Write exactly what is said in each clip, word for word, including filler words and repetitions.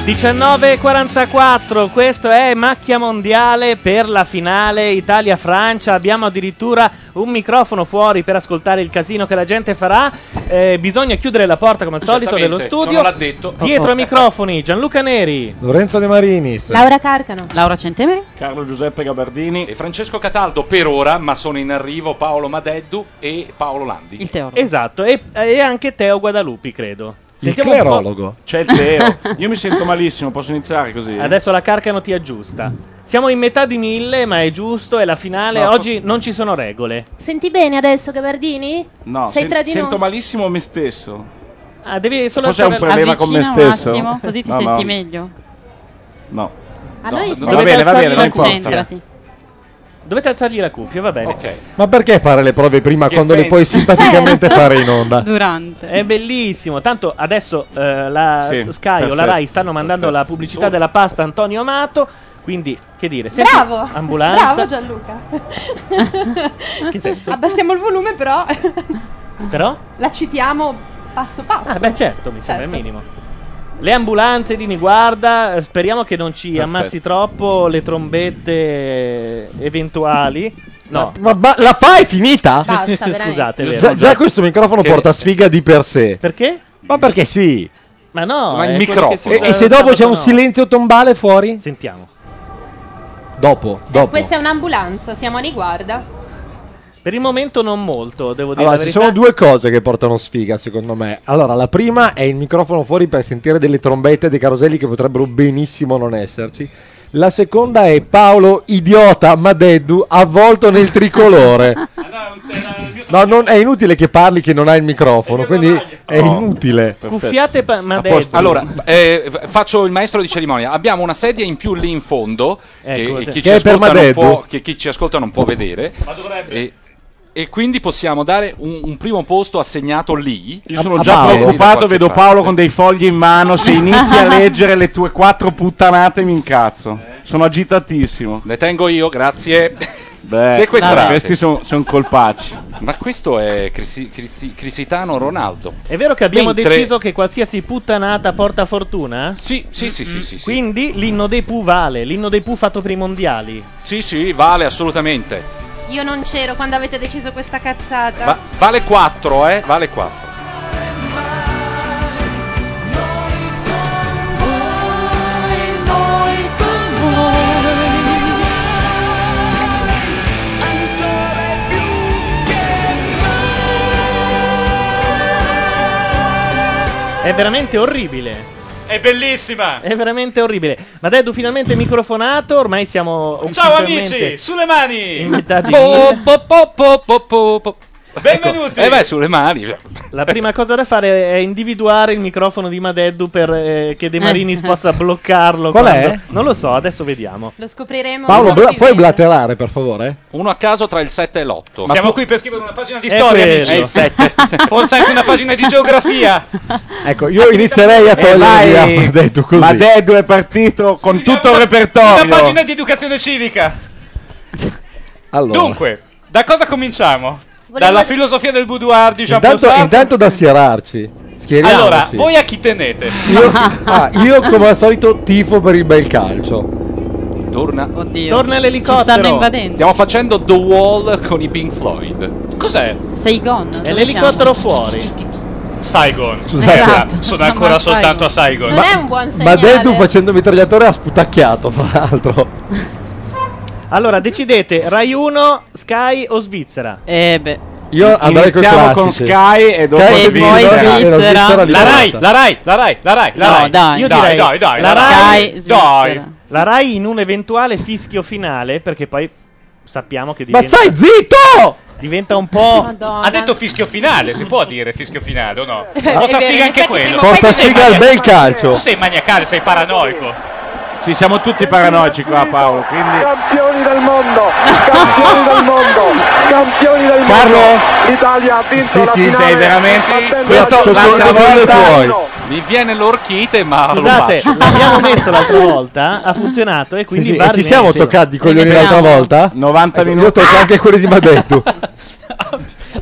diciannove e quarantaquattro, questo è Macchia Mondiale per la finale Italia-Francia. Abbiamo addirittura un microfono fuori per ascoltare il casino che la gente farà. Eh, bisogna chiudere la porta come al solito dello studio. Sono l'addetto. Dietro ai microfoni Gianluca Neri, Lorenzo De Marinis, Laura Carcano, Laura Centemeri, Carlo Giuseppe Gabardini e Francesco Cataldo per ora, ma sono in arrivo Paolo Madeddu e Paolo Landi. il teologo. esatto, e, e anche Teo Guadalupi, credo. il Sentiamo un po'. clerologo. c'è il Teo. Io mi sento malissimo, posso iniziare così? Adesso la Carcano ti aggiusta. Siamo in metà di mille, ma è giusto, è la finale. No, Oggi non ci sono regole. Senti bene adesso, Gabardini? No, Sei sen- tra di sento noi? malissimo me stesso. Ah, devi solo Cos'è un alzare- problema con me Avvicina un stesso? attimo, così ti No, senti no. meglio. No. A noi no, stai- Va Dovete bene, va alzargli bene, la non importa. Concentrati. Dovete alzargli la cuffia, va bene. Ok. Ma perché fare le prove prima Che quando le puoi pensi? simpaticamente fare in onda? Durante. È bellissimo. Tanto adesso eh, la Sì, Sky o la perfetto, Rai stanno mandando perfetto. la pubblicità della pasta Antonio Amato. Quindi, che dire? Senti, Bravo! ambulanza. Bravo Gianluca. Che senso? Abbassiamo il volume, però Però? la citiamo passo passo. Ah, beh, certo, mi sembra il Certo. minimo. Le ambulanze di Niguarda, eh, speriamo che non ci Perfetto. ammazzi troppo le trombette eh, eventuali. No, Ma, ma la fai finita? Basta, veramente. scusate, è vero. Già, già questo microfono Che- porta sfiga di per sé. Perché? Ma perché sì? Ma no, Ma il è quello microfono. che si E, usa e se dopo c'è un sabato, no. silenzio tombale fuori? Sentiamo. Dopo, Eh, dopo. questa è un'ambulanza, siamo a Niguarda. Per il momento non molto, devo dire Allora, la ci verità. sono due cose che portano sfiga, secondo me. Allora, la prima è il microfono fuori per sentire delle trombette e dei caroselli che potrebbero benissimo non esserci. La seconda è Paolo, idiota Madeddu, avvolto nel tricolore. No, non, è inutile che parli che non hai il microfono, quindi è inutile. Cuffiate pa- ma A posto. detto. Allora, eh, f- faccio il maestro di cerimonia. Abbiamo una sedia in più lì in fondo Ecco, che, sì. chi Che ci è per ascolta non Madeddu? può, che chi ci ascolta non può vedere. E, e quindi possiamo dare un, un primo posto assegnato lì. Io sono A già Paolo. preoccupato, Da qualche vedo parte. Paolo con dei fogli in mano. Se inizi a leggere le tue quattro puttanate mi incazzo. Sono agitatissimo. Le tengo io, grazie. Beh, Sequestrate. questi sono colpacci. Ma questo è Crisi- Crisi- Crisitano Ronaldo. È vero che abbiamo Mentre- deciso che qualsiasi puttanata porta fortuna? Sì, sì, sì, sì, sì, sì. Quindi l'inno dei Pooh vale, l'inno dei Pooh fatto per i mondiali. Sì, sì, vale assolutamente. Io non c'ero quando avete deciso questa cazzata. Va- vale quattro, eh? Vale quattro. È veramente orribile. È bellissima. È veramente orribile. Ma Deddu finalmente microfonato, ormai siamo Ciao ufficialmente amici, sulle mani. in metà di Po, mille. po, po, po, po, po, po. Benvenuti. Ecco. Eh beh, sulle mani. La prima cosa da fare è individuare il microfono di Madeddu per eh, che De Marinis possa bloccarlo. Qual quando- è? Non lo so, adesso vediamo. Lo scopriremo. Paolo, solo bla- puoi vivendo. blaterare, per favore? Uno a caso tra il sette e l'otto. Siamo qui per scrivere una pagina di È storia, quello. amici. È il sette. Forse anche una pagina di geografia. Ecco, io inizierei a E togliere vai, via Madeddu così. Ma Deddu è partito con tutto il Una repertorio. pagina di educazione civica. Allora. Dunque, da cosa cominciamo? Volevo- Dalla filosofia del boudoir di Jean-Paul Intanto, Sartre. intanto da schierarci. Schieriamoci. Allora, voi a chi tenete? Io, ah, io come al solito tifo per il bel calcio. Torna. Oddio. Torna Ci l'elicottero. stanno invadendo. Stiamo facendo The Wall con i Pink Floyd. Cos'è? Sei gone. È dove l'elicottero siamo? fuori. Saigon. Scusate. Esatto. Sono ancora Ma soltanto a Saigon. Non è un buon Ma segnale. Deddu facendo mitragliatore ha sputacchiato, fra l'altro. Allora, decidete Rai uno, Sky o Svizzera? Eh beh. Io andrei con Iniziamo con classici. Sky e dopo Sky E e poi Svizzera, Svizzera. e la Svizzera di La Rai, volta. la Rai, la Rai, la Rai, la No, Rai. dai. Io Dai, direi dai, dai, la la Rai, Sky, Svizzera. dai. la Rai in un eventuale fischio finale, perché poi sappiamo che Ma diventa, stai zitto! diventa un po'. Madonna. Ha detto fischio finale, si può dire fischio finale o no? Eh, Porta è vero, sfiga in anche effetti quello. prima o Porta poi sei sfiga al mania- bel calcio. Tu sei maniacale, sei paranoico. Sì, siamo tutti paranoici qua, Paolo. Quindi Campioni del mondo, campioni del mondo, campioni del mondo. Carlo? L'Italia ha vinto Sì, la sì, finale. sei veramente- battendo questo la l'altra Germania. volta- tuoi. Mi viene l'orchite, ma Scusate, lo bacio. l'abbiamo messo l'altra volta, ha funzionato e Sì, quindi sì, va e ci siamo rimesso. toccati i coglioni Rivediamo. l'altra volta? novanta Ecco, minuti. io tocco anche quelli di Madeddu. L'ha fatto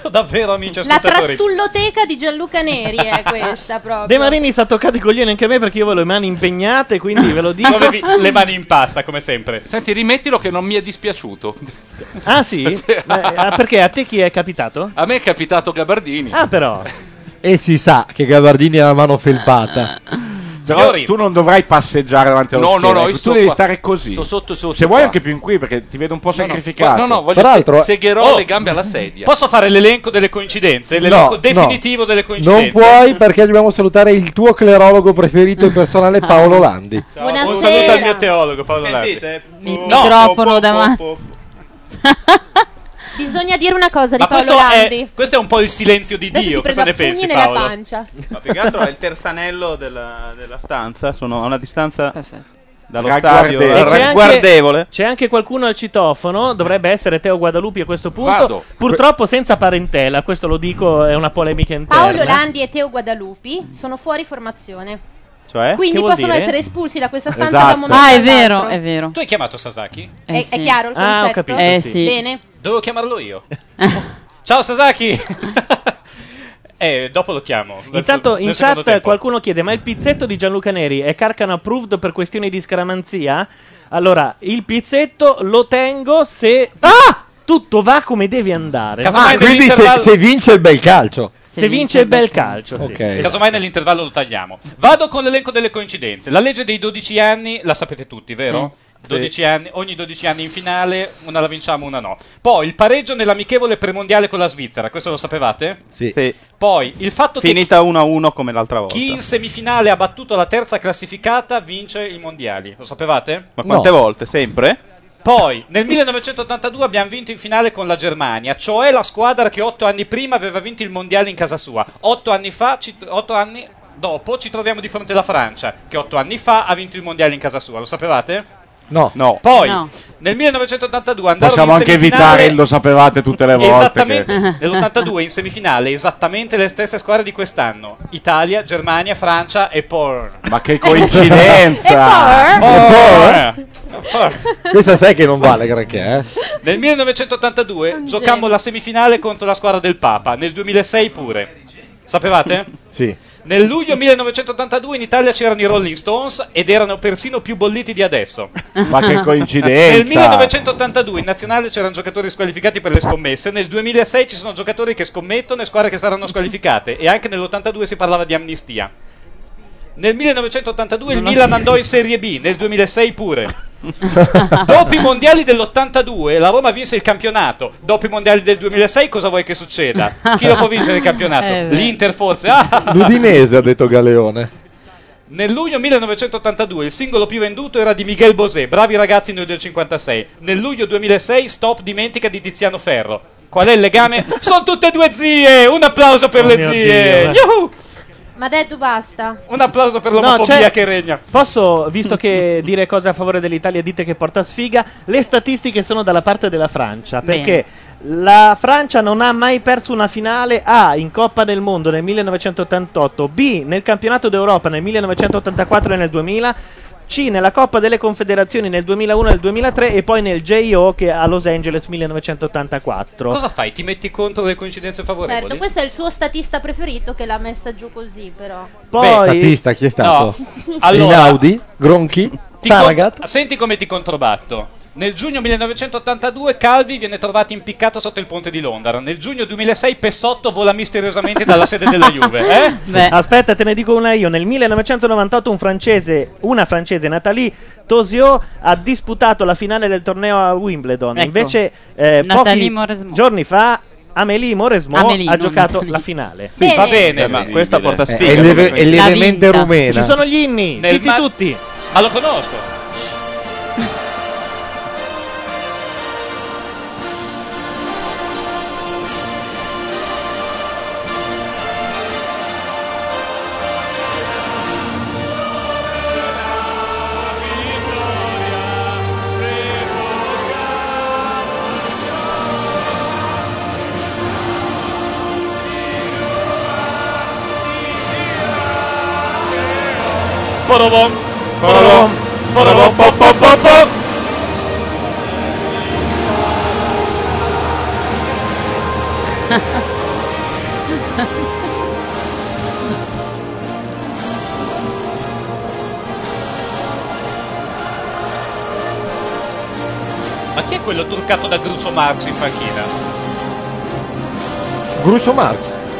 davvero, amici La ascoltatori. trastulloteca di Gianluca Neri è questa proprio. De Marini sta toccando i coglioni anche a me perché io ho le mani impegnate, quindi ve lo dico. Tu avevi le mani in pasta, come sempre. Senti, rimettilo che non mi è dispiaciuto. Ah sì? Ma, ah, perché a te chi è capitato? A me è capitato Gabardini. Ah però. E si sa che Gabardini ha la mano felpata. Però Signori, tu non dovrai passeggiare davanti allo No, no, schermo, no, io tu sto devi qua. stare così. Sto sotto, sotto. Se vuoi qua. anche più in qui, perché ti vedo un po' No, no, sacrificato. No, no, voglio Peraltro- se- segherò Oh. le gambe alla sedia. posso fare l'elenco delle coincidenze? L'elenco No, definitivo no. delle coincidenze? Non puoi perché dobbiamo salutare il tuo clerologo preferito e personale Paolo Landi. Buonasera. Un saluto al mio teologo, Paolo Nardi. Sentite? Il No. microfono davanti. Bisogna dire una cosa di Ma Paolo questo Landi. è, questo è un po' il silenzio di Adesso Dio. ti Cosa prendo ne a pugni pensi, nella Paolo? pancia. Ma più che altro è il terzanello della, della stanza. Sono a una distanza Perfetto. dallo Ragguardevole. stadio E c'è anche- ragguardevole. C'è anche qualcuno al citofono, dovrebbe essere Teo Guadalupi a questo punto. Vado. Purtroppo senza parentela, questo lo dico, è una polemica interna. Paolo Landi e Teo Guadalupi sono fuori formazione. Cioè? Quindi Che vuol possono dire? essere espulsi da questa stanza Esatto. da un momento Ah, è all'altro. vero, è vero. Tu hai chiamato Sasaki? Eh, È, sì. è chiaro il Ah, ho concetto? capito, Eh, sì. sì. Bene. Dovevo chiamarlo io. Ciao Sasaki! eh, dopo lo chiamo. Verso- Intanto in nel secondo chat tempo. qualcuno chiede: ma il pizzetto di Gianluca Neri è Carcano approved per questioni di scaramanzia? Allora, il pizzetto lo tengo se ah! tutto va come deve andare. Casomai Ah, quindi se, nell'intervallo- se vince il bel calcio. Se vince il bel calcio, sì. Ok. Casomai nell'intervallo lo tagliamo. Vado con l'elenco delle coincidenze. La legge dei dodici anni la sapete tutti, vero? dodici anni, ogni dodici anni in finale, una la vinciamo, una no. Poi il pareggio nell'amichevole premondiale con la Svizzera, questo lo sapevate? Sì. Sì. Poi il fatto Finita uno a uno come l'altra che volta. chi in semifinale ha battuto la terza classificata vince i mondiali, lo sapevate? Ma quante No. volte? Sempre? Poi nel millenovecentottantadue abbiamo vinto in finale con la Germania, cioè la squadra che otto anni prima aveva vinto il mondiale in casa sua. Otto anni fa, ci- otto anni dopo ci troviamo di fronte alla Francia, che otto anni fa ha vinto il mondiale in casa sua, lo sapevate? No. No. Poi No. nel millenovecentottantadue andarono Possiamo in anche semifinale- evitare il lo sapevate tutte le volte. Esattamente, che- nell'ottantadue in semifinale esattamente le stesse squadre di quest'anno: Italia, Germania, Francia e poi Ma che coincidenza! E poi? Questa sai che non vale granché, eh? Nel millenovecentottantadue Un giocammo genio. la semifinale contro la squadra del Papa, nel duemilasei pure. Sapevate? Sì. Nel luglio millenovecentottantadue in Italia c'erano i Rolling Stones ed erano persino più bolliti di adesso. Ma che Nel coincidenza! millenovecentottantadue in nazionale c'erano giocatori squalificati per le scommesse, nel duemilasei ci sono giocatori che scommettono e squadre che saranno squalificate, e anche nell'ottantadue si parlava di amnistia. Nel millenovecentottantadue il Milan andò in Serie B, nel duemilasei pure. Dopo i mondiali dell'ottantadue la Roma vinse il campionato. Dopo i mondiali del duemilasei cosa vuoi che succeda? Chi lo può vincere il campionato? Eh, beh. L'Inter forse? Ah! L'Udinese, ha detto Galeone. Nel luglio millenovecentottantadue il singolo più venduto era di Miguel Bosé, Bravi ragazzi noi del cinquantasei. Nel luglio duemilasei Stop dimentica di Tiziano Ferro. Qual è il legame? Sono tutte e due zie! Un applauso per Oh le mio zie! Dio, Yuhu! Ma Deddu basta. Un applauso per No, l'omofobia c'è- che regna. Posso, visto che dire cose a favore dell'Italia dite che porta sfiga, le statistiche sono dalla parte della Francia, Bene. perché la Francia non ha mai perso una finale A in Coppa del Mondo nel millenovecentottantotto, B nel Campionato d'Europa nel millenovecentottantaquattro e nel duemila, C nella Coppa delle Confederazioni nel duemilauno e nel duemilatré e poi nel J O che a Los Angeles millenovecentottantaquattro. Cosa fai? Ti metti contro le coincidenze favorevoli? Certo, questo è il suo statista preferito che l'ha messa giù così, però. Poi Statista, chi è stato? No. Allora, Einaudi? Gronchi? ti con- Saragat? senti come ti controbatto. Nel giugno millenovecentottantadue Calvi viene trovato impiccato sotto il ponte di Londra. Nel giugno duemilasei Pessotto vola misteriosamente dalla sede della Juve. Eh? Beh, Aspetta, te ne dico una io. Nel millenovecentonovantotto un francese, una francese, Nathalie Tosiot, ha disputato la finale del torneo a Wimbledon. Ecco. Invece, eh, Nathalie pochi Mauresmo. giorni fa, Amélie Mauresmo Amélie, ha non giocato Nathalie. la finale. Bene. Va bene, ma Questa porta È, sfiga. è leve- come è lievemente vinta. rumena. Ci sono gli inni, Nel zitti ma- tutti. ma lo conosco. Porobom, porobom, porobom, pom, pom, pom, pom. Ma chi è quello truccato da Groucho Marx in panchina? Groucho Marx.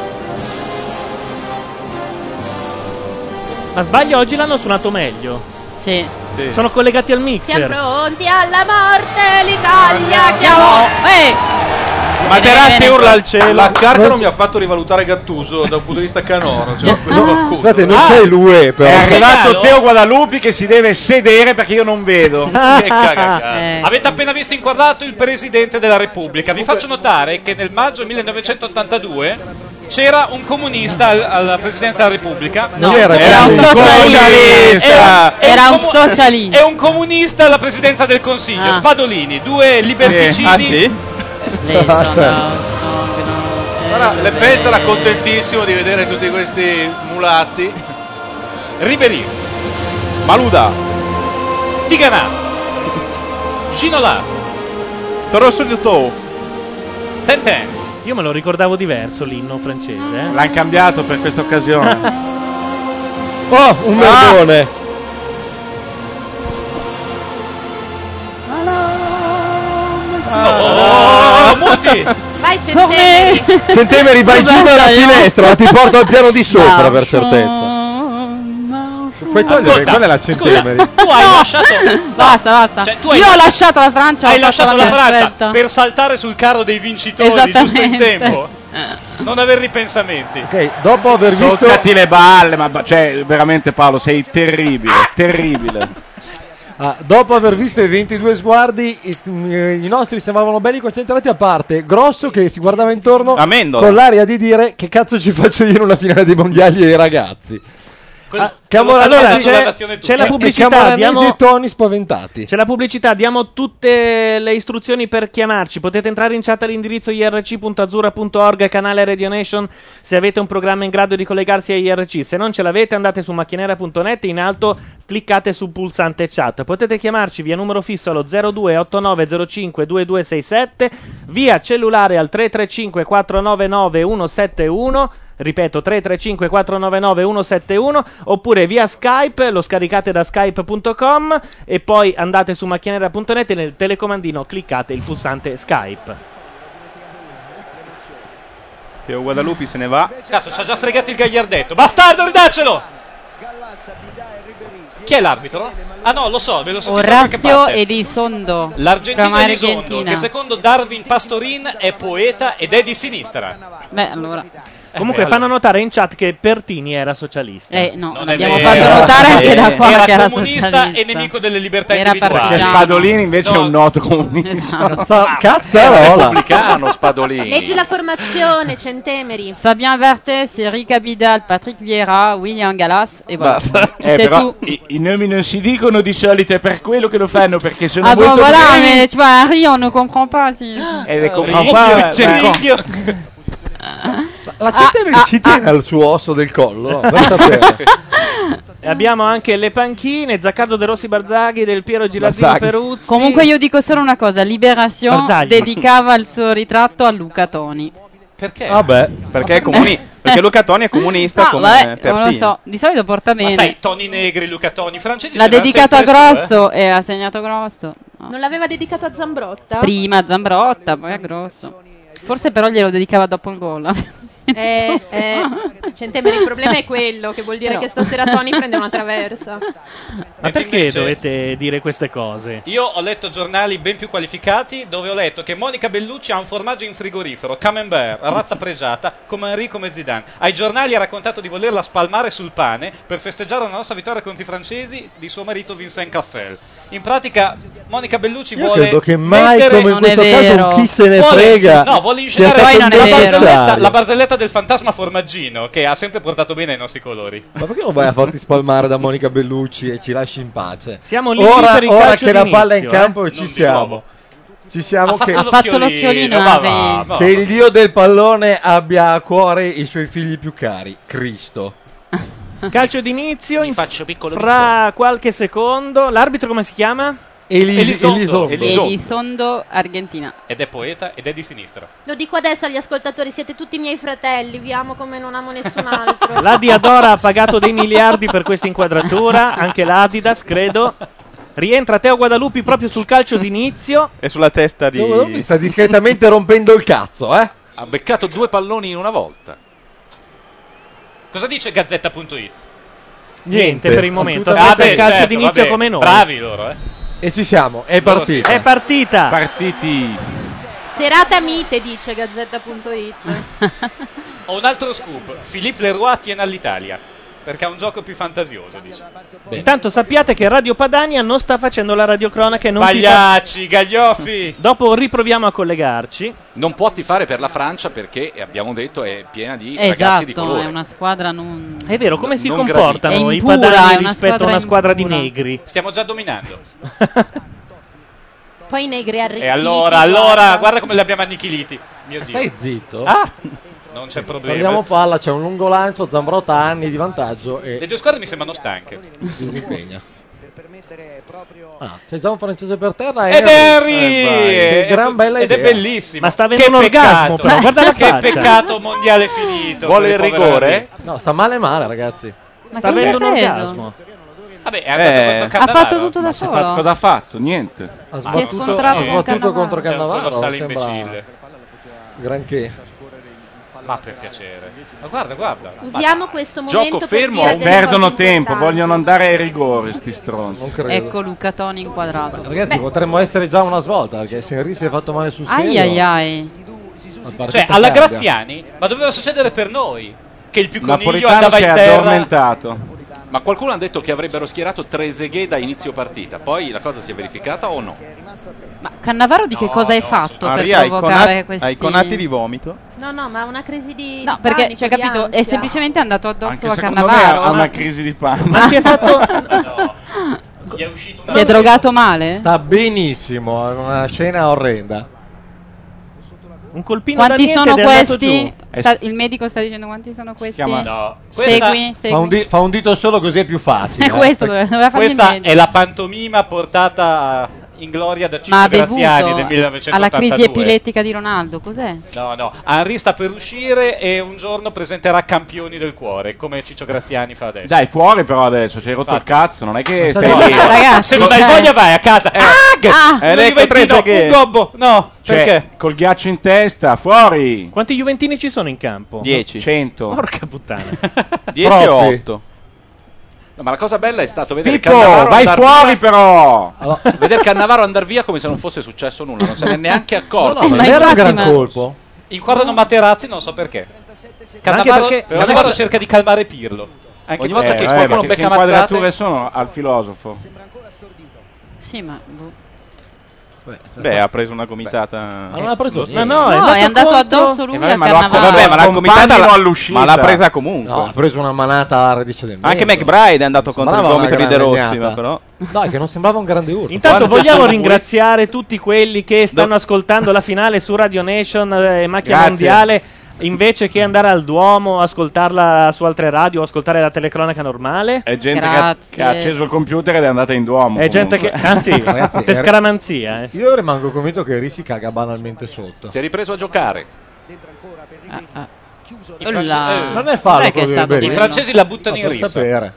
Ma sbaglio, oggi l'hanno suonato meglio. Sì. Sì. Sono collegati al mixer. Siamo pronti alla morte, l'Italia chiamò. Ehi! Materazzi urla al cielo. La Carcano mi ha fatto rivalutare Gattuso da un punto di vista canoro. Cioè, no, guardate, non c'è l'U E però. È arrivato Teo Guadalupi che si deve sedere perché io non vedo. Che cagacazzo. Eh. Avete appena visto inquadrato il Presidente della Repubblica. Vi faccio notare che nel maggio millenovecentottantadue c'era un comunista al- alla Presidenza della Repubblica. No, era, era un socialista. Era un comu- socialista. E un comunista alla Presidenza del Consiglio, Ah. Spadolini, due liberticidi. Ah, sì? Lei, no, no, no, no, Ora Le Pen sarà contentissimo di vedere tutti questi mulatti. Ribéry, Malouda, Tigana, Ginola, Torosso di Tou. Tenten. Io me lo ricordavo diverso l'inno francese. Eh? L'hanno cambiato per questa occasione. Oh, un merdone. Oh, muti. Vai, Centemeri. Centemeri, vai giù dalla finestra, ma ti porto al piano di sopra per certezza. Puoi togliere, Ascolta, qual è la scusa, Centemeri? tu hai lasciato Basta, basta. Cioè, tu hai Io ho lasci- lasciato la Francia. ho Hai fatto lasciato la mia Francia scelta. per saltare sul carro dei vincitori giusto in Esattamente. tempo. Non aver ripensamenti. Ok, dopo aver visto Toccati le balle, ma ma- cioè veramente Paolo sei terribile, terribile. Ah, dopo aver visto i ventidue sguardi, i, i nostri sembravano belli concentrati, a parte Grosso che si guardava intorno Amendola. con l'aria di dire che cazzo ci faccio io in una finale dei mondiali ai ragazzi. Quello- Ah, ce lo Camora- stanno allora, dando c'è- la nazione tutta. c'è la E pubblicità, Camoranesi diamo- e Toni spaventati. C'è la pubblicità, diamo tutte le istruzioni per chiamarci. Potete entrare in chat all'indirizzo i r c punto azzurra punto org, canale Radio Nation, se avete un programma in grado di collegarsi a I R C. Se non ce l'avete, andate su macchinera punto net, in alto cliccate sul pulsante chat. Potete chiamarci via numero fisso allo zero due otto nove zero cinque due due sei sette, via cellulare al tre tre cinque quattro nove nove uno sette uno. Ripeto, tre tre cinque quattro nove nove uno sette uno, oppure via Skype, lo scaricate da skype punto com e poi andate su macchinera punto net e nel telecomandino cliccate il pulsante Skype. Teo Guadalupi se ne va. Cazzo, ci ha già fregato il gagliardetto. Bastardo, ridaccelo! Chi è l'arbitro? Ah no, lo so, ve lo sentito da qualche Orazio parte. Elizondo. L'argentino from Elizondo, Argentina. che secondo Darwin Pastorin è poeta ed è di sinistra. Beh, allora. Comunque Eh, fanno allora. notare in chat che Pertini era socialista. Eh, no, Non è l'abbiamo vero. fatto notare anche da qua Era che era comunista socialista. e nemico delle libertà Era individuali. Che partigiano. Spadolini invece No. è un noto comunista. Esatto. Cazza- Cazzarola. Repubblicano Spadolini. Leggi la formazione, Centemeri. Fabien Vertes, Eric Abidal, Patrick Vieira, William Gallas e voilà. Eh, C'est però tout. i, i nomi non si dicono di solito, è per quello che lo fanno, perché sono Ah bon, molto voilà, brevi. mais tu vois, Henri, on ne comprend pas. Si. E le comprends Riglio, pas, c'è beh. Riglio. La Centemeri ah, ci tiene al suo osso del collo, no? Per sapere. E abbiamo anche le panchine, Zaccardo De Rossi Barzaghi, Del Piero Gilardino Barzaghi. Peruzzi. Comunque io dico solo una cosa, Libération Barzagli. dedicava il suo ritratto a Luca Toni. Perché? Vabbè. Perché è comuni- perché Luca Toni è comunista No, come vabbè, Pertini. non lo so, di solito porta Ma bene. sai, Toni Negri, Luca Toni, i francesi L'ha ce l'hanno dedicato a sempre su, eh. Grosso e ha segnato Grosso. No. Non l'aveva dedicato a Zambrotta? Prima a Zambrotta, poi a Grosso. Forse però glielo dedicava dopo il gol. Eh, eh, Centemeri, il problema è quello, che vuol dire Però. che stasera Toni prende una traversa. Ma Mentre perché invece- dovete dire queste cose? Io ho letto giornali ben più qualificati dove ho letto che Monica Bellucci ha un formaggio in frigorifero, Camembert, razza pregiata, come Henri, come Zidane. Ai giornali ha raccontato di volerla spalmare sul pane per festeggiare la nostra vittoria contro i francesi di suo marito Vincent Cassel. In pratica Monica Bellucci Io vuole credo che mai, mettere- come in Non questo è caso, vero. un chi se ne vuole- frega. no, vuole sia ingenerare stato Poi non un è la vero. barzelletta, avversario. la barzelletta del fantasma formaggino che ha sempre portato bene ai nostri colori. Ma perché non vai a farti spalmare da Monica Bellucci e ci lasci in pace? Siamo lì ora, per il ora calcio che la palla è in d'inizio, campo eh. e ci Non di siamo. nuovo. Ci siamo Ha che, fatto Ha fatto l'occhiolino, ma ah, va, beh. va. che il dio del pallone abbia a cuore i suoi figli più cari, Cristo. Calcio d'inizio, in- Faccio piccolo fra qualche secondo. L'arbitro come si chiama? Eli- Elizondo. Elizondo. Elizondo, Argentina. Ed è poeta ed è di sinistra. Lo dico adesso agli ascoltatori, siete tutti miei fratelli, vi amo come non amo nessun altro. La Diadora ha pagato dei miliardi per questa inquadratura, anche l'Adidas, credo. Rientra Teo Guadalupi proprio sul calcio d'inizio. E sulla testa di... Mi sta discretamente rompendo il cazzo, eh? Ha beccato due palloni in una volta. Cosa dice Gazzetta punto it? Niente per il momento. Ah, Aspetta beh, il calcio certo, d'inizio vabbè, come noi. bravi loro, eh. E ci siamo, è partita. È partita. Partiti. Serata mite, dice Gazzetta punto it. Ho un altro scoop. Philippe Leroy tiene all'Italia. Perché ha un gioco più fantasioso, dice. Intanto sappiate che Radio Padania non sta facendo la radiocronaca e non Pagliacci, Gaglioffi. Dopo riproviamo a collegarci. Non può tifare per la Francia perché, abbiamo detto, è piena di ragazzi di Esatto, colore. è una squadra non... È vero, come si non comportano gradita. È i impura, padani è una rispetto a squadra una squadra di impura. negri? Stiamo già dominando. Poi i negri arricchiti. E allora, allora, guarda come li abbiamo annichiliti. Mio Dio. Stai zitto. Ah, non c'è problema. Prendiamo palla, c'è un lungo lancio, Zambrotta ha anni di vantaggio e Le due squadre mi sembrano stanche. si disimpegna. Ah, c'è già un francese per terra Ed Henry! Che gran bella Ed idea. è bellissimo. Ma sta avendo Che un orgasmo, peccato. però. Guarda la Che faccia. peccato mondiale finito. Vuole il per povero rigore? Henry. No, sta male male, ragazzi. Ma Sta che avendo un credo? orgasmo. Vabbè, è andato Eh. contro Ha Cannavaro. fatto tutto da Ha solo. fatto- cosa ha fatto? Niente. Ha Si è sbattuto, scontrato ha con sbattuto Cannavaro. contro È un Cannavaro. colossale Sembra imbecille. granché. Ma per piacere. Ma guarda, guarda. Usiamo questo momento Gioco fermo, per dire delle Perdono cose tempo, importanti. vogliono andare ai rigori sti stronzi. Non credo. Ecco Luca Toni inquadrato. Ragazzi, potremmo essere già una svolta perché se Henry si è fatto male sul serio. Ai ai ai. la partita Cioè, alla cambia. Graziani? Ma doveva succedere per noi. Che il più coniglio Napolitano andava si è in terra. addormentato. Ma qualcuno ha detto che avrebbero schierato Trezeguet da inizio partita. Poi la cosa si è verificata o no? Ma Cannavaro di che No, cosa hai no, fatto per Maria, hai provocare conati, questi... hai conati di vomito? No, no, ma una crisi di No, di perché, panico, cioè, di capito, è ansia. semplicemente andato addosso Anche a secondo me Cannavaro. ha ma- una crisi di panna. Ma si è fatto... Gli è uscito un Si è drogato male? Sta benissimo, è una scena orrenda. Un colpino Quanti da sono niente ed è andato questi? giù. Sta- il medico sta dicendo quanti sono questi? chiama- No, questa, Segui, segui. Fa un, di- fa un dito solo così è più facile. È eh, questo, perché- doveva fargli il questa medico. è la pantomima portata in gloria da Ciccio Ma ha Graziani bevuto del millenovecentottantadue. alla crisi epilettica di Ronaldo, cos'è? No, no, Henry sta per uscire e un giorno presenterà Campioni del cuore, come Ciccio Graziani fa adesso. Dai, fuori però adesso, ci hai rotto il Infatti. cazzo, non è che Ma stai stai- lì. Ragazzi, Se non hai cioè- voglia vai a casa. Eh, Ah! Ed un ecco Juventino, Trezeguet. un gobbo. No, Cioè, perché? col ghiaccio in testa, fuori. Quanti Juventini ci sono in campo? dieci. cento. Porca puttana. dieci o Troppi. otto? No, ma la cosa bella è stato vedere Pippo, Cannavaro vai andar fuori via, però. Allora, vedere Cannavaro andare via come se non fosse successo nulla, non se ne è neanche no, accorto. no, ma Ma non era un infatti, gran ma- colpo. Inquadrano Materazzi, non so perché. Cannavaro, perché- Cannavaro ma- cerca di calmare Pirlo. Anche Ogni volta Eh, che vabbè, qualcuno ma che, che becca inquadrature mazzate, sono al filosofo? Sì, ma... boh. Beh, ha preso una gomitata. Ma non ha preso Ma niente. no, No, è è andato contro- addosso lui Eh, vabbè, a ma lo ha- Cannavaro. Vabbè, ma la gomitata Accompagnalo l'ha, all'uscita. ma l'ha presa comunque. No, ha preso una manata alla radice del Anche mento. McBride è andato contro il Sembrava vomito una di De grande Rossi, legnata. ma però... Dai, che non sembrava un grande urto. Intanto Quante vogliamo sono ringraziare tutti quelli che stanno ascoltando la finale su Radio Nation e Macchia Grazie. Mondiale invece che andare al Duomo, ascoltarla su altre radio o ascoltare la telecronaca normale. È gente che ha, Grazie. che ha acceso il computer ed è andata in Duomo. È gente che... comunque. Ah sì, Ragazzi, per era- scaramanzia. Eh. Io rimango convinto che Henry si caga banalmente sotto. si è ripreso a giocare. Ah, ah. I Olla. france- eh, Non è fallo Non è che è con stato Ribéry. I quello. francesi la buttano Ma in per rissa. sapere.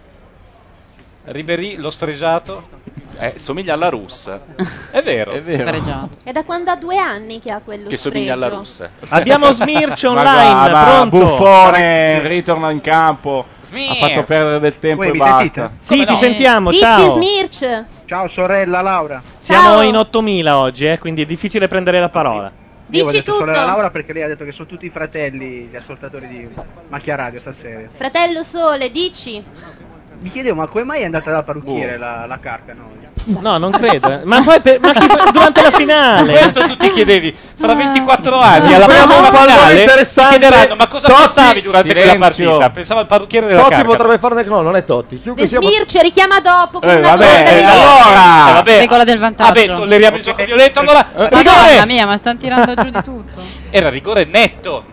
Ribéry, lo sfregiato. Eh, somiglia alla russa, È vero. È vero. Sfregiato. È da quando ha due anni che ha quello che somiglia alla sfregio. russa. Abbiamo Smirch Ma online, guarda, pronto? Buffone ritorna in campo. Smirch. Ha fatto perdere del tempo Voi e mi basta. sentite? Sì, Come ti no? sentiamo, Dici ciao. Smirch. Ciao sorella Laura. Siamo Ciao. in ottomila oggi, eh, quindi è difficile prendere la parola. Io avevo Dici detto tutto. sorella Laura perché lei ha detto che sono tutti i fratelli, gli ascoltatori di Macchia Radio stasera. Fratello Sole, dici. Mi chiedevo, ma come mai è andata dal parrucchiere la, la carca? No? No, non credo. eh. Ma poi per- ma chi sa- durante la finale. Questo tu ti chiedevi fra ventiquattro anni alla Apriamo prossima un pallone finale interessante. ti chiederanno ma cosa Totti, pensavi durante quella silenzio. partita? Pensavo al parrucchiere della Totti carca. potrebbe farne... No, non è Totti. Chiunque De sia... Smirch richiama dopo con Eh, una vabbè, domanda eh, di allora! Eh, vabbè. Regola del vantaggio. Vabbè, tolleriamo il gioco violento allora. Madonna Rigore! mia, ma stanno tirando giù di tutto. Era rigore netto.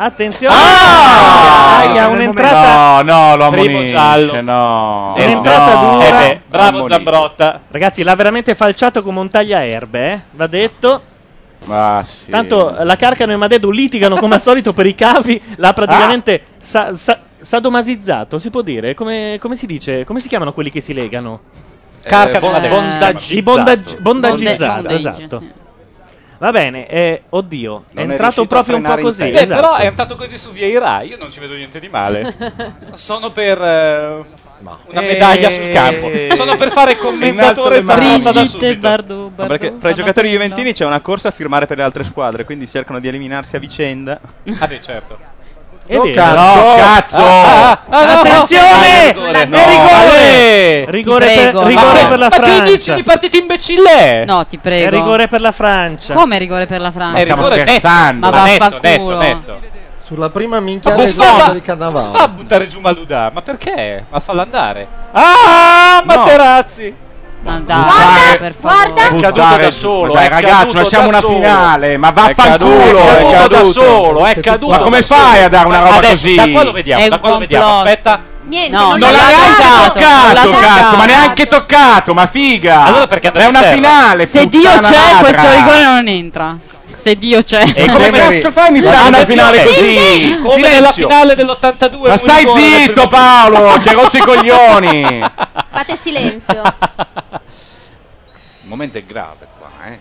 Attenzione! Ah! Aia, un'entrata. No, no, lo Primo ammonisce, giallo. no. È un'entrata no. dura. Eh beh, bravo Ammonito. Zambrotta. Ragazzi, l'ha veramente falciato come un tagliaerbe, eh? Va detto. Ma sì. Tanto la Carcano e Madeddu litigano come al solito per i cavi. L'ha praticamente sa- sa- sadomasizzato, si può dire? Come, come si dice? Come si chiamano quelli che si legano? Carcano Eh, e Madeddu. bondaggi- I bondaggi- bondagizzato, Bondage, esatto. sì. Va bene, eh, oddio, è Non è entrato riuscito proprio a un po' frenare in così. tempo. Beh, esatto. però è entrato così su Via Rai, io non ci vedo niente di male. Sono per eh, una medaglia Eh, sul campo. Sono per fare in commentatore alto le mani. Zambrotta da Brigitte subito. Bardot, Ma Bardot, perché fra i giocatori Bardot, juventini c'è una corsa a firmare per le altre squadre, quindi cercano di eliminarsi a vicenda. Ah beh, certo. È No, vero. cazzo. No, cazzo! Ah, no, Attenzione! no, È no, rigore! Ale! Rigore, Ti per, prego, rigore no. per la Ma che Francia. inizi di partita imbecille? No, ti È prego. rigore per la Francia. Come rigore per la Francia? È Stiamo rigore netto. scherzando. Ma Ma netto, vaffanculo. netto, netto. Sulla prima Ma minchia come del si fa, gol ma- di come si fa a Cannavaro. buttare giù Maludà? Ma perché? Ma fallo andare. Ah, Materazzi! Ma dai, Guarda, per favore. È caduto da solo. Dai, è ragazzi, caduto ma siamo da una solo. finale. Ma È caduto, vaffanculo. è È caduto da caduto. solo. È caduto. Ma come da fai solo. a dare una roba Adesso, così? Da qua lo vediamo. È Da un qua lo vediamo. complotto. Aspetta. Niente, No, non, Non l'ha l'ha neanche toccato, toccato, non l'ha cazzo, toccato. ma neanche toccato, ma figa. Allora perché andate è una in terra? finale, Se Dio puttana c'è, ladra. questo rigore non entra. Se Dio c'è. E Come come cazzo fai a iniziare una finale così? Come Silenzio. nella finale dell'ottantadue. Ma un stai rigore nel zitto primo- Paolo, ti hai rotto i coglioni. fate silenzio. Il momento è grave qua, eh.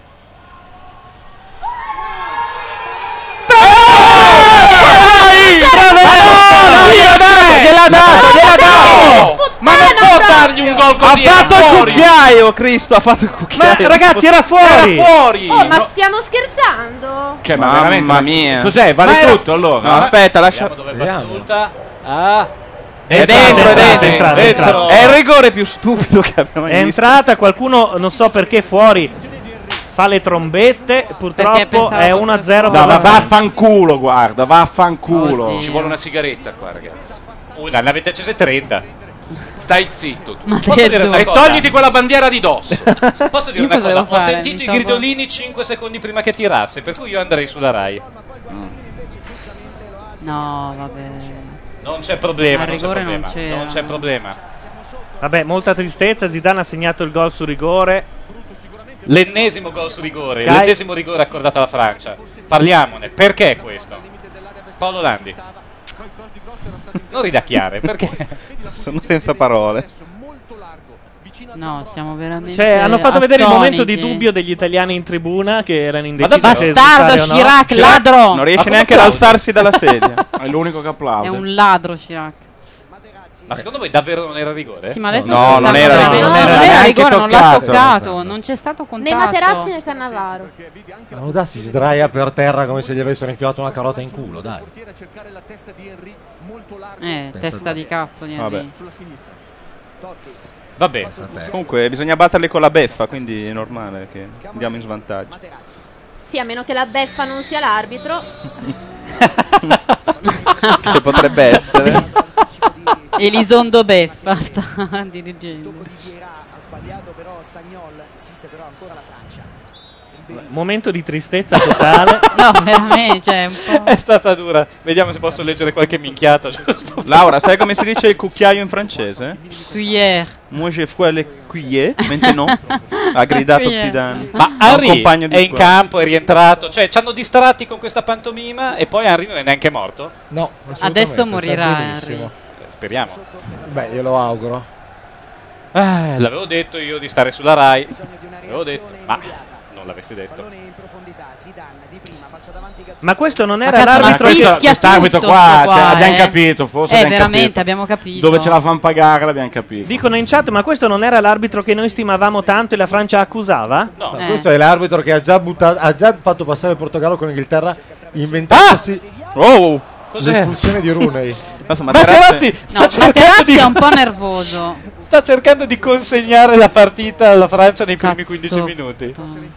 Gliel'ha dato, gliel'ha dato. Ma non può dargli un gol Ha così. fatto era il fuori. cucchiaio, Cristo, ha fatto il Ma cucchiaio. ragazzi, era fuori! Era fuori. Oh, ma stiamo scherzando? Cioè, ma Mamma veramente, mia. Cos'è? Vale Ma era- tutto allora? No, aspetta, lascia. Vediamo dove è Vediamo. battuta. Ah. È dentro, è dentro, è entrato, è entrato. È il rigore più stupido che abbiamo mai È visto. entrata, qualcuno non so perché fuori fa le trombette, purtroppo pensava è fosse uno a zero No, per ma la Francia. vaffanculo, guarda, vaffanculo. Oddio. Ci vuole una sigaretta qua, ragazzi. Una, ne avete accese trenta. Stai zitto. tu. Ma Posso dire Deddu. una E cosa? togliti quella bandiera di dosso. Posso dire Io una cosa cosa? devo Ho fare? sentito Mi i stavo- gridolini cinque secondi prima che tirasse, per cui io andrei sulla Rai. No, vabbè. Non c'è problema, Al non c'è rigore problema. non c'era. Non c'è problema. Vabbè, molta tristezza, Zidane ha segnato il gol su rigore. L'ennesimo gol su rigore, Sky. l'ennesimo rigore accordato alla Francia. Parliamone, perché questo? Paolo Landi. Non ridacchiare, perché? Sono senza parole. No, siamo veramente. Cioè, hanno fatto vedere il momento di attoniti. dubbio degli italiani in tribuna che erano indecisi. davvero? se Bastardo, esultare o no. Chirac, ladro! Non Ma riesce come neanche ad applausi? alzarsi dalla sedia. È l'unico che applaude. È un ladro, Chirac. Ma secondo voi davvero non era rigore? Sì, ma adesso No, non era rigore. rigore. Non Non era, era neanche rigore, non l'ha toccato. toccato. Non c'è stato contatto. Né Materazzi né Cannavaro. Maludà si sdraia per terra come se gli avessero infilato una carota in culo, dai. Eh, testa di cazzo, niente. Vabbè. Vabbè. Comunque bisogna batterli con la beffa, quindi è normale che andiamo in svantaggio. Sì, a meno che la beffa non sia l'arbitro. Che potrebbe essere. Elisondo Beffa sta dirigendo. Momento di tristezza totale. No, veramente, cioè, un po'. È stata dura. Vediamo se posso leggere qualche minchiata. Laura, sai come si dice il cucchiaio in francese? Cuillère. Moi je fais le cuillère, maintenant. Ha gridato Cuillère. Zidane. Ma A un Henry compagno di è in squadra. campo, è rientrato. Cioè, ci hanno distratti con questa pantomima e poi Henry non è neanche morto? No, Adesso assolutamente, morirà, sta benissimo. Eh, Speriamo. Beh, glielo auguro. Eh, l'avevo detto io di stare sulla Rai. L'avevo detto, ma non l'avessi detto. Ma questo non Ma era cazzo, ma l'arbitro fischia che... tutto Quest'arbitro sto qua, qua, cioè, abbiamo eh. capito, forse Eh, abbiamo veramente, capito. abbiamo capito. Dove ce la fanno pagare l'abbiamo capito. Dicono in chat, ma questo non era l'arbitro che noi stimavamo tanto e la Francia accusava? No. Ma Eh. questo è l'arbitro che ha già, buttato, ha già fatto passare il Portogallo con l'Inghilterra inventandosi Oh! Cos'è? l'espulsione di Rooney. Adesso Ma Materazzi- Materazzi sta No, cercando Materazzi di è un po' nervoso. sta cercando di consegnare la partita alla Francia nei primi Cazzo. quindici minuti.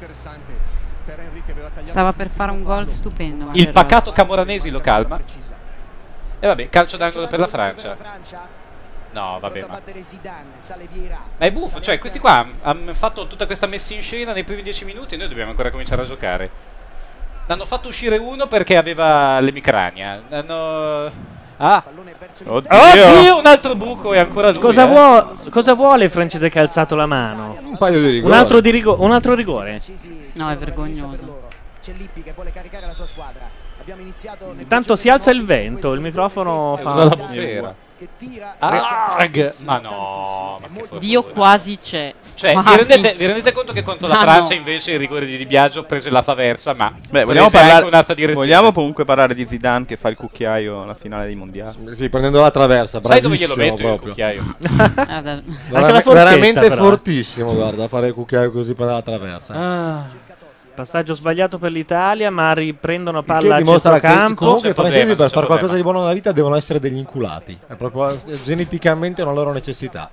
Stava per fare un gol stupendo. Il Materazzi. pacato Camoranesi lo calma. E vabbè, calcio d'angolo per la Francia. No, vabbè, ma... ma è buffo, cioè questi qua hanno fatto tutta questa messa in scena nei primi dieci minuti e noi dobbiamo ancora cominciare a giocare. Ne hanno fatto uscire uno perché aveva l'emicrania. Hanno... Ah, Oddio. oddio, un altro buco e ancora lui. Cosa, eh. vuo- cosa vuole il francese che ha alzato la mano? Un paio di rigori. Un altro, di rigo- un altro rigore? No, è vergognoso. C'è Lippi che vuole caricare la sua squadra. Abbiamo iniziato Intanto si alza il vento, il microfono fa... una bufera. che tira Ah, ma no, ma che fortuna. Dio quasi c'è. Cioè, vi Quasi. rendete, vi rendete conto che contro la Ah, Francia no. invece il rigore di Di Biagio prese la faversa, ma Beh, vogliamo, prese anche parlare, un'altra direzione. vogliamo comunque parlare di Zidane che fa il cucchiaio alla finale dei mondiali? Sì, prendendo la traversa, Sai dove glielo bravissimo metto il proprio. cucchiaio? Ah, da- Anche Verame- la forchetta, veramente però, eh. fortissimo, guarda, fare il cucchiaio così per la traversa. Ah. Passaggio sbagliato per l'Italia, ma riprendono Il palla che a dimostra che centrocampo. comunque i C'è francesi problema, per c'è fare qualcosa problema. di buono nella vita devono essere degli inculati. È proprio geneticamente una loro necessità.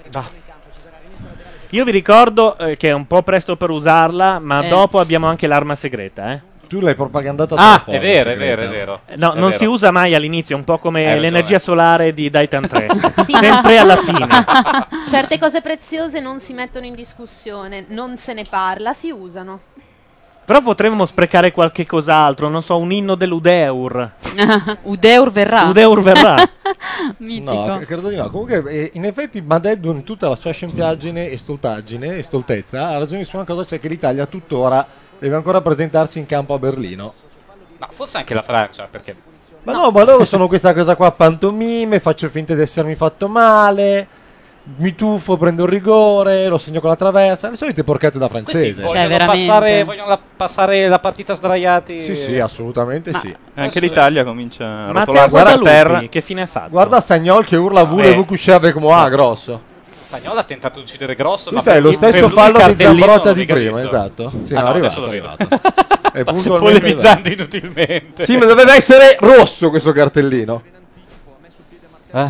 Io vi ricordo eh, che è un po' presto per usarla, ma Eh. dopo abbiamo anche l'arma segreta, eh. Tu l'hai propagandata Ah, troppo, è vero, è segreta. vero, è vero. No, È non vero. si usa mai all'inizio, è un po' come Hai ragione. l'energia solare di Daitan tre. Sì, Sempre ma- alla fine. Certe cose preziose non si mettono in discussione, non se ne parla, si usano. Però potremmo sprecare qualche cos'altro, non so, un inno dell'Udeur. Udeur verrà. Udeur verrà. Mitico. No, credo di no. Comunque, eh, in effetti, Madeddu in tutta la sua scempiaggine e stoltaggine e stoltezza ha ragione su una cosa, cioè che l'Italia tuttora deve ancora presentarsi in campo a Berlino. Ma forse anche la Francia, perché Ma no, ma loro sono questa cosa qua, pantomime, faccio finta di essermi fatto male, mi tuffo, prendo il rigore, lo segno con la traversa, le solite porcate da questi francese. vogliono, Cioè, veramente. passare, vogliono la, passare la partita sdraiati. Sì, sì, assolutamente sì. Anche l'Italia comincia a Matteo rotolarsi per Guadalupi, terra. che fine ha fatto? Guarda Sagnol che urla voulez-vous eh. coucher avec moi, grosso. Spagnola ha tentato di uccidere Grosso, Questo ma è lo per- per stesso lui fallo il di cartellino Zambrotta non di mica prima, visto. esatto. Sì, Ah, no, no, è adesso arrivato, lo è vedo. arrivato. È puntualmente Polemizzando inutilmente. Sì, ma doveva essere rosso questo cartellino. Eh?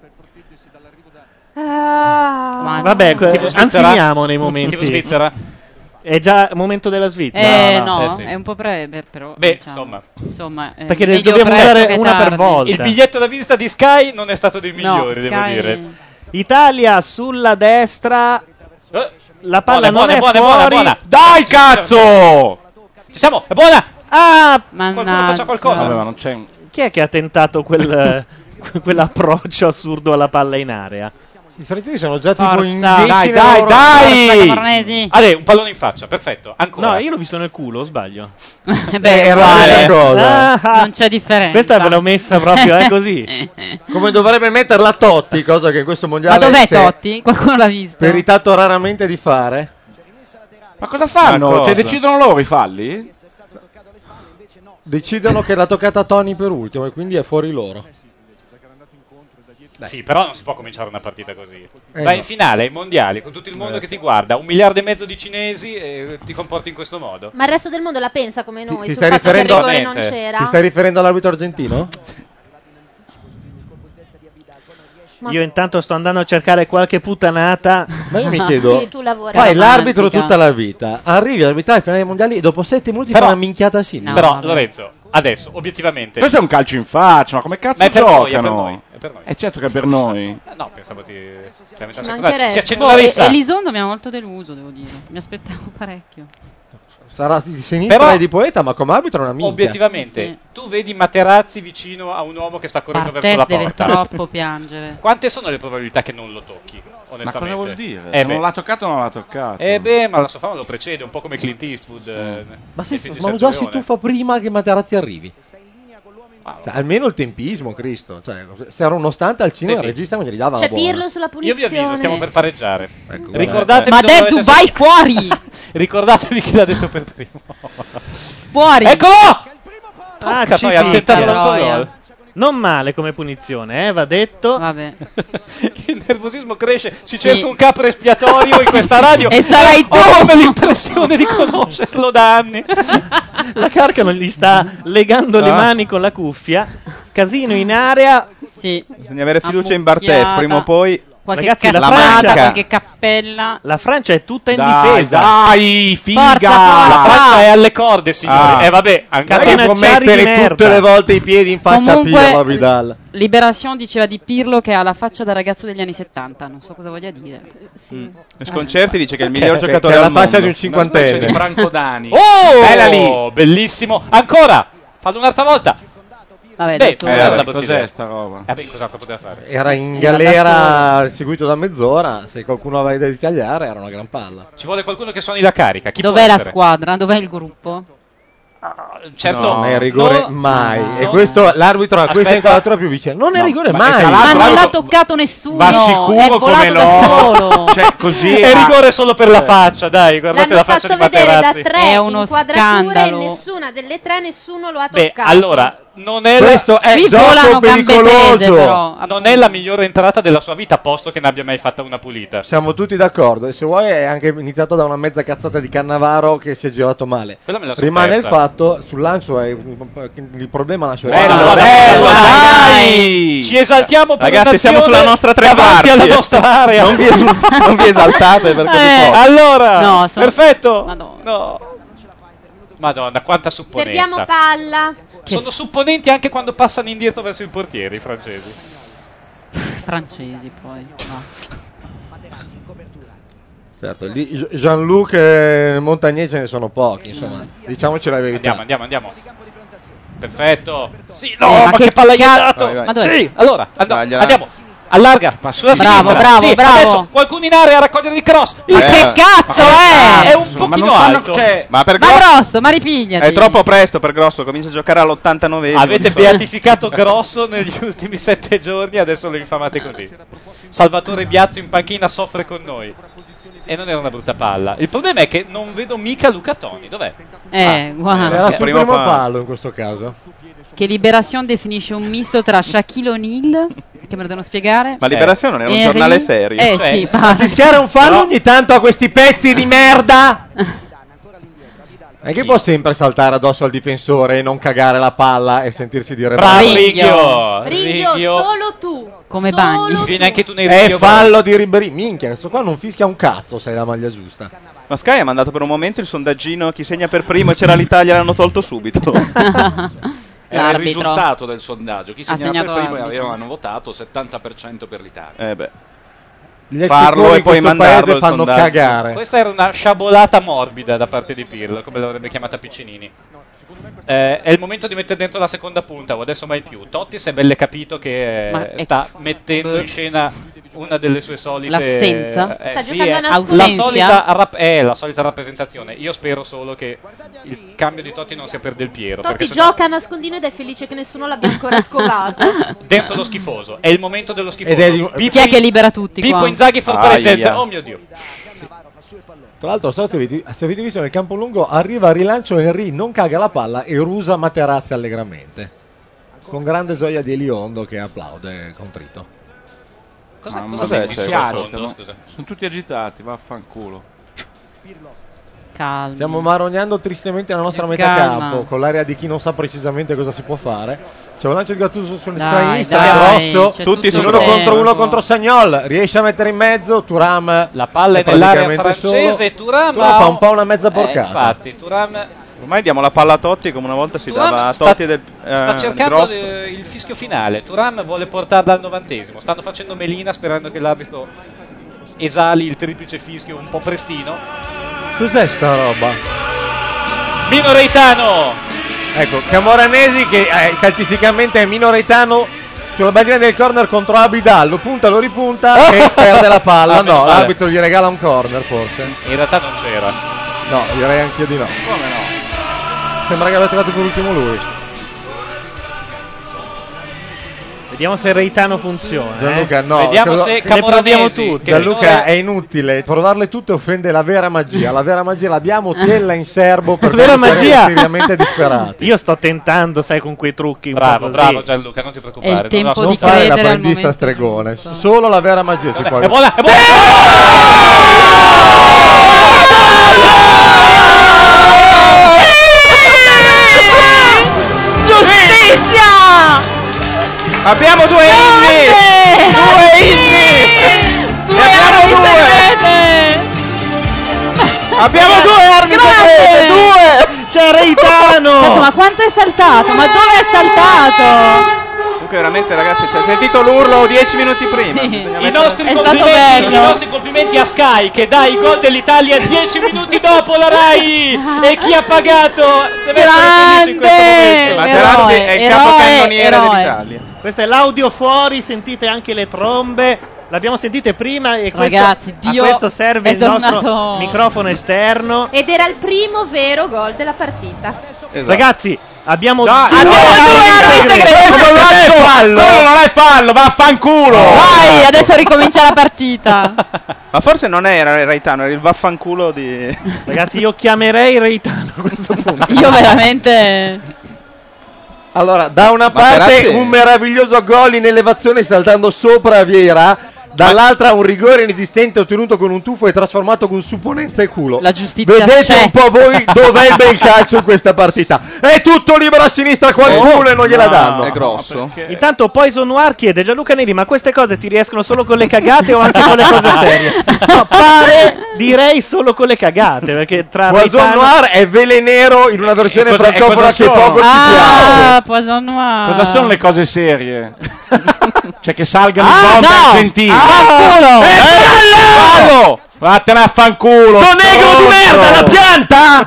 Ah. Vabbè, que- Tipo Svizzera? anzianiamo nei momenti. Tipo Svizzera? È già momento della Svizzera. Eh, No, no, no, eh sì. è un po' breve, però. Beh, diciamo. insomma. Insomma, eh, Perché meglio dobbiamo presto usare che una per tardi. volta. Il biglietto da visita di Sky non è stato dei No, migliori, devo Sky- dire. Italia sulla destra. Eh, La palla buona, non buona, è buona, fuori. buona, buona. Dai, cazzo! Ci siamo, è buona! Ah, Qualcuno Mannaggia. faccia qualcosa. Vabbè, ma non c'è un... chi è che ha tentato quel, quell'approccio assurdo alla palla in area? I francesi sono già tipo Forza. in Dai, dieci dai, nella loro- dai! Forza, Camoranesi. Ale, un pallone in faccia, perfetto. Ancora. No, io l'ho visto nel culo, o sbaglio? Eh, Eh, beh, è la uguale. stessa cosa. Ah, Non c'è differenza. questa ve l'ho messa proprio, è così. Come dovrebbe metterla Totti, cosa che in questo Ma mondiale dov'è si è Totti? Qualcuno l'ha visto? peritato raramente di fare. Ma cosa fanno? Ma cosa? Cioè, decidono loro i falli? Decidono che l'ha toccata Tony per ultimo e quindi è fuori loro. Sì, però non si può cominciare una partita così. Eh, Vai no. in finale, ai mondiali, con tutto il mondo che ti guarda, un miliardo e mezzo di cinesi e ti comporti in questo modo. Ma il resto del mondo la pensa come noi ti sul stai fatto che il riferendo- rigore non Veramente? c'era? Ti stai riferendo all'arbitro argentino? Ma- Io intanto sto andando a cercare qualche puttanata. Ma io mi chiedo, Sì, tu lavori. fai romantica. l'arbitro tutta la vita, arrivi all'arbitrare ai finali mondiali e dopo sette minuti Però- fai una minchiata simile. No, però, vabbè. Lorenzo, adesso, obiettivamente... Questo è un calcio in faccia, ma come cazzo Ma è per giocano? noi, è per noi, è per noi. È certo che è per noi. Eh, No, pensavo ti... cioè, mentre Ci secondario- mancherebbe. Si accendono Boh, la e- rissa. Elisondo mi ha molto deluso, devo dire. Mi aspettavo parecchio. Sarà di sinistra Però- e di poeta, ma come arbitro è una minchia. Obiettivamente, Sì. tu vedi Materazzi vicino a un uomo che sta correndo verso Bartes la deve porta. troppo piangere. Quante sono le probabilità che non lo tocchi? Ma Onestamente. cosa vuol dire? Eh Se beh. non l'ha toccato, non l'ha toccato. Eh beh, ma la sua fama lo precede, un po' come Clint Eastwood. eh, Ma, nei sì, film di ma Sergio già si Leone. tuffa prima che Materazzi arrivi. Ah, Cioè, almeno il tempismo, Cristo. Cioè, se era uno stante al cinema, Senti, il regista non gli dava C'è la buona. Pirlo sulla Io vi punizione. avviso, stiamo per pareggiare. Ecco, guarda. Ricordatevi Ma dove Deddu, avete vai sentito- fuori! Ricordatevi chi l'ha detto per primo. Fuori! Eccolo! Ah, Porca ci troia, ha picchia. tentato Troia. l'autogol. Non male come punizione, eh, va detto. Vabbè. Il nervosismo cresce, si Sì. cerca un capo espiatorio in questa radio. E sarai tu! Ho come l'impressione di conoscerlo da anni. La Carcano gli sta legando le Ah. mani con la cuffia. Casino in area. Sì. Bisogna avere fiducia in Ammucchiata. Bartes, prima o poi qualche Ragazzi, la cazzata, Francia- qualche cappella. La Francia è tutta in Dai, difesa. dai, figa! Forza, forza! La Francia è alle corde, signori. Ah. E vabbè, anche Che può Catenacciari di mettere merda. tutte le volte i piedi in faccia Comunque- a Pirlo Abidal. Libération diceva di Pirlo che ha la faccia da ragazzo degli anni settanta, non so cosa voglia dire. Mm. E Sconcerti dice che è il miglior Che- giocatore che ha al la faccia mondo. di un cinquantenne. Specie di Franco Dani. Oh, Bella lì. bellissimo. Ancora. Fallo un'altra volta. Vabbè, Beh, adesso eh, Eh, la cos'è idea. sta roba? Eh beh, cos'altro poteva fare? Era in Era galera seguito da mezz'ora. Se qualcuno aveva idea di tagliare, era una gran palla. Ci vuole qualcuno che suoni la carica. Chi dov'è può la essere? squadra? Dov'è il gruppo? Certo, Non è rigore no, mai. no. E questo l'arbitro ha questa Aspetta. inquadratura più vicina. Non è No, rigore ma mai. tra Ma l'altro- non l'ha toccato nessuno. Va è sicuro volato come da no. solo. Cioè, così È ah, rigore solo per la faccia, dai, guardate L'hanno la faccia fatto di vedere da Materazzi. tre È uno inquadrature scandalo. e nessuna delle tre nessuno lo ha Beh, toccato. allora, non è, Questo la, è Qui gioco volano gambe tese, pericoloso. però. non è la migliore entrata della sua vita, posto che ne abbia mai fatta una pulita. Siamo tutti d'accordo. E se vuoi è anche iniziato da una mezza cazzata di Cannavaro che si è girato male. Quella me la son Rimane persa. il fatto, sul lancio è il problema nasce Bello, Allora, bello, dai! Ci esaltiamo per Ragazzi, siamo un'azione sulla nostra tre davanti quarti. alla nostra area. Non vi, esu- non vi esaltate per così Eh, poco. allora, No, sono- perfetto. Madonna. No. Madonna, quanta supponenza. Perdiamo palla. Sono supponenti anche quando passano indietro verso il portiere, i francesi. Francesi poi. No. Certo, di Jean-Luc e Montagnier ce ne sono pochi, insomma. Diciamoci la verità. Andiamo, andiamo, andiamo. Perfetto. Sì, no, Eh, ma, ma che, che palla gli ha ca- dato. Vai, vai. Ma dov'è? Sì, allora, and- Dagliela. andiamo. Allarga, sulla Bravo, sinistra. bravo, Sì, bravo. adesso qualcuno in area a raccogliere il cross. Ma Eh. che cazzo è? È un ma pochino non sanno, alto. cioè, Ma per Ma Grosso grosso, ma ripigliati. è troppo presto per Grosso, comincia a giocare all'ottantanovesimo. Avete beatificato Grosso negli ultimi sette giorni, adesso lo infamate così. Salvatore Biazzo in panchina soffre con noi. E non era una brutta palla. Il problema è che non vedo mica Luca Toni. Dov'è? Eh, guarda. Era sul primo primo palo. palo in questo caso. Che Libération definisce un misto tra Shaquille O'Neal, che me lo devono spiegare. Ma Liberazione non era un Henry- giornale serio. Eh Cioè, sì, A ma- fischiare un fallo ogni tanto a questi pezzi di merda. E che può sempre saltare addosso al difensore e non cagare la palla e sentirsi dire Bravo bravo. Righio. Righio, Righio. solo tu. Come Solo Bagni. tu. Vieni anche tu nei È Righio. fallo di Ribéry. Minchia, questo qua non fischia un cazzo se hai la maglia giusta. Ma Sky ha mandato per un momento il sondaggino chi segna per primo e c'era l'Italia, l'hanno tolto subito. Era il L'arbitro. risultato del sondaggio. Chi Ha segnava per segnato primo l'arbitro. avevano votato settanta per cento per l'Italia. Eh beh. Gli Farlo ex e poi in questo mandarlo paese il fanno sondaggio. cagare. Questa era una sciabolata morbida da parte di Pirlo, come l'avrebbe chiamata Piccinini. Eh, è il momento di mettere dentro la seconda punta, o adesso mai più. Totti si è belle capito che eh, Ma è- sta mettendo in scena una delle sue solite L'assenza? eh, Sta sì, giocando è- a la nascosto. solita, rap- è la solita rappresentazione. Io spero solo che il cambio di Totti non sia per Del Piero, Totti perché sennò- gioca a nascondino ed è felice che nessuno l'abbia ancora scovato. dentro lo schifoso. È il momento dello schifoso. Ed è di- Pippo Chi è in- che libera tutti Pippo qua? Inzaghi for Aia. presenza. Oh mio Dio. Tra l'altro, so se avete, se avete visto nel campo lungo, arriva a rilancio Henry, non caga la palla e rusa Materazzi allegramente. Con grande gioia di Eliondo che applaude contrito. Cosa, Mamma cosa mia, senti cioè, su questo- sotto? Scusa. Sono tutti agitati, vaffanculo. Calmi. Stiamo marognando tristemente la nostra Che metà calma. campo, con l'area di chi non sa precisamente cosa si può fare. C'è un lancio di Gattuso sulla Dai, sinistra, dai, grosso, c'è tutti tutto uno il contro uno tempo. contro Sagnol, riesce a mettere in mezzo, Thuram La palla è è nell'area praticamente francese. solo. Thuram Thuram ha fa un po' una mezza Eh, porcata. infatti, Thuram Ormai diamo la palla a Totti come una volta si Thuram dava a sta- Totti del eh, sta cercando Grosso. le- il fischio finale. Thuram vuole portarla al novantesimo. Stanno facendo melina sperando che l'arbitro esali il triplice fischio un po' prestino. Cos'è sta roba? Mino Reitano. Ecco, Camoranesi che eh, calcisticamente è minoretano sulla bandiera del corner contro Abidal, lo punta, lo ripunta e perde la palla. Ah, meno No, male. l'arbitro gli regala un corner forse. In realtà non c'era. No, direi anch'io di no. Come no? Sembra che abbia tirato per ultimo lui. Vediamo se Reitano funziona. Gianluca, eh. no. Vediamo credo- se le proviamo Camoranesi, tutte. che Gianluca, finora- è inutile, provarle tutte offende la vera magia. La vera magia l'abbiamo tella in serbo per La vera quando saremo magia. seriamente disperati. Io sto tentando, sai, con quei trucchi. un Bravo, po' così. bravo Gianluca, non ti preoccupare. È il tempo non Non di fare credere al l'apprendista momento stregone, giusto. solo la vera magia si può. È buona, è buona! Giustizia! Abbiamo due inni! Due inni! Abbiamo due armi segrete, due! C'è Reitano! Aspetta, ma quanto è saltato? Ma dove è saltato? Comunque veramente ragazzi, ci hai sentito l'urlo dieci minuti prima. Sì. Bisogna I mettere- nostri, È stato complimenti, bello. I nostri complimenti a Sky che dà i gol dell'Italia dieci minuti dopo la Rai. E chi ha pagato deve essere felice in questo momento. Materazzi è il capocannoniere dell'Italia. Questo è l'audio fuori, sentite anche le trombe. L'abbiamo sentite prima e questo, Ragazzi, a Dio questo serve è il nostro tornato- microfono esterno. Ed era il primo vero gol della partita. Esatto. Ragazzi, abbiamo Dai, due abbiamo armi armi segrete. segrete. Quello non è fallo! Quello non è fallo, vaffanculo! Vai, adesso ricomincia la partita. Ma forse non era il Reitano, era il vaffanculo di... Ragazzi, io chiamerei Reitano a questo punto. Io veramente. Allora, da una Ma parte Perazzi- un meraviglioso gol in elevazione saltando sopra Vieira, dall'altra un rigore inesistente ottenuto con un tuffo e trasformato con supponenza e culo. La giustizia Vedete c'è. un po' voi dov'è il bel calcio in questa partita. È tutto libero a sinistra qualcuno e non gliela danno. È grosso. Intanto Poison Noir chiede: Gianluca Neri, ma queste cose ti riescono solo con le cagate o anche con le cose serie? No, pare, direi solo con le cagate, perché tra Poison Reitano- Noir è velenero in una versione E cosa- e francofona cosa che sono? poco ci piace. Ah, Poison Noir. Cosa sono le cose serie? Cioè che salgano Ah, i gol no! argentini. Ah, culo! Eh, fallo! Vattene a fanculo! Sto negro di merda, la pianta!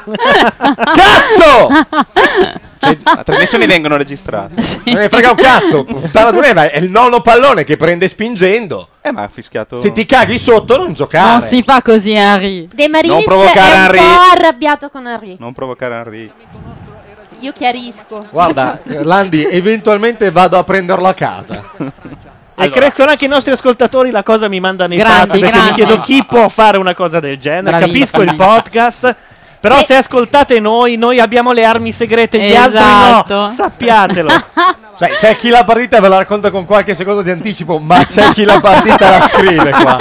Cazzo! Cioè, le trasmissioni vengono registrate. Non ne frega un cazzo. Puttana di neve, è il nono pallone che prende spingendo. Eh, ma ha fischiato. Se ti caghi sotto non giocare. Non si fa così, Henry. De Marinis Non provocare è un Henry. po' arrabbiato con Henry. Non provocare Henry. Io chiarisco. Guarda, eh, Landi, eventualmente vado a prenderlo a casa. E crescono anche i nostri ascoltatori, la cosa mi manda nei Grandi, pazzi, perché grandi. mi chiedo chi può fare una cosa del genere. Bravissimi. Capisco il podcast, però Eh. se ascoltate noi, noi abbiamo le armi segrete, gli Esatto. altri no, sappiatelo. Cioè, c'è chi la partita ve la racconta con qualche secondo di anticipo, ma c'è chi la partita la scrive qua.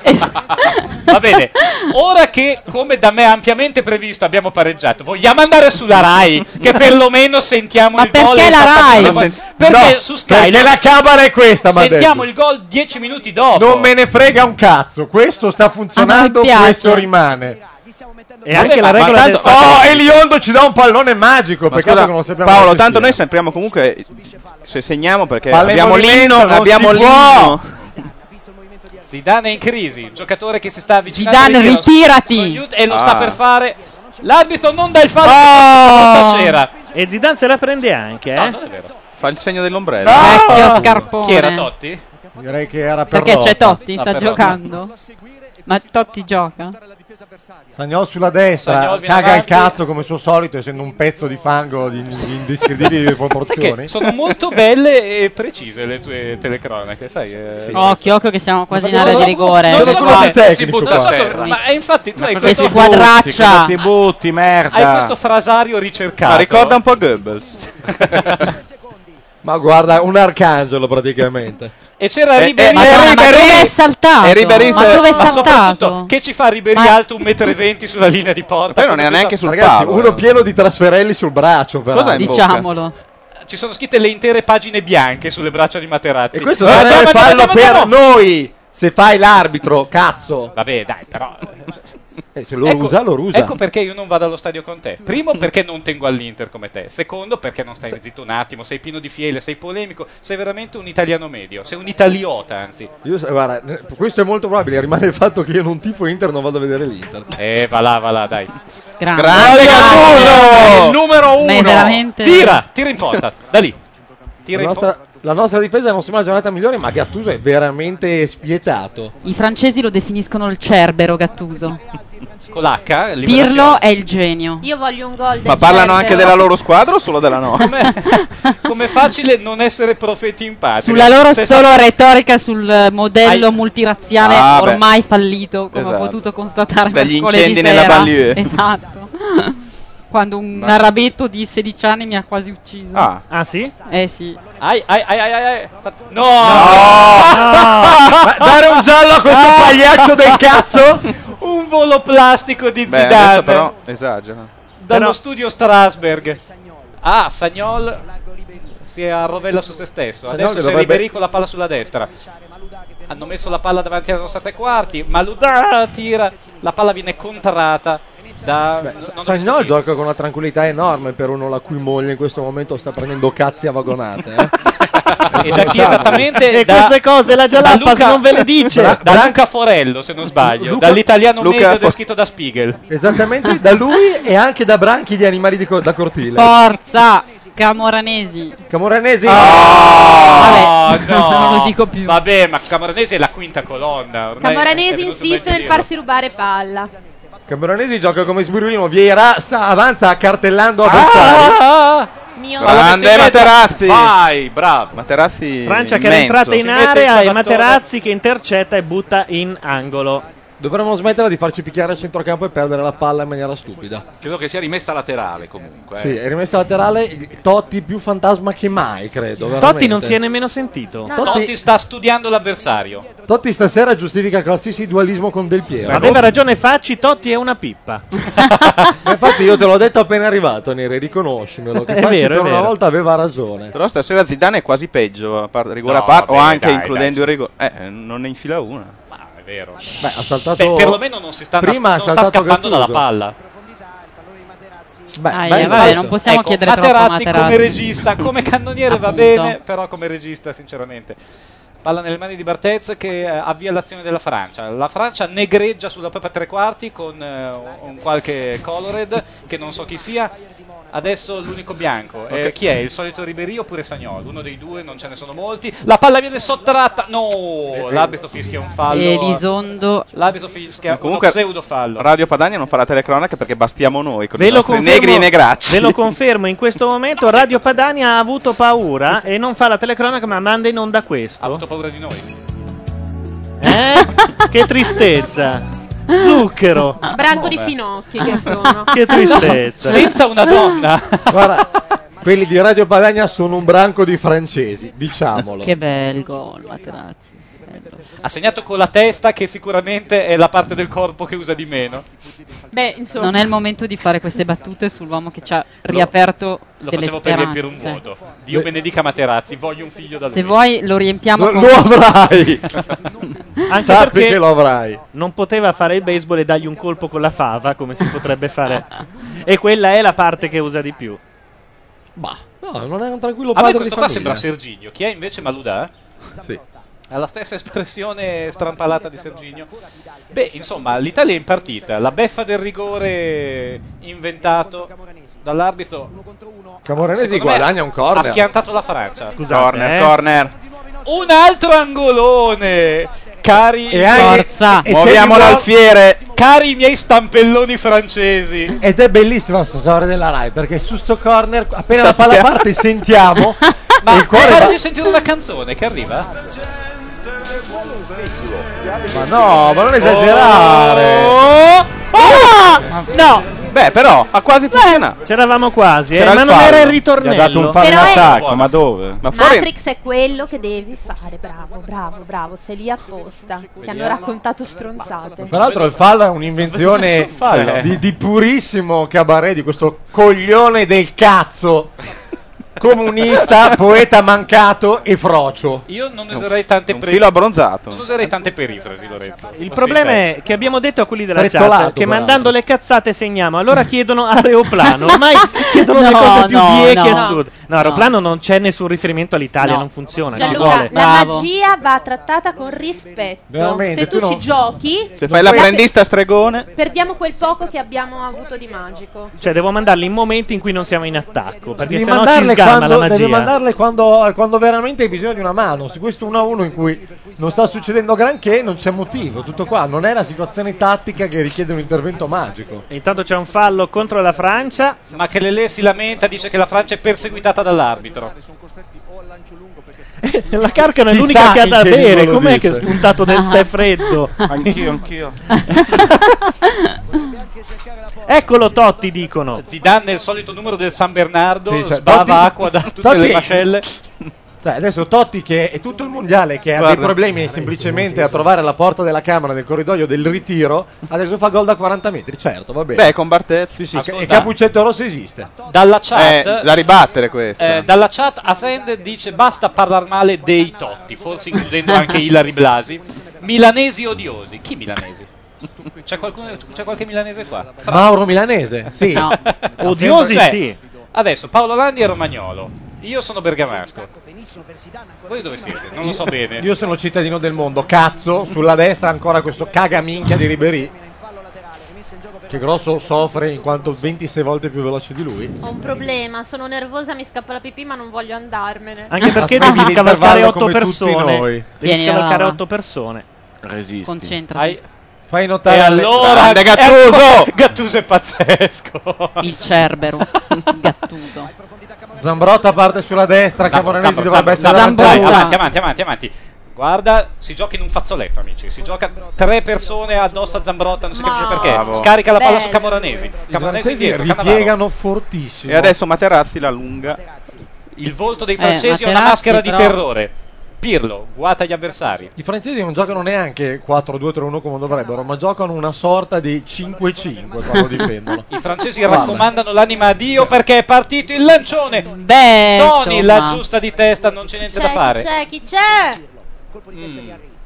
Va bene, ora che come da me ampiamente previsto abbiamo pareggiato, vogliamo andare sulla Rai che perlomeno sentiamo Ma il gol. perché e la sappiamo Rai? cosa- Perché No, su Sky perché la cabala è questa, ma sentiamo il gol dieci minuti dopo. non me ne frega un cazzo. Questo sta funzionando, A me piace. questo rimane. E anche la ma regola del tanto- Oh, Eliondo ci dà un pallone magico. Ma Peccato scusa, che non sappiamo Paolo, come tanto sia. noi sappiamo comunque se segniamo perché Palle in abbiamo movimento, l'inno, non abbiamo si può. l'inno. Zidane è in crisi, giocatore che si sta avvicinando. Zidane, al ritiro. ritirati. E lo Ah. sta per fare. L'arbitro non dà il fallo. Oh. C'era. E Zidane se la prende anche, eh? No, non è vero. Fa il segno dell'ombrello. Vecchio scarpone. Chi era Totti? Direi che era per Perché c'è Rocca. Totti, Ah, sta per giocando. Ma Totti gioca? Sagnol sulla destra, Sagnol viene caga il avanti. cazzo come suo solito, essendo un pezzo di fango di, di indescrivibili Sai proporzioni. che sono molto belle e precise le tue telecronache, sai? eh. Occhio, occhio che siamo quasi in Non area so- di rigore. non Sono so quello come- più tecnico si butta qua. a terra. Ma eh, infatti tu hai Che questo, squadraccia. Cosa ti butti, merda. hai questo frasario ricercato. Ma ricorda un po' Goebbels. Ma guarda, un arcangelo praticamente. E c'era Eh, Ribéry. eh, Ma, Ribéry- ma dove è saltato? e Ribéry Ma se- dove è Ma soprattutto, saltato? che ci fa Ribéry Ma- alto un metro e venti sulla linea di porta? Poi non era neanche sul Ragazzi, palo. uno eh. pieno di trasferelli sul braccio, però. Cos'è in bocca? Diciamolo. Ci sono scritte le intere pagine bianche sulle braccia di Materazzi. E questo Eh, deve andiamo, farlo andiamo, per andiamo. noi. Se fai l'arbitro, cazzo. Vabbè, dai, però. Eh, se lo Ecco- usa, lo usa. Ecco perché io non vado allo stadio con te. Primo, perché non tengo all'Inter come te. Secondo, perché non stai zitto un attimo. Sei pieno di fiele, sei polemico. Sei veramente un italiano medio. Sei un italiota, anzi. Io, guarda, eh, questo è molto probabile. Rimane il fatto che io non tifo Inter, non vado a vedere l'Inter. Eh, va là, va là, dai. Grande. Grande Gattuso! Il numero uno. Ma è veramente... Tira, tira in porta. Da lì. Tira La in porta. nostra, la nostra difesa non sembra la giornata migliore, ma Gattuso è veramente spietato. I francesi lo definiscono il Cerbero, Gattuso. Con l'H. liberazione. Pirlo è il genio. Io voglio un gol del Ma parlano Cerbero. anche della loro squadra o solo della nostra? Com'è, com'è facile non essere profeti in patria. Sulla loro Se solo sa- retorica sul modello Hai- multirazziale Ah, beh. ormai fallito, come Esatto. ho potuto constatare Dagli mercoledì incendi nella sera. banlieue. Esatto. Quando un arabetto di sedici anni mi ha quasi ucciso. Ah. Ah, sì? Eh sì. Ai, ai, ai, ai, ai. No! Ma dare un giallo a questo pagliaccio del cazzo? Un volo plastico di Beh, Zidane. adesso però esagera. Dallo Però- studio Strasberg. Ah, Sagnol si arrovella su se stesso. Sagnol Adesso c'è dovrebbe- Ribéry con la palla sulla destra. Hanno messo la palla davanti alla nostra tre quarti. Malouda tira. La palla viene contrarata. Da, Beh, non ho Sagnol visto gioca con una tranquillità enorme per uno la cui moglie in questo momento sta prendendo cazzi a vagonate. Eh? E da chi esattamente? E Da- queste cose la da Jalapas Luca- non ve le dice. Da, da Luca Forello, se non sbaglio, Luca- dall'italiano Luca medio Fo- descritto da Spiegel. Esattamente, da lui e anche da branchi di animali di co- da cortile. Forza! Camoranesi. Camoranesi. Ah, Vabbè, non lo dico più. Vabbè, ma Camoranesi è la quinta colonna. ormai è Camoranesi venuto insiste ben nel dirlo. farsi rubare palla. Camoranesi gioca come sburrino. Vieira sta, avanza accartellando Ah, avversari. ah, ah. Mio Grande Materazzi. Vai, bravo. Materazzi. Francia che era immenso. entrata in Si mette area il e ciabattone. Materazzi che intercetta e butta in angolo. Dovremmo smettere di farci picchiare a centrocampo e perdere la palla in maniera stupida. Credo che sia rimessa laterale comunque. eh. Sì, è rimessa laterale. Totti più fantasma che mai, credo. Totti veramente. non si è nemmeno sentito. No, Totti- Totti sta studiando l'avversario. Totti stasera giustifica qualsiasi dualismo con Del Piero. Aveva ragione Facci, Totti è una pippa. Ma infatti io te l'ho detto appena arrivato, Neri, riconoscimelo. Che È Facci vero, è per una vero. volta aveva ragione. Però stasera Zidane è quasi peggio, a parte rigore No, a parte, o vabbè, anche dai, includendo dai, il rigore. Eh, non ne infila una. Ma è vero. Beh, ha saltato. Beh, perlomeno non si sta, Prima non ha sta saltato scappando dalla Gattuso. palla. Beh, Aia, bello vabbè, questo. non possiamo Ecco, chiedere Materazzi troppo a Materazzi. come regista, come cannoniere va Appunto. bene, però come regista sinceramente. Palla nelle mani di Barthez che eh, avvia l'azione della Francia. La Francia negreggia sulla propria tre quarti con eh, un qualche colored che non so chi sia. Adesso l'unico bianco. Eh, Ok. chi è? Il solito Ribéry oppure Sagnol? Uno dei due, non ce ne sono molti. La palla viene sottratta. No! L'arbitro fischia un fallo. Elizondo. L'arbitro fischia Comunque, uno pseudo fallo. Radio Padania non fa la telecronaca perché bastiamo noi con Ve i lo, nostri confermo, negri e negracci. ve lo confermo, in questo momento Radio Padania ha avuto paura e non fa la telecronaca ma manda in onda Ha questo. avuto paura di noi. Eh? Che tristezza. Zucchero. Branco di finocchi che sono. Che tristezza. Senza una donna. Guarda, quelli di Radio Padania sono un branco di francesi, diciamolo. Che bel gol, Materazzi. Bello. Ha segnato con la testa, che sicuramente è la parte del corpo che usa di meno. Beh, insomma. Non è il momento di fare queste battute sull'uomo che ci ha riaperto Lo delle facevo per riempire un speranze. vuoto. Dio benedica Materazzi, voglio un figlio da lui. Se vuoi lo riempiamo Lo, con... lo avrai! Anche Sappi perché che lo avrai. non poteva fare il baseball e dargli un colpo con la fava come si potrebbe fare. E quella è la parte che usa di più. Bah, no, non è un tranquillo A me padre questo di qua famiglia. sembra Serginio. Chi è invece Maludà? Sì. Ha la stessa espressione strampalata di Serginio. Beh, insomma, l'Italia è in partita. La beffa del rigore inventato dall'arbitro. Camoranesi secondo me, guadagna un Ha corner. schiantato la Francia. Scusate, Corner, eh. corner. Un altro angolone! Cari, E anche- Forza. e Muoviamo segni- l'alfiere. cari miei stampelloni francesi. Ed è bellissima questa storia della Rai, perché su sto corner, appena la Sappiamo. palla parte, sentiamo. Ma e il cuore guarda va- di sentire una canzone che arriva. Ma no, ma non esagerare. Oh! Oh! No! Beh, però ha quasi funzionato. C'eravamo quasi, eh, C'era ma il non fallo. era il Gli ritornello. Gli ha dato un fallo in Però è- attacco, ma dove? Ma fuori Matrix è quello che devi fare. Bravo, bravo, bravo. Sei lì apposta. Ti hanno raccontato stronzate. Peraltro il fallo è un'invenzione Nessun fallo. di, di purissimo cabaret di questo coglione del cazzo. Comunista, poeta mancato e frocio. Io non userei tante un pre- filo abbronzato. Non userei tante perifrasi, Lorenzo. Il problema è che abbiamo detto a quelli della Prezzolato, chat che peraltro. mandando le cazzate segniamo, allora chiedono aeroplano, ormai chiedono le No, cose più no, bieche e no. assurde. No, aeroplano non c'è nessun riferimento all'Italia, No. non funziona, ci Gianluca, vuole. la Bravo. magia va trattata con rispetto. Veramente, Se tu tu ci non- giochi, Se fai Non l'apprendista stregone. perdiamo quel poco che abbiamo avuto di magico. Cioè devo mandarli in momenti in cui non siamo in attacco, perché Devi sennò ci mandarle, sgama quando, la devi magia. mandarle quando, quando veramente hai bisogno di una mano. Su questo uno a uno in cui non sta succedendo granché, non c'è motivo. Tutto qua, non è la situazione tattica che richiede un intervento magico. E intanto c'è un fallo contro la Francia. Ma che Lelè si lamenta, dice che la Francia è perseguitata dall'arbitro. La Carcano è Chissà l'unica che ha in da che lingua bere. lo Com'è dice. che è spuntato del tè freddo? Anch'io, anch'io. Eccolo Totti, dicono. Zidane nel solito numero del San Bernardo, Sì, cioè, sbava Totti- acqua da tutte Totti- le mascelle. Cioè, adesso Totti, che è tutto il mondiale che ha Guarda. dei problemi semplicemente a trovare la porta della camera nel corridoio del ritiro, adesso fa gol da quaranta metri. Certo, va bene. Beh, con Barthez. Sì, sì, Ascolta. e Capuccetto Rosso esiste. Dalla Eh, chat, da ribattere questa. eh, dalla chat Ascend dice basta parlare male dei Totti, forse includendo anche Ilari Blasi. Milanesi odiosi. Chi milanesi? C'è, qualcuno, c'è qualche milanese qua? Mauro Milanese? Sì. No. Odiosi Cioè, sì. Adesso Paolo Landi è romagnolo. Io sono bergamasco. Voi dove siete? Non lo so bene. Io sono cittadino del mondo. Cazzo, sulla destra ancora questo cagaminchia di Ribéry, che Grosso soffre in quanto ventisei volte più veloce di lui. Ho un problema, sono nervosa, mi scappa la pipì ma non voglio andarmene. Anche perché devi scavalcare otto persone. Devi Tieni scavalcare otto persone. Resisti. Concentrati. Hai... Fai notare E alle- allora Grande Gattuso! Gattuso è pazzesco. Il Cerbero. Gattuso. Zambrotta parte sulla destra, Camoranesi Zambrotta, dovrebbe essere Zambrotta. davanti a lui. Avanti, avanti, avanti, avanti. Guarda, si gioca in un fazzoletto, amici. Si gioca tre persone addosso a Zambrotta, non si capisce perché. Bravo. Scarica la palla Bello. su Camoranesi. I Camoranesi francesi indietro, Cannavaro. ripiegano fortissimo. E adesso Materazzi la lunga. Il volto dei Eh, francesi è una Materazzi, maschera di però- terrore. Pirlo, guata gli avversari. I francesi non giocano neanche quattro due tre uno come dovrebbero, ma giocano una sorta di cinque cinque quando difendono. I francesi Guarda. raccomandano l'anima a Dio perché è partito il lancione. Beh, Toni, insomma. la giusta di testa, non c'è niente C'è, da fare. chi c'è, chi c'è? Mm.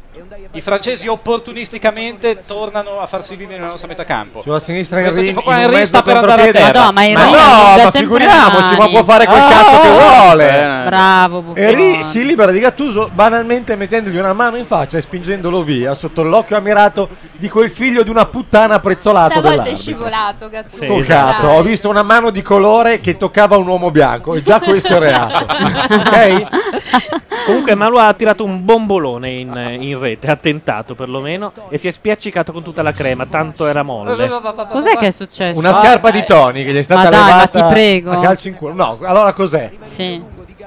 I francesi opportunisticamente tornano a farsi vivere nella nostra metà campo. Sulla sinistra Questo Henry, tipo qua in un Henry mezzo sta per andare a contropiede. terra. No, ma Henry Ma non no, usa ma sempre figuriamoci, le ma mani. può fare quel Ah, cazzo che vuole. Bene. Bravo, Buffon. Henry si libera di Gattuso banalmente mettendogli una mano in faccia e spingendolo via sotto l'occhio ammirato di quel figlio di una puttana prezzolato Stavolta è dell'arbitro. scivolato, Gattuso. Sì, Col esatto. cazzo, ho visto una mano di colore che toccava un uomo bianco e già questo è reato. Ok? Comunque Malù ha tirato un bombolone in, in rete, ha tentato perlomeno, e si è spiaccicato con tutta la crema, tanto era molle. Cos'è che è successo? Una scarpa di Toni che gli è stata Ma dai, ma levata ti prego. a calcio in culo. No, allora cos'è? Sì.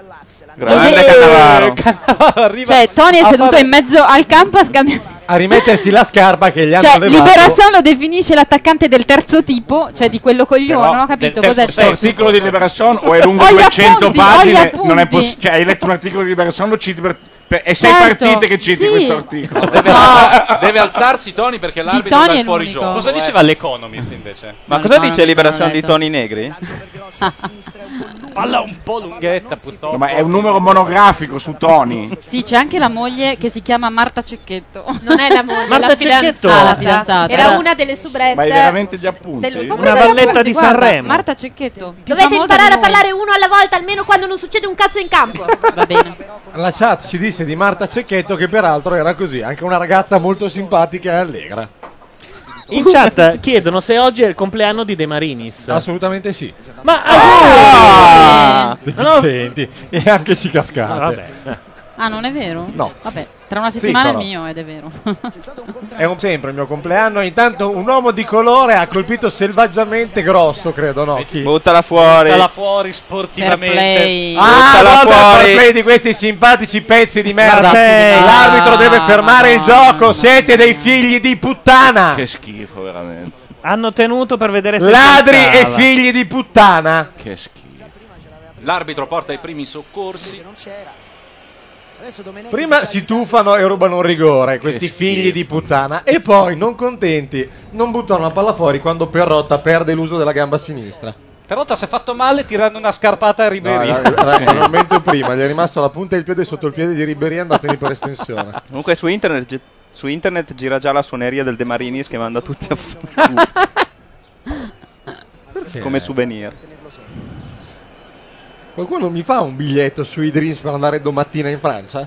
Grande Così- Cannavaro. Cannavaro arriva Cioè, Tony è a seduto fare- in mezzo al campo a scambiare. A rimettersi la scarpa che gli hanno Cioè, levato. Liberazione lo definisce l'attaccante del terzo tipo, cioè di quello coglione, Però non ho capito del cos'è il terzo terzo. L'articolo di Liberation o è lungo Ho gli duecento appunti, ho gli pagine? appunti. Non è poss- cioè, hai letto un articolo di Liberation, lo citi per, per- e sei Certo, partite che citi sì. questo articolo. Deve, alza- deve alzarsi Toni perché l'arbitro Toni dà è il fuori l'unico. gioco. Cosa eh. diceva l'Economist invece? Ma No, cosa no, dice non Liberazione l'ho di letto. Toni Negri? Palla un po' lunghetta purtroppo. Ma è un numero monografico su Toni. Sì, c'è anche la moglie che si chiama Marta Cecchetto. Non è la moglie, Marta la Cecchetto. fidanzata. Ah, la fidanzata. Era una delle subrette. Ma hai veramente gli appunti? del- Una valletta di Guarda, Sanremo. Marta Cecchetto. più Dovete famosa imparare di a noi. parlare uno alla volta, almeno quando non succede un cazzo in campo. Va bene. La chat ci disse di Marta Cecchetto che peraltro era così, anche una ragazza molto simpatica e allegra. In chat chiedono se oggi è il compleanno di De Marinis. Assolutamente sì. Ma Ah! No. Deficienti. E anche ci cascate. Ah, vabbè. Ah, non è vero? No. Vabbè, tra una Sì, settimana però. è mio ed è vero. È un, sempre il mio compleanno. Intanto un uomo di colore ha colpito selvaggiamente Grosso, credo, no? Chi? Buttala fuori. Buttala fuori Fair sportivamente. play. Ah, Buttala volta al fuori. fair play di questi simpatici pezzi di merda. Vabbè. L'arbitro deve fermare il Madonna. gioco. Siete dei figli di puttana. Che schifo, veramente. Hanno tenuto per vedere se Ladri e calzava. figli di puttana. Che schifo. L'arbitro porta i primi soccorsi. Prima si tufano e rubano un rigore, questi schifo. figli di puttana. E poi, non contenti, non buttano la palla fuori quando Perrotta perde l'uso della gamba sinistra. Perotta si è fatto male tirando una scarpata a No, Ribéry. era- era- era un momento prima, gli è rimasto la punta del piede sotto il piede di Ribéry e andatemi per estensione. Comunque su internet, gi- su internet gira già la suoneria del De Marinis che manda tutti a f- Perché? come souvenir. Qualcuno mi fa un biglietto sui Dreams per andare domattina in Francia?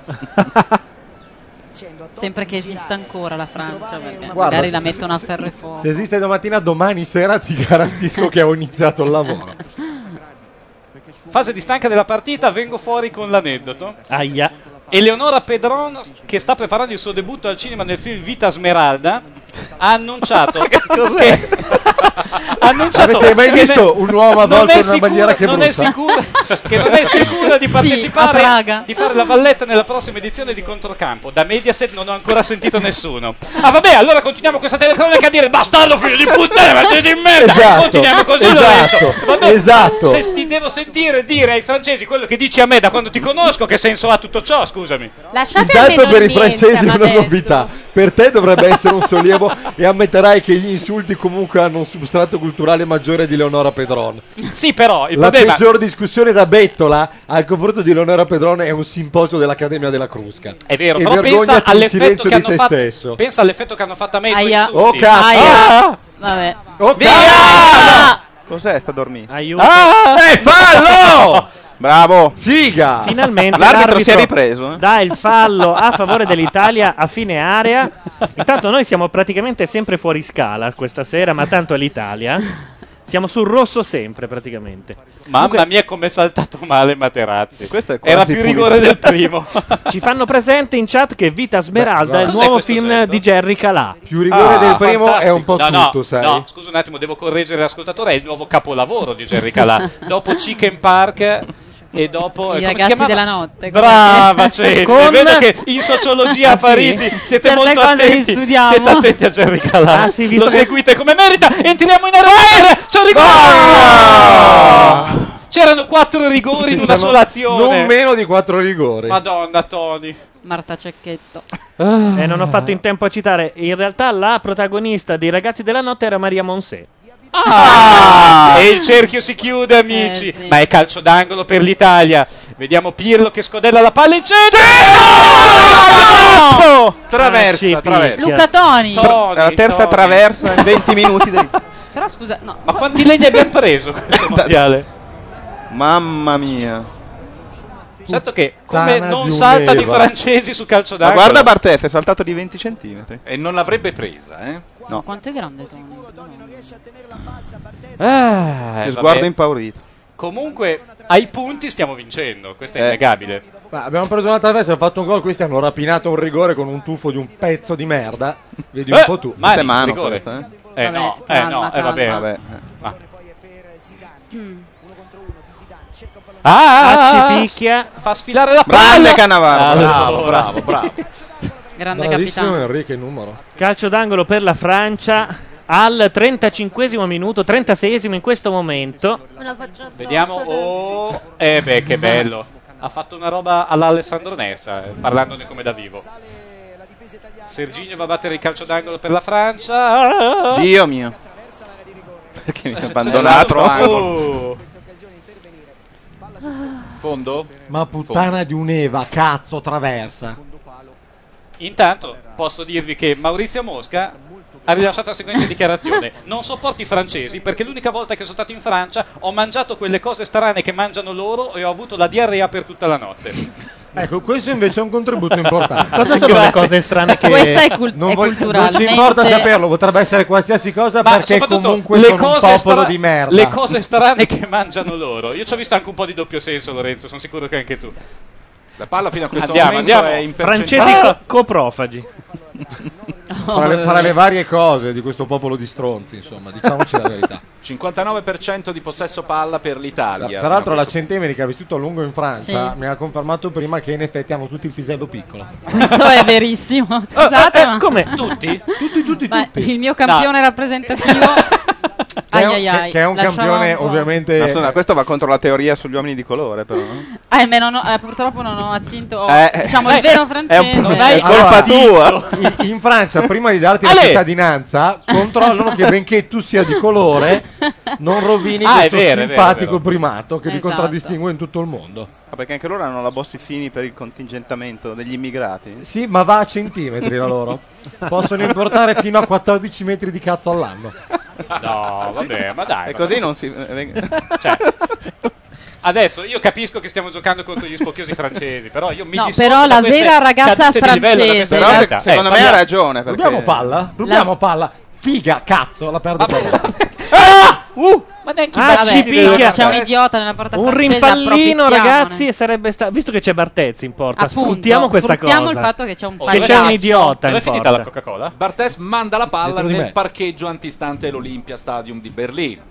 Sempre che esista ancora la Francia, perché Guarda, magari la se- mettono a se- ferro e fuoco. Se esiste domattina, domani sera ti garantisco che ho iniziato il lavoro. Fase di stanca della partita, vengo fuori con l'aneddoto. Aia. Eleonora Pedron, che sta preparando il suo debutto al cinema nel film Vita Smeralda, ha annunciato che ha annunciato Avete mai che visto un uomo non avvolto è in una sicura- bandiera che non è brucia? sicura che non è sicura di Sì, partecipare a Praga. di fare la valletta nella prossima edizione di Controcampo. Da Mediaset non ho ancora sentito nessuno. Ah vabbè, allora continuiamo questa telecronaca a dire bastardo figlio di puttana, mettete in merda. Esatto, Continuiamo così, esatto, Lorenzo. Vabbè, esatto. se ti devo sentire dire ai francesi quello che dici a me da quando ti conosco, che senso ha tutto ciò, scusami? Lasciate Intanto almeno per i il niente, francesi è ma una detto. novità, per te dovrebbe essere un sollievo e ammetterai che gli insulti comunque hanno un substrato culturale maggiore di Leonora Pedron. Sì, però il La problema peggior discussione da da bettola al confronto di Leonora Pedrone è un simposio dell'Accademia della Crusca. È vero, e però pensa vergognati il all'effetto silenzio che di hanno te fatto. stesso. Pensa all'effetto che hanno fatto a me i tuoi Aia. insulti. Oh cazzo! Aia. Ah! Vabbè. Oh Via! cazzo! Cos'è sta dormita? Aiuto. Ah! Eh, fallo! Bravo! Figa! Finalmente L'arbitro si è ripreso, eh. dà il fallo a favore dell'Italia a fine area. Intanto noi siamo praticamente sempre fuori scala questa sera, ma tanto è l'Italia. Siamo sul rosso sempre praticamente. Mamma Comunque, mia come è saltato male Materazzi. Questo è quasi Era più pulizia. rigore del primo. ci fanno presente in chat che Vita Smeralda Beh, è il cos'è nuovo questo film gesto? di Jerry Calà. Più rigore Ah, del primo Fantastico. è un po' no, tutto, no, sai? No, scusa un attimo, devo correggere l'ascoltatore, è il nuovo capolavoro di Jerry Calà. Dopo Chicken Park e dopo I eh, come si ragazzi chiamava? della notte. come- Brava Centi, Con- vedo che in sociologia Ah, a sì? Parigi siete Certe molto cose le attenti. studiamo. Siete attenti a Jerry Calà. Ah, sì, visto Lo che- seguite come merita. Entriamo in area. C'è un rigore. C'erano quattro rigori in una Diciamo, sola azione. non meno di quattro rigori. Madonna Tony. Marta Cecchetto. E non ho fatto in tempo a citare. In realtà la protagonista dei Ragazzi della Notte era Maria Monsè. Ah! E il cerchio si chiude, amici. Eh, sì. Ma è calcio d'angolo per l'Italia. Vediamo Pirlo che scodella la palla in centro. Cazzo! Traversa, Ah, traversa. Luca Toni. Tony, È la terza Tony. traversa in venti minuti. Del... Però scusa, no. Ma quanti legni abbiamo preso questo mondiale? Mamma mia. Certo che come Puttana non di saltano i un'Eva. francesi su calcio Ma d'angolo. guarda Barthez, è saltato di venti centimetri. E non l'avrebbe presa, eh? No. Quanto è grande Toni? Ah, Che eh, sguardo vabbè. impaurito. Comunque ai punti stiamo vincendo, questo è Eh. innegabile. Ma abbiamo preso una traversa, abbiamo fatto un gol, questi hanno rapinato un rigore con un tuffo di un pezzo di merda. Vedi un Eh, po' tu. mani, Questa è mano rigore. questa, eh? Eh Vabbè, no, eh calma, no, eh calma. vabbè. Vabbè. Ah. Ah, Ah, ci picchia. fa sfilare la palla. Grande Cannavaro. Allora. Bravo, bravo, bravo. Grande Bravissimo capitano. Enrique, numero. Calcio d'angolo per la Francia al trentacinquesimo minuto, trentaseiesimo in questo momento. Me la faccio addosso Vediamo. adesso. Oh, eh beh, che bello. Ha fatto una roba all'Alessandro Nesta, eh, parlandone come da vivo. Serginho va a battere il calcio d'angolo per la Francia. Dio mio. Perché mi ha C'è abbandonato. l'altro angolo. Fondo? Ma puttana di un'Eva, cazzo, traversa. Intanto posso dirvi che Maurizio Mosca ha rilasciato la seguente dichiarazione: non sopporto i francesi perché l'unica volta che sono stato in Francia ho mangiato quelle cose strane che mangiano loro e ho avuto la diarrea per tutta la notte. Ecco, questo invece è un contributo importante. Cosa sono le cose strane che Questa è, cul- Non, è voglio- non culturalmente. ci importa saperlo, potrebbe essere qualsiasi cosa Ma perché soprattutto comunque le sono un cose popolo stra- di merda. Le cose strane che mangiano loro. Io ci ho visto anche un po' di doppio senso, Lorenzo, sono sicuro che anche tu. La palla fino a questo Andiamo, momento andiamo. è in francesi percentuale. co- coprofagi. Fra le, fra le varie cose di questo popolo di stronzi, insomma, diciamoci la verità. cinquantanove per cento di possesso palla per l'Italia. Tra l'altro la Fino a questo Centemeri che ha vissuto a lungo in Francia Sì. mi ha confermato prima che in effetti hanno tutti il pisello piccolo. Questo è verissimo. Scusate, ma. Come? Tutti? Tutti, tutti, Ma tutti. il mio campione rappresentativo. Che è, un- Ai, ai, ai. che- che è un Lasciamo campione un po'. ovviamente. Ma scusa, questo va contro la teoria sugli uomini di colore, però. no? Ah, almeno no, eh, purtroppo non ho attinto. Eh, diciamo eh, il vero è un francese. po'- hai- è colpa Allora, tua. in, in Francia, prima di darti la Ale! cittadinanza, controllano che benché tu sia di colore, non rovini Ah, è questo vero, è vero, simpatico è vero. primato che ti Esatto. contraddistingue in tutto il mondo. Ah, perché anche loro hanno la bossi fini per il contingentamento degli immigrati. Sì, ma va a centimetri la loro. Possono importare fino a quattordici metri di cazzo all'anno. No, vabbè, ma dai. E ma- così non si. eh, Cioè, adesso io capisco che stiamo giocando contro gli spocchiosi francesi, però io mi No, dissocio però da la queste vera ragazza cadute di livello, da francese- questa Però realtà. se- secondo Eh, me ha parliamo- ragione. Perché... Dobbiamo palla? Dobbiamo palla. Figa, cazzo, la perde per Uh, ma neanche i Ah, bambini ci devono picchia. C'è un fare. idiota nella porta Un francese, rimpallino, approfittiamone. ragazzi, e sarebbe stato. Visto che c'è Barthez in porta, Appunto, sfruttiamo questa sfruttiamo cosa. il fatto che c'è un Oh, Che c'è un pagliaccio. idiota Dove è in finita porta. la Coca-Cola? Barthez manda la palla Dietro di nel me. parcheggio antistante l'Olympia Stadium di Berlino.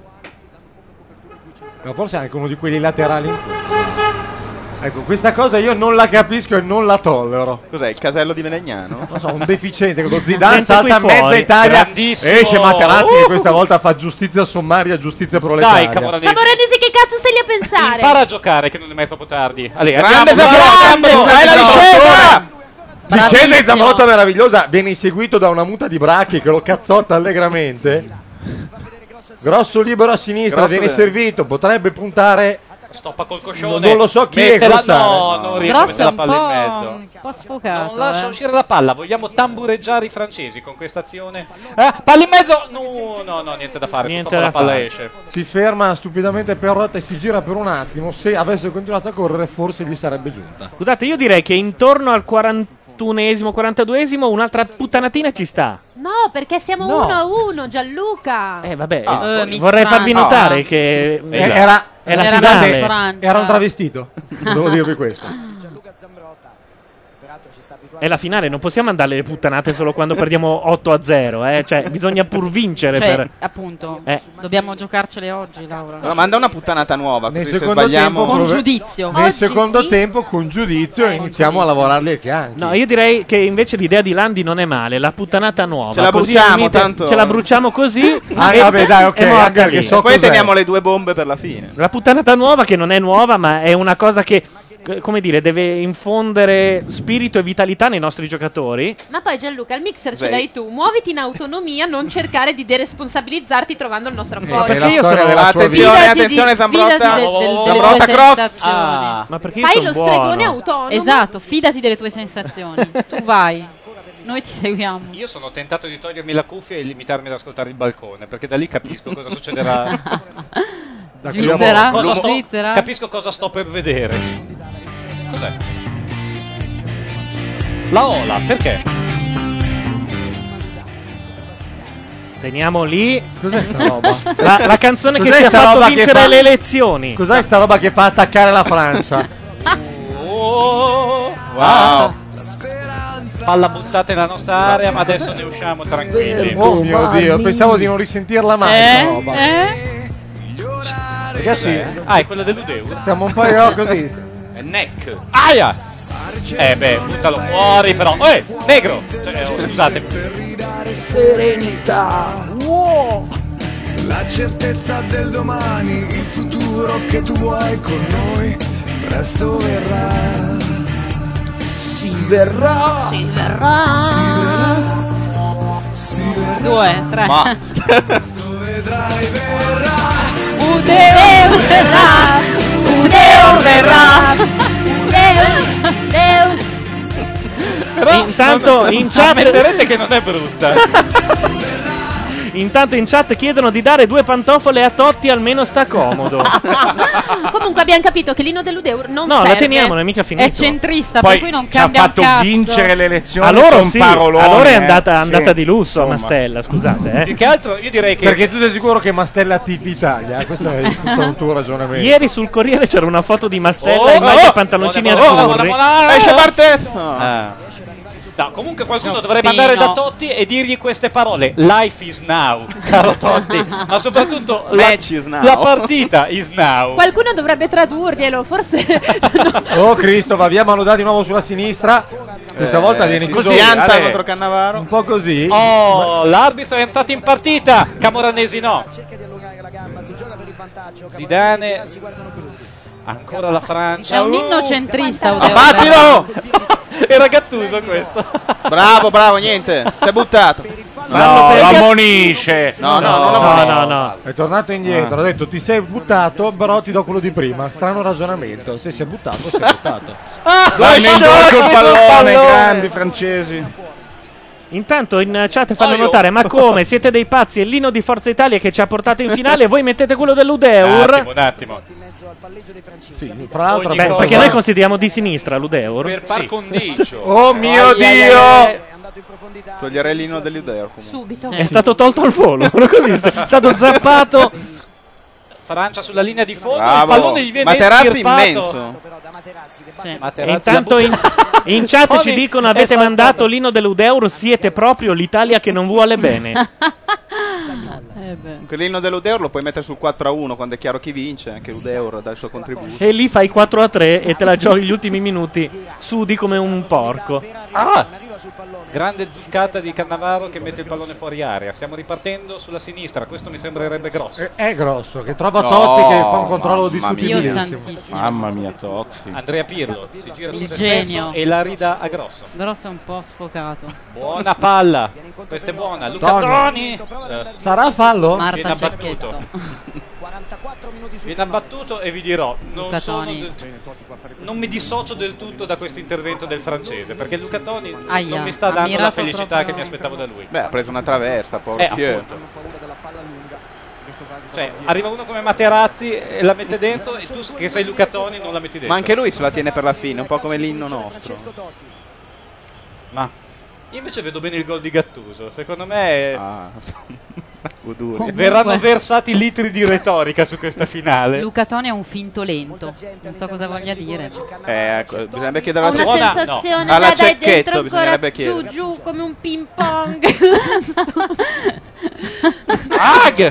Ma forse anche uno di quelli laterali in fondo. Ecco, questa cosa io non la capisco e non la tollero. Cos'è, il casello di Velegnano? Non so, un deficiente con lo Zidane Gente salta qui mezza fuori. Italia. Grandissimo. Esce Materazzi Uh! che questa volta fa giustizia sommaria, giustizia proletaria. Dai, Camoranesi. Camoranesi, che cazzo stai lì a pensare? Impara a giocare che non è mai troppo tardi. Allora, Grande andiamo. Zambrotta! Dai la discesa! Discende Bravissimo. Zambrotta meravigliosa, viene inseguito da una muta di bracchi che lo cazzotta allegramente. Grosso libero a sinistra, Grosso viene de- servito, potrebbe puntare Stoppa col coscione. Non lo so chi è Mettela- Grossare. No, non riesce a Grosso mettere è la un palla in po', mezzo. un po' sfocato. Non lascia eh. uscire la palla, vogliamo tambureggiare i francesi con questa azione. Eh, palla in mezzo! No, no, no, niente da fare. Niente Niente da la palla fare. esce. Si ferma stupidamente per rotta e si gira per un attimo. Se avesse continuato a correre, forse gli sarebbe giunta. Scusate, io direi che intorno al quarantunesimo, quarantaduesimo un'altra puttanatina ci sta. No, perché siamo No. uno a uno, Gianluca. Eh, vabbè, Ah. eh, Eh, mi vorrei strano. farvi notare che Eh, era, è la era- finale. scusate, era un travestito. Devo dirvi questo. È la finale, non possiamo andare le puttanate solo quando perdiamo otto a zero, eh? Cioè, bisogna pur vincere Cioè, per... appunto, Eh. dobbiamo giocarcele oggi, Laura. No, manda una puttanata nuova. Nel Così se secondo sbagliamo. tempo, Con prove- giudizio. Nel Oggi secondo sì. tempo, con giudizio, Eh, iniziamo con a lavorarli ai fianchi. No, io direi che invece l'idea di Landi non è male, la puttanata nuova. Ce la così bruciamo, al limite- tanto- Ce la bruciamo così. Ah, e- vabbè, dai, ok, è morta anche perché lì. so E poi cos'è. teniamo le due bombe per la fine. La puttanata nuova che non è nuova, ma è una cosa che, c- come dire, deve infondere spirito e vitalità nei nostri giocatori. Ma poi Gianluca, il mixer ce Sei. l'hai tu, muoviti in autonomia, non cercare di deresponsabilizzarti trovando il nostro appoggio. perché io sono Attenzione, Fidati di- attenzione Zambrotta. fidati de- del- delle Zambrotta tue cross. sensazioni. Ah. Ma perché io Fai son lo buono. stregone autonomo. Esatto, fidati delle tue sensazioni. Tu vai, noi ti seguiamo. Io sono tentato di togliermi la cuffia e limitarmi ad ascoltare il balcone, perché da lì capisco cosa succederà. Da Svizzera? Cosa sto- Svizzera? Capisco cosa sto per vedere. Cos'è? La Ola, perché? Teniamo lì. Cos'è sta roba? La, la canzone che Cos'è ci ha sta fatto roba che vincere fa- le elezioni. Cos'è sta roba che fa attaccare la Francia? Oh, Wow. Palla buttata nella nostra area, ma adesso ne usciamo tranquilli. Oh mio Dio, pensavo di non risentirla mai Eh? sta roba. Eh? Ragazzi, Ah, è quello dell'Udeur? stiamo un po' io così. È neck. Aia! Eh beh, buttalo fuori però. Eh, negro! Cioè, oh, scusate. Serenità, wow. La certezza del domani, il futuro che tu vuoi con noi, presto verrà. Si verrà. Si verrà. Si verrà. Due, tre. Ma presto vedrai verrà. Udeo verrà. Udeo verrà. Udeo, Udeo. Però Intanto non- in chat- ammetterete che non è brutta. Intanto in chat chiedono di dare due pantofole a Totti, almeno sta comodo. Comunque abbiamo capito che l'Ino dell'Udeur non No, serve. la teniamo, non è mica finito. È centrista, Poi per cui non ci ha cambia un fatto cazzo. vincere le elezioni. A loro son sì, paroloni, a loro è eh. andata, Sì. andata di lusso a Insomma. Mastella, scusate. Più Eh. che altro io direi che Perché tu sei sicuro che Mastella è T P Italia? Questo è il tuo- il tuo ragionamento. Ieri sul Corriere c'era una foto di Mastella Oh, in maglia oh, e pantaloncini buona, buona, azzurri. buona, buona. Esce Bartes. Ah. No, comunque qualcuno No, dovrebbe Pino. andare da Totti e dirgli queste parole. Life is now, caro Totti. Ma soprattutto la, Match is now. la partita is now. Qualcuno dovrebbe tradurglielo, forse. Oh Cristo, va via mano di nuovo sulla sinistra. Questa Eh, volta viene si chiuso schianta Ale. contro Cannavaro. Un po' così. Oh, l'arbitro è entrato in partita. Camoranesi no. Zidane. Ancora la Francia. È un inno centrista, Udeo. Abbattilo! Era Gattuso questo. Bravo, bravo, niente. Si è buttato. No, per- lo ammonisce. No, no, no, no, No, no. no, no. È tornato indietro, ha detto ti sei buttato, però ti do quello di prima. Strano ragionamento. Se si è buttato, si è buttato. Dai, Due nel gol sciocchi col sul pallone, pallone. grandi francesi. Intanto in chat fanno Oh, io. notare: ma come siete dei pazzi? È l'Ino di Forza Italia che ci ha portato in finale e voi mettete quello Un dell'Udeur? attimo, un attimo. Sì, fra l'altro Ogni Beh, cosa. perché noi consideriamo di sinistra l'Udeur. Per par condicio. Oh mio Ai, ai, Dio! ai, ai. Toglierei l'Ino dell'Udeur comunque. Subito. È stato tolto al volo, così è stato zappato. Francia sulla linea di fondo, Bravo. il pallone gli viene Materazzi estirpato. immenso. Sì. Materazzi E intanto la in, butta- in chat ci Tony dicono: è avete saltato. mandato l'Ino dell'Udeur, siete proprio l'Italia che non vuole bene. Eh beh. Comunque l'Ino dell'Udeur lo puoi mettere sul quattro a uno quando è chiaro chi vince. Anche l'Udeur dà il suo contributo. E lì fai quattro a tre e te la giochi gli ultimi minuti, sudi come un porco. Ah! Grande zuccata di Cannavaro che mette il pallone fuori area. Stiamo ripartendo sulla sinistra, questo mi sembrerebbe grosso. È, è grosso, che trova No, Totti che fa un controllo mamma mia. Dio discutibilissimo. santissimo. Mamma mia, Totti. Andrea Pirlo si gira su Il se genio. stesso e la ridà a grosso. Grosso è un po' sfocato. Buona palla. Questa è buona. Luca Tony. Toni. Eh, Sarà fallo? Marta viene abbattuto. Cecchetto. Viene abbattuto e vi dirò, non, Luca sono Toni. del- non mi dissocio del tutto da questo intervento del francese, perché Luca Toni Aia, non mi sta ha dando la mirato felicità proprio- che mi aspettavo da lui. Beh, ha preso una traversa, Eh, portier. appunto. Cioè, arriva uno come Materazzi e la mette dentro e tu che sei Luca Toni non la metti dentro. Ma anche lui se la tiene per la fine, un po' come l'inno nostro. Ma io invece vedo bene il gol di Gattuso. Secondo me Ah, Comunque- verranno versati litri di retorica su questa finale. Luca Toni è un finto lento. Non so cosa voglia dire. Eh, ecco, bisognerebbe chiedere Ho alla una Cecchetto. sensazione, No. Alla dai, dai, Cecchetto dentro ancora bisognerebbe giù, chiedere. giù, come un ping pong. Ag!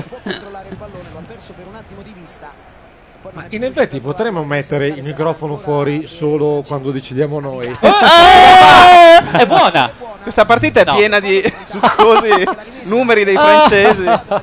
Ma in effetti potremmo mettere il microfono fuori solo quando decidiamo noi. È buona! Questa partita è No. piena di succosi numeri dei francesi.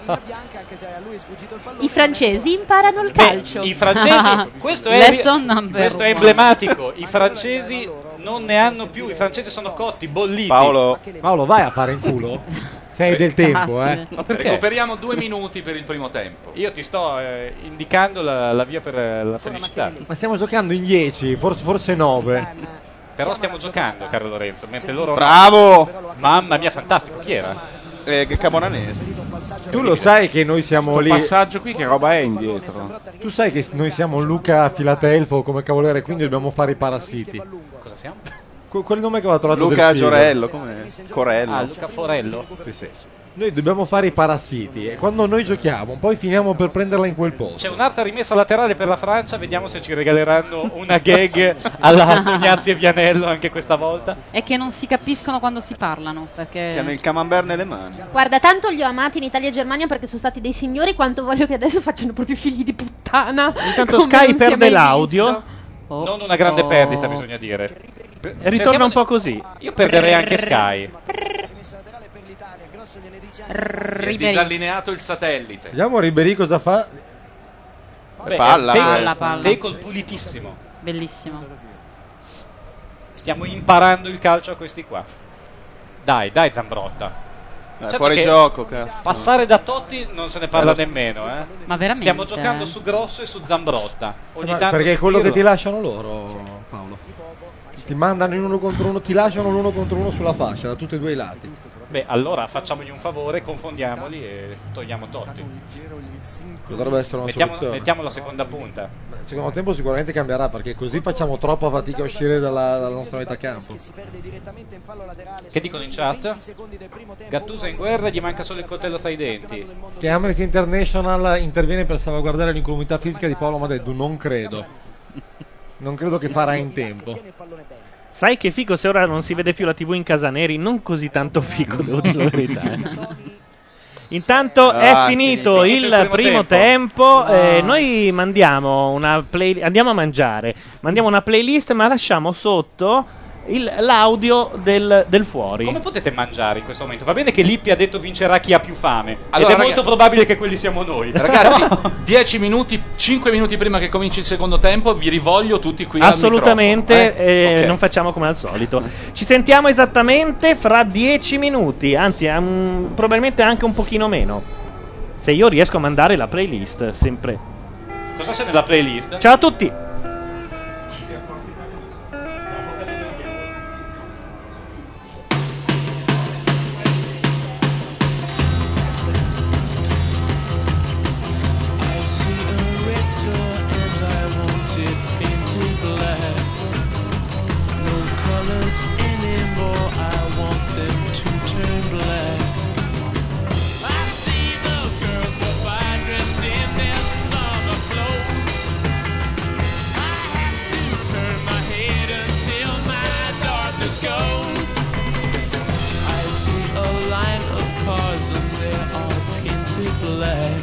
I francesi imparano il calcio. I francesi, questo è, Lesson number questo è one. emblematico. I francesi non ne hanno più. I francesi sono cotti, bolliti. Paolo, Paolo, vai a fare in culo? Se hai del tempo, eh. Ma perché? Recuperiamo due minuti per il primo tempo. Io ti sto eh, indicando la, la via per eh, la felicità. Ma stiamo giocando in dieci, forse, forse nove. Però stiamo giocando, caro Lorenzo, mentre loro... bravo! Mamma mia, fantastico. Chi era? Eh, che Camoranesi. Tu lo sai che noi siamo Questo lì. passaggio qui che roba è indietro? Tu sai che noi siamo Luca Filatelfo come cavolere, quindi dobbiamo fare i parassiti. Cosa siamo? Que- quel nome che aveva trovato Luca Del Figo. Giorello, come Corello. Ah, Luca Forello? Sì, sì. Noi dobbiamo fare i parassiti e quando noi giochiamo poi finiamo per prenderla in quel posto. C'è un'altra rimessa laterale per la Francia, vediamo se ci regaleranno una gag alla Antoniazzi e Vianello anche questa volta. È che non si capiscono quando si parlano. Che hanno Perché il camembert nelle mani. Guarda, tanto li ho amati in Italia e Germania perché sono stati dei signori, quanto voglio che adesso facciano proprio figli di puttana. Intanto come Sky non si è perde mai l'audio. visto. Oh, Non una grande oh. perdita, bisogna dire. E ritorna Cerchiamo un di- po' così. Io perderei anche Sky. Si è Ribéry. disallineato il satellite. Vediamo Ribéry cosa fa. Beh, palla, take- palla, palla. Tackle pulitissimo. Bellissimo. Stiamo imparando il calcio a questi qua. Dai, dai Zambrotta. Eh, Certo fuori che gioco, cazzo. Passare da Totti non se ne parla nemmeno, eh. Ma veramente? Stiamo giocando eh? su Grosso e su Zambrotta. Ogni Ma tanto perché è su quello che Pirlo. ti lasciano loro, Paolo. Ti mandano in uno contro uno, ti lasciano l'uno contro uno sulla fascia, da tutti e due i lati. Beh, allora facciamogli un favore, confondiamoli e togliamo Totti. Potrebbe essere una Mettiamo, soluzione. mettiamo la seconda punta. Il secondo tempo sicuramente cambierà perché così facciamo troppa fatica a uscire dalla, dalla nostra metà campo. Che dicono in chat? Gattuso è in guerra e gli manca solo il coltello tra i denti. Che Amnesty International interviene per salvaguardare l'incolumità fisica di Paolo Madeddu, non credo. Non credo che farà in tempo. Sai che figo se ora non si vede più la tivù in casa neri? Non così tanto figo, devo dire la verità. eh. Intanto Ah, è finito finito il il primo primo tempo. tempo, eh, noi mandiamo una play, andiamo a mangiare, mandiamo una playlist ma lasciamo sotto il- l'audio del, del fuori. Come potete mangiare in questo momento? Va bene che Lippi ha detto vincerà chi ha più fame. Allora, ed è raga- molto probabile che quelli siamo noi. Ragazzi, dieci minuti, cinque minuti prima che cominci il secondo tempo, vi rivoglio tutti qui Assolutamente, al microfono, eh? eh, Ok. non facciamo come al solito. Ci sentiamo esattamente fra dieci minuti, anzi um, probabilmente anche un pochino meno. Se io riesco a mandare la playlist, sempre. Cosa c'è nella playlist? Ciao a tutti! I see a red door and I want it painted black. No colors anymore, I want them to turn black. I see the girls go by dressed in their summer clothes. I have to turn my head until my darkness goes. I see a line of cars and they are painted black.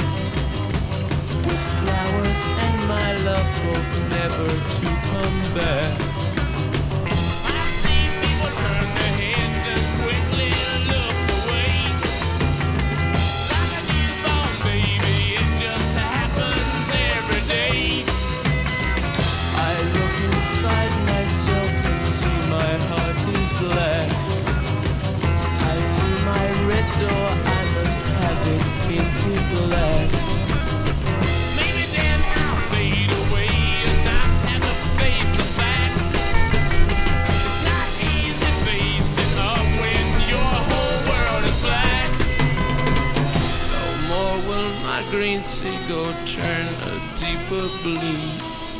Flowers and my love hope never to come back. I see people turn their heads and quickly look away. Like a newborn baby, it just happens every day. I look inside myself and see my heart is black. I see my red door, I must have it painted black. Maybe then I'll will my green seagull turn a deeper blue?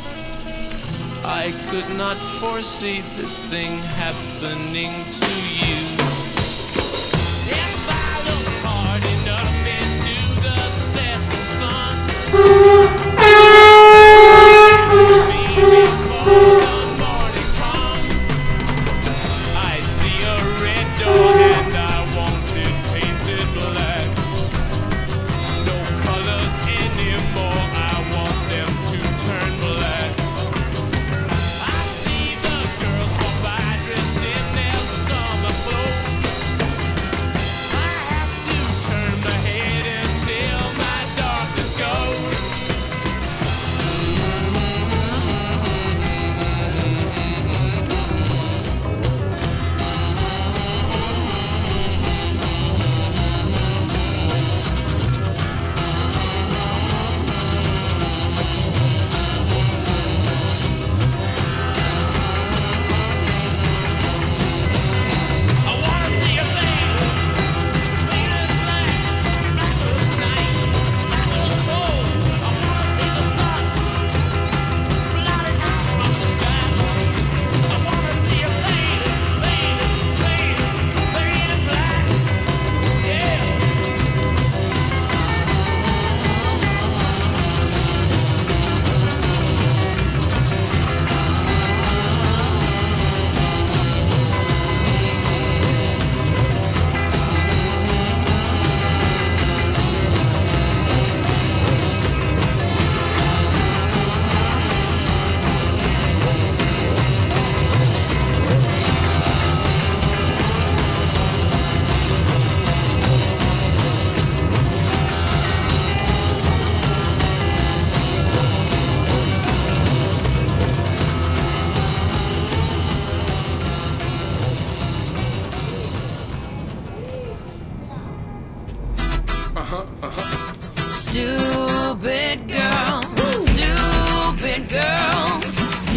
I could not foresee this thing happening to you. If I look hard enough into the setting sun, before the morning comes, I see a red dog and I want it painted black. No colors anymore, I want them to turn black. I see the girls walk by dressed in their summer clothes. I have to turn my head until my darkness goes. Stupid girls, stupid girls,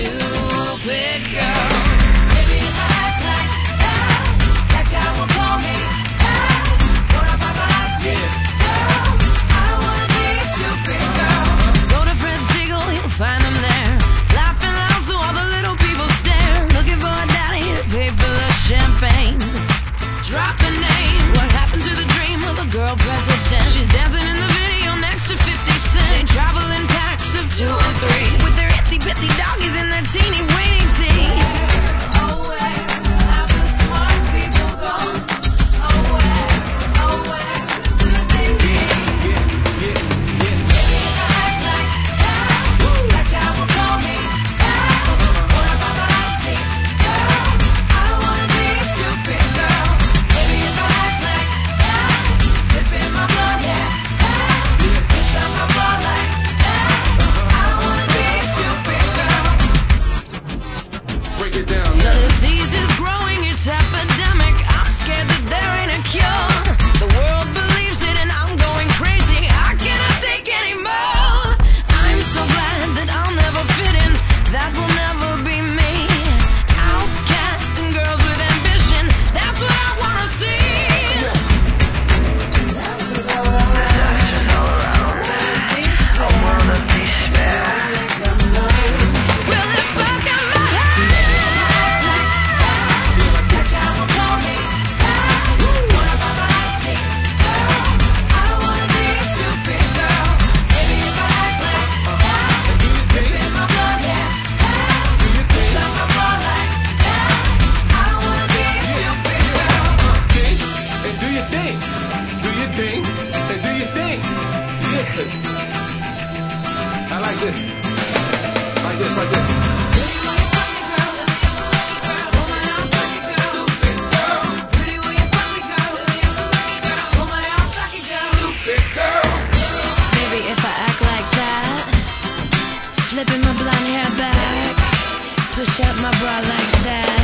stupid girls. Maybe if I act like that, that guy will call me that. What if I see girl? I don't wanna be a stupid girl. Go to Fred Siegel, you'll find them there, laughing loud so all the little people stare, looking for a daddy to pay for the champagne. Drop a name. What happened to the dream of a girl president? She's dancing in the video next to fifty cent. They travel in packs of two and three, with their itsy bitsy doggies and their teeny weeny teeth. Oh, where have the smart people gone? Oh, where, oh, where do they be? Maybe if I act like that, that guy will call me that. What if I see girl? I don't wanna be a stupid girl. Maybe if I act like that, dip in my blood, yeah, that. Push out my bra like that. I don't wanna be a stupid girl. Break it down The now. disease is growing, it's epidemic. I'm scared that there ain't a cure. The world believes it and I'm going crazy. I cannot take any more. I'm so glad that I'll never fit in. That will never be me. Outcast and girls with ambition. That's what I wanna see. Disasters all around. I wanna be spared. Will it fuck in my head? That guy will call me that. What if I see girl? I don't wanna be a stupid girl. Maybe if I act like that, dip in my blood, yeah, that. Push out my bra like that. I don't wanna be a stupid girl. Think and do your thing. Do your thing and do your thing. Yeah. I like this. Like this, like this. Maybe if I act like that, flipping my blonde hair back, push up my bra like that.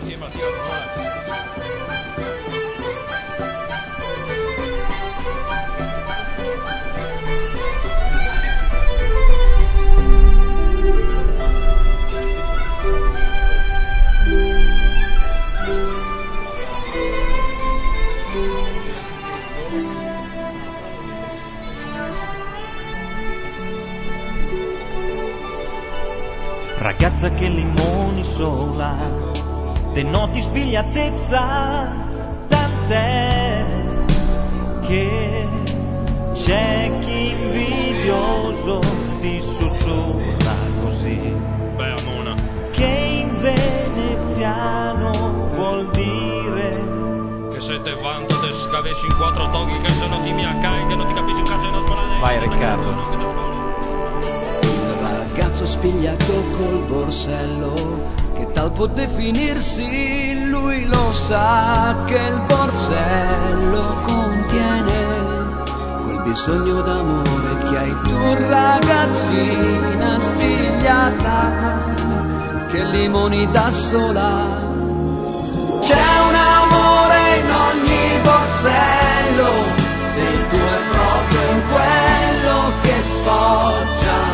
Ragazza che limoni sola, denoti spigliatezza, tant'è che c'è chi invidioso ti sussurra così. Beh, Amona. Che in veneziano vuol dire che se te vanto te scavesci in quattro toghi, che se no ti mi accai, che non ti capisci un cazzo in una scuola. Vai Riccardo. Ragazzo spigliato col borsello, che tal può definirsi, lui lo sa che il borsello contiene quel bisogno d'amore che hai tu, ragazzina spigliata, che limoni da sola. C'è un amore in ogni borsello, sei tu è proprio in quello che sfoggia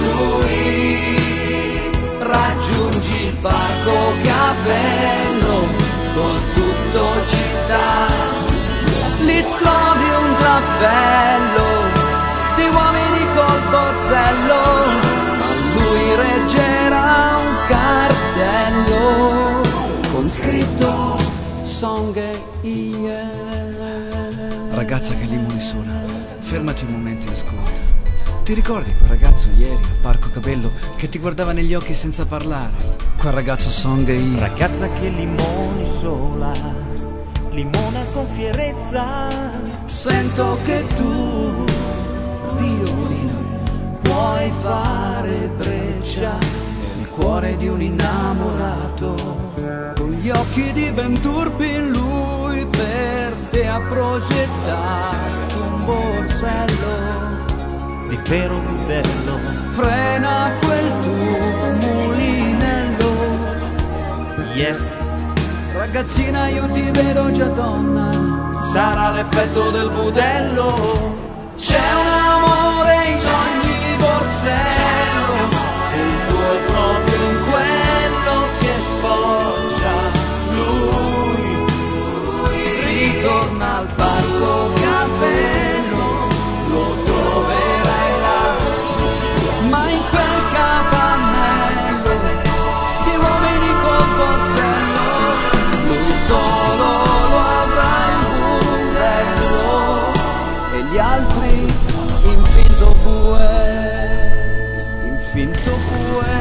lui. Raggiungi il parco che ha bello con tutto città, lì trovi un drappello di uomini col borsello, ma lui reggerà un cartello con scritto Songhe Ie. Ragazza che limoni sola, fermati un momento e ascolta. Ti ricordi quel ragazzo ieri al Parco Cabello che ti guardava negli occhi senza parlare? Quel ragazzo Songhe Ie. Ragazza che limoni sola, limona con fierezza. Sento che tu, Violina, puoi fare breccia nel cuore di un innamorato. Con gli occhi di ben turpi lui per te ha progettato un borsello di vero budello. Frena quel tuo mulinello. Yes. Ragazzina io ti vedo già donna, sarà l'effetto del budello. c'è un amore in ogni borsello, sei tu è proprio in quello che sfoggia lui. Ritorna al parco Capello, lo troverai là, ma in quel capannello di uomini col borsello, lui solo lo avrà il budello e gli altri in finto bue, in finto bue,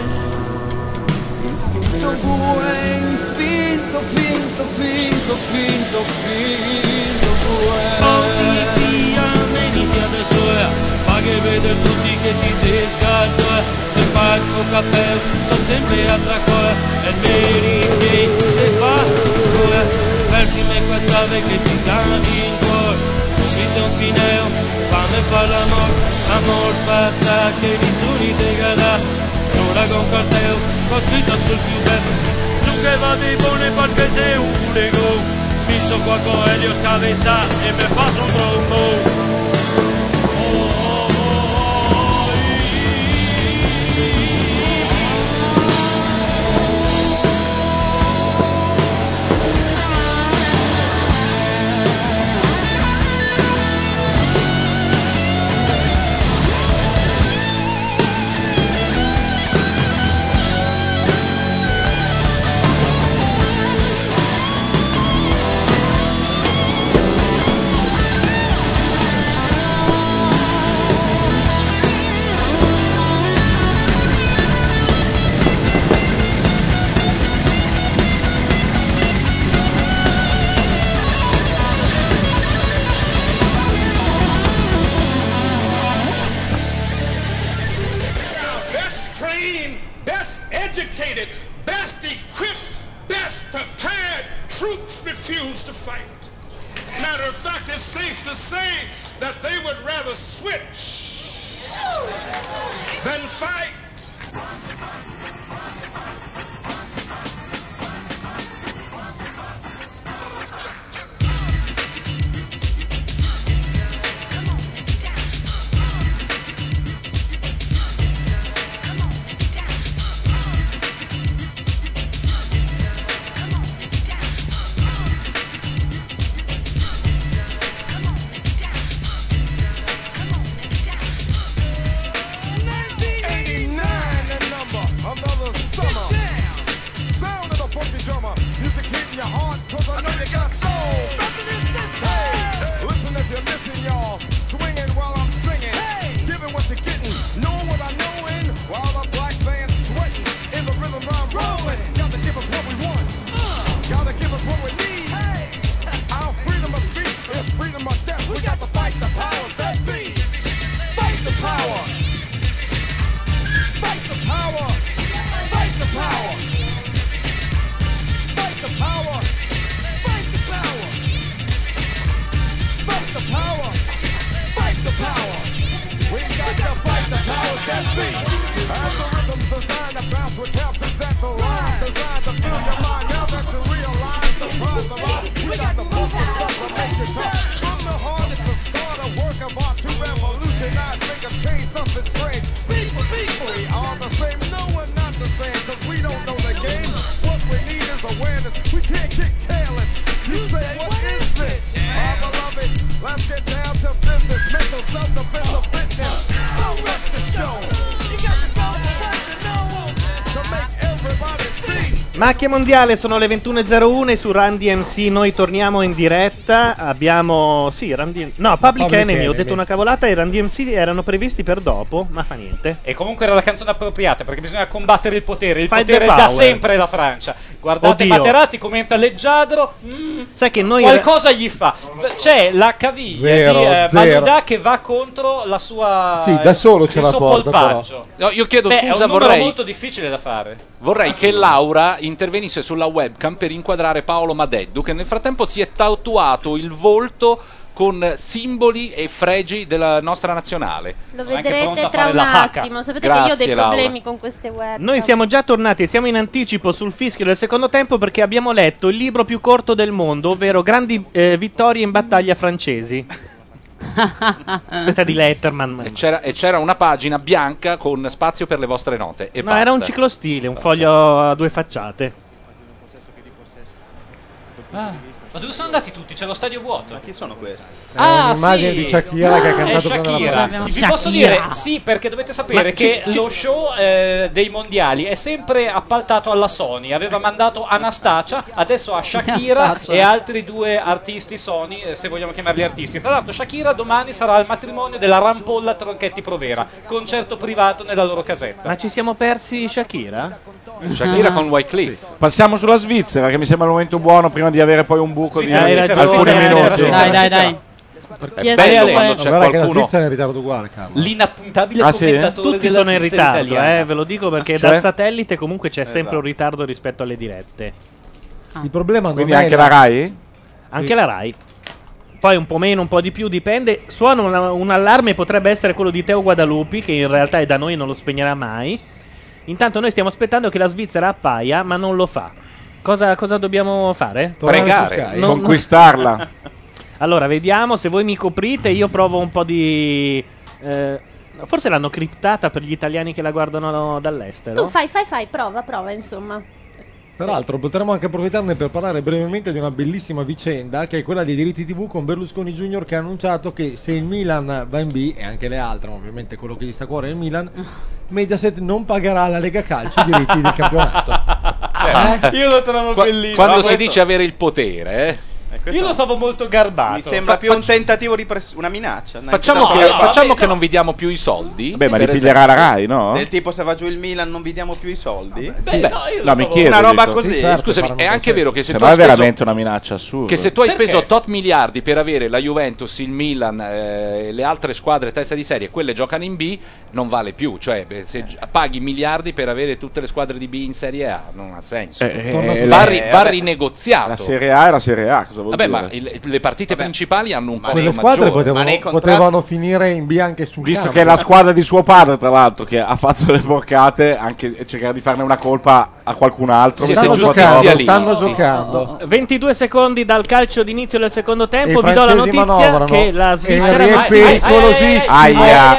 in finto bue, in finto, finto, finto, finto, finto bue. Porti via, veniti adesso è, fa che veder tutti che ti sei scazzo, se parco capello, so sempre a tracoe, e veri che te fa, versi me quazzave che ti danno in cuore, vita un fineo, fammi fare l'amor, amor spazza che i soli te gada, sola con cartel, con scritto sul più bello, su che va di buone perché sei un lego, mi so qua con Elio scavessa e me passo un tronco. Best trained, best educated, best equipped, best prepared troops refuse to fight. Matter of fact, it's safe to say that they would rather switch than fight. bounce with captions that the rhyme designed to fill your mind. Now that you realize the prize of art, we got the vocal stuff to make you talk. From the heart, it's a start, a work of art to revolutionize, make a change, something strange. People, people, we are the same. No, we're not the same, cause we don't know the game. What we need is awareness. We can't get careless. You say, what is this? My beloved, let's get down to business. Mental self-defense of fitness. Don't rush the show. You got to go for what you know to make everybody see. Macchia Mondiale, sono le ventuno e zero uno e su Run D M C noi torniamo in diretta. Abbiamo, sì, Run D M C, no, Public, Public Enemy, Enemy. ho detto una cavolata, e Run D M C erano previsti per dopo, ma fa niente. E comunque era la canzone appropriata perché bisogna combattere il potere. Il Fight potere the da power. sempre la Francia. Guardate Oddio. Materazzi, commenta leggiadro. Mm, Sai che noi qualcosa gli fa. C'è la caviglia Zero, di eh, zero. Malouda che va contro la sua. Sì, da solo ce il la suo porta, polpaggio. No, io chiedo Beh, scusa, è un numero vorrei, molto difficile da fare. vorrei che Laura intervenisse sulla webcam per inquadrare Paolo Madeddu, che nel frattempo si è tatuato il volto con simboli e fregi della nostra nazionale. Lo Sono anche vedrete pronta a tra fare un la haka. attimo. Sapete che io ho Grazie, dei Laura. problemi con queste web. Noi siamo già tornati, siamo in anticipo sul fischio del secondo tempo perché abbiamo letto il libro più corto del mondo, ovvero Grandi eh, vittorie in battaglia francesi. Questa è di Letterman. E c'era, e c'era una pagina bianca con spazio per le vostre note. E No, basta. era un ciclostile, un foglio a due facciate. Ah, ma dove sono andati tutti? C'è lo stadio vuoto. Ma chi sono questi? Ah, un'immagine sì. di Shakira che ha È cantato con la Shakira. mano. Vi Shakira. posso dire sì, perché dovete sapere Ma che ci- ci- lo show eh, dei mondiali è sempre appaltato alla Sony. Aveva mandato Anastacia, adesso ha Shakira Anastacia. e altri due artisti Sony, eh, se vogliamo chiamarli artisti. Tra l'altro Shakira domani sarà al matrimonio della Rampolla Tronchetti Provera, concerto privato nella loro casetta. Ma ci siamo persi Shakira? Shakira con Wycliffe. Passiamo sulla Svizzera, che mi sembra il momento buono prima di avere poi un buco di Hai ragione, alcuni Svizzera, minuti. Svizzera, Dai, dai, dai. È bello quando c'è Guarda che la qualcuno. Svizzera è in ritardo uguale, Carlo. L'inappuntabile Ah, sì? commentatore Tutti della sono in Svizzera ritardo, italiana. eh, ve lo dico perché Cioè? dal satellite comunque c'è sempre Esatto. un ritardo rispetto alle dirette. Il problema non Quindi è anche la Rai? Anche la Rai. Poi un po' meno, un po' di più, dipende. Suona una- un allarme, potrebbe essere quello di Teo Guadalupi, che in realtà è da noi e non lo spegnerà mai. Intanto noi stiamo aspettando che la Svizzera appaia, ma non lo fa. Cosa, cosa dobbiamo fare? Pregare. Non- Conquistarla. Allora, vediamo, se voi mi coprite, io provo un po' di... eh, forse l'hanno criptata per gli italiani che la guardano dall'estero. Tu fai, fai, fai, prova, prova, insomma. Peraltro potremmo anche approfittarne per parlare brevemente di una bellissima vicenda, che è quella dei diritti tivù con Berlusconi Junior, che ha annunciato che se il Milan va in B, e anche le altre, ma ovviamente quello che gli sta a cuore è il Milan, Mediaset non pagherà alla Lega Calcio i diritti del campionato. Eh? Io lo trovo Qua- bellissimo. Quando Ma si questo- dice avere il potere, eh. questo Io lo trovo molto garbato. Mi sembra Fa- più un faccio- tentativo di press- una minaccia. Facciamo, No, che, no, facciamo vabbè, che no. non vi diamo più i soldi. Beh, ma li per piglierà esempio. la Rai, no? Del tipo se va giù il Milan non vi diamo più i soldi? Beh, Beh, no, io No, mi chiedo. una roba dico. così. Sì, certo. Scusami, faranno è anche processo. vero che se Se tu no hai è speso, veramente una minaccia assurda. che se tu hai Perché? speso tot miliardi per avere la Juventus, il Milan, eh, le altre squadre testa di serie, quelle giocano in B, non vale più. Cioè, beh, se gi- paghi miliardi per avere tutte le squadre di B in Serie A, non ha senso. Eh, eh, va, la- ri- eh, va vabbè. rinegoziato. La Serie A è la Serie A, cosa vuol Vabbè, dire? ma il- le partite principali hanno un Quelle costo squadre maggiore. Ma nei potevano, contratti- potevano finire in B anche sul Visto campo. che è la squadra di suo padre, tra l'altro, che ha fatto le porcate, anche cercare di farne una colpa a qualcun altro. Sì, mi stanno sembra un po' giocando, troppo. stanno giustizialisti. giocando. ventidue secondi dal calcio d'inizio del secondo tempo. E i Vi do la francesi notizia manovrano. che la E Svizzera è non- pericolosissimo. Aia.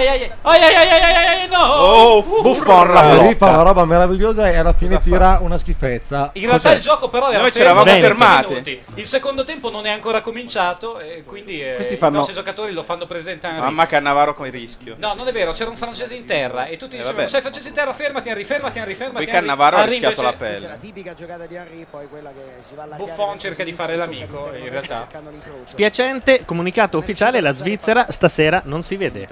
no! Oh, Buffon la Lì fa blocca. una roba meravigliosa e alla fine tira una schifezza. In realtà il gioco però era Noi ci fermo eravamo da venti fermati. minuti. Il secondo tempo non è ancora cominciato e quindi eh, Questi i fanno- nostri giocatori lo fanno presente a Henry. Mamma Cannavaro come rischio. No, non è vero, c'era un francese in terra e tutti dicevano vabbè. sei francese in terra, fermati Henry, fermati Henry, fermati Qui Henry. Cannavaro ha Henry rischiato la invece- Questa è pelle. la tipica giocata di Henry, poi quella che si va a allargare Buffon verso cerca di sinistra, fare l'amico, in realtà. cercando l'incrocio. Spiacente, comunicato ufficiale, la Svizzera stasera non si vede.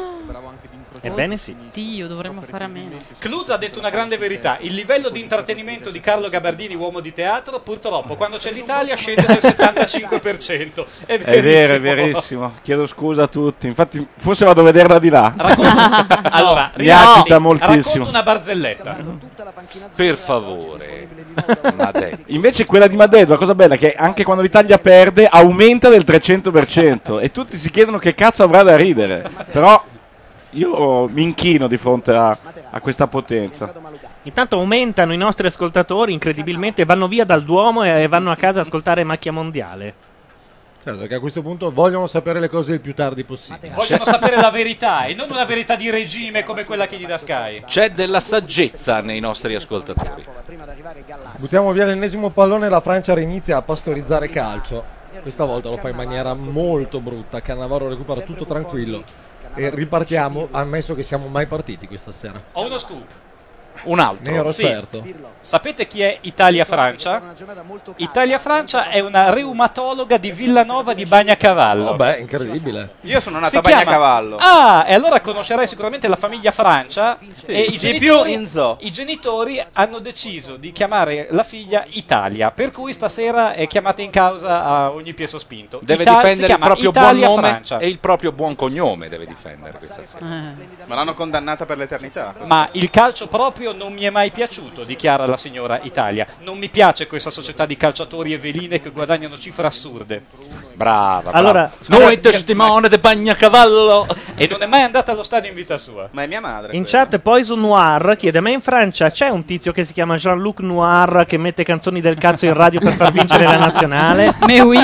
Ebbene sì. Dio, dovremmo fare a meno. Cluz ha detto una grande verità: il livello di intrattenimento di Carlo Gabardini, uomo di teatro, purtroppo quando c'è l'Italia scende del settantacinque per cento. È, È vero, è verissimo. Chiedo scusa a tutti. Infatti, forse vado a vederla di là. Allora, Mi Rinaldi, agita moltissimo. racconta una barzelletta. Per favore. Madeddu. Invece quella di Madeddu, la cosa bella è che anche quando l'Italia perde aumenta del trecento per cento e tutti si chiedono che cazzo avrà da ridere. Però io mi inchino di fronte a, a questa potenza. Intanto aumentano i nostri ascoltatori, incredibilmente, vanno via dal Duomo e vanno a casa a ascoltare Macchia Mondiale. Certo, perché a questo punto vogliono sapere le cose il più tardi possibile. Vogliono sapere la verità e non una verità di regime come quella che gli dà Sky. C'è della saggezza nei nostri ascoltatori. Buttiamo via l'ennesimo pallone, la Francia rinizia a pastorizzare calcio. Questa volta lo fa in maniera molto brutta. Cannavaro recupera tutto tranquillo. E ripartiamo, ammesso che siamo mai partiti questa sera. Ho uno scoop. Un altro. Ne ero Sì. certo. Sapete chi è Italia-Francia? Italia-Francia è una reumatologa di Villanova di Bagnacavallo. Vabbè, incredibile. Io sono nato Si a chiama- Bagnacavallo. Ah, e allora conoscerai sicuramente la famiglia Francia. Sì. E i Di genitori, più in zoo. i genitori hanno deciso di chiamare la figlia Italia, per cui stasera è chiamata in causa a ogni piè sospinto. Deve Ita- si difendere il chiama proprio buon Italia nome Francia. e il proprio buon cognome deve difendere questa sera. Ma l'hanno condannata per l'eternità. Ma il calcio proprio non mi è mai piaciuto, dichiara la signora Italia. Non mi piace questa società di calciatori e veline che guadagnano cifre assurde. Brava, Allora, brava. Noi testimone di Bagnacavallo. E non è mai andata allo stadio in vita sua. Ma è mia madre. In chat Poison Noir chiede: ma in Francia c'è un tizio che si chiama Jean-Luc Noir che mette canzoni del cazzo in radio per far vincere la nazionale? Mais oui.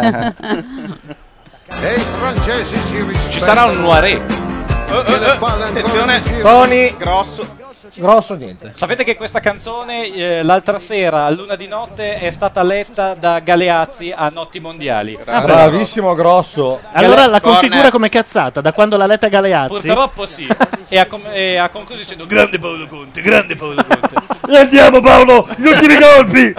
E i francesi si rispettano. Ci sarà un Noiret. Oh, oh, oh, attenzione. Tony. Grosso. Grosso niente. Sapete che questa canzone eh, l'altra sera a luna di notte è stata letta da Galeazzi a Notti Mondiali. Ah, Bravissimo Grosso. Allora la configura Corner. come cazzata, da quando l'ha letta Galeazzi? Purtroppo sì. e, ha com- e ha concluso dicendo grande Paolo Conte, grande Paolo Conte. E andiamo Paolo, gli ultimi colpi.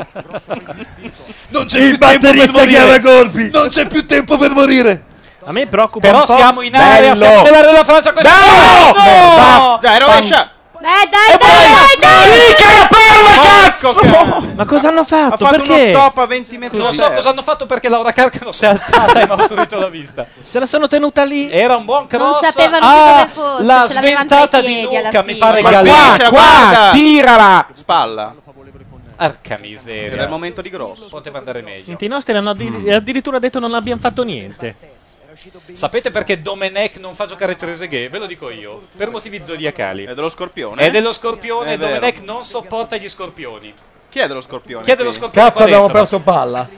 Non c'è Il più tempo per batterista chiama morire. colpi. Non c'è più tempo per morire. A me preoccupa Però un po'. siamo in area, Bello. siamo nell'area della Francia. Questo No! Dai, rovescia. Dai, dai, dai, dai, Porco Ma cosa hanno fatto? Ha fatto Perché? uno stop a venti metri Non da so terra. cosa hanno fatto perché Laura Carcano si è alzata e mi ha fatto la vista. Se la sono tenuta lì. Era un buon cross. Non sapevano ah, più dove fosse, la ce l'avevano sventata tra i di piedi alla nuca mi fine. pare Ma Galea. qua, guarda. Tirala. Spalla. Arca Era il miseria. momento di Grosso. Poteva andare meglio. Senti, I nostri hanno addi- addirittura detto non abbiamo fatto niente. Sapete perché Domenech non fa giocare Trezeguet? Ve lo dico io. Per motivi zodiacali. È dello scorpione. È dello scorpione È e vero. Domenech non sopporta gli scorpioni. Chi è dello scorpione? Chi è dello qui? scorpione? Cazzo, qua abbiamo dentro? perso palla.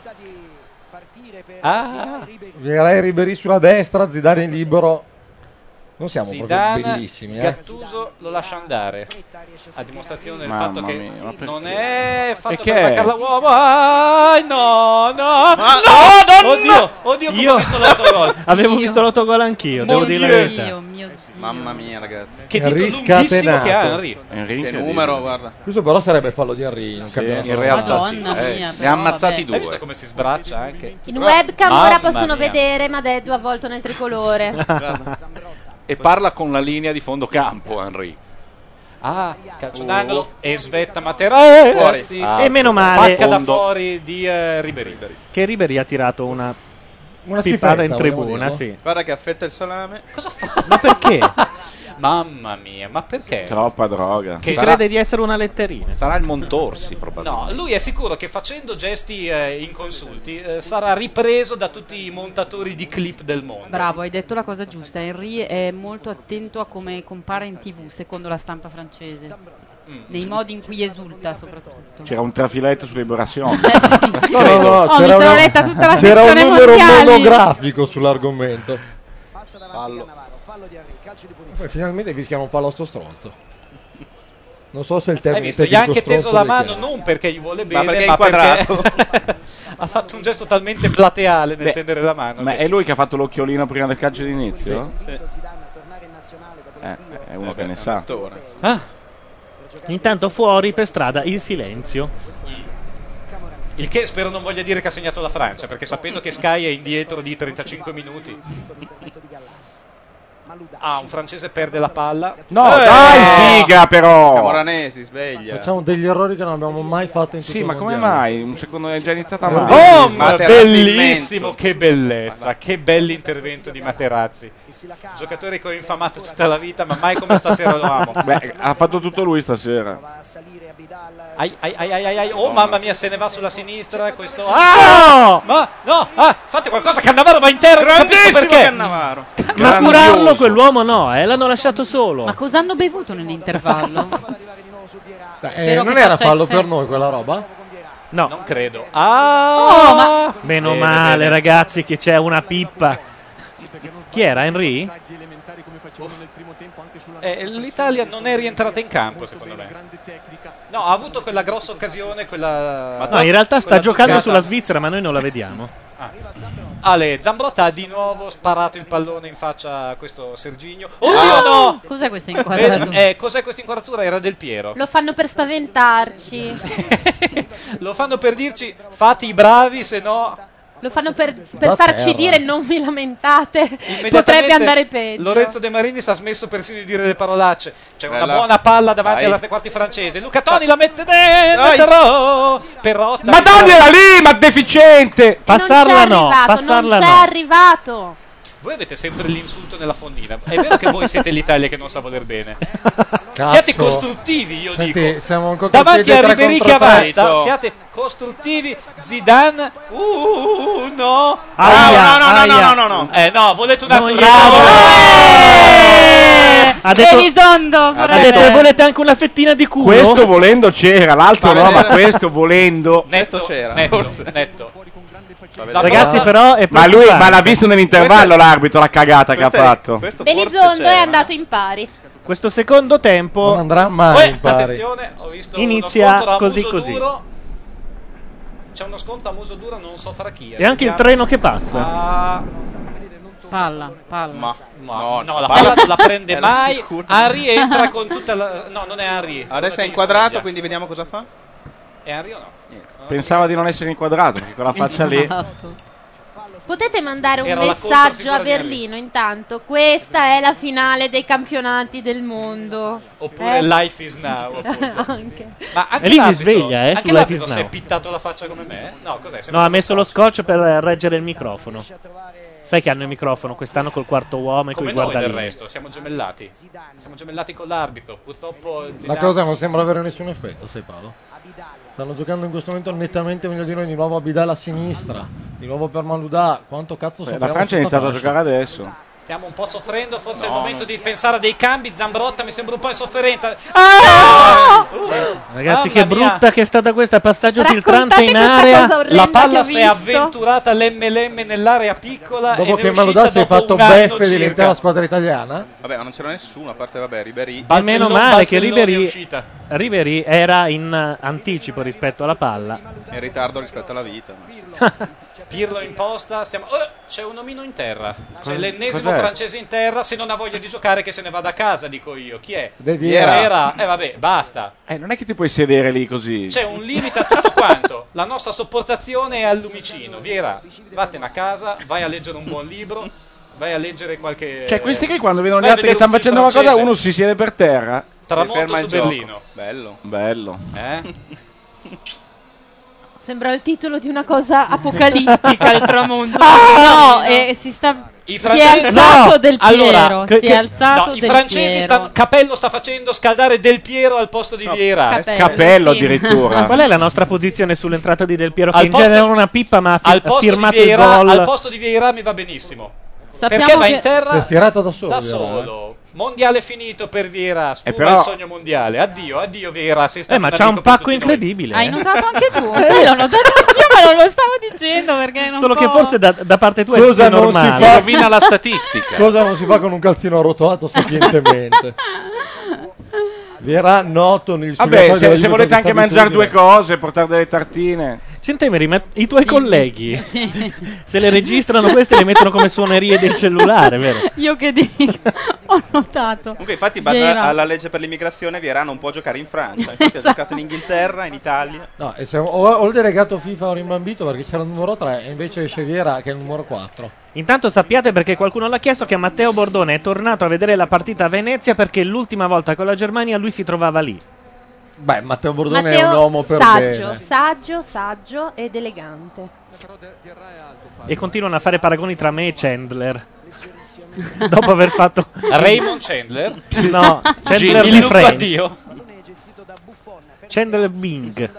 Ah, Direi Ribéry sulla destra, Zidane in libero. Non siamo proprio Zidane, bellissimi, eh. Gattuso lo lascia andare. A dimostrazione del Mamma fatto che mia, ma perché? non è fatto E per che è? attaccare l'uomo. Ah, no, no, Ma- no, oddio, oddio, come Io ho visto l'autogol. avevo visto l'autogol anch'io, devo Mon dire la Dieu. verità. Dio, mio Dio. Mamma mia, ragazzi. Che dito Riscatenato. lunghissimo che ha Henry. Henry, Che che numero, guarda. Questo però sarebbe fallo di Henry in un campionato. In realtà Madonna sì. eh, mia, ne però, ha ammazzati vabbè. Hai visto due. come si sbraccia anche? In webcam Mamma ora possono mia. vedere Madeddu avvolto nel tricolore. E parla con la linea di fondo campo, Henry. Ah, calcio d'angolo e svetta Materazzi. Fuori. Ah, E meno male Pacca da fondo. fuori di eh, Ribéry. che Ribéry ha tirato una Una pippata schifezza, in vogliamo tribuna, dirlo. sì. Guarda che affetta il salame. Cosa fa? Ma perché? Mamma mia, ma perché? Troppa droga. Che Sarà- crede di essere una letterina. Sarà il Montorsi, probabilmente. No, lui è sicuro che facendo gesti eh, inconsulti eh, sarà ripreso da tutti i montatori di clip del mondo. Bravo, hai detto la cosa giusta. Henry è molto attento a come compare in tivù, secondo la stampa francese. Mm. Nei modi in cui esulta, soprattutto. C'era un trafiletto sulle Liberazione. No, no, no, Oh, mi c'era, sono una- letta tutta la c'era un sezione numero mondiali. monografico sull'argomento. Fallo. Fallo di Henry, calcio di punizione. Poi finalmente fischiano un fallo a sto stronzo. Non so se il Hai termine visto? Gli ha tecnico anche teso stronzo la è mano chiaro. non perché gli vuole Ma bene, perché è ma inquadrato. perché ha fatto un gesto talmente plateale nel Beh, tendere la mano. Ma che- è lui che ha fatto l'occhiolino prima del calcio d'inizio? Sì. Zidane a tornare in nazionale dopo Eh, è uno Vabbè, che ne una sa. mezz'ora. Ah. Intanto fuori per strada il silenzio. Il che spero non voglia dire che ha segnato la Francia, perché sapendo che Sky è indietro di trentacinque minuti. Ah, un francese perde la palla. No, Eh, dai, figa però! Camoranesi, sveglia. Facciamo degli errori che non abbiamo mai fatto in tutto Sì, il ma come mondiale. mai? Un secondo è già iniziata Oh, male. Oh, Materazzi bellissimo, immenso. che bellezza, che bell'intervento di Materazzi. Giocatore che ho infamato tutta la vita, ma mai come stasera lo amo. Beh, ha fatto tutto lui stasera. va a salire Abidal. Ai, ai, ai, ai, ai, ai. Oh mamma mia, se ne va sulla sinistra questo. Ah! Ma no, ah, fate qualcosa, Cannavaro va interno, non capisco Grandissimo perché. Cannavaro. Ma curarlo quell'uomo no, eh, l'hanno lasciato solo. Ma cosa hanno bevuto nell'intervallo? Prova ad arrivare di nuovo su di Eh, non era fallo per noi quella roba? No. Non credo. Ah! Oh, ma- Meno Bene, male, bene. ragazzi, che c'è una pippa. Chi era? Henry? Eh, L'Italia non è rientrata in campo, secondo me. No, ha avuto quella grossa occasione, quella... No, in realtà sta quella giocando toccata. sulla Svizzera, ma noi non la vediamo. Ale, Zambrotta ha di nuovo sparato il pallone in faccia a questo Serginio. Oddio, no! Cos'è questa inquadratura? Eh, cos'è questa inquadratura? Era Del Piero. Lo fanno per spaventarci. Lo fanno per dirci fate i bravi, se no... Lo fanno per, Da per farci terra. dire non vi lamentate. Immediatamente Potrebbe andare peggio. Lorenzo De Marinis ha smesso persino di dire le parolacce. C'è una Bella. buona palla davanti Vai. alla tre quarti francese. Luca Toni la mette dentro. Però, però Ma dagliela lì, ma deficiente! Passarla non no, c'è arrivato, passarla non c'è no. arrivato. Voi avete sempre l'insulto nella fondina. È vero che voi siete l'Italia che non sa voler bene. Cazzo. Siate costruttivi, io Senti, dico. siamo ancora Davanti a tre Ribéry contro che tre. avanza, siate costruttivi. Zidane. Uh, no. Aia, no, no, no, aia. no, no, no. Eh no, volete un altro Non gli- bravo. Ha detto, Elizondo, ha vorrebbe. detto, volete anche una fettina di culo? Questo volendo c'era, l'altro Va no, ma bene. questo volendo. Netto, Questo c'era, netto, forse. netto. Zambrotta- Ragazzi, però è Ma lui preoccupante. ma l'ha visto nell'intervallo Questo è- l'arbitro, la cagata che ha questo è- fatto. questo forse Belizondo è c'era. andato in pari. Questo secondo tempo Non andrà mai Poi, in pari. attenzione, ho visto Inizia uno scontro a così, muso così. duro. C'è uno scontro a muso duro, non so fra chi. e anche il treno che passa. Ah, Palla, palla. Ma ma- no, no, la palla- palla non la prende era mai. sicuro. Henry entra con tutta la... No, non è Henry. Adesso è inquadrato, quindi vediamo cosa fa. È Henry o no? Pensava di non essere inquadrato, perché quella faccia lì. Esatto. Potete mandare un Era la messaggio controfigura a di Berlino intanto. Questa è la finale dei campionati del mondo. Oppure Eh? Life is Now. appunto. Anche. Ma anche E lì si l'arbitro- sveglia, eh, Anche su Life l'arbitro is si è Now. pittato la faccia come me? No, cos'è? No, ha messo lo scotch per eh, reggere il microfono. Sai che hanno il microfono quest'anno col quarto uomo e Come coi noi del guardalini. resto, siamo gemellati. Siamo gemellati con l'arbitro. Purtroppo La Zidane- cosa non sembra avere nessun effetto, sai Paolo? Stanno giocando in questo momento nettamente meglio di noi, di nuovo Abidal a sinistra, di nuovo per Maludà, quanto cazzo La soffriamo Francia ha sotto iniziato a fascia? giocare adesso. Stiamo un po' soffrendo, forse è il No, momento no. di pensare a dei cambi. Zambrotta mi sembra un po' insofferente. Ah! Ragazzi, Mamma che brutta mia. che è stata questa. Passaggio Raccontate filtrante in questa area. cosa orrenda La che palla ho si è visto. avventurata l'emme l'emme nell'area piccola Dopo e che ne è Maludà uscita si è dopo fatto un anno beffe circa. dell'intera squadra italiana? Vabbè, ma non c'era nessuno, a parte vabbè, Ribéry. E Balzellone- meno male che Balzellone è Ribéry, uscita. Ribéry era in eh, anticipo rispetto alla palla. In ritardo rispetto alla vita. ma- Pirlo in posta, stiamo... oh, c'è un omino in terra. C'è Cos- l'ennesimo cos'è? francese in terra. Se non ha voglia di giocare, che se ne vada a casa, dico io. Chi è? De Viera. Viera. Eh vabbè, basta. Eh, non è che ti puoi sedere lì così. C'è un limite a tutto quanto. La nostra sopportazione è al lumicino. Viera, vattene a casa, vai a leggere un buon libro, vai a leggere qualche... Cioè, questi qui quando vedono gli vai a altri che vedere stanno un film facendo qualcosa, francese. uno si siede per terra. Tramonto ferma su il gioco. Berlino. Bello. Bello. Eh? Sembra il titolo di una cosa apocalittica il tramonto. No, e si sta... I Si è francesi- alzato No, Del Piero, allora, si che- è alzato no, i Del francesi Piero. stanno... Capello sta facendo scaldare Del Piero al posto di Viera. Capello, Cappello sì. addirittura. Qual è la nostra posizione sull'entrata di Del Piero? Che Al in posto- genere è una pippa, ma ha, fi- Al ha posto, di firmato il Vieira, gol. al posto di Vieira mi va benissimo. Sappiamo Perché va che- in terra Si è stirato da solo. da Vieira, eh. solo. Mondiale finito per Vieira. Sfuma Eh, però- il sogno mondiale. Addio, addio Vieira. Sei stato Eh, ma un c'ha amico un per pacco tutti noi. incredibile. Hai eh. notato anche tu? Sì, l'ho notato anch'io, ma non lo stavo dicendo perché non Solo può- che forse da, da parte tua Cosa è non si normale. fa? Rovina la statistica. Cosa non si fa con un calzino arrotolato sapientemente? Viera noto negli Vabbè, spogliatoi se, della se Juve volete per anche questa mangiare due abitudine. cose, portare delle tartine. Centemeri, ma i tuoi colleghi se le registrano queste le mettono come suonerie del cellulare, vero? Io che dico, ho notato. Comunque, infatti, in base Vieira. alla legge per l'immigrazione, Vieira non può giocare in Francia. Infatti, ha giocato in Inghilterra, in Italia. No, e siamo, o, o il delegato FIFA o rimbambito perché c'era il numero tre e invece esce Viera che è il numero quattro. Intanto sappiate, perché qualcuno l'ha chiesto, che Matteo Bordone è tornato a vedere la partita a Venezia perché l'ultima volta con la Germania lui si trovava lì. Beh, Matteo Bordone Matteo, è un uomo per saggio, bene. saggio, saggio ed elegante. E continuano a fare paragoni tra me e Chandler. Dopo aver fatto Raymond Chandler? No, Chandler Gil- di Luca Friends. Dio. Chandler Bing.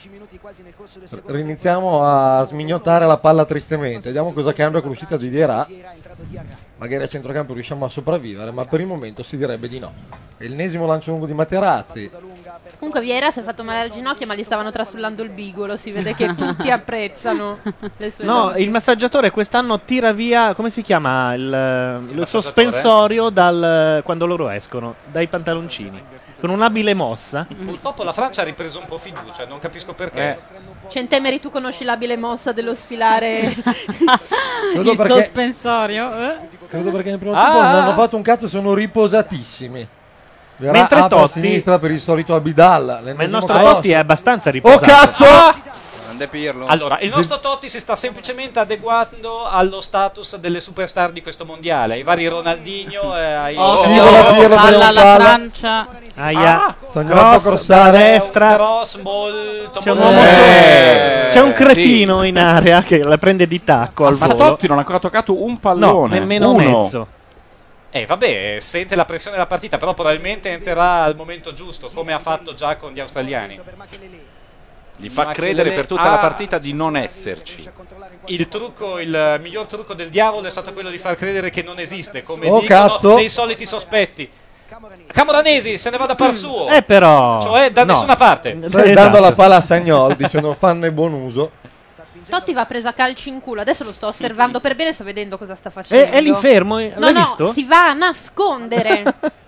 Riniziamo a smignottare la palla tristemente. Vediamo cosa cambia con l'uscita di Viera. Magari a centrocampo riusciamo a sopravvivere, ma per il momento si direbbe di no. È l'ennesimo lancio lungo di Materazzi. Comunque Vieira si è fatto male al ginocchio, ma gli stavano trasullando il bigolo. Si vede che tutti apprezzano le sue No, doti. il massaggiatore quest'anno tira via, come si chiama? Il, il sospensorio dal, quando loro escono, dai pantaloncini. Con un'abile mossa. Purtroppo la Francia ha ripreso un po' fiducia, non capisco perché. Eh. Centemeri, tu conosci l'abile mossa dello sfilare Credo il perché- sospensorio? Eh? Credo perché nel primo Ah! tempo non hanno fatto un cazzo, sono riposatissimi. Verrà Mentre apre a Totti- sinistra per il solito Abidal. Ma il l'ennesimo nostro cross. Totti è abbastanza Oh riposato. cazzo! Grande Pirlo. Allora, il nostro Totti si sta semplicemente adeguando allo status delle superstar di questo mondiale, ai vari Ronaldinho, eh, ai Oh, Nicola Pirlo palla per un alla palla. Francia. Aia. Ah, Sognato Cross da crossare. destra. cross molto C'è un molto- uomo Eh, solo. C'è un cretino in area che la prende di tacco al Ma volo. Totti non ha ancora toccato un No, pallone. nemmeno Uno. mezzo. Eh vabbè, sente la pressione della partita, però probabilmente entrerà al momento giusto, come ha fatto già con gli australiani. Gli fa Ma credere che per le- tutta la Ah. partita di non esserci. Il trucco, il miglior trucco del diavolo è stato quello di far credere che non esiste, come Oh, dicono cazzo. dei soliti sospetti. Camoranesi se ne va da par suo. Eh però. Cioè da no. nessuna parte. Stai Esatto. dando la palla a Sagnol dicendo fanne buon uso. Totti va preso a calci in culo. Adesso lo sto osservando per bene, sto vedendo cosa sta facendo. È, è lì fermo, eh? No, l'hai no, visto? si va a nascondere.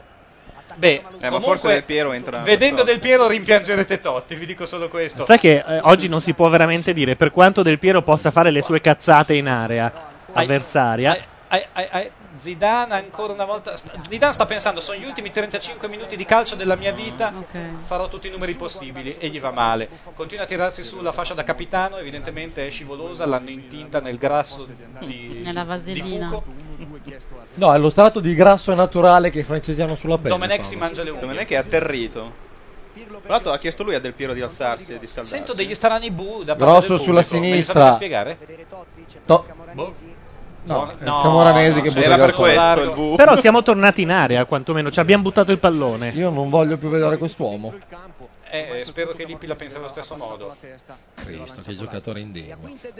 Beh, Eh, ma comunque, forse Del Piero entra. vedendo Del Piero rimpiangerete Totti, vi dico solo questo. Sai che eh, oggi non si può veramente dire, per quanto Del Piero possa fare le sue cazzate in area avversaria. Ai- ai- ai- Zidane ancora una volta sta- Zidane sta pensando: sono gli ultimi trentacinque minuti di calcio della mia vita, farò tutti i numeri possibili, e gli va male. Continua a tirarsi su la fascia da capitano, evidentemente è scivolosa, l'hanno intinta nel grasso di, Nella di vasellina. fuoco. No, è lo strato di grasso naturale che i francesi hanno sulla pelle. Domenech Paolo. si mangia le unghie. Domenech è atterrito. Tra l'altro ha chiesto lui a Del Piero di alzarsi e di scaldarsi. Sento degli strani bu da parte Grosso del sulla pubblico. Me li sinistra. sapete spiegare? To- Boh. No, è No, Camoranesi no, che Era butta per via questo largo. il bu. Però siamo tornati in area, quantomeno ci abbiamo buttato il pallone. Io non voglio più vedere quest'uomo. Eh, spero che Lippi la pensi allo stesso modo. Cristo, che giocatore indegno.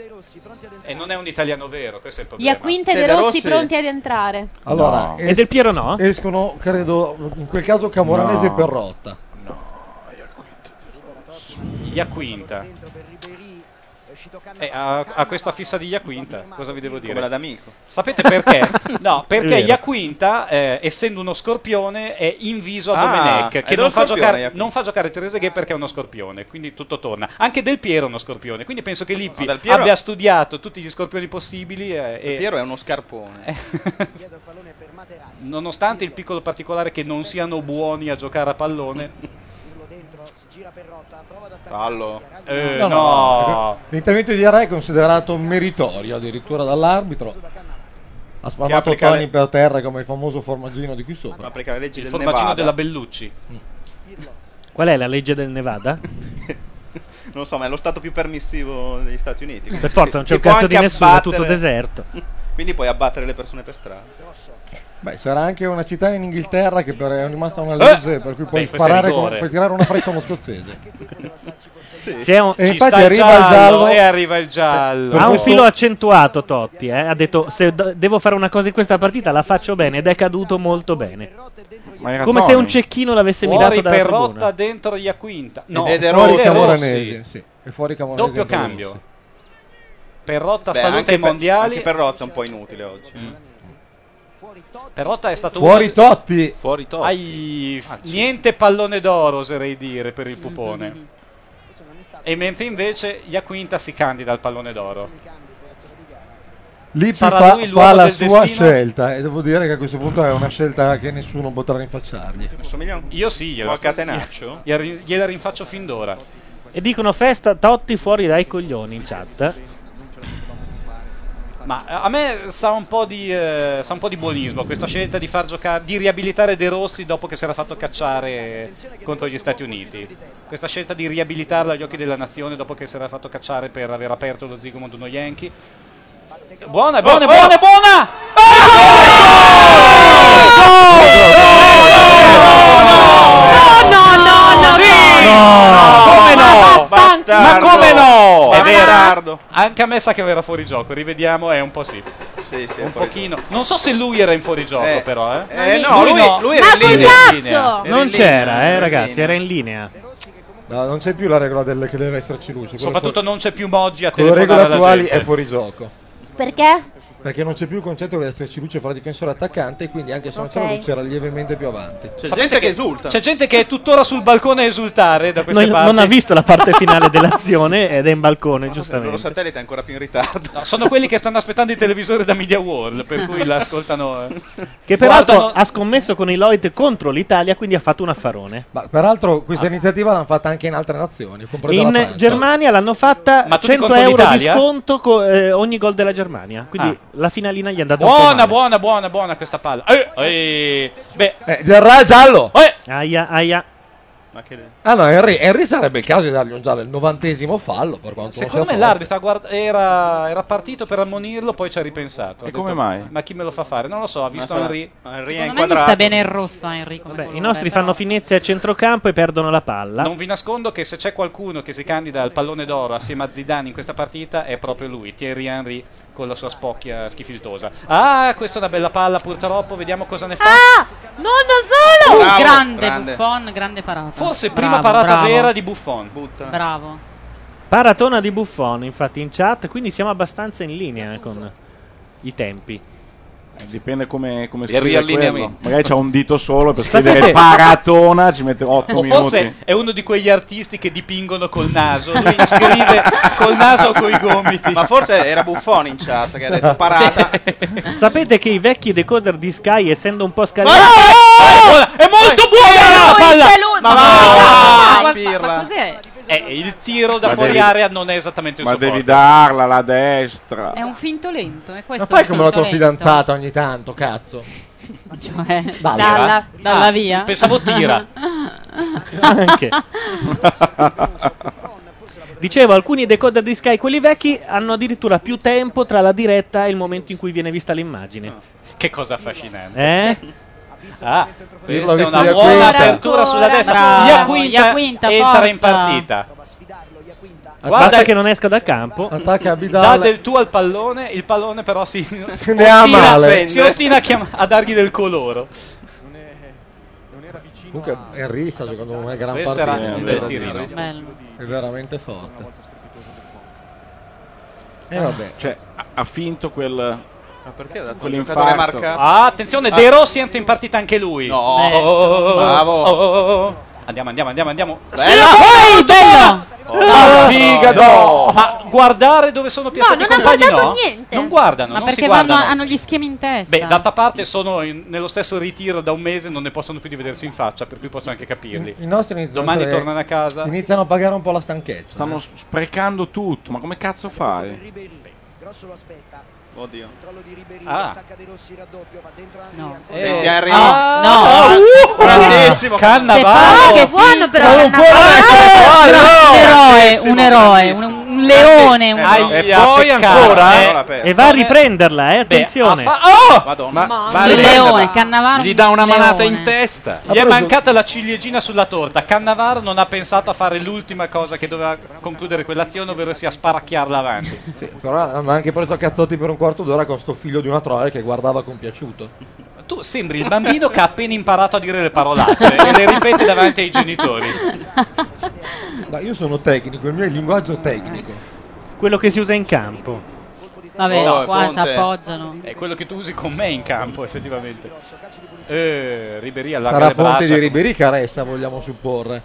E non è un italiano vero, questo è il problema. Iaquinta e De De Rossi Rossi. pronti ad entrare. Allora, No. E Del Piero no? escono, credo, in quel caso Camoranesi No. e Perrotta. Iaquinta. Eh, ha, ha questa fissa di Iaquinta, cosa vi devo dire? Come la d'amico. Sapete perché? No, È perché vero. Iaquinta, eh, essendo uno scorpione, è inviso a Ah, Domenech, è che dello non fa, scorpione, giocare, Iaquinta. non fa giocare Trezeguet perché è uno scorpione, quindi tutto torna. Anche Del Piero è uno scorpione, quindi penso che Lippi No, Del Piero- abbia studiato tutti gli scorpioni possibili eh, e, Piero è uno scarpone. nonostante il piccolo particolare che non siano buoni a giocare a pallone. Fallo. Eh, No, no, no, l'intervento di Arè è considerato meritorio addirittura dall'arbitro. Ha spalmato applica Toni le- per terra come il famoso formaggino di qui sopra. Applica le leggi il del formaggino Nevada. della Bellucci. Qual è la legge del Nevada? Non lo so, ma è lo stato più permissivo degli Stati Uniti. Per forza, non c'è Si un può cazzo di anche nessuno, è abbattere- tutto deserto. Quindi puoi abbattere le persone per strada. Beh, sarà anche una città in Inghilterra che per, è rimasta una legge per cui puoi Beh, questo è sparare rigore. come, puoi tirare una freccia a uno scozzese. Si è un- E Ci infatti sta il arriva il giallo e arriva il giallo. Ha un questo- filo accentuato Totti, eh. Ha detto se d- devo fare una cosa in questa partita la faccio bene ed è caduto molto bene. Ma era Come se Toni. un cecchino l'avesse Fuori mirato dalla Perrotta, tribuna. dentro Iaquinta. No, Ed è fuori Rossi. Camoranesi, sì. E fuori Camoranesi Doppio e De Rossi. cambio. Perrotta Beh, saluta anche i per- mondiali. Anche Perrotta è un po' inutile oggi. Mm. Perrotta è stato Fuori uno... Totti. Fuori Totti. Ai... niente pallone d'oro, oserei dire, per il pupone. E mentre invece Iaquinta si candida al pallone d'oro. Lippi Sarà fa, lui l'uomo fa la del sua destino? scelta e devo dire che a questo punto è una scelta che nessuno potrà rinfacciargli. Assomiglia un Io sì, gliela, po' al catenaccio. gliela, gliela rinfaccio fin d'ora. E dicono festa Totti fuori dai coglioni in chat. Ma eh, a me sa un po' di eh, sa un po' di buonismo questa scelta di far giocare, di riabilitare De Rossi dopo che si era fatto cacciare contro gli Stati Uniti. Questa scelta di riabilitarlo agli occhi della nazione dopo che si era fatto cacciare per aver aperto lo zigo contro uno Yankee. Buona, buona, Oh, buona, oh! buona! No, no, no, Sì! No! Come no? Bastardo! Ma come no? È È vero. bastardo. Anche a me sa che era fuori gioco, rivediamo, è un po' sì. Sì, sì, un fuori pochino. Non so se lui era in fuorigioco, Eh, però, eh. eh, no, lui- lui era Ma in col linea. cazzo! Non c'era, eh, in ragazzi, linea. era in linea. No, non c'è più la regola del, che deve esserci luce. Quello Soprattutto non c'è più Moggi a Con le telefonare regole alla attuali gente. è fuori gioco. Perché? Perché non c'è più il concetto che deve esserci luce fra difensore e attaccante, e quindi anche se non c'è Ok. la luce era lievemente più avanti. C'è Sapete gente che che- esulta. C'è gente che è tuttora sul balcone a esultare da queste Non, parti. non ha visto la parte finale dell'azione ed è in balcone, Il loro giustamente. satellite è ancora più in ritardo. No, sono quelli che stanno aspettando i televisori da Media World, per cui l'ascoltano. eh. Che peraltro Guardano- ha scommesso con i Lloyd contro l'Italia, quindi ha fatto un affarone. Ma peraltro questa iniziativa l'hanno fatta anche in altre nazioni, compresa la In Francia. Germania l'hanno fatta Ma tutti cento contro euro di l'Italia? sconto co- eh, ogni gol della Germania. Quindi Ah. la finalina gli è andata un po' Buona, male. buona, buona, buona questa palla. Eh, eh, beh, Eh, del Ra giallo! eh, Aia, aia. Ma che... Ah no, Henry, Henry sarebbe il caso di dargli un giallo, il novantesimo fallo, per quanto secondo non me sia l'arbitro ha guard- era, era partito per ammonirlo, poi ci ha ripensato. Ha E detto, come mai? Ma chi me lo fa fare? Non lo so, ha visto Ma Henry. Henry è Secondo me gli inquadrato. sta bene il rosso a Enrico. Vabbè, i nostri fanno finezze a centrocampo e perdono la palla. Non vi nascondo che se c'è qualcuno che si candida al pallone d'oro assieme a Zidane in questa partita è proprio lui, Thierry Henry, con la sua spocchia schifiltosa. Ah, questa è una bella palla purtroppo, vediamo cosa ne fa. Ah! No, non solo! Bravo, grande grande. Buffon, grande parata. Forse prima Bravo, parata bravo. vera di Buffon. Butta. Bravo. Paratona di Buffon, infatti, in chat, quindi siamo abbastanza in linea con i tempi. Eh, Dipende come, come Il scrive riallineamento. quello. Magari c'ha un dito solo per Sapete- scrivere paratona, ci mette otto O minuti. forse è uno di quegli artisti che dipingono col naso. Lui scrive col naso o coi gomiti. Ma forse era Buffon in chat che ha detto parata. Sapete che i vecchi decoder di Sky, essendo un po' scalati, È molto buona la palla! Ma Ma, va, ma- pirla. ma cos'è? Eh, il tiro da Ma fuori devi- area non è esattamente il Ma suo devi forte. darla la destra. È un finto lento. È questo Ma fai un come la tua finto lento. fidanzata ogni tanto, cazzo. Cioè, Dalla. dalla, dalla Ah, via. pensavo tira. anche. Dicevo, alcuni decoder di Sky, quelli vecchi, hanno addirittura più tempo tra la diretta e il momento in cui viene vista l'immagine. Che cosa affascinante. Eh? Ah, Io l'ho questa è visto una Iaquinta. buona apertura sulla destra. Bravo, Iaquinta Iaquinta, entra in forza. partita. Guarda Guarda che non esca dal campo. Attacca Dà Abidal. del tuo al pallone, il pallone però si, ne ha male. si ostina a, chiam- a dargli del coloro. Comunque Henry sta giocando una gran Questo partita. era un è bel da tirino. dire. Bello. È veramente forte. E vabbè. Cioè, ha- ha finto quel. Ma perché ha dato un Quell'infarto. giocatore marcato? Ah, attenzione, De Rossi entra in partita anche lui. No. Eh, oh, oh, oh, Bravo. oh, oh, oh. Andiamo, andiamo, andiamo, andiamo. Bella. Ehi, bello! Ah, figato! Ma guardare dove sono piazzati non i ha compagni guardato no? niente. Non guardano, Ma non si perché vanno, guardano. hanno gli schemi in testa. Beh, d'altra parte sono in- nello stesso ritiro da un mese, non ne possono più di vedersi in faccia, per cui posso anche capirli. I nostri iniziano, Domani a essere- tornano a casa. iniziano a pagare un po' la stanchezza. Stanno eh. sprecando tutto, ma come cazzo fai? Grosso lo aspetta. Oddio. Controllo di Ribéry, Ah. attacca De Rossi, raddoppio, va dentro anche No. ancora. Senti, Eh, Henry. ah, no. no. Uh, grandissimo. Che Cannavaro. che buono però. Ma non può un eroe, un eroe, un, un leone. Un... Eh, Aia, E poi peccato, ancora, eh. eh. l'ha perso. E va a riprenderla, eh, attenzione. Beh, ha fa- oh! Madonna. Ma un va a leone, riprenderla. Cannavaro. Gli dà una un manata leone. in testa. Gli è mancata la ciliegina sulla torta. Cannavaro non ha pensato a fare l'ultima cosa che doveva concludere quell'azione, ovvero sia sparacchiarla avanti. Sì, però hanno anche preso a cazzotti per un quarto d'ora con sto figlio di una troia che guardava compiaciuto. Tu sembri il bambino che ha appena imparato a dire le parolacce e le ripete davanti ai genitori. Ma io sono tecnico, il mio è il linguaggio tecnico. Quello che si usa in campo. Vabbè, Oh, qua si Conte. appoggiano. È quello che tu usi con me in campo, effettivamente. Eh, Ribéry allarga Sarà le Ponte braccia. di Ribéry Caressa, vogliamo supporre.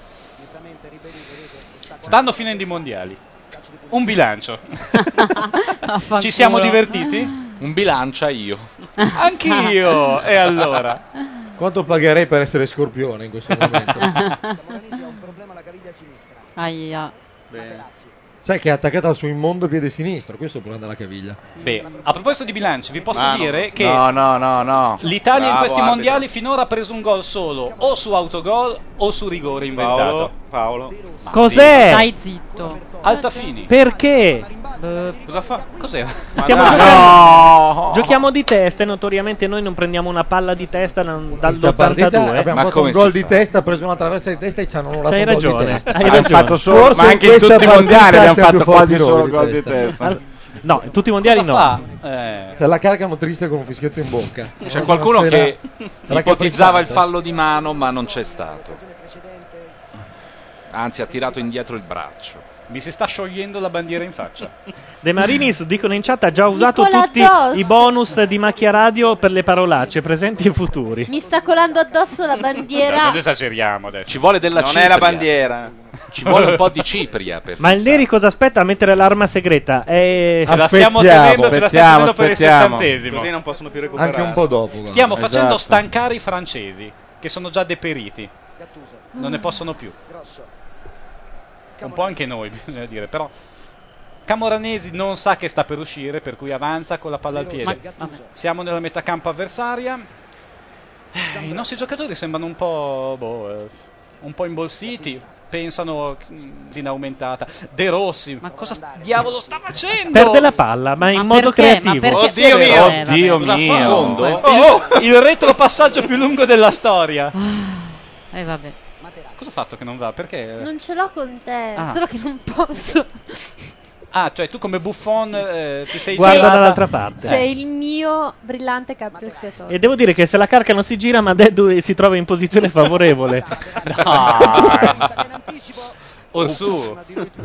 Stanno finendo i mondiali. Un bilancio. Vaffanculo. Ci siamo divertiti? Un bilancia io. Anch'io. E allora? Quanto pagherei per essere Scorpione in questo momento? Moranesi ha un problema alla caviglia sinistra. Aia. Materazzi. Sai che è attaccata al suo immondo piede sinistro, questo è il problema della caviglia. Beh, a proposito di bilanci, vi posso Ma no, dire che No, no, no, no. l'Italia in Bravo, questi arbitro. mondiali finora ha preso un gol solo o su autogol o su rigore inventato. Paolo. Paolo. Cos'è? Stai zitto. Altafini. Perché? Cosa fa? Cos'era? Stiamo dai. giocando. No! Giochiamo di testa e notoriamente noi non prendiamo una palla di testa non- Questa partita dall'ottantadue. abbiamo Ma fatto come un gol si di fa? testa, ha preso una traversa di testa e ci hanno annullato C'hai un gol di ragione. testa. Hai Hanno ragione. fatto solo, Forse ma in anche in questa tutti i mondiali partita abbiamo siamo fatto più quasi forti solo noi gol di di testa. testa. Al- No, tutti i mondiali Cosa no. fa? Eh. Se la caricano triste con un fischietto in bocca. C'è qualcuno Una che scena ipotizzava il raccapezzata. fallo di mano, ma non c'è stato. Anzi, ha tirato indietro il braccio. Mi si sta sciogliendo la bandiera in faccia. De Marinis, dicono in chat, ha già usato Nicola tutti Dos. i bonus di Macchia Radio per le parolacce, presenti e futuri. Mi sta colando addosso la bandiera. Non esageriamo adesso. Ci vuole della Non cipria. è la bandiera. Ci vuole un po' di cipria. Per Ma il Neri cosa aspetta a mettere l'arma segreta? È... Ce la stiamo tenendo, ce la stiamo tenendo per il settantesimo. Così non possono più recuperare. Anche un po' dopo. guarda. Stiamo Esatto. facendo stancare i francesi, che sono già deperiti. Non ne possono più. Un po' anche noi, bisogna dire, però Camoranesi non sa che sta per uscire, per cui avanza con la palla al piede. Ma- Siamo nella metà campo avversaria. Eh, I nostri giocatori sembrano un po' boh, eh, un po' imbolsiti, pensano mm, in aumentata. De Rossi, ma cosa st- diavolo sta facendo? Perde la palla, ma in Ma modo perché? Ma creativo. perché? Oddio mio, Eh, vabbè. Oddio Cosa mio. fa? Oh, oh, il retropassaggio più lungo della storia. Eh vabbè. Cosa ha fatto che non va? Perché? Non ce l'ho con te, Ah. solo che non posso. Ah, cioè tu come Buffon eh, ti sei Guarda girata- dall'altra parte. Sei il mio brillante cappio espiatorio. E devo dire che se la carca non si gira, Madeddu si trova in posizione favorevole. Orsù.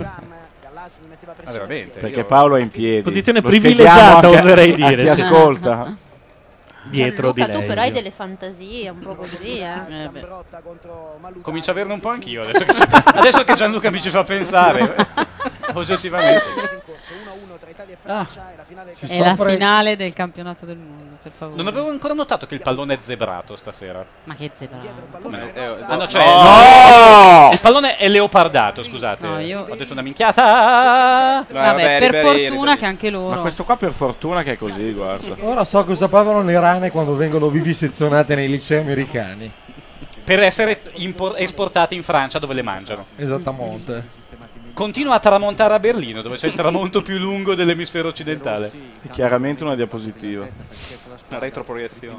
Ma veramente? Perché io- Paolo è in piedi. Posizione Lo privilegiata, spieghiamo anche- oserei a dire. chi Sì. ascolta. Dietro di Luca, tu lei. però hai delle fantasie, un po' così, eh. Comincio a averne un po' anch'io adesso che, adesso che Gianluca mi ci fa pensare. Oggettivamente. Ah, È la finale del campionato del mondo, per favore. non avevo ancora notato che il pallone è zebrato stasera. Ma che zebrato. Come no? Eh, eh, Ah, no, cioè, No! il pallone è leopardato, scusate. No, io- Ho detto una minchiata. No, Vabbè, per Ribéry, fortuna Ribéry. che anche loro. Ma questo qua per fortuna che è così, guarda. Ora so cosa provano le rane quando vengono vivisezionate nei licei americani. Per essere impor- esportate in Francia dove le mangiano. Esattamente. Continua a tramontare a Berlino, dove c'è il tramonto più lungo dell'emisfero occidentale. È chiaramente una diapositiva. Una retroproiezione.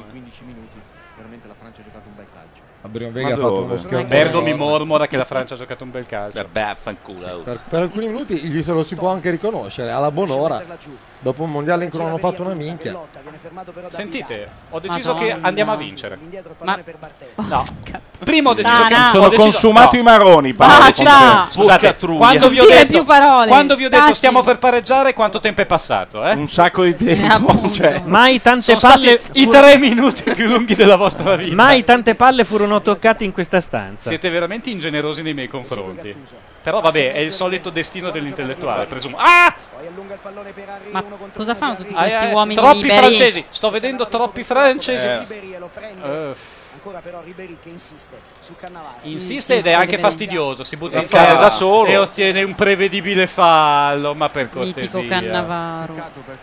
Abbiamo Ma Vega ha fatto dove? uno scherzo. Bergo mi mormora che la Francia ha giocato un bel calcio. Vabbè, fanculo. oh. Per, per alcuni minuti gli se lo si può anche riconoscere. Alla buon'ora, dopo un mondiale in cui non hanno fatto una minchia. Sentite, ho deciso Madonna. che andiamo a vincere. Ma No, prima ho deciso Dai, che no. ho Sono deciso- consumati no. i maroni, Paolo. Basta! con te. Scusate, Bucca quando vi ho Non dire detto, più parole. quando vi ho detto Taci. stiamo per pareggiare, quanto tempo è passato? Eh? Un sacco di tempo. appunto. Cioè, Mai tante Sono palle stati i fu- tre minuti più lunghi della vostra vita. Mai tante palle furono toccate in questa stanza. Siete veramente ingenerosi nei miei confronti. Però vabbè, è il solito destino dell'intellettuale, presumo. Ah! Ma cosa fanno tutti Ah, questi eh, uomini troppi liberi? francesi, sto vedendo troppi francesi. Eh, Ancora però Ribéry che insiste su Cannavaro. insiste ed è anche fastidioso, si butta in fa campo da solo. e ottiene un prevedibile fallo, ma per cortesia. Mitico Cannavaro.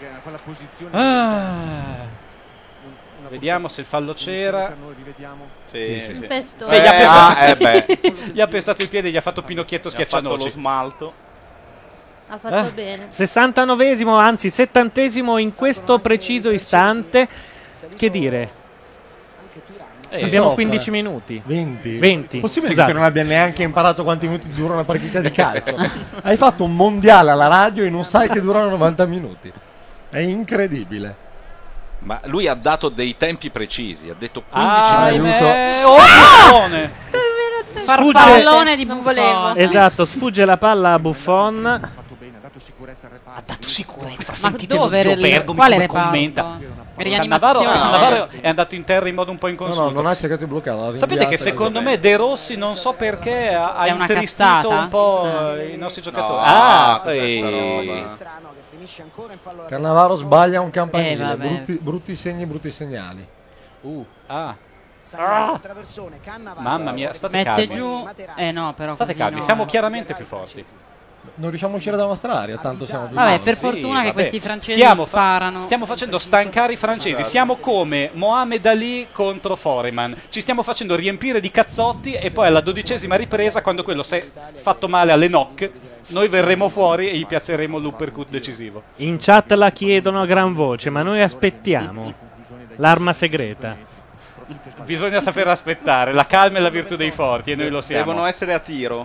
Ah. Vediamo se il fallo c'era. Sì, sì. Un pestone. Beh, gli, ha Eh, pestato, ah, eh, beh. gli ha pestato il piede, gli ha fatto Pinocchietto Ha fatto lo schiaccianoci. smalto. Ha fatto Eh. bene. sessantanovesimo, anzi settantesimo in questo preciso istante. Che dire? Eh, Abbiamo soffre. quindici minuti. venti. venti. Possibile Esatto. che tu non abbia neanche imparato quanti minuti dura una partita di calcio? Hai fatto un mondiale alla radio e non sai che durano novanta minuti. È incredibile. Ma lui ha dato dei tempi precisi, ha detto quindici Ah, minuti. ahimè. Oh, Buffon! Farfallone di Non Buffon. volevo. Esatto, sfugge la palla a Buffon. Ha dato sicurezza, Ma sentite dove lo era zio il- Bergomi quale come reparto? commenta. Rianimazione. Cannavaro, Cannavaro è andato in terra in modo un po' No, inconsulto. no, non ha cercato di bloccare. l'ha Sapete rinviata che così. secondo me De Rossi non so perché ha, ha È una intristito cazzata? un po' Ah. i nostri giocatori. No, ah, cos'è sta ehi. roba? Strano che finisce ancora in fallo. Cannavaro sbaglia un campanile. Eh, vabbè. brutti, brutti segni, brutti segnali. Uh, ah. Ah. Traversone, Cannavaro. Mamma mia, state Mette calmi. giù. Eh no, però. State così calmi, no. siamo chiaramente più forti. Non riusciamo a uscire dalla nostra area, tanto siamo più Vabbè, bravi. per Sì, fortuna che vabbè. questi francesi Stiamo fa- sparano. Stiamo facendo stancare i francesi. Siamo come Mohamed Ali contro Foreman. Ci stiamo facendo riempire di cazzotti e poi alla dodicesima ripresa, quando quello si è fatto male alle noc, noi verremo fuori e gli piazzeremo l'uppercut decisivo. In chat la chiedono a gran voce, ma noi aspettiamo. L'arma segreta. Bisogna saper aspettare. La calma è la virtù dei forti e noi lo siamo. Devono essere a tiro.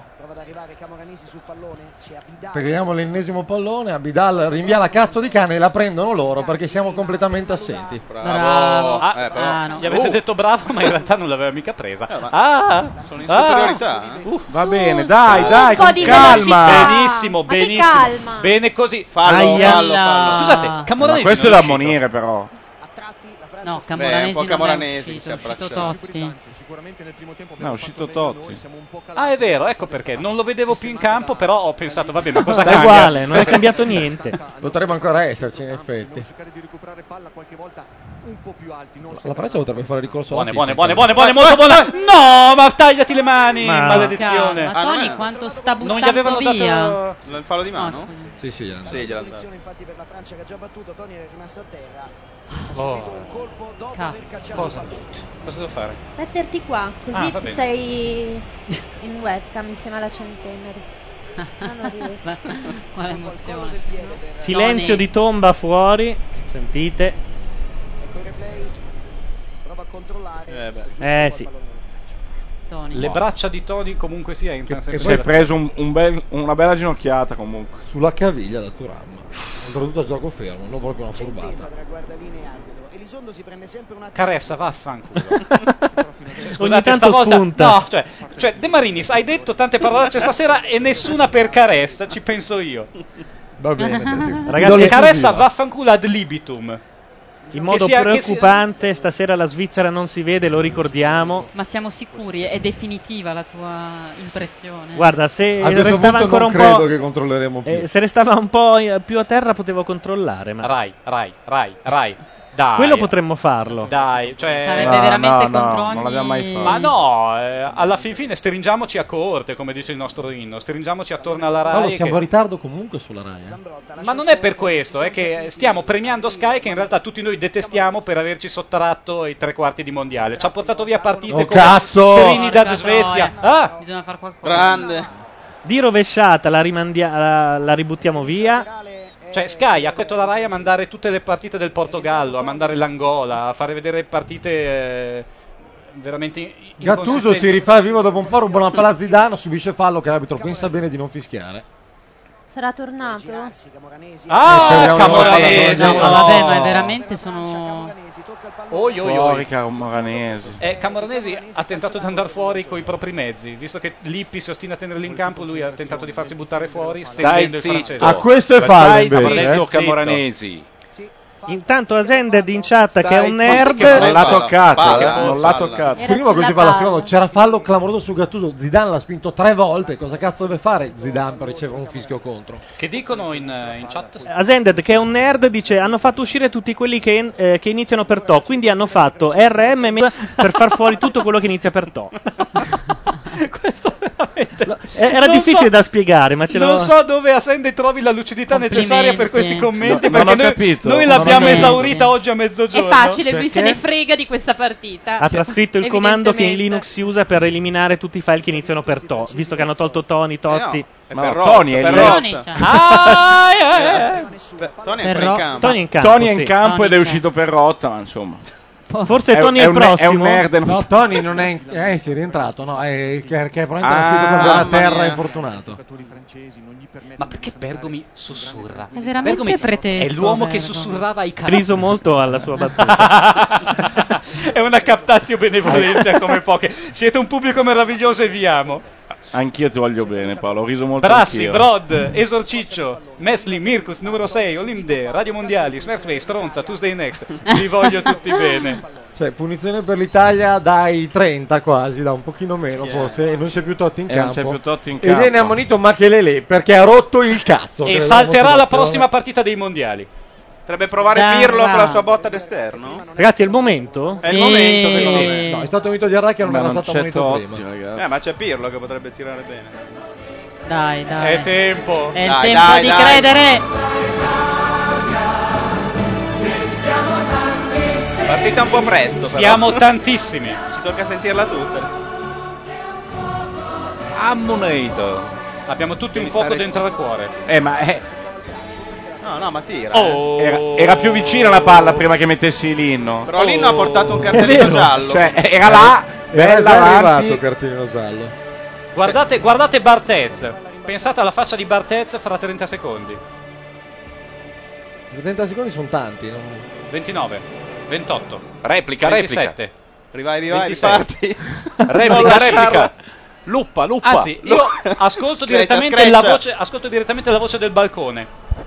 arrivare Camoranesi sul pallone, c'è Abidal. Prendiamo l'ennesimo pallone, Abidal rinvia la cazzo di cane e la prendono loro perché siamo completamente assenti. Bravo. Ah, Eh, però- ah, no. Gli avete Oh. detto bravo, ma in realtà non l'aveva mica presa. ma- ah, sono in ah. superiorità, eh? Uh, Va bene, dai, un dai, po' con di calma. velocità. Benissimo, Ma che benissimo. calma. Bene così. Fallo, Aia. fallo, fallo. Scusate, Ma Camoranesi questo è non da uscito. ammonire però. No, Beh, Camoranesi un po' non Camoranesi è che si uscito, è uscito abbraccia. Totti. No, è uscito Totti. Ah, è vero, ecco perché. Non lo vedevo più in campo, però ho pensato, vabbè, ma cosa È cambia? uguale, non è cambiato niente. Potrebbe ancora esserci in effetti. La Francia potrebbe fare ricorso alla Buone, FIFA. buone, buone, buone, buone, molto buona. No, ma tagliati le mani, Ma- maledizione. Ma Tony quanto sta Non gli buttando avevano via? dato Il fallo di No, mano? scusi. Sì, sì, gliel'hanno Sì, gliel'hanno dato. Infatti per la Francia che ha già battuto, Toni è rimasto a terra. Oh. Cazzo. Cosa? Cosa devo fare? Metterti qua, Ah, così va bene. sei in webcam insieme alla centenary. Ah, non riesco. Quale emozione. Silenzio di tomba fuori. Sentite. Ecco il replay. Prova a controllare. Eh, beh. Eh sì. Tony. Le braccia di Tony comunque sia in Che- senso Si è preso un- un bel- una bella ginocchiata comunque. Sulla caviglia da Thuram. Oltretutto a gioco fermo, non proprio una Intesa furbata. tra guardalinee e arbitro. Elizondo si prende sempre un attimo. Caressa, vaffanculo. Ogni tanto stavolta, spunta. No, cioè, cioè, De Marinis, hai detto tante parolacce stasera e nessuna per Caressa, ci penso io. Va bene. ti- ti do Ragazzi, l'esclusiva. Caressa vaffanculo ad libitum. In modo sia- che sia- preoccupante, stasera la Svizzera non si vede, lo ricordiamo. Ma siamo sicuri? È definitiva la tua impressione? Guarda, se A questo restava punto ancora non un credo po'. che controlleremo più. eh, se restava un po' eh, più a terra potevo controllare, ma Rai, Rai, Rai, Rai. Dai. quello potremmo farlo. Dai, cioè Sarebbe veramente contro ogni... non l'abbiamo mai fatto. Ma no, eh, alla fin fine stringiamoci a corte, come dice il nostro inno, stringiamoci attorno alla Paolo, Rai. siamo che- in ritardo comunque sulla Rai. eh. Ma non è per questo, è che stiamo premiando Sky che in realtà tutti noi detestiamo per averci sottratto i tre quarti di mondiale. Ci ha portato via partite Oh, come cazzo! Trinidad Porca Svezia. troia. Ah! Bisogna far qualcosa. Grande. Di rovesciata la, rimandia- la, la ributtiamo via. Cioè Sky ha detto la Rai a mandare tutte le partite del Portogallo, a mandare l'Angola, a fare vedere partite eh, veramente in- Gattuso inconsistenti. si rifà vivo dopo un po', ruba una palla a Zidane, subisce fallo che l'arbitro pensa bene di non fischiare. Sarà tornato? Ah, Speriamo Camoranesi! di No, no. vabbè, ma veramente sono... Oi, oi, Fuori oi. Camoranesi. Eh, Camoranesi ha tentato di andare fuori con i propri mezzi, visto che Lippi si ostina a tenerli in campo, lui ha tentato di farsi buttare fuori, stendendo il zitto. francese. Ah, questo è fallo Stai invece. zitto, eh. Camoranesi. Intanto Asended in chat che è un Stai nerd. zitto, Non l'ha Palla, toccato, palla, non l'ha palla. toccato. Era Prima così sulla fa la palla. seconda, c'era fallo clamoroso su Gattuso, Zidane l'ha spinto tre volte, cosa cazzo deve fare Zidane per ricevere un fischio contro? Che dicono in, in chat? Asended che è un nerd dice hanno fatto uscire tutti quelli che, eh, che iniziano per To, quindi hanno fatto R M M per far fuori tutto quello che inizia per To. Questo veramente... Eh, Era Non difficile so- da spiegare, ma ce l'ho. Non so dove Asende trovi la lucidità necessaria per questi commenti, No, non perché ho noi, capito. noi Non ho l'abbiamo capito. esaurita oggi a È mezzogiorno. facile, lui se Perché? ne frega di questa partita. Ha trascritto il comando che in Evidentemente. Linux si usa per eliminare tutti i file che iniziano per To, visto che hanno tolto Tony, Totti. Eh no, è Ma per no, Rotta, Tony è per lì. Rotta. Tony, cioè. Ah, eh, eh. Beh, Tony è Però- ancora in campo. Tony in campo. Tony è in sì. campo Tony ed è c'è. uscito per rotta, ma insomma. Forse Tony è, il un, è un prossimo. nerd. non- No, Tony non è, in- eh, si è rientrato, no, è che, che probabilmente Ah, l'ha scritto proprio a mamma terra mia. infortunato. Ma perché Bergomi sussurra? È veramente Bergomi pretesto, è l'uomo che Bergomi. sussurrava ai cani. Riso molto alla sua battuta. È una captazio benevolenza come poche. Siete un pubblico meraviglioso e vi amo. Anch'io ti voglio bene, Paolo. Ho riso molto Brassi, anch'io. Brod, Esorciccio, Mesli, Mirkus, numero sei, Olimde, Radio Mondiali, Smartway, Stronza, Tuesday Next. Vi voglio tutti bene. Cioè, punizione per l'Italia dai trenta quasi, da un pochino meno forse, e non c'è più Totti in E non campo. c'è più Totti in E campo. viene ammonito Machelele perché ha rotto il cazzo. E della salterà la motivazione. prossima partita dei mondiali. Potrebbe provare Dai, Pirlo va. con la sua botta d'esterno? Ragazzi, è il momento? È il Sì. momento, secondo Sì. me. No, è stato unito di Arra che non Ma era non stato c'è ammonito Totti, prima. ragazzi. Eh, ma c'è Pirlo che potrebbe tirare bene. Dai, dai. È tempo. È il Dai, tempo dai, di dai. credere. Partita un po' presto, però. Siamo tantissimi. Ci tocca sentirla tutta. Ammonito. Abbiamo tutti un fuoco dentro il cuore. Eh, ma eh, No, no, ma tira. Oh. era, era più vicina la palla prima che mettessi l'inno. Però l'inno ha portato un È cartellino vero. giallo. Cioè, era là, Era bella già avanti. arrivato il cartellino giallo. Guardate, guardate Barthez. Pensate alla faccia di Barthez fra trenta secondi. trenta secondi sono tanti. Non... ventinove, ventotto, Replica, ventisette. Rivai, rivai, ventisei. riparti. Replica, Non lasciarlo. replica. Luppa, luppa. Anzi, io ascolto Screccia, direttamente screccia. la voce, ascolto direttamente la voce del balcone.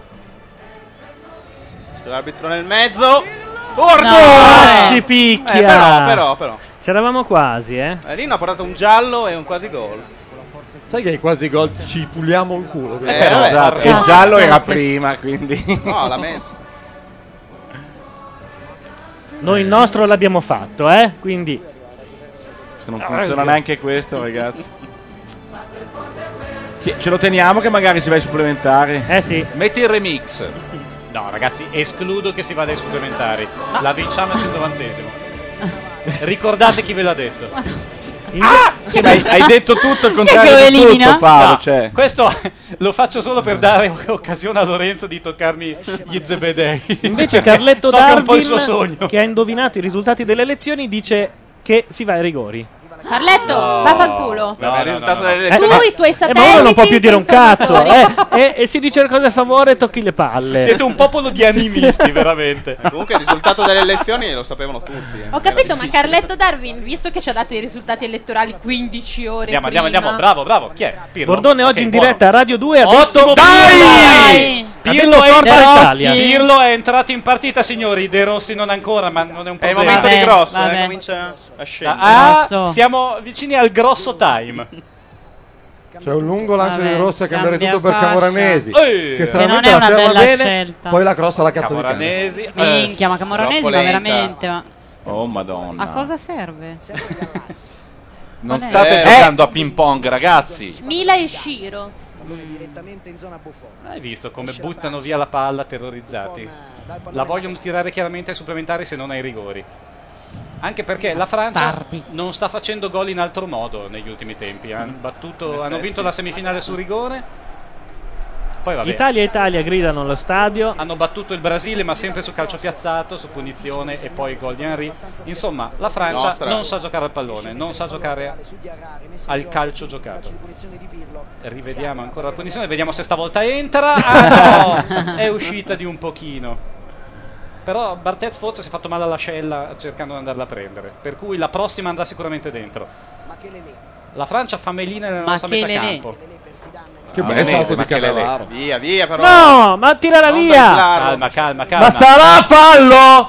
C'è l'arbitro nel mezzo. Ordo! Eh. Ci picchia. Eh, però, però, però. C'eravamo quasi, eh. Eh, Lino ha portato un giallo e un quasi gol. Sai che ai quasi gol ci puliamo il culo. Eh, però, esatto. eh, E il giallo eh, era eh. prima, quindi. No, l'ha messo. Noi il nostro l'abbiamo fatto, eh. Quindi. Se non funziona neanche questo, ragazzi. Sì, ce lo teniamo che magari si va ai supplementari. Eh sì. Metti il remix. No, ragazzi, escludo che si vada ai supplementari. La vinciamo al centovantesimo. Ricordate chi ve l'ha detto. Ah! Sì, ma hai, hai detto tutto il Chi è che lo contrario di elimina? tutto, Paolo. No, Cioè. questo lo faccio solo per dare occasione a Lorenzo di toccarmi gli zebedei. Invece Carletto so che è un po' il suo Darwin, sogno. che ha indovinato i risultati delle elezioni, dice che si va ai rigori. Carletto, No. vaffanculo. No, no, no, no, no. Eh, Tu, ma- i tuoi eh, satelliti. ma uno non può più dire un i tuoi cazzo. informatori. Eh, e, e si dice le cose a favore e tocchi le palle. Siete un popolo di animisti, veramente. Comunque il risultato delle elezioni lo sapevano tutti. eh. Ho capito, ma Carletto Darwin, visto che ci ha dato i risultati elettorali quindici ore Andiamo, andiamo, prima. andiamo. Bravo, bravo. Chi è? Pirlo. Bordone oggi Ok, in buono. diretta a Radio due ha detto Ottimo, Dai! Pirlo è, Forza entrato- Italia. Pirlo è entrato in partita, signori. De Rossi non ancora, ma non è un È il problema. momento di grosso, vabbè. eh, comincia a scendere. Ah, Grosso. siamo vicini al grosso time. C'è un lungo lancio Vabbè, di Rossi a cambiare cambia tutto per fascia. Camoranesi. Ehi! Che Che non stranamente è la una ferma bella bene, scelta. poi la crossa alla cazzo Camoranesi. di cane. Minchia, ma Camoranesi, Troppo ma lenta. veramente. Ma Oh, madonna. a cosa serve? Non Non è- state Eh. giocando a ping pong, ragazzi. Mila e Shiro. direttamente in zona Buffon. Hai visto come buttano via la palla terrorizzati? La vogliono tirare chiaramente ai supplementari se non ai rigori. Anche perché la Francia Bastardi. non sta facendo gol in altro modo negli ultimi tempi. Han battuto- hanno vinto la semifinale su rigore. Poi vabbè. Italia e Italia gridano allo stadio. Hanno battuto il Brasile, ma sempre su calcio piazzato, su punizione e poi gol di Henry. Insomma, la Francia Nostra. non sa giocare al pallone, non sa giocare al calcio giocato. Rivediamo ancora la punizione, vediamo se stavolta entra. Ah no, è uscita di un pochino. Però Barthez forse si è fatto male all'ascella cercando di andarla a prendere. Per cui la prossima andrà sicuramente dentro. La Francia fa melina nella Ma nostra che metà lelè. campo. Che No, bel Menezes, salto ma di che lele. Cannavaro. Via, via, però. No, ma tirala Non via. dribblarlo. Calma, calma, calma. Ma sarà fallo!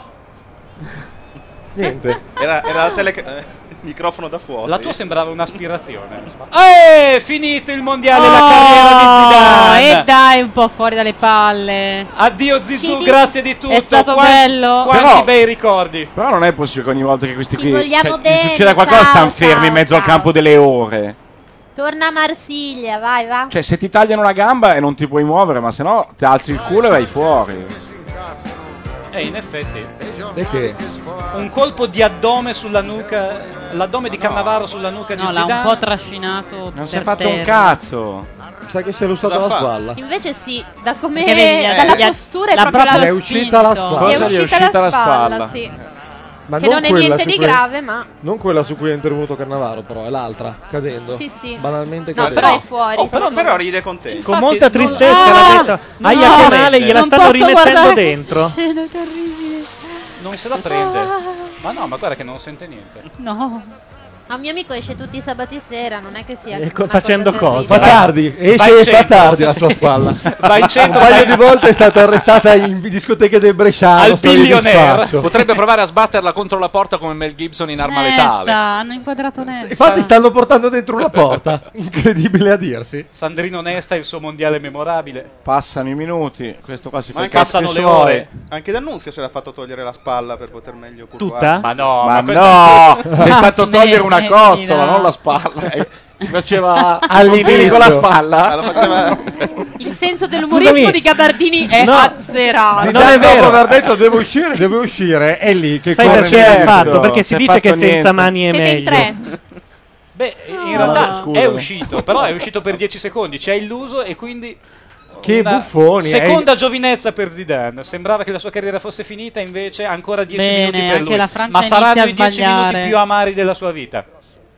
Niente. Era, era la tele... eh, microfono da fuori. La tua sembrava un'aspirazione. Eh, finito il mondiale, la Oh, carriera di Zidane. e dai un po' fuori dalle palle. Addio Zizou, Chi grazie di tutto. È stato Quanti- bello. Quanti Però- bei ricordi. Però non è possibile che ogni volta che questi Ti qui vogliamo cioè, gli bene, succeda qualcosa ciao, stanno fermi ciao, in mezzo al ciao. campo delle ore. Torna a Marsiglia, vai, va. Cioè, se ti tagliano una gamba e non ti puoi muovere, ma se no ti alzi il culo e vai fuori. E in effetti E che? un colpo di addome sulla nuca, l'addome di Cannavaro sulla nuca No, di l'ha un Zidane. po' trascinato. Non per si è fatto un terra. cazzo. Sai che si è lussato Cosa la fa? spalla? Invece sì, da come Perché vedi, gli ha- dalla gli ha- postura è l'ha proprio proprio la È uscita la Gli spalla. Forse è gli è uscita, uscita la la spalla, spalla. sì. Ma Che non è quella niente su di cui- grave, ma Non quella su cui è intervenuto Cannavaro, però, è l'altra, cadendo. sì, sì. Banalmente No, cadendo. però è fuori. Oh, però, secondo però me. ride contento. Con Infatti, molta non- tristezza Ah, l'ha detto. no, Aia che male, gliela Non stanno posso rimettendo guardare dentro. questa scena terribile. Non se la prende. Ma no, ma guarda che non sente niente. No. Ma un mio amico esce tutti i sabati sera, non è che sia E co- una facendo cosa cosa? Fa terribile. tardi, Vai esce in e fa centro. tardi la sua spalla. Vai in Un centro, paio vai- di volte è stata arrestata in discoteche del Bresciano. Al storie di billionaire. spaccio. Potrebbe provare a sbatterla contro la porta come Mel Gibson in arma letale. Nesta, hanno inquadrato Nesta. Infatti stanno portando dentro una porta. Incredibile a dirsi. Sandrino Nesta, il suo mondiale memorabile. Passano i minuti. Questo qua si fa Ma i anche- cazzi passano le suoi. ore. Anche D'Annunzio se l'ha fatto togliere la spalla per poter meglio curvarsi. Tutta? Ma no, Ma questo- no, sei stato Smettila. togliere una costola, non la spalla. Eh, Si faceva All'inizio. all'inizio con la Ma spalla. lo faceva... Il senso dell'umorismo Scusami. di Gabardini è No. azzerato. Non è Dopo vero. aver detto devo uscire, devo uscire, è lì che Sai corre perché l'ha in mezzo. fatto? Perché si si è dice che fatto senza niente. mani è Siete in meglio. tre. Beh, in No. realtà Scusa. è uscito, però è uscito per dieci secondi, ci ha illuso e quindi Che una buffoni, seconda giovinezza per Zidane. Sembrava che la sua carriera fosse finita, invece ancora dieci Bene, minuti per anche lui. la Francia Ma inizia saranno a i dieci sbagliare. minuti più amari della sua vita.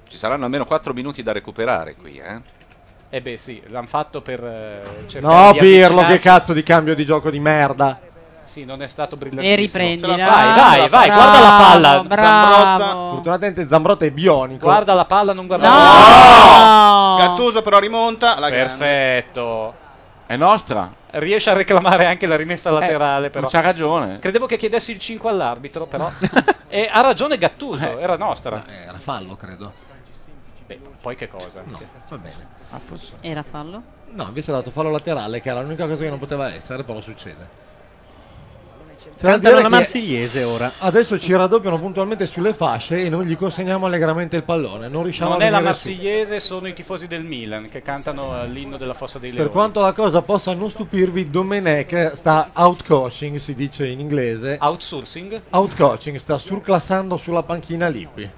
Ci saranno almeno quattro minuti da recuperare qui, eh? Eh beh sì, l'hanno fatto per eh, cercare No, di Pirlo, che avvicinarsi. cazzo di cambio di gioco di merda. Sì, non è stato brillantissimo. E riprendi. Ce la dai. fai, vai, vai, Bravo, guarda la palla. bravo. Zambrotta. Fortunatamente Zambrotta è bionico. Guarda la palla, non guarda No! Gattuso però rimonta. La grande. Perfetto. È nostra. Riesce a reclamare anche la rimessa laterale, però. Ma c'ha ragione. Credevo che chiedessi il cinque all'arbitro, però. E ha ragione Gattuso, era nostra. Era fallo, credo. Beh, poi che cosa? No, va bene. Ah, forse. Era fallo? No, invece ha dato fallo laterale, che era l'unica cosa che non poteva essere, però succede. Cantano la marsigliese ora. Adesso ci raddoppiano puntualmente sulle fasce e noi gli consegniamo allegramente il pallone. Non riusciamo Non a è la venire su. marsigliese, sono i tifosi del Milan che cantano eh, l'inno della Fossa dei Leoni. Per quanto la cosa possa non stupirvi, Domenech sta outcoaching, si dice in inglese. Outsourcing? Outcoaching, sta surclassando sulla panchina Lippi.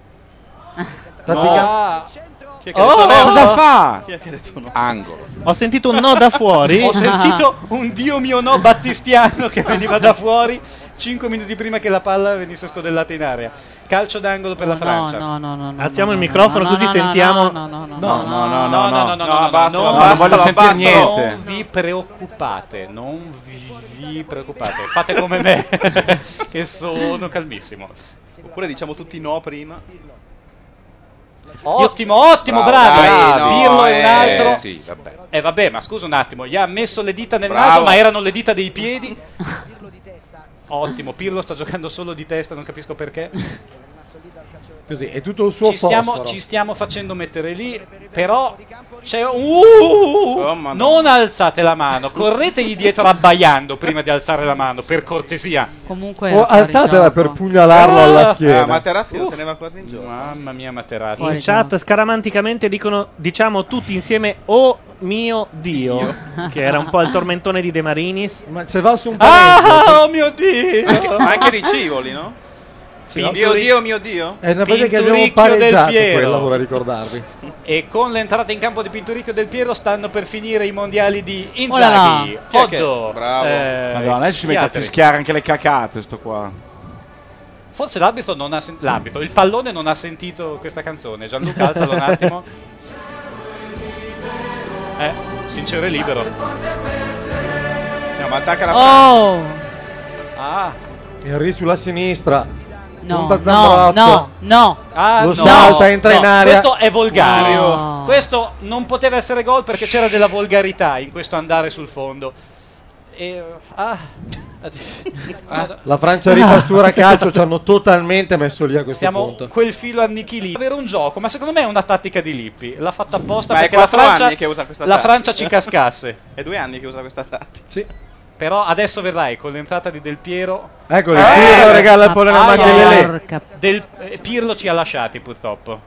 Ah. Chi è che ha Oh, detto no? cosa fa? Chi è che ha detto no? Angolo. Ho sentito un no da fuori. Ho sentito un Dio mio no battistiano che veniva da fuori cinque minuti prima che la palla venisse scodellata in area. Calcio d'angolo per la Francia. No, no, no, no. Alziamo no, il no, microfono no, così no, no, sentiamo. No, no, no, no, No, no, no, no, no, no, no, no, basta, non, basta, non voglio basta, sentire niente. non vi preoccupate, non vi, vi preoccupate, fate come me, che sono calmissimo. Oppure diciamo tutti no prima. Ottimo, ottimo, Bravo, bravi. dai, no, Pirlo è un eh, altro. sì, vabbè. Eh vabbè, ma scusa un attimo, gli ha messo le dita nel Bravo. naso, ma erano le dita dei piedi. Ottimo, Pirlo sta giocando solo di testa, non capisco perché. Così, è tutto il suo Ci stiamo, fosforo. ci stiamo facendo mettere lì, però c'è un... Uh, Oh, Madonna. non alzate la mano, corretegli dietro abbaiando prima di alzare la mano, per cortesia. Comunque O era fuori alzatela gioco. per pugnalarlo Ah, alla Ah, schiena. Materazzi lo Uh. teneva quasi in gioco. Mamma mia, Materazzi. Fuori In chat gioco. scaramanticamente dicono, diciamo tutti insieme, oh mio Dio, che era un po' il tormentone di De Marinis. Ma c'è va su un pareggio. Ah, oh mio Dio! Ma anche Ricivoli, no? Sì, mio Pinturi- Dio, mio Dio. È una partita che abbiamo Pinturicchio del pareggiato Piero. quella, vorrei ricordarvi. E con l'entrata in campo di Pinturicchio del Piero stanno per finire i mondiali di Oh là là. Inzaghi. Chi è che- Oddo. Bravo. Eh, Madonna, adesso si gli mette a altri. fischiare anche le cacate, sto qua. Forse l'arbitro non ha sentito. L'arbitro, il pallone non ha sentito questa canzone. Gianluca, alzalo un attimo. Eh, sincero e libero. No, ma attacca la Francia. Oh! Ah, Henry sulla sinistra. No, Punta no, Zambrotto. no, no. ah Lo no, salta, entra no, in aria. Questo è volgare. No. Questo non poteva essere gol perché c'era della volgarità in questo andare sul fondo. E, ah, ah, La Francia ripastura calcio, ci hanno totalmente messo lì a questo siamo punto. quel filo annichilito. Avere un gioco, ma secondo me è una tattica di Lippi. L'ha fatta apposta Ma è perché la quattro Francia, anni che usa questa la tattica. Francia ci cascasse. È due anni che usa questa tattica. Sì. Però adesso vedrai con l'entrata di Del Piero. Eccolo, Eh, Pirlo regala il pallone a ah, Makelele. Porca- Del, eh, Pirlo ci ha lasciati purtroppo.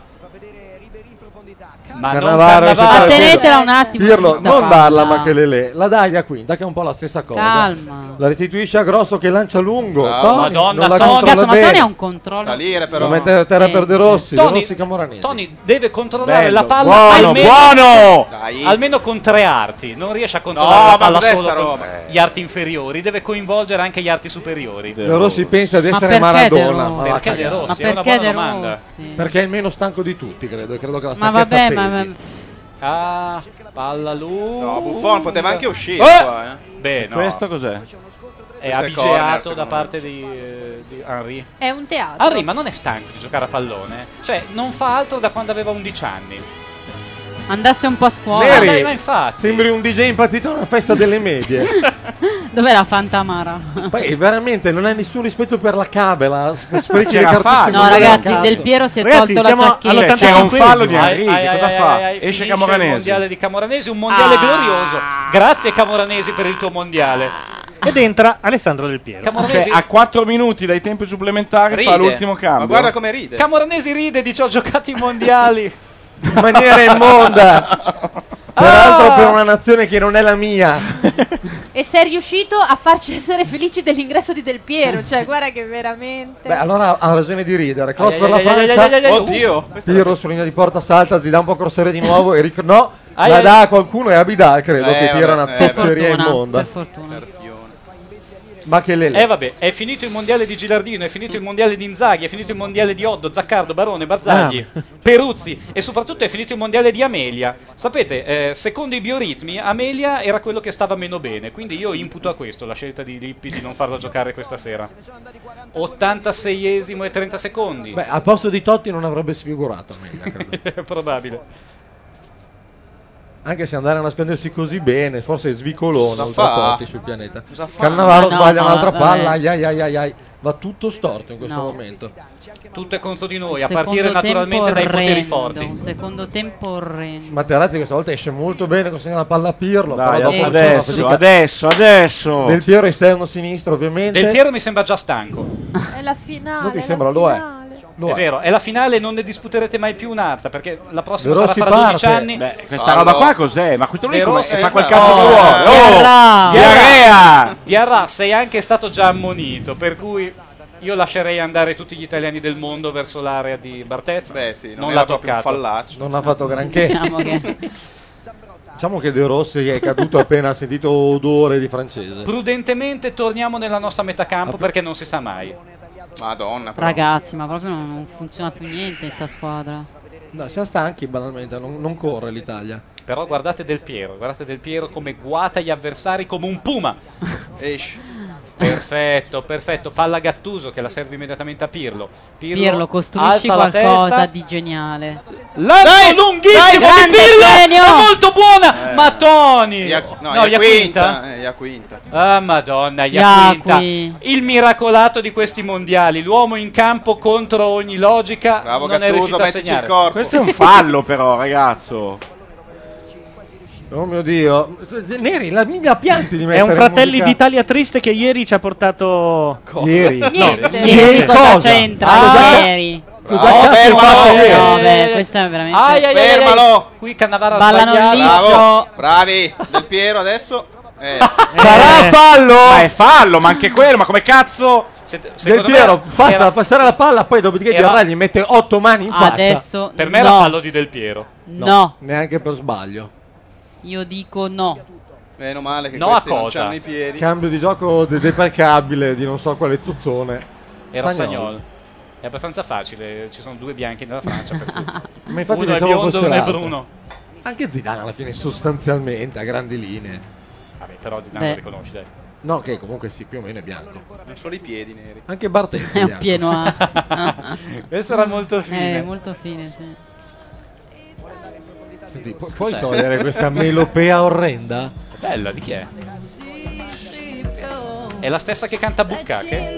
Ma non Cannavaro, Cannavaro. si fa- Tenetela un attimo. Pirlo, questa non palla. darla a Makelele, la dai a Quinta che è un po' la stessa cosa. Calma. La restituisce a Grosso che lancia lungo. Bravo. Toni Madonna, non la Toni. controlla Cazzo, ma bene. Toni ha un controllo. Salire Lo però. mette a terra Eh. per De Rossi, De Toni, Rossi Camoranesi. Toni deve controllare Bello, la palla buono, almeno, buono! Dai. almeno con tre arti. Non riesce a controllare No, la ma palla cos'è solo sta con roba? gli arti inferiori. Deve coinvolgere anche gli arti superiori. De Rossi pensa di Ma essere perché De Maradona. Rossi? ma va a Perché De cagare. Rossi? Ma È una perché buona De domanda. Rossi? Perché è il meno stanco di tutti, credo. e Credo che la Ma stanchezza vabbè, ma, pesi. ma- Ah, palla lunga. No, Buffon poteva anche uscire Eh! qua, eh. Beh, no. Questo cos'è? è Questo è abigeato corner, da secondo parte di, eh, di Henry. È un teatro. Henry, ma non è stanco di giocare a pallone? Cioè, non fa altro da quando aveva undici anni. andasse un po' a scuola. Neri, dai, ma infatti. sembri un D J impazzito a una festa delle medie. Dov'è la Fantamara? Poi veramente non hai nessun rispetto per la cabela. Sprechi le C'era cartucce fallo. in No, modo ragazzi, cazzo. Del Piero si è Ragazzi, tolto la siamo giacchetta. all'ottanta- C'era un fallo di Ai, Henry, ai, che ai, cosa ai, fa? ai, Esce finisce Camoranesi. il mondiale di Camoranesi, un mondiale Ah. glorioso. Grazie Camoranesi per il tuo mondiale. Ed entra Alessandro Del Piero. Camoranesi, Cioè, a quattro minuti dai tempi supplementari fa Ride. l'ultimo cambio. Ma guarda come ride. Camoranesi ride, dice ho giocato i mondiali. In maniera immonda. Peraltro per una nazione che non è la mia. E sei riuscito a farci essere felici dell'ingresso di Del Piero. Cioè, guarda che veramente. Beh, allora ha ragione di ridere. Cross Ai, per la ai, ai, ai, ai, ai, Francia. ai, ai. Oddio. Questa era- Pirlo sulla linea di porta salta, Zidane può crossare di nuovo e ric- no, Ai, la ai. dà a qualcuno e Abidal credo Eh, che tira vabbè, una eh, Per zozzeria fortuna, immonda. per fortuna. Terzione. Ma che lele. Eh vabbè, è finito il mondiale di Gilardino, è finito il mondiale di Inzaghi, è finito il mondiale di Oddo, Zaccardo, Barone, Barzagli, Ah. Peruzzi e soprattutto è finito il mondiale di Amelia. Sapete, eh, secondo i bioritmi, Amelia era quello che stava meno bene, quindi io imputo a questo la scelta di Lippi di non farlo giocare questa sera. ottantaseiesimo e trenta secondi. Beh, al posto di Totti non avrebbe sfigurato Amelia, credo. È probabile. Anche se andare a nascondersi così bene, forse è svicolone Cosa oltre fa? a Totti sul pianeta. Cosa fa? Cannavaro Ma no, sbaglia ma un'altra vabbè. palla, ai ai ai ai ai. Va tutto storto in questo No. momento. Tutto è contro di noi, a Secondo partire naturalmente tempo dai poteri orrendo, forti. Un secondo tempo orrendo. Materazzi questa volta esce molto bene, consegna la palla a Pirlo. Dai, però dopo adesso, c'è una fatica. adesso, adesso. Del Piero esterno sinistro, ovviamente. Del Piero mi sembra già stanco. È la finale. Non ti è sembra? la Lo è. finale. Lo è è. vero, è la finale, non ne disputerete mai più un'altra perché la prossima De sarà Rossi fra dodici parte. anni. Beh, questa roba qua cos'è? Ma questo lì De come Rossi- si fa quel eh, cazzo che no, vuole? Diarra. Oh, diarrea! Diarra, sei anche stato già ammonito, per cui io lascerei andare tutti gli italiani del mondo verso l'area di Barthez. Beh, sì, non non era l'ha proprio un toccato. fallaccio. Non ha fatto granché. Diciamo che Diciamo che De Rossi è caduto appena ha sentito odore di francese. Prudentemente torniamo nella nostra metà campo perché non si sa mai. Madonna, però. ragazzi, ma proprio non, non funziona più niente in sta squadra. No, siamo stanchi banalmente, non, non corre l'Italia. Però guardate Del Piero, guardate Del Piero come guata gli avversari come un puma. Esci. Perfetto, perfetto. Palla Gattuso che la serve immediatamente a Pirlo. Pirlo, Pirlo, costruisci alza la qualcosa testa. di geniale. Lancio Dai, lunghissimo dai, di grande Pirlo, genio! è molto buona. Eh. Ma Toni, Ia- no, no, Iaquinta. Iaquinta. Eh, Iaquinta. Ah, Madonna, Iaquinta. Iacqui. Il miracolato di questi mondiali, l'uomo in campo contro ogni logica. Bravo non è Gattuso, riuscito a mettici il segnare. corpo. Questo è un fallo però, ragazzo. Oh mio Dio. Neri, la, la pianti di È mettere un in Fratelli musica- d'Italia triste che ieri ci ha portato. Ieri. Niente, No, ieri cosa cosa? c'entra? Ah, ieri. Cosa Bravo, cazzo fermalo! fate ieri? No, beh, questo è veramente. Ai, ai, ai, ai, ai. Fermalo! Qui Cannavaro ha Ballano sbagliato. liscio. Bravo, bravi. Del Piero adesso. Eh. Sarà fallo! Ma è fallo, ma anche quello, ma come cazzo? Se- Del secondo me Piero passa era- a passare la palla, poi dopodiché era- Diarra gli mette otto mani in faccia. Adesso Per me era no. fallo di Del Piero. No. Neanche per sbaglio. Io dico no. Meno male che No, questi a non cosa? c'hanno i piedi. Cambio di gioco de- deprecabile di non so quale zuzzone. Era Sagnol. Sagnol. È abbastanza facile, ci sono due bianchi nella Francia. Per cui Ma infatti uno è pensavo biondo, fosse uno è l'altro. bruno. Anche Zidane alla fine sostanzialmente a grandi linee. Vabbè, però Zidane Beh. lo riconosci, dai. No, che comunque sì, più o meno è bianco. Non solo i piedi neri. Anche Bartelli È un bianco. pieno A. Questo era molto fine. Eh, molto fine, sì. Senti, pu- puoi togliere questa melopea orrenda? Bella, di chi è? È la stessa che canta Buccacche?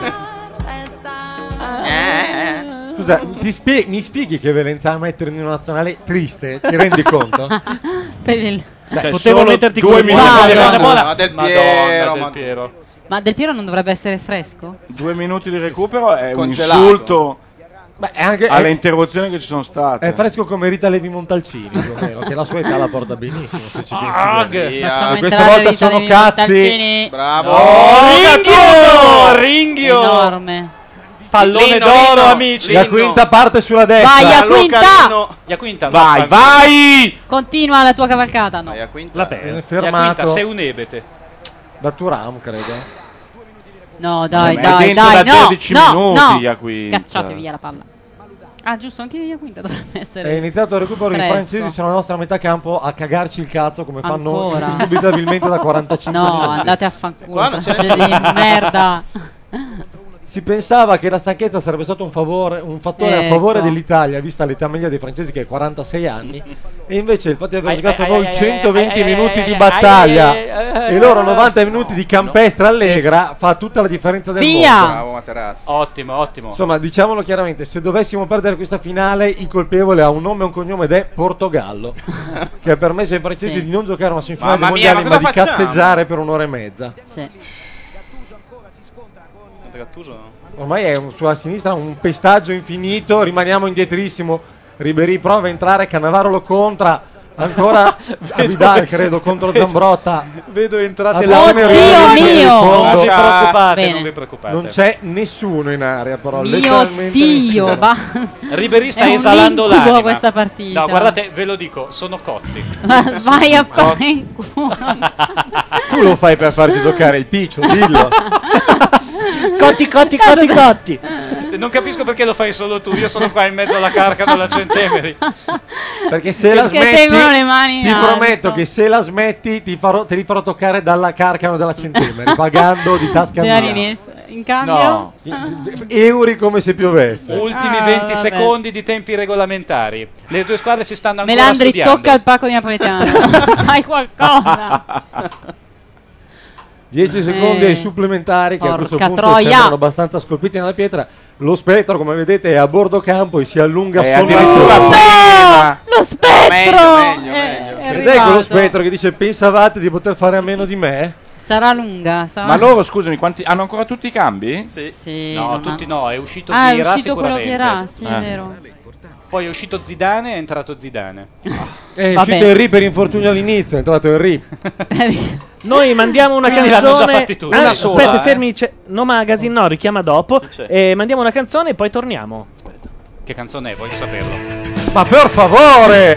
Scusa, ti spie- mi spieghi che violenza mettere in una nazionale triste? Ti rendi conto? Per il- Dai, Potevo solo metterti due con minuti Madonna. di Buona, recupero. buona. Ma Del Madonna, Piero, Del ma- Piero. Ma Del Piero non dovrebbe essere fresco? Due minuti di recupero è un Scongelato. insulto Beh, è anche alle è, interruzioni che ci sono state. è fresco come Rita Levi Montalcini, più o meno, che la sua età la porta benissimo, se ci pensi Ah, bene. Via. Facciamo questa entrare volta Rita sono Levi cazzi. Montalcini. Bravo. Oh, Ringhio! Ringhio! Enorme. Pallone Lino, d'oro, Lino, amici. La quinta parte sulla destra. Vai, Allora, Iaquinta! Carino. Iaquinta, no, Vai, fa- vai! Continua la tua cavalcata, no. Sai, Iaquinta. La Viene perde. fermato Iaquinta, sei un ebete. da Turam, credo. No, dai, Ma è dai, dentro dai, da no, dodici no, minuti, no. Iaquinta. Cacciate via la palla. Ah, giusto, anche Iaquinta dovrebbe essere. È iniziato il recupero, i fresco. francesi sono alla nostra metà campo a cagarci il cazzo come fanno Ancora? indubitabilmente da quarantacinque No, minuti. andate a fanculo. Qua non ce ne francesi di merda. Si pensava che la stanchezza sarebbe stato un, favore, un fattore a Ecco. favore dell'Italia, vista l'età media dei francesi che è quarantasei anni, e invece il fatto di aver Ai, giocato ai, noi ai, centoventi ai, ai, minuti ai, di ai, battaglia ai, ai, ai, e loro ai, novanta minuti di campestre allegra fa tutta la differenza del Via! mondo. Bravo Materazzi. Ottimo, ottimo. Insomma, diciamolo chiaramente, se dovessimo perdere questa finale, il colpevole ha un nome e un cognome ed è Portogallo, che ha permesso ai francesi Sì. di non giocare una semifinale Mamma dei mia, mondiali, ma ma, cosa di facciamo? cazzeggiare per un'ora e mezza. Sì. Gattuso? Ormai è un- sulla sinistra un pestaggio infinito, rimaniamo indietrissimo. Ribéry prova a entrare, Cannavaro lo contra, Ancora a Vidal, credo, contro Zambrotta. Vedo entrate là. là. Non vi preoccupate, Bene. non vi preoccupate. Non c'è nessuno in area, però. Mio letteralmente Dio, nessuno. va. Ribéry sta È un esalando incubo l'anima. questa partita. No, guardate, ve lo dico, sono cotti. Vai a fare in culo. Tu lo fai per farti toccare il piccio, dillo. Cotti, cotti, cotti, cotti. Non capisco perché lo fai solo tu, io sono qua in mezzo alla Carcano alla Centemeri. Perché se la Perché smetti, tengono le mani in ti alto. prometto che se la smetti ti farò, te li farò toccare dalla Carcano della Centemeri, pagando di tasca mia. Bearini, in cambio? No, euro come se piovesse. Ultimi Ah, venti vabbè. secondi di tempi regolamentari. Le due squadre si stanno ancora Melandri, studiando. tocca il pacco di napoletano. Fai qualcosa. dieci secondi Eh, ai supplementari che a questo porca punto troia. sembrano abbastanza scolpiti nella pietra. Lo spettro, come vedete, è a bordo campo e si allunga Eh, solo addirittura prima. Lo spettro! Meglio, meglio, È- meglio. è Ed ecco arrivato. lo spettro che dice: pensavate di poter fare a meno di me? Sarà lunga. Sarà... Ma loro, scusami, quanti hanno ancora tutti i cambi? Sì. Sì, No, non tutti ha- no, è uscito Ah, è Vieira uscito quello sicuramente. Vieira, sì, è Eh. vero. Poi è uscito Zidane e è entrato Zidane. È Vabbè. uscito Henry per infortunio all'inizio, è entrato Henry. Noi mandiamo una Quindi l'hanno canzone. già fatti tutti. Ah, Una aspetta, sola, eh. fermi. c'è- No Magazine, no, richiama dopo. c'è? Eh, mandiamo una canzone e poi torniamo. Che canzone è? Voglio saperlo. Ma per favore!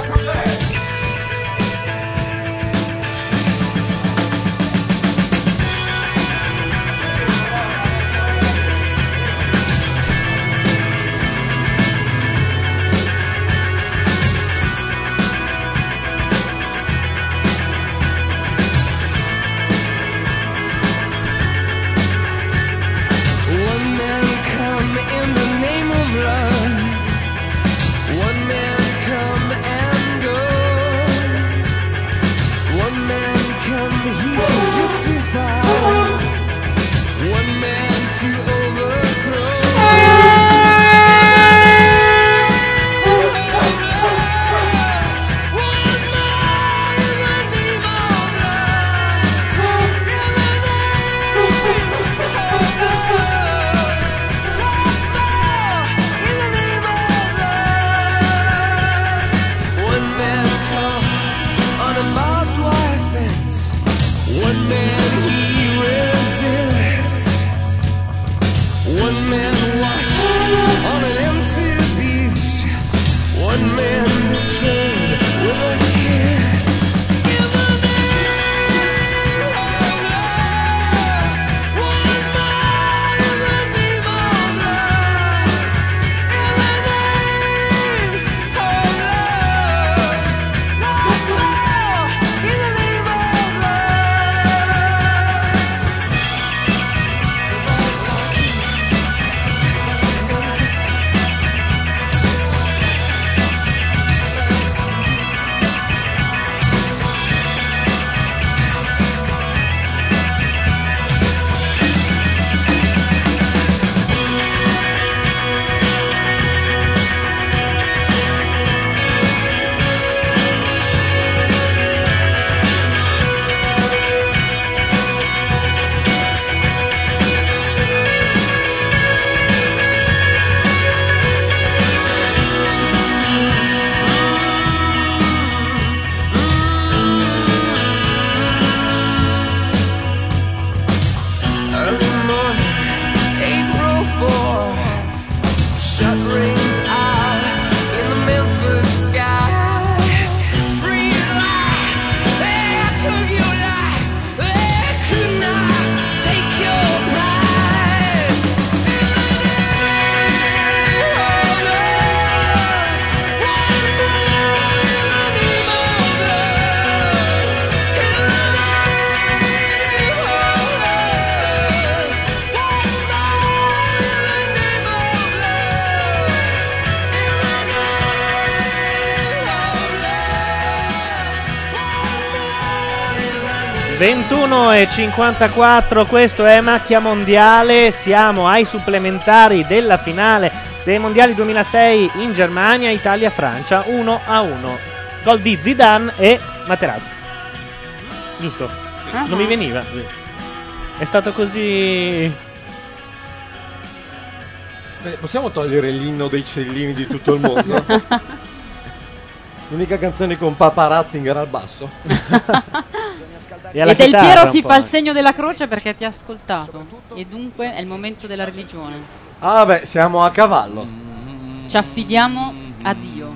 One man come in the name of love. One man come and go. One man come here to justify. One man to One man come on a barbed wire fence. One man he resists. One man washed on an empty beach. One man betrayed with a kiss. In the name of love, one man in the name of love. In the name of love, love, love, in the name of Early morning, April fourth. Shut rings out in the Memphis sky. Free at last, they took your life. They could not take your pride. In the name of love, one more in the name of love. In the name of love, one more in the name of love. In the ventuno e cinquantaquattro, questo è Macchia Mondiale. Siamo ai supplementari della finale dei mondiali duemilasei in Germania, Italia-Francia, uno a uno. Gol di Zidane e Materazzi. Giusto? Ah. Non mi veniva. È stato così. Beh, possiamo togliere l'inno dei cellini di tutto il mondo? L'unica canzone con Papa Ratzinger al basso. E alla E Del chitarra Piero un si po'. fa il segno della croce perché ti ha ascoltato. E dunque è il momento della religione. Ah beh, siamo a cavallo. Ci affidiamo a Dio.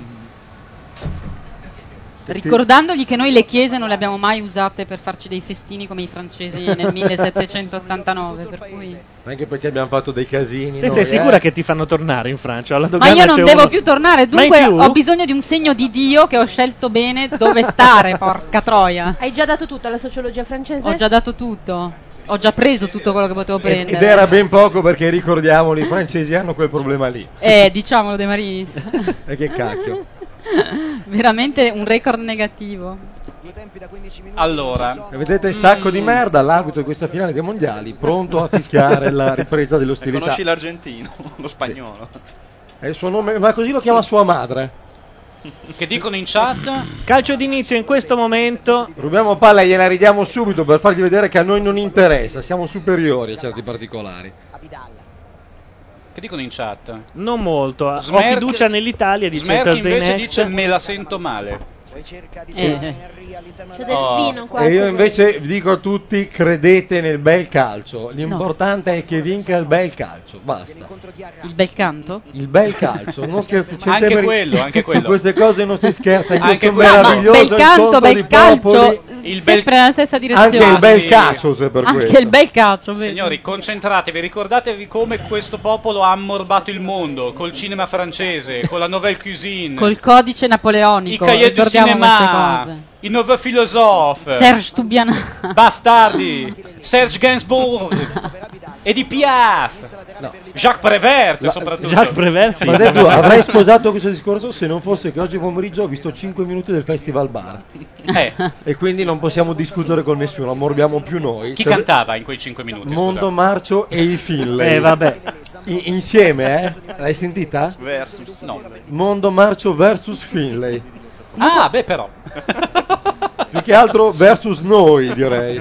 Ricordandogli che noi le chiese non le abbiamo mai usate per farci dei festini come i francesi nel millesettecentottantanove, per cui... Anche perché abbiamo fatto dei casini. Te noi, sei sicura eh? che ti fanno tornare in Francia? Alla Ma dogana io non c'è devo uno- più tornare, Mai dunque più? ho bisogno di un segno di Dio che ho scelto bene dove stare, porca troia. Hai già dato tutto alla sociologia francese? Ho già dato tutto. Ho già preso tutto quello che potevo Ed prendere. era ben poco perché ricordiamoli, i francesi hanno quel problema lì. Eh, diciamolo De Marinis. E che cacchio. Veramente un record negativo. Allora, E vedete il sacco di merda, l'arbitro di questa finale dei mondiali, pronto a fischiare la ripresa E dell'ostilità. conosci l'argentino, lo spagnolo. E il suo nome, ma così lo chiama sua madre. che dicono in chat? Calcio d'inizio in questo momento. Rubiamo palla e gliela ridiamo subito per fargli vedere che a noi non interessa, siamo superiori a certi particolari. Che dicono in chat? Non molto. Ho Smerk- fiducia nell'Italia, dice Smerk Thursday invece Next. dice me la sento male. Eh. C'è del Oh. vino qua. E io se invece dico a tutti, credete nel bel calcio. L'importante è che vinca il bel calcio, basta. Il bel canto? Il bel calcio, non scherzo. Anche quello, anche quello. Su queste cose non si scherza, io Anche sono quello. meraviglioso. Bel canto, incontro bel di calcio, popoli. Il bel- sempre nella stessa direzione. Anche il bel Sì. calcio, se per Anche questo. il bel calcio, vedi? Signori, concentratevi, ricordatevi come questo popolo ha ammorbato il mondo col cinema francese, con la nouvelle cuisine, Col codice i napoleonico. cahiers du Ricordiamo queste cinéma, cose. i nouveaux philosophes, Serge Toubiana. Bastardi, Serge Gainsbourg, Edith Piaf, Jacques Prévert La- soprattutto. Jacques Prévert, sì. Ma detto, avrei sposato questo discorso se non fosse che oggi pomeriggio ho visto cinque minuti del Festival Bar. Eh, E quindi non possiamo discutere con nessuno, ammorbiamo più noi. chi Cioè, cantava in quei cinque minuti? Mondo scusate? Marcio e i Finlay. Eh, vabbè. I- insieme, eh? L'hai sentita? Versus. No. Mondo Marcio versus Finlay. Ah, beh però. Più che altro versus noi, direi.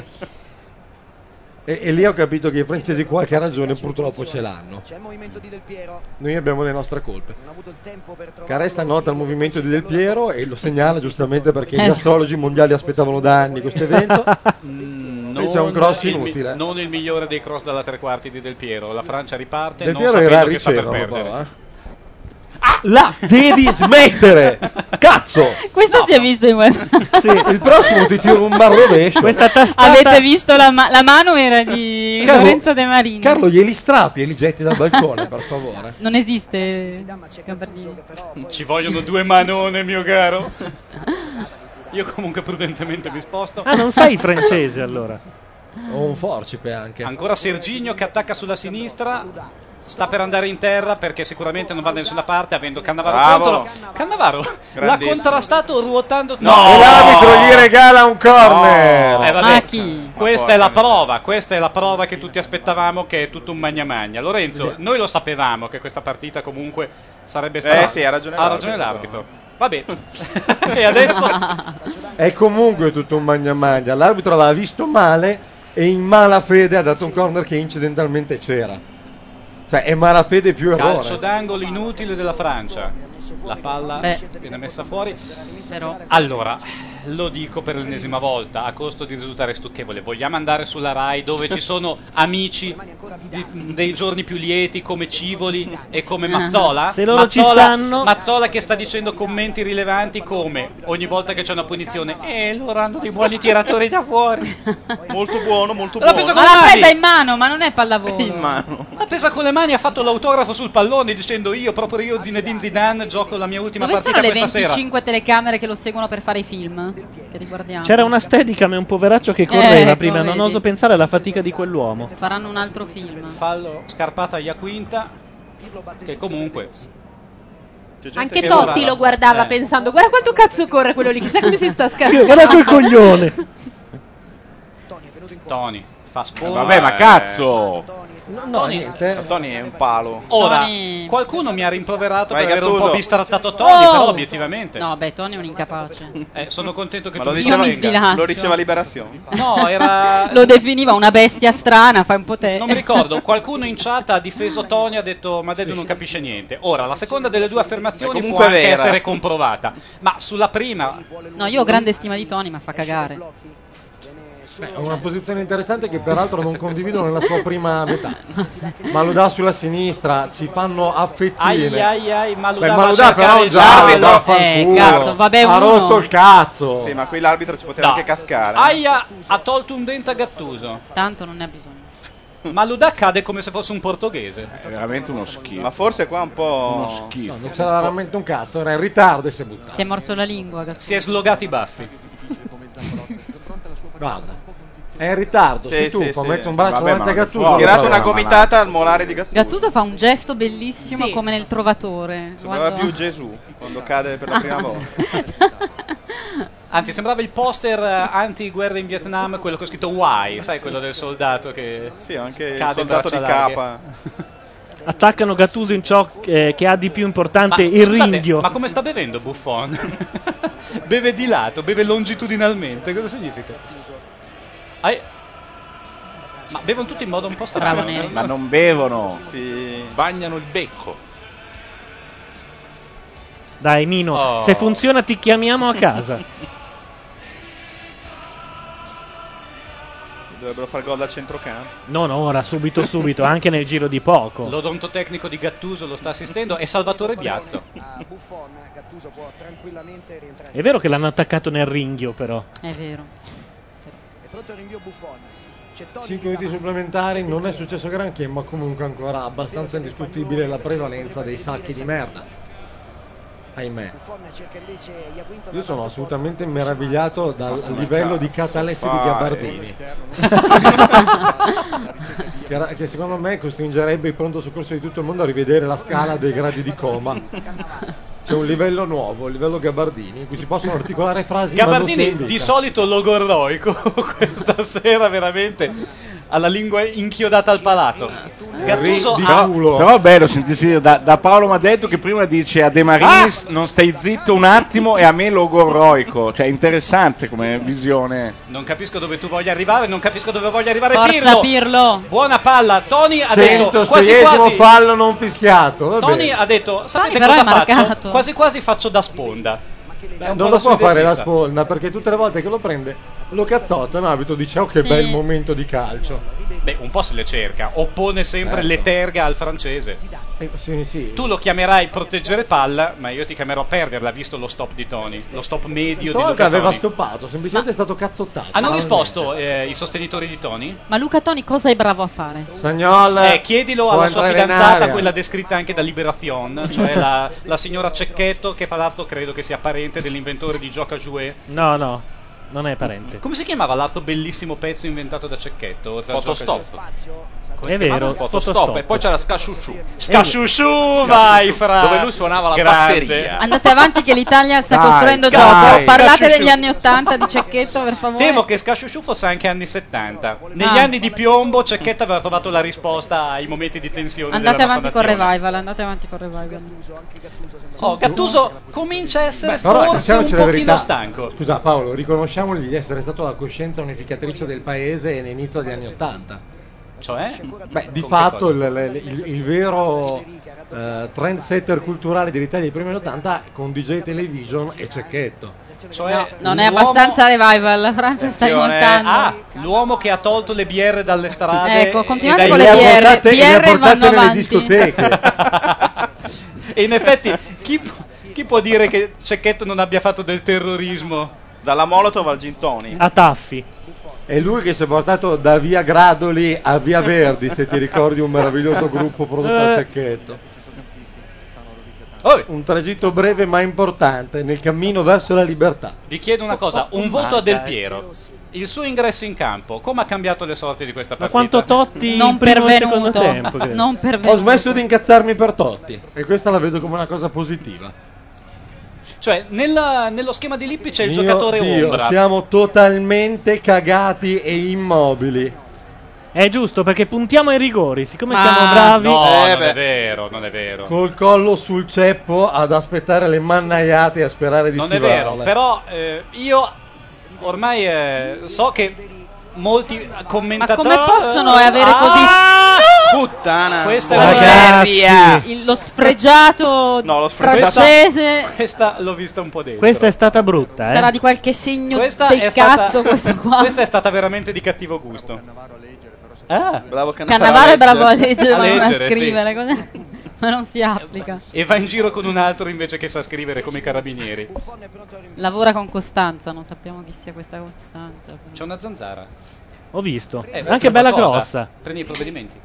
E, e lì ho capito che i francesi qualche ragione purtroppo ce l'hanno. C'è il movimento di Del Piero. Noi abbiamo le nostre colpe. Non ha avuto il tempo per trovare. Caressa nota il movimento di Del Piero e lo segnala giustamente perché gli Eh. astrologi mondiali aspettavano da anni questo evento. Mm, E c'è un cross il mi- inutile. non il migliore dei cross dalla tre quarti di Del Piero. La Francia riparte, Del non Piero sapendo era a che sta per ricevere, perdere. però, eh. Là, devi smettere! Cazzo! Questo si è visto in web. Sì, il prossimo ti tiro un barrovescio. Questa tastata. Avete visto la, ma- la mano era di Carlo- Lorenzo De Marini. Carlo, glieli strappi e li getti dal balcone, per favore. Non esiste Gabardini. Ci vogliono due manone, mio caro. Io comunque prudentemente mi sposto. Ah, non sai francese allora. O un forcipe anche. Ancora Serginho che attacca sulla sinistra. Sta per andare in terra perché sicuramente non va da nessuna parte avendo Cannavaro Bravo. contro. Cannavaro l'ha Grandissimo. contrastato ruotando. E l'arbitro gli regala un corner. Eh, vabbè, Ma chi? questa è la prova, questa è la prova che tutti aspettavamo, che è tutto un magna magna. Lorenzo, noi lo sapevamo che questa partita comunque sarebbe stata. Eh sì, ha ragione ha ragione l'arbitro. l'arbitro. Vabbè. E adesso È comunque tutto un magna magna. L'arbitro l'ha visto male e in malafede ha dato un corner che incidentalmente c'era. Cioè è malafede più calcio errore. d'angolo inutile della Francia. La palla Beh. viene messa fuori. Però Allora, lo dico per l'ennesima volta, a costo di risultare stucchevole. Vogliamo andare sulla Rai dove ci sono amici di- dei giorni più lieti come Civoli e come Mazzola? Se loro ci Mazzola- stanno. Mazzola che sta dicendo commenti rilevanti come ogni volta che c'è una punizione, eh, loro hanno dei buoni tiratori da fuori. Molto buono, molto L'ha buono. preso Ma con le l'ha mani. presa in mano, ma non è pallavolo. In mano. L'ha presa con le mani, ha fatto l'autografo sul pallone dicendo io, proprio io, Zinedine Zidane, gioco la mia ultima Dove sono partita le questa sera. venticinque telecamere che lo seguono per fare i film? Che riguardiamo. C'era una Steadicam e un poveraccio che correva ecco, prima. Non vedi. oso pensare alla fatica di quell'uomo. Faranno un altro film. Fallo scarpata a Iaquinta che comunque C'è gente Anche che Totti vorrà- lo guardava Eh. pensando: guarda quanto cazzo corre quello lì, chissà come si sta scaricando. Guarda quel coglione. Tony fa Eh, sport. Vabbè, ma cazzo! No, Tony- niente. Tony è un palo. Ora, Tony- qualcuno mi ha rimproverato Vai, per aver un Gattuso. po' bistrattato Tony, Oh! però obiettivamente. No, beh, Tony è un incapace. Eh, sono contento che Ma tu lo mi diceva, mi sbilancio. lo diceva Liberazione. No, era... Lo definiva una bestia strana, fai un po' te. Non mi ricordo, qualcuno in chat ha difeso Tony, ha detto ma Dedu non capisce niente. Ora, la seconda delle due affermazioni È può comunque anche vera. essere comprovata, ma sulla prima... No, io ho grande stima di Tony, ma fa cagare. Beh, è una posizione interessante che peraltro non condivido nella sua prima metà. Maludà sulla sinistra, ci fanno affettine. Ai ai ai, Maludà Beh, va a Maludà però cercare già l'arbitro. Eh, cazzo, vabbè, ha uno. rotto il cazzo. Sì, ma qui l'arbitro ci poteva No. anche cascare. Aia ha tolto un dente a Gattuso. Tanto non ne ha bisogno. Maludà cade come se fosse un portoghese. È veramente uno schifo. Ma forse qua un po'. Uno No, schifo. non c'era veramente un cazzo, era in ritardo e si è buttato. Si è morso la lingua, Gattuso. Si è slogati i baffi. Guarda, è in ritardo, Sì, sei tu, sì, sì. mette un braccio Vabbè, davanti ma a non Gattuso. può. Ha tirato Vabbè, una ma gomitata al molare di Gattuso. Gattuso fa un gesto bellissimo Sì. come nel Trovatore. Sembrava quando- più Gesù quando cade per la prima volta. Anzi, sembrava il poster eh, anti-guerra in Vietnam, quello che ho scritto Why, sai, quello del soldato che Sì, anche il cade soldato braccia di larghe. capa. Attaccano Gattuso in ciò eh, che ha di più importante, Ma, il scusate, ringhio. ma come sta bevendo Buffon? Beve di lato, beve longitudinalmente, cosa significa? Ai- Ma bevono tutti in modo un po' strano. Bravo, Neri. Ma non bevono. Si Bagnano il becco. Dai, Mino, Oh. se funziona ti chiamiamo a casa. dovrebbero far gol dal centrocampo. Non ora, subito, subito, anche nel giro di poco. L'odontotecnico di Gattuso lo sta assistendo e Salvatore Biazzo. A Buffon, Gattuso può tranquillamente rientrare. È vero che l'hanno attaccato nel ringhio, però. È vero. È pronto il rinvio Buffon. C'è Toni cinque minuti supplementari, non è successo granché, ma comunque ancora abbastanza indiscutibile la prevalenza dei sacchi di merda. Ahimè. Buffon cerca invece Iaquinta Io sono dalla assolutamente meravigliato dal livello di catalessi di fai? Gabardini. che, era- che secondo me costringerebbe il pronto soccorso di tutto il mondo a rivedere la scala dei gradi di coma. C'è un livello nuovo, il livello Gabardini, in cui si possono articolare frasi ma non si Gabardini indica. di solito logorroico, questa sera veramente ha la lingua inchiodata al palato. Gattuso Di ha... culo. Però è bello sentirsi da, da Paolo Madeddu che prima dice a De Marinis non stai zitto un attimo e a me logorroico. Cioè interessante come visione. Non capisco dove tu voglia arrivare, non capisco dove voglia arrivare Forza Pirlo. Pirlo. Buona palla, Tony ha detto quasi centoseiesimo quasi fallo non fischiato. va Tony bene. ha detto sapete però cosa è faccio? marcato. Quasi quasi faccio da sponda. È un Non po' lo la può sua idea fare la fissa. sponda perché tutte le volte che lo prende lo cazzotta in abito dice oh che Sì. bel momento di calcio. Beh, un po' se le cerca, oppone sempre Certo. le terga al francese. Eh, sì, sì. Tu lo chiamerai proteggere palla, ma io ti chiamerò perderla, visto lo stop di Tony, lo stop medio di Stavolta Luca aveva Toni. stoppato, semplicemente è stato cazzottato. Hanno Ma risposto eh, i sostenitori di Tony? Ma Luca Toni cosa è bravo a fare? Sagnol Eh, chiedilo può alla sua entrare in fidanzata, area. quella descritta anche da Liberation, cioè la, la signora Cecchetto, che fra l'altro credo che sia parente dell'inventore di Gioca Jouet. No, no, non è parente. Come si chiamava l'altro bellissimo pezzo inventato da Cecchetto? oltre a Fotostop. Gioca spazio. Come È si chiamava? vero, Fotostop. Fotostop. E poi c'era Scasciusciu. Scasciusciu, vai fra! Dove lui suonava la Grande. batteria. Andate avanti che l'Italia sta Dai, costruendo dai. gioco. Parlate Scasciusciu. degli anni ottanta di Cecchetto, per favore. Temo che Scasciusciu fosse anche anni settanta. Negli Ah. anni di piombo Cecchetto aveva trovato la risposta ai momenti di tensione Andate della avanti nostra con nazione. Revival, andate avanti con Revival. Oh, Gattuso comincia a essere Beh, però forse un diciamoci la pochino verità. stanco. Scusa Paolo, riconosciamogli di essere stato la coscienza unificatrice del paese all'inizio degli anni Ottanta. Cioè? Beh, di Con che fatto cosa? il, il- il vero eh, trendsetter culturale dell'Italia dei primi anni Ottanta con D J Television e Cecchetto. Cioè, No, non è l'uomo- abbastanza Revival. La Francia sta rimontando. Ah, l'uomo che ha tolto le B R dalle strade. Ecco, e continuate dai- con le Le ha B R. portate- le ha B R vanno portate nelle avanti. discoteche. E in effetti, chi, chi può dire che Cecchetto non abbia fatto del terrorismo? Dalla Molotov al Gin Tonic. A Taffi. È lui che si è portato da via Gradoli a via Verdi, se ti ricordi, un meraviglioso gruppo prodotto a Cecchetto. Oh, Un tragitto breve ma importante nel cammino verso la libertà. vi chiedo una cosa, un voto a Del Piero. Il suo ingresso in campo, come ha cambiato le sorti di questa Ma partita? quanto Totti Non in primo e secondo pervenuto. tempo. credo. Non Ho pervenuto. smesso di incazzarmi per Totti e questa la vedo come una cosa positiva. Cioè, nella- nello schema di Lippi c'è il Mio giocatore Dio, ombra. siamo totalmente cagati e immobili. È giusto perché puntiamo ai rigori, siccome Ma siamo bravi. no, Eh, non beh. è vero, non è vero. Col collo sul ceppo ad aspettare le mannaiate e a sperare di Non è schivarle. vero, però eh, io ormai eh, so che molti commentatori. Ma come possono avere Ah! così. Puttana. Questa è Ragazzi. la Il- lo sfregiato No, lo sfregiato- francese Questa l'ho vista un po' dentro. Questa è stata brutta, eh. sarà di qualche segno Questa del è stata- cazzo questo qua. Questa è stata veramente di cattivo gusto. Ah, bravo Cannavaro. Cannavaro è bravo a leggere A ma non a leggere, sì. scrivere, cos'è? Ma non si applica. E va in giro con un altro invece che sa scrivere come i carabinieri. Lavora con Costanza, non sappiamo chi sia questa Costanza. però. C'è una zanzara. Ho visto. Eh, Anche bella qualcosa. grossa. Prendi i provvedimenti.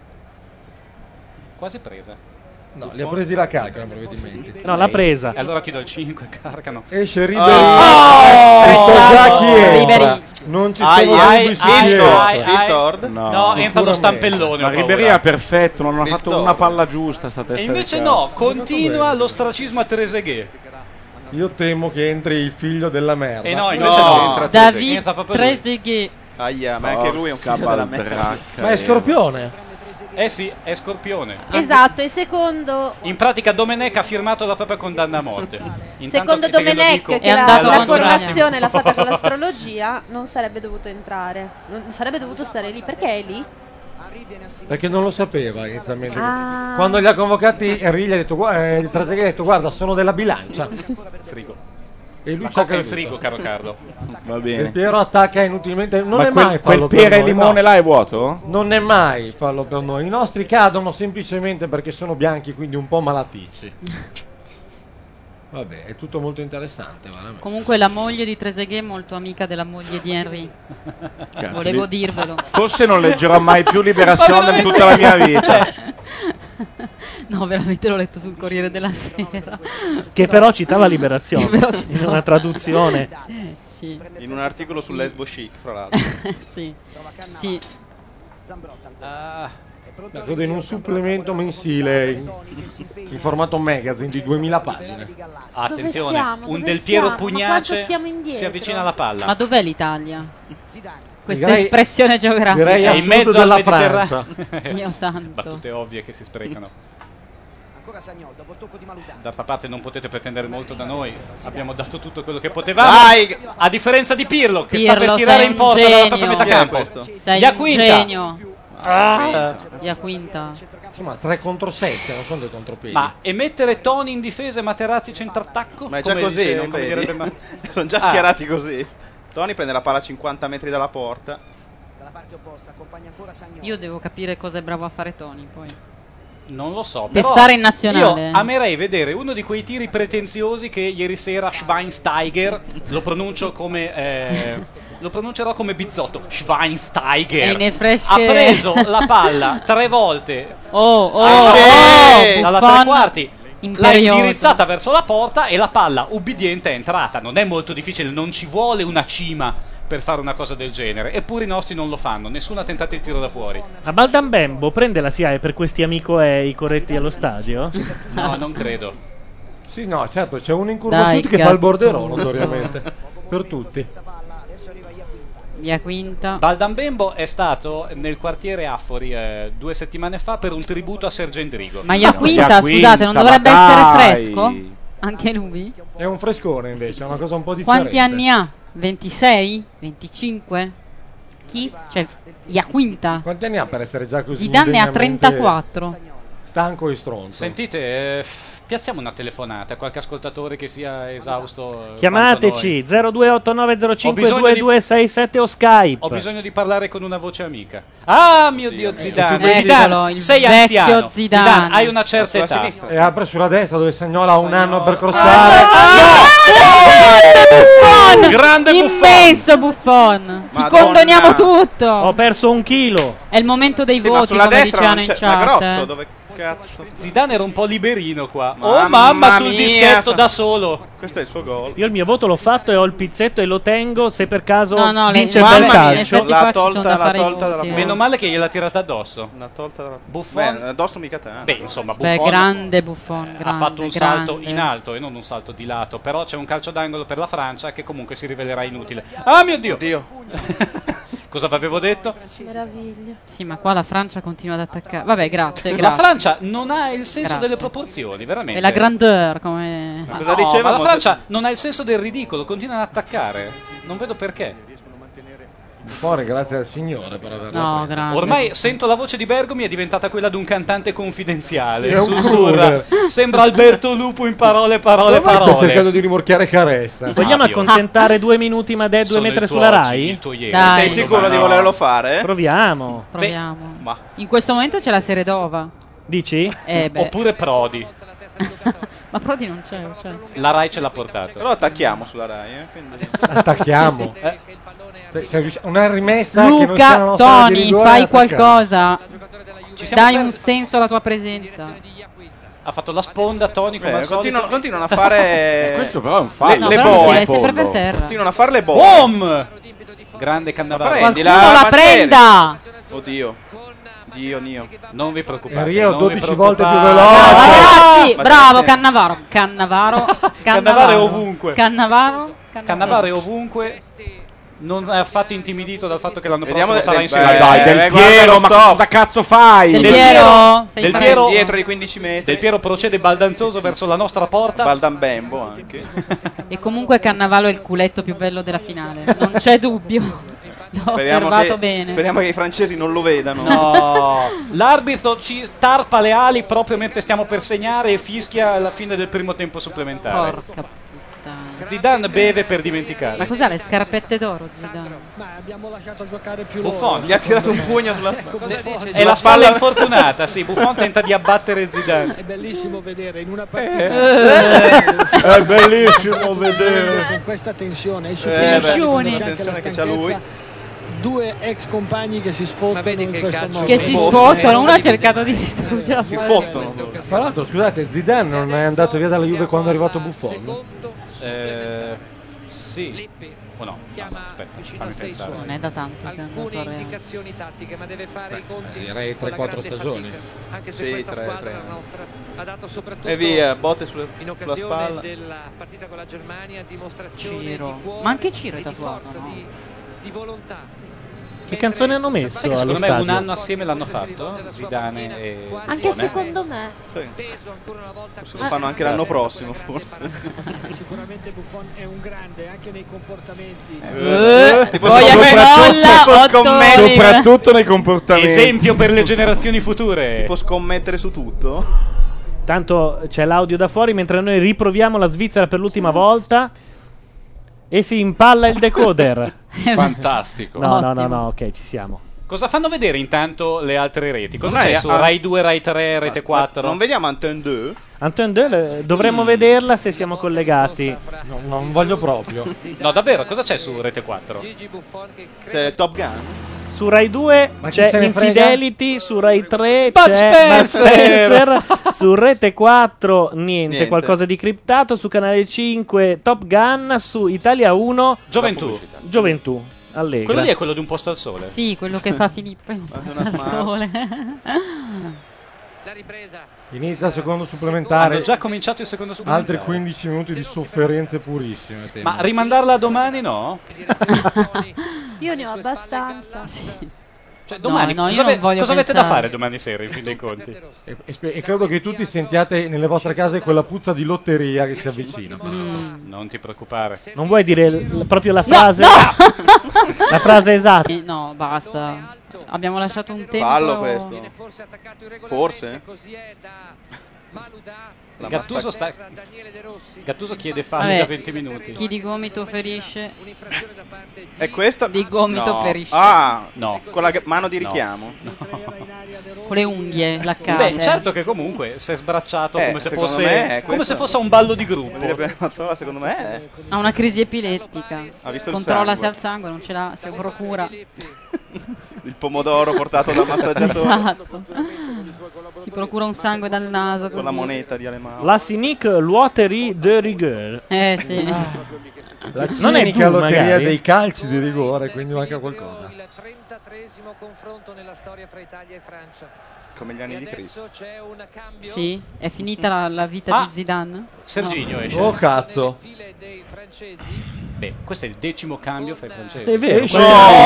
Quasi presa. No, li ha presi la cacca, provvedimenti. No, l'ha presa. E allora ti do il cinque, carcano. Esce Ribéry. Oh! E so già chi entra. Ribéry. Non ci Ai, sono ai, dubbi su ai, chi ai, entra. ai, ai. Viltord? No, No, entra lo sicuramente. stampellone. Ma ho paura. Ribéry è perfetto, non ha fatto Vittorio. una palla giusta sta testa E di invece cazzo. no, continua l'ostracismo a Trezeguet. Io temo che entri il figlio della merda. E no, invece No. no. Entra David Entra proprio lui. Trezeguet. Aia, ma anche lui è un figlio Porca della merda. baldracca, Ma è eh. Scorpione. Eh sì, è Scorpione. Esatto, e secondo, In pratica Domenech ha firmato la propria condanna a morte. Intanto secondo che te che lo Domenech, dico- che È la, andato la con formazione un l'ha attimo. fatta con l'astrologia, non sarebbe dovuto entrare. Non sarebbe dovuto stare lì. Perché è lì? Perché non lo sapeva inizialmente. Ah. Quando li ha convocati Henry gli ha detto, "Gua- eh, il Trezeguet gli ha detto guarda sono della bilancia. Frigo. E lui Ma ci ha coca in creduto. frigo, caro Carlo. Va E bene. Piero attacca inutilmente. Non Ma è quel, mai quel fallo per pere e noi, limone no. là è vuoto? Non è mai fallo per noi. I nostri cadono semplicemente perché sono bianchi, quindi un po' malaticci. Vabbè, è tutto molto interessante, veramente. Comunque la moglie di Trezeguet è molto amica della moglie di Henry. Cazzo, Volevo di- dirvelo. Forse non leggerò mai più Liberazione in tutta la mia vita. No, veramente l'ho letto sul Corriere della Sera. Che però citava Liberazione. Che però citava- In una traduzione. Sì. In un articolo sul lesbo chic, fra l'altro. Sì. Sì. Ah, La credo in un supplemento mensile in, in formato magazine di duemila pagine. attenzione, siamo? un Dove Del Piero siamo? Ma quanto Pugnace stiamo indietro? si avvicina alla palla. Ma dov'è l'Italia? Questa Direi- espressione geografica. direi È a in sud mezzo al della Mediterraneo. Francia. Dio santo. Battute ovvie che si sprecano. Ancora Sagnol, dopo il tocco di Maludà. D'altra parte non potete pretendere molto da noi. Abbiamo dato tutto quello che potevamo. Dai! A differenza di Pirlo che sta per Pirlo, tirare sei in un porta dalla propria genio. metà Chi è campo. questo? Sei Iaquinta. un genio. Ah. Iaquinta. Insomma, tre contro sette, non sono dei contropiedi. Ma e mettere Toni in difesa e Materazzi centrattacco? Ma è già Come così, dice- non come vedi? direbbe Ma- Sono già Ah. schierati così. Tony prende la palla a cinquanta metri dalla porta. Dalla parte opposta accompagna ancora Sagnol. Io devo capire cosa è bravo a fare Toni poi. Non lo so. Per però stare in nazionale. Io amerei vedere uno di quei tiri pretenziosi che ieri sera Schweinsteiger, lo pronuncio come eh, lo pronuncerò come Bizzotto, E Schweinsteiger ne fresche- ha preso la palla tre volte Oh, oh, Ah, oh, dalla Buffon tre quarti, l'ha imperioso. indirizzata verso la porta e la palla ubbidiente è entrata. Non è molto difficile, non ci vuole una cima per fare una cosa del genere, eppure i nostri non lo fanno, nessuno ha tentato il tiro da fuori. Ma Baldambembo prende la S I A E per questi amicoei corretti allo stadio? No, non credo. Sì, no, certo, c'è uno in curva Dai, sud che gatto. fa il borderò, notoriamente. Per tutti. Iaquinta. Baldambembo è stato nel quartiere Affori eh, due settimane fa per un tributo a Sergendrigo. Ma Iaquinta, Iaquinta, scusate, non ma dovrebbe dai! essere fresco? Anche lui? È un frescone invece, è una cosa un po' differente. Quanti anni ha? ventisei? venticinque? Chi? Cioè, Iaquinta. Quanti anni ha per essere già così Zidane ne ha indegnamente trentaquattro. stanco e stronzo? Sentite, eh, piazziamo una telefonata a qualche ascoltatore che sia esausto. eh, quanto Chiamateci zero due otto nove zero cinque bisogno due di- due sei sette o Skype. Ho bisogno di parlare con una voce amica. Ah, mio Dio, Zidane. Eccolo, Zidane, il sei vecchio anziano. Zidane. Hai una certa Sulla età. sinistra. E apre sulla destra dove Sagnola ha un anno per crossare. Buffon! Grande Buffon! Immenso Buffon! Ti Madonna. condoniamo tutto! Ho perso un chilo. È il momento dei Sì, ma voti, sulla come destra dicevano non in c'è, ma chat. grosso, eh. dove Cazzo. Zidane era un po' liberino qua. Mamma oh mamma, sul mia, dischetto so- da solo. Questo è il suo gol. Io il mio voto l'ho fatto e ho il pizzetto e lo tengo se per caso No, no, le- vince il Mamma bel mia, calcio. in effetti qua L'ha ci sono tolta, da l'ha fare i tolta dalla voti, eh. Meno male che gliel'ha tirata addosso. L'ha tolta dalla... Buffon. Beh, addosso mica te. Beh, insomma, Beh, Buffon grande Buffon, ha grande, fatto un grande. salto in alto e non un salto di lato. Però c'è un calcio d'angolo per la Francia che comunque si rivelerà inutile. Ah mio Dio! Dio. Cosa vi avevo detto? Meraviglia. Sì, ma qua la Francia continua ad attaccare. Vabbè, grazie, La grazie. Francia non ha il senso Grazie. delle proporzioni, veramente. E la grandeur, come... Ma cosa no, diceva ma la Monte- Francia non ha il senso del ridicolo, continua ad attaccare. Non vedo perché. Fuori, grazie al Signore per averla No, presa. grande. Ormai sento la voce di Bergomi è diventata quella di un cantante confidenziale. Sì, è un Sussurra. crooner. Sembra Alberto Lupo in parole, parole, Ormai sto cercando parole. di rimorchiare Caressa. Vogliamo Fabio. accontentare due minuti ma due Sono mettere il tuo sulla oggi, Rai? il tuo ieri. Dai. Sei sicuro Ma di no. volerlo fare? Proviamo. Proviamo. Ma In questo momento c'è la Seredova. Dici? Eh beh. Oppure Prodi. Ma Prodi non c'è, cioè. La Rai ce l'ha portato. però attacchiamo sulla Rai, eh? Quindi... Attacchiamo. Se- se riusci- una rimessa che non sia la Luca, nostra area di Tony, rigore, fai attacchiamo. qualcosa. Ci siamo Dai persi- un senso alla tua presenza. Ha fatto la sponda, Tony, come Eh, al solito. continuano, continuano a fare... Questo però è un fallo. Le, No, le però boe. è sempre per terra. Continuano a fare le boe. Boom! Grande Cannavaro. Ma Qualcuno prendila, la Mazzeri. prenda! Dio. Dio mio. Non vi preoccupate. Enrico, non vi dodici volte più preoccupate. veloce. Bravo, ragazzi, Ma bravo gente- Cannavaro. Cannavaro. Cannavaro è ovunque. Cannavaro. Cannavaro è ovunque. Non è affatto intimidito dal fatto che l'anno Vediamo prossimo de- sarà de- in beh, Serie A. Dai, Del Eh, guarda Piero, lo ma stop. cosa cazzo fai? Del Del Piero, Piero- sei Del fare- Piero- Dietro i quindici metri. Del Piero procede baldanzoso verso la nostra porta. Baldan Bembo anche. E comunque Cannavaro è il culetto più bello della finale. Non c'è dubbio. L'ho Speriamo osservato che, bene. speriamo che i francesi non lo vedano. No, l'arbitro ci tarpa le ali proprio mentre stiamo per segnare e fischia alla fine del primo tempo supplementare. Porca puttana. Zidane beve per dimenticare. Ma cos'ha le scarpette d'oro Zidane? Ma abbiamo lasciato giocare più Buffon. loro. Gli ha tirato un pugno sulla... È la spalla infortunata, sì. Buffon tenta di abbattere Zidane. È bellissimo vedere in una Eh. partita È bellissimo vedere. con questa tensione e Eh, Tensioni. beh, la tensione che c'ha lui. due ex compagni che si sfottano in questo modo. Che si sfottano, uno ha cercato di distruggere la Si squadra. fottono. Tra l'altro, scusate, Zidane non è andato via dalla Juve quando è arrivato Buffon? Eh, sì. O no? No, no, aspetta, fammi pensare. Non è da tanto che è andato a Real. indicazioni tattiche, ma deve fare i conti direi con la tre quattro grande stagioni. fatica, anche se Sì, questa tre, squadra tre. la nostra ha dato soprattutto E via, botte sulle- in sulla occasione spalla. della partita con la Germania dimostrazione Ciro. di cuore Ma anche Ciro è e di tatuato, forza, no? di, di volontà. Che canzone hanno messo Sai che allo secondo me un stadio? anno assieme l'hanno fatto Zidane e Anche Buffon, eh? secondo me. Sì. Forse lo fanno anche l'anno prossimo, forse. Sicuramente Buffon è un grande anche nei comportamenti. Eh, Tipo poi scommettere- molla, tipo otto scommettere- olive. Soprattutto nei comportamenti. Esempio per le generazioni future. Tipo scommettere su tutto. Tanto c'è l'audio da fuori mentre noi riproviamo la Svizzera per l'ultima volta. E si impalla il decoder. Fantastico. No, no, no, Ottimo. no, ok, ci siamo. Cosa fanno vedere intanto le altre reti? Cosa Non c'è è- su ah. Rai due, Rai tre, Rete quattro? Non vediamo Antenne due? Antenne due dovremmo vederla se siamo collegati. No, non voglio proprio. No, davvero, cosa c'è su Rete quattro? C'è Top Gun. Su Rai due Ma chi c'è se ne frega? Infidelity, su Rai tre Bud c'è Bud Spencer. Spencer, su Rete quattro niente, Niente. qualcosa di criptato, su Canale cinque Top Gun, su Italia uno Gioventù. Gioventù, Allegra. Quello lì è quello di Un posto al sole. Sì, quello che fa Filippo in una al smart. sole. La ripresa. Inizia il secondo supplementare. Hanno già cominciato il secondo supplementare. Altri quindici minuti di sofferenze purissime. temo. Ma rimandarla a domani no? Io ne ho abbastanza. Cioè, domani no, io cosa, non ave- voglio cosa avete da pensare. fare domani sera in fin dei conti? E, e spe- e credo che tutti sentiate nelle vostre case quella puzza di lotteria che si avvicina. Mm. Non ti preoccupare. Non vuoi dire l- proprio la frase? La frase esatta. Eh, No, basta. Abbiamo lasciato un tempo. Fallo questo. Forse? La Gattuso, sta... Gattuso chiede falli Vabbè, da venti minuti. Chi di gomito ferisce. È questo? Di gomito No. ferisce. Ah, No. con la g- mano di No. richiamo. Con le unghie, la casa. Beh, certo che comunque si è sbracciato Eh, come se secondo fosse me è come questo. se fosse un ballo di gruppo. Direbbe Mazzola, secondo me è. Ha una crisi epilettica. Ha visto il Controlla se sangue. ha il sangue, non ce l'ha, se procura. Il pomodoro portato dal massaggiatore. Esatto. Si procura un sangue dal naso. Con la così. moneta di Alemão. La Cynic Loterie de Rigueur. Eh sì. La Non è cinica tu, lotteria magari? dei calci di rigore, quindi manca qualcosa. Il trentatreesimo confronto nella storia fra Italia e Francia. Come gli anni E di Cristo. adesso c'è un cambio. Sì? È finita la, la vita Ah. di Zidane? Serginho No. esce. Oh cazzo. Beh, questo è il decimo cambio fra i francesi. È vero. Esce.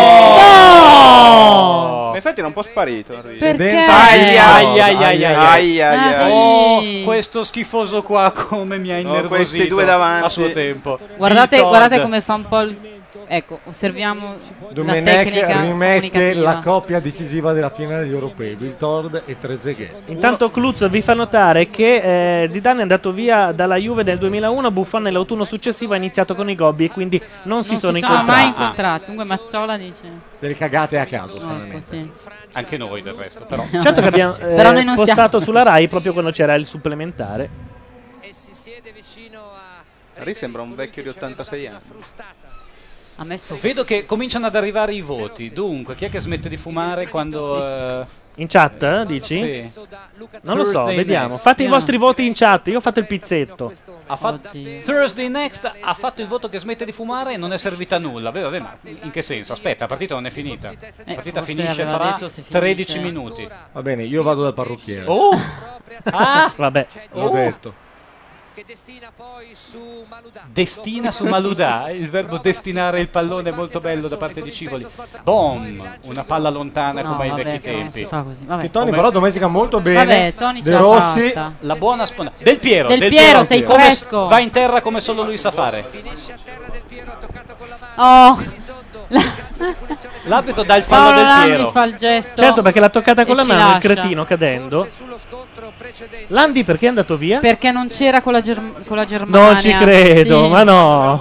No! In effetti era un po' sparito. Henry. Perché? Dentro- Ai ai ai ai ai ai. Ai, ai, Ah, ai. Oh, sì. questo schifoso qua come mi ha No, innervosito questi due davanti. a suo tempo. Guardate, Il Todd. guardate come fa un po' il... Ecco, osserviamo la Domenech tecnica rimette comunicativa. la coppia decisiva della finale degli europei, Viltord e Trezeguet. Intanto Klutz vi fa notare che eh, Zidane è andato via dalla Juve nel duemilauno, Buffon nell'autunno successivo ha iniziato con i Gobbi e quindi non si Non sono si sono incontrati. mai incontrati. Comunque Mazzola dice... Delle cagate a caso, Ecco, stranamente. sì. Anche noi del resto, però. Certo che abbiamo eh, Però noi non spostato siamo. sulla Rai proprio quando c'era il supplementare. E si siede vicino a Henry sembra un vecchio di ottantasei anni. A me sto... Vedo che cominciano ad arrivare i voti. Dunque, chi è che smette di fumare quando eh, In chat, eh, dici? Sì. Non lo so, Thursday vediamo. Next. Fate i Vediamo. vostri voti in chat, io ho fatto il pizzetto. ha fatto Oddio. Thursday Next ha fatto il voto che smette di fumare e non è servita a nulla. Vabbè, vabbè, ma in che senso? Aspetta, la partita non è finita. La partita forse finisce aveva fra detto se finisce. tredici minuti. Va bene, io vado dal parrucchiere. Oh! Ah! Vabbè. L'ho Oh! detto. che destina poi su Maludà. Destina su Maludà, il verbo destinare il pallone è molto bello da parte di Civoli. Boom, una palla lontana No, come ai vabbè, vecchi che non tempi. si fa così, vabbè. Che Tony Come- però domestica molto bene. Vabbè, Tony ce De l'ha Rossi. fatta. La buona sponda. Del Piero, Del Piero, sei come- fresco. Va in terra come solo lui sa fare. Oh, L'arbitro dà il fallo Paolo del Landi Piero. fa il gesto. Certo, perché l'ha toccata con e la ci mano il lascia. cretino cadendo. Landi perché è andato via? Perché non c'era con la, Germ- con la Germania. Non ci credo, Sì. ma no.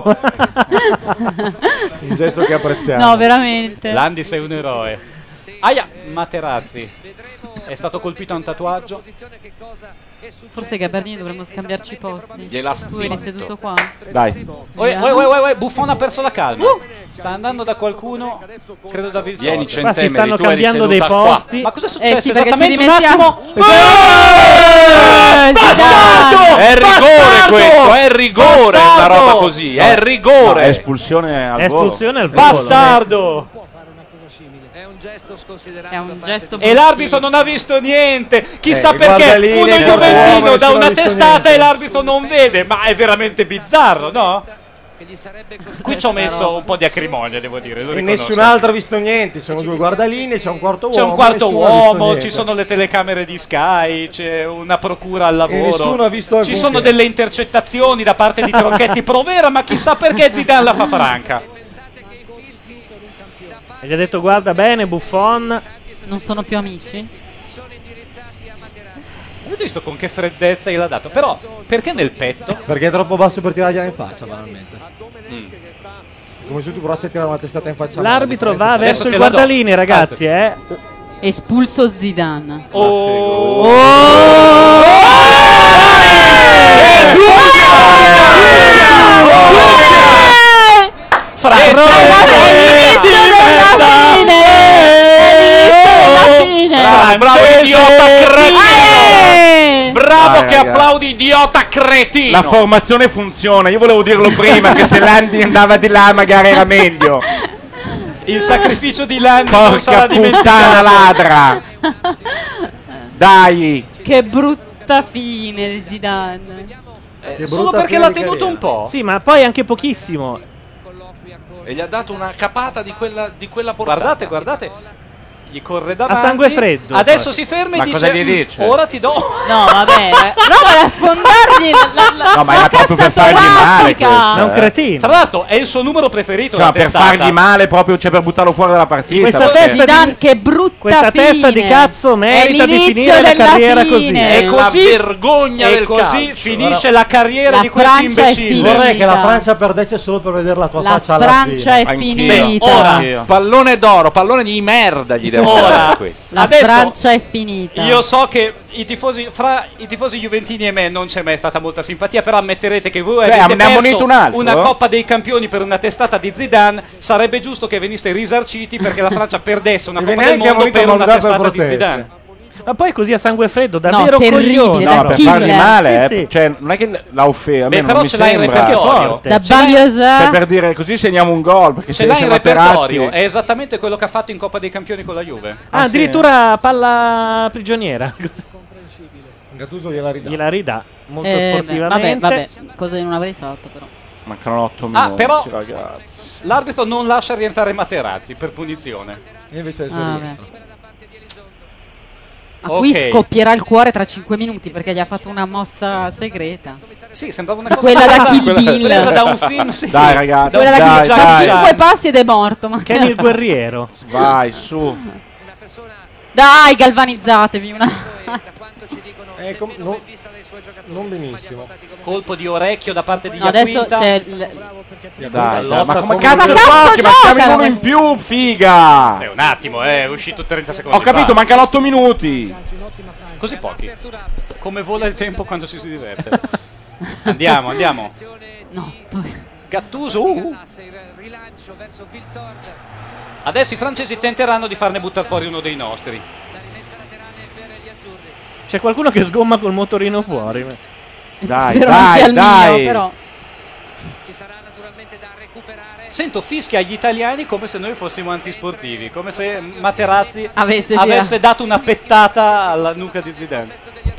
Un gesto che apprezziamo. No, veramente. Landi sei un eroe. Aia, Materazzi. È stato colpito a un tatuaggio. Forse Gabardini dovremmo scambiarci i posti. Gliel'ha Tu eri stinto. seduto qua. Dai. Oi, oi, oi, oi, oi, Buffon ha perso la calma. Sta andando da qualcuno, credo da Viltord. Vieni, Ma si Centemeri, stanno tu eri cambiando dei seduta qua. posti. Ma cosa è successo? Eh sì, perché Esattamente ci un dimentichiamo- attimo. Eh, Bastardo! È rigore Bastardo! questo, è rigore una Bastardo! roba così, è rigore. No, è espulsione al volo. Espulsione al volo. Bastardo! È un gesto sconsiderato. È un gesto E l'arbitro non ha visto niente. Chissà Eh, perché guardaline uno in per uomo, Juventino nessuno dà ha una visto testata niente. e l'arbitro non vede. Ma è veramente bizzarro, no? Qui ci ho messo un po' di acrimonia, devo dire. Lo E riconosco. nessun altro ha visto niente. Ci sono due guardaline, c'è un quarto uomo. C'è un quarto nessuno ha visto uomo, niente. ci sono le telecamere di Sky, c'è una procura al lavoro. nessuno ha visto Ci alcunché. sono delle intercettazioni da parte di Tronchetti Provera, ma chissà perché Zidane la fa franca. E gli ha detto guarda bene Buffon. Non sono più amici? Avete visto con che freddezza gliel'ha dato? Però, perché nel petto? Perché è troppo basso per tirargliela in faccia, banalmente. Mm. Come se tu provassi a tirare una testata in faccia. L'arbitro va Adesso verso te il la do. guardalini, ragazzi, eh. Espulso Zidane. Oh! Bravo, bravo idiota cretino. Bravo Vai, che ragazzi. applaudi idiota cretino. La formazione funziona. Io volevo dirlo prima che se Landi andava di là magari era meglio. Il sacrificio di Landi non sarà Porca dimenticato. puttana ladra. Dai. Che brutta fine di Zidane. Eh, Solo perché l'ha tenuto un po'. Sì, ma poi anche pochissimo. E gli ha dato una capata di quella, di quella portata. Guardate, guardate. Gli corre davanti. sangue freddo. Adesso si ferma e Ma dice, cosa gli "Mm, dice?" ora ti do. No, vabbè. Prova a sfondargli la, la, la, No, ma la era proprio per cassa fargli male toracica. questo. Ma è un eh. cretino. Tra l'altro è il suo numero preferito. Cioè, la per testata. fargli male proprio, cioè per buttarlo fuori dalla partita. Questa perché- testa di- Zidane, che brutta Questa fine. testa di cazzo merita È di l'inizio finire la della carriera fine. così. E È così, la vergogna e del così calcio. finisce la carriera La di questo Francia è imbecille. finita. Vorrei che la Francia perdesse solo per vedere la tua La faccia alla Francia fine. è Anch'io. finita. Beh, ora, Anch'io. Pallone d'oro, pallone di merda gli devo Ora. dare questo. La Adesso- Francia è finita. Io so che i tifosi, fra i tifosi juventini e me non c'è mai stata molta simpatia, però ammetterete che voi Beh, avete ne ha perso ammonito un altro, una eh? Coppa dei Campioni per una testata di Zidane. Sarebbe giusto che veniste risarciti perché la Francia perdesse una E Coppa ve del neanche Mondo ammonito per una Maludà per testata di proteste. Zidane. Ma poi così a sangue freddo, No, davvero terribile, coglione. da No, per killer. fargli male, Sì, eh, sì. cioè, non è che l'ha offesa, a me Beh, non però mi ce l'hai in sembra repertorio. forte. Da Ce l'hai- Bagliosa. Cioè, per dire così segniamo un gol, perché Ce se l'ha in esce repertorio, Materazzi è esattamente quello che ha fatto in Coppa dei Campioni con la Juve. Ah, addirittura palla prigioniera. Gattuso gliela ridà. Gliela ridà molto Eh, beh, sportivamente. Vabbè, vabbè, cosa non avrei fatto però. mancano otto Ah, minuti, però ragazzi. l'arbitro non lascia rientrare Materazzi per punizione. E invece adesso Ah, rientra. A cui Ok. scoppierà il cuore tra cinque minuti perché gli ha fatto una mossa segreta. Sì, sembrava una cosa Quella da presa- Kill Bill. presa da un film, sì. Dai, ragazzi, Quella da dai, Kill Bill. dai. Fa cinque passi ed è morto. Ma... Kenny il guerriero. Vai, su. Dai, galvanizzatevi una. Eh, com- non, non benissimo. Colpo di orecchio da parte di No, adesso Iaquinta. c'è il... Dai, dai, lotta ma come come- cazzo Ma cazzo giochi? Ma siamo in giocano? uno in più, figa! Eh, un attimo, eh, è uscito trenta secondi Ho capito, fa. mancano otto minuti. Così pochi. Come vola il tempo quando ci si diverte. Andiamo, andiamo. No. Gattuso. Uh. Adesso i francesi tenteranno di farne buttare fuori uno dei nostri. C'è qualcuno che sgomma col motorino fuori. Dai, Spero non dai, sia il dai. mio, però. Sento fischia agli italiani come se noi fossimo antisportivi, come se Materazzi Avesse avesse dato una pettata alla nuca di Zidane.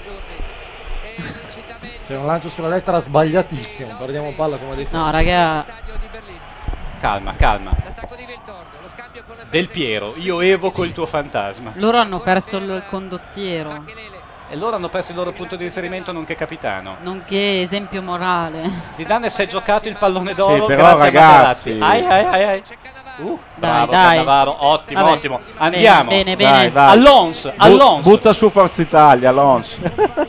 C'è un lancio sulla destra sbagliatissimo. Perdiamo palla come dei No, raga. Calma, calma. Del Piero, io evoco il tuo fantasma. Loro hanno perso il condottiero, E loro hanno perso il loro punto di riferimento nonché capitano. nonché esempio morale. Zidane si è giocato il pallone d'oro Sì, però, grazie ragazzi. a Materazzi. Ai, ai, ai, ai. Uh, bravo dai. Cannavaro, ottimo, Vabbè. ottimo. Andiamo. Bene, bene, Dai, bene. vai. Allons, Bu- Allons. butta su Forza Italia, Alonso.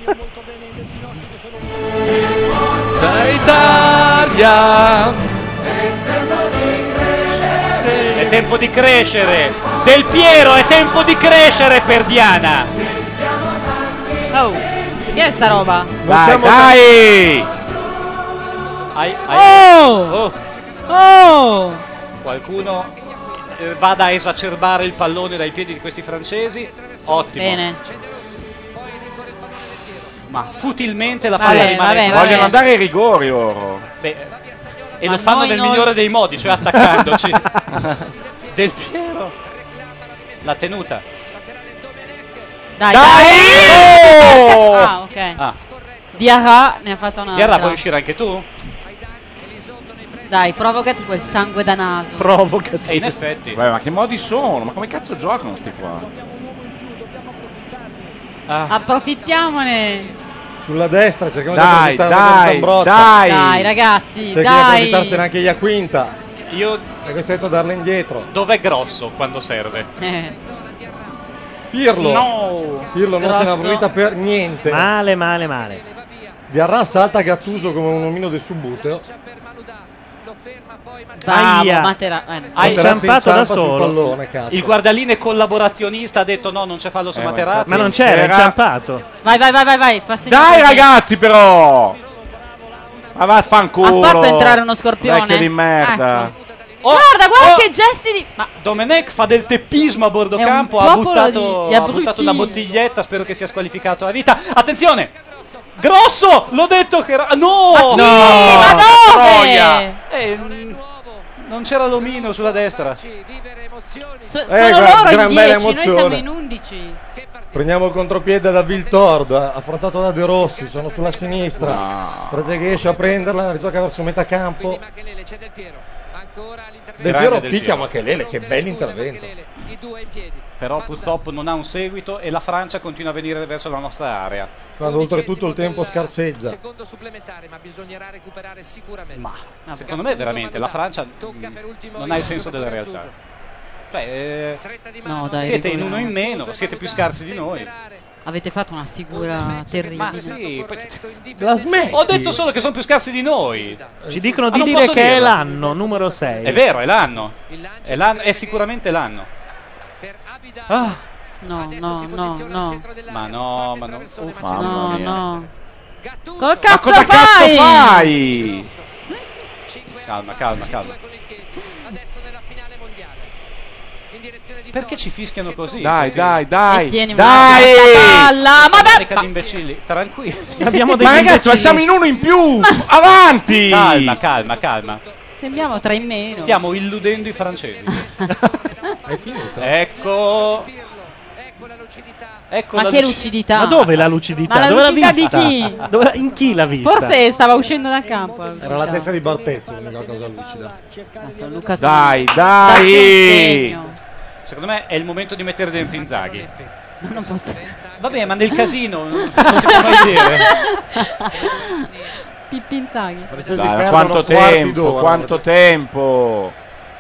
Da Italia. È tempo di crescere. Del Piero, è tempo di crescere per Diana. Oh, che è sta roba? Dai, dai. Ai, ai. Oh! Oh, Oh! qualcuno eh, vada a esacerbare il pallone dai piedi di questi francesi. Ottimo. Bene. Ma futilmente la Vabbè, palla rimane. vabbè, vabbè. Vogliono andare ai rigori loro. Beh, e Ma lo fanno noi nel non- migliore dei modi, cioè attaccandoci. Del Piero. La tenuta. Dai, Dai! dai! Oh! Ah, ok. Ah, Diarra ne ha fatta una. Diarra, vuoi uscire anche tu? Dai, provocati quel sangue da naso. Provocati. E in effetti. Beh, ma che modi sono? Ma come cazzo giocano sti qua? Ah. Approfittiamone. Sulla destra cerchiamo Dai, di approfittare dai, della Zambrotta. dai. Dai, ragazzi, Cerchi di dai. approfittarsene anche Iaquinta. Io È costretto a darla indietro. dov'è Grosso quando serve? Eh. Pirlo. No. Pirlo non se ne ha Grosso. voluta per niente. Male, male, male. Diarra salta Gattuso come un omino del subbuteo. Bravo, Aia. Matera- eh, no. Ha Materazzi inciampato da inciampa sul solo. pallone, cazzo. Il guardaline collaborazionista ha detto no, non c'è fallo su Eh, ma Materazzi. Ma non c'era, è Era- inciampato. Vai, vai, vai, vai, vai. Fa segnare Dai, te. ragazzi, però. Ma vaffanculo. Ha fatto entrare uno scorpione? Vecchio di merda. Ecco. Guarda, guarda che gesti di. Ma Domenech fa del teppismo a bordo È un campo, ha popolo buttato, di- di ha buttato una abruttini. bottiglietta, spero che sia squalificato a vita. Attenzione! Grosso! L'ho detto che era... No! Ma chi? Ma dove? Troia! Eh, mm, non c'era l'omino sulla destra. So- Eh, sono guarda, loro in gran bella dieci, noi siamo emozione. in undici. Prendiamo il contropiede da Viltord, affrontato da De Rossi, sono sulla sinistra. Trezze che riesce a prenderla, rigioca verso metà campo. Del Grande Piero Del picchia Piero. Machelele, che bell'intervento. Però purtroppo non ha un seguito e la Francia continua a venire verso la nostra area. Quando oltretutto il tempo scarseggia. Secondo supplementare, ma bisognerà recuperare sicuramente. Ma secondo me veramente la Francia mh, non ha il senso della realtà. Cioè, eh, No, dai, siete in rigore. uno in meno, siete più scarsi di noi. Avete fatto una figura terribile. Ma sì, poi- La smetti? ho detto solo che sono più scarsi di noi. Ci dicono Ah, di non dire posso che è dirlo. l'anno numero sei. È vero, è l'anno. È, l'anno- è sicuramente l'anno. Ah, No, no, no, no. ma no, ma no. Uff, Mamma No, mia. no. Come Ma cazzo cosa cazzo fai? fai? Calma, calma, calma. Perché ci fischiano così? Dai, Così. dai, dai. E tieni un Dai! attimo sta palla, ma Carica di imbecilli, tranquilli. Abbiamo degli Ma ragazzi, ma imbecilli. siamo in uno in più! Avanti! Calma, calma, calma. Sembriamo tre in meno. Stiamo illudendo i francesi. Hai finito? Ecco. Ecco Ma la che luci- lucidità? Ma dove la lucidità? Ma la dove lucidità l'ha di vista? chi? Dove- in chi l'ha vista? Forse stava uscendo dal campo. la Era la lucidità. testa di Bartezzo l'unica cosa lucida. Cazzo, Luca, tu- Dai, dacci un dai! segno. Secondo me è il momento di mettere dentro Inzaghi. Non posso. Vabbè, ma nel casino non non si può mai dire. Pippi Inzaghi. Dai, ma quanto tempo, quanto tempo.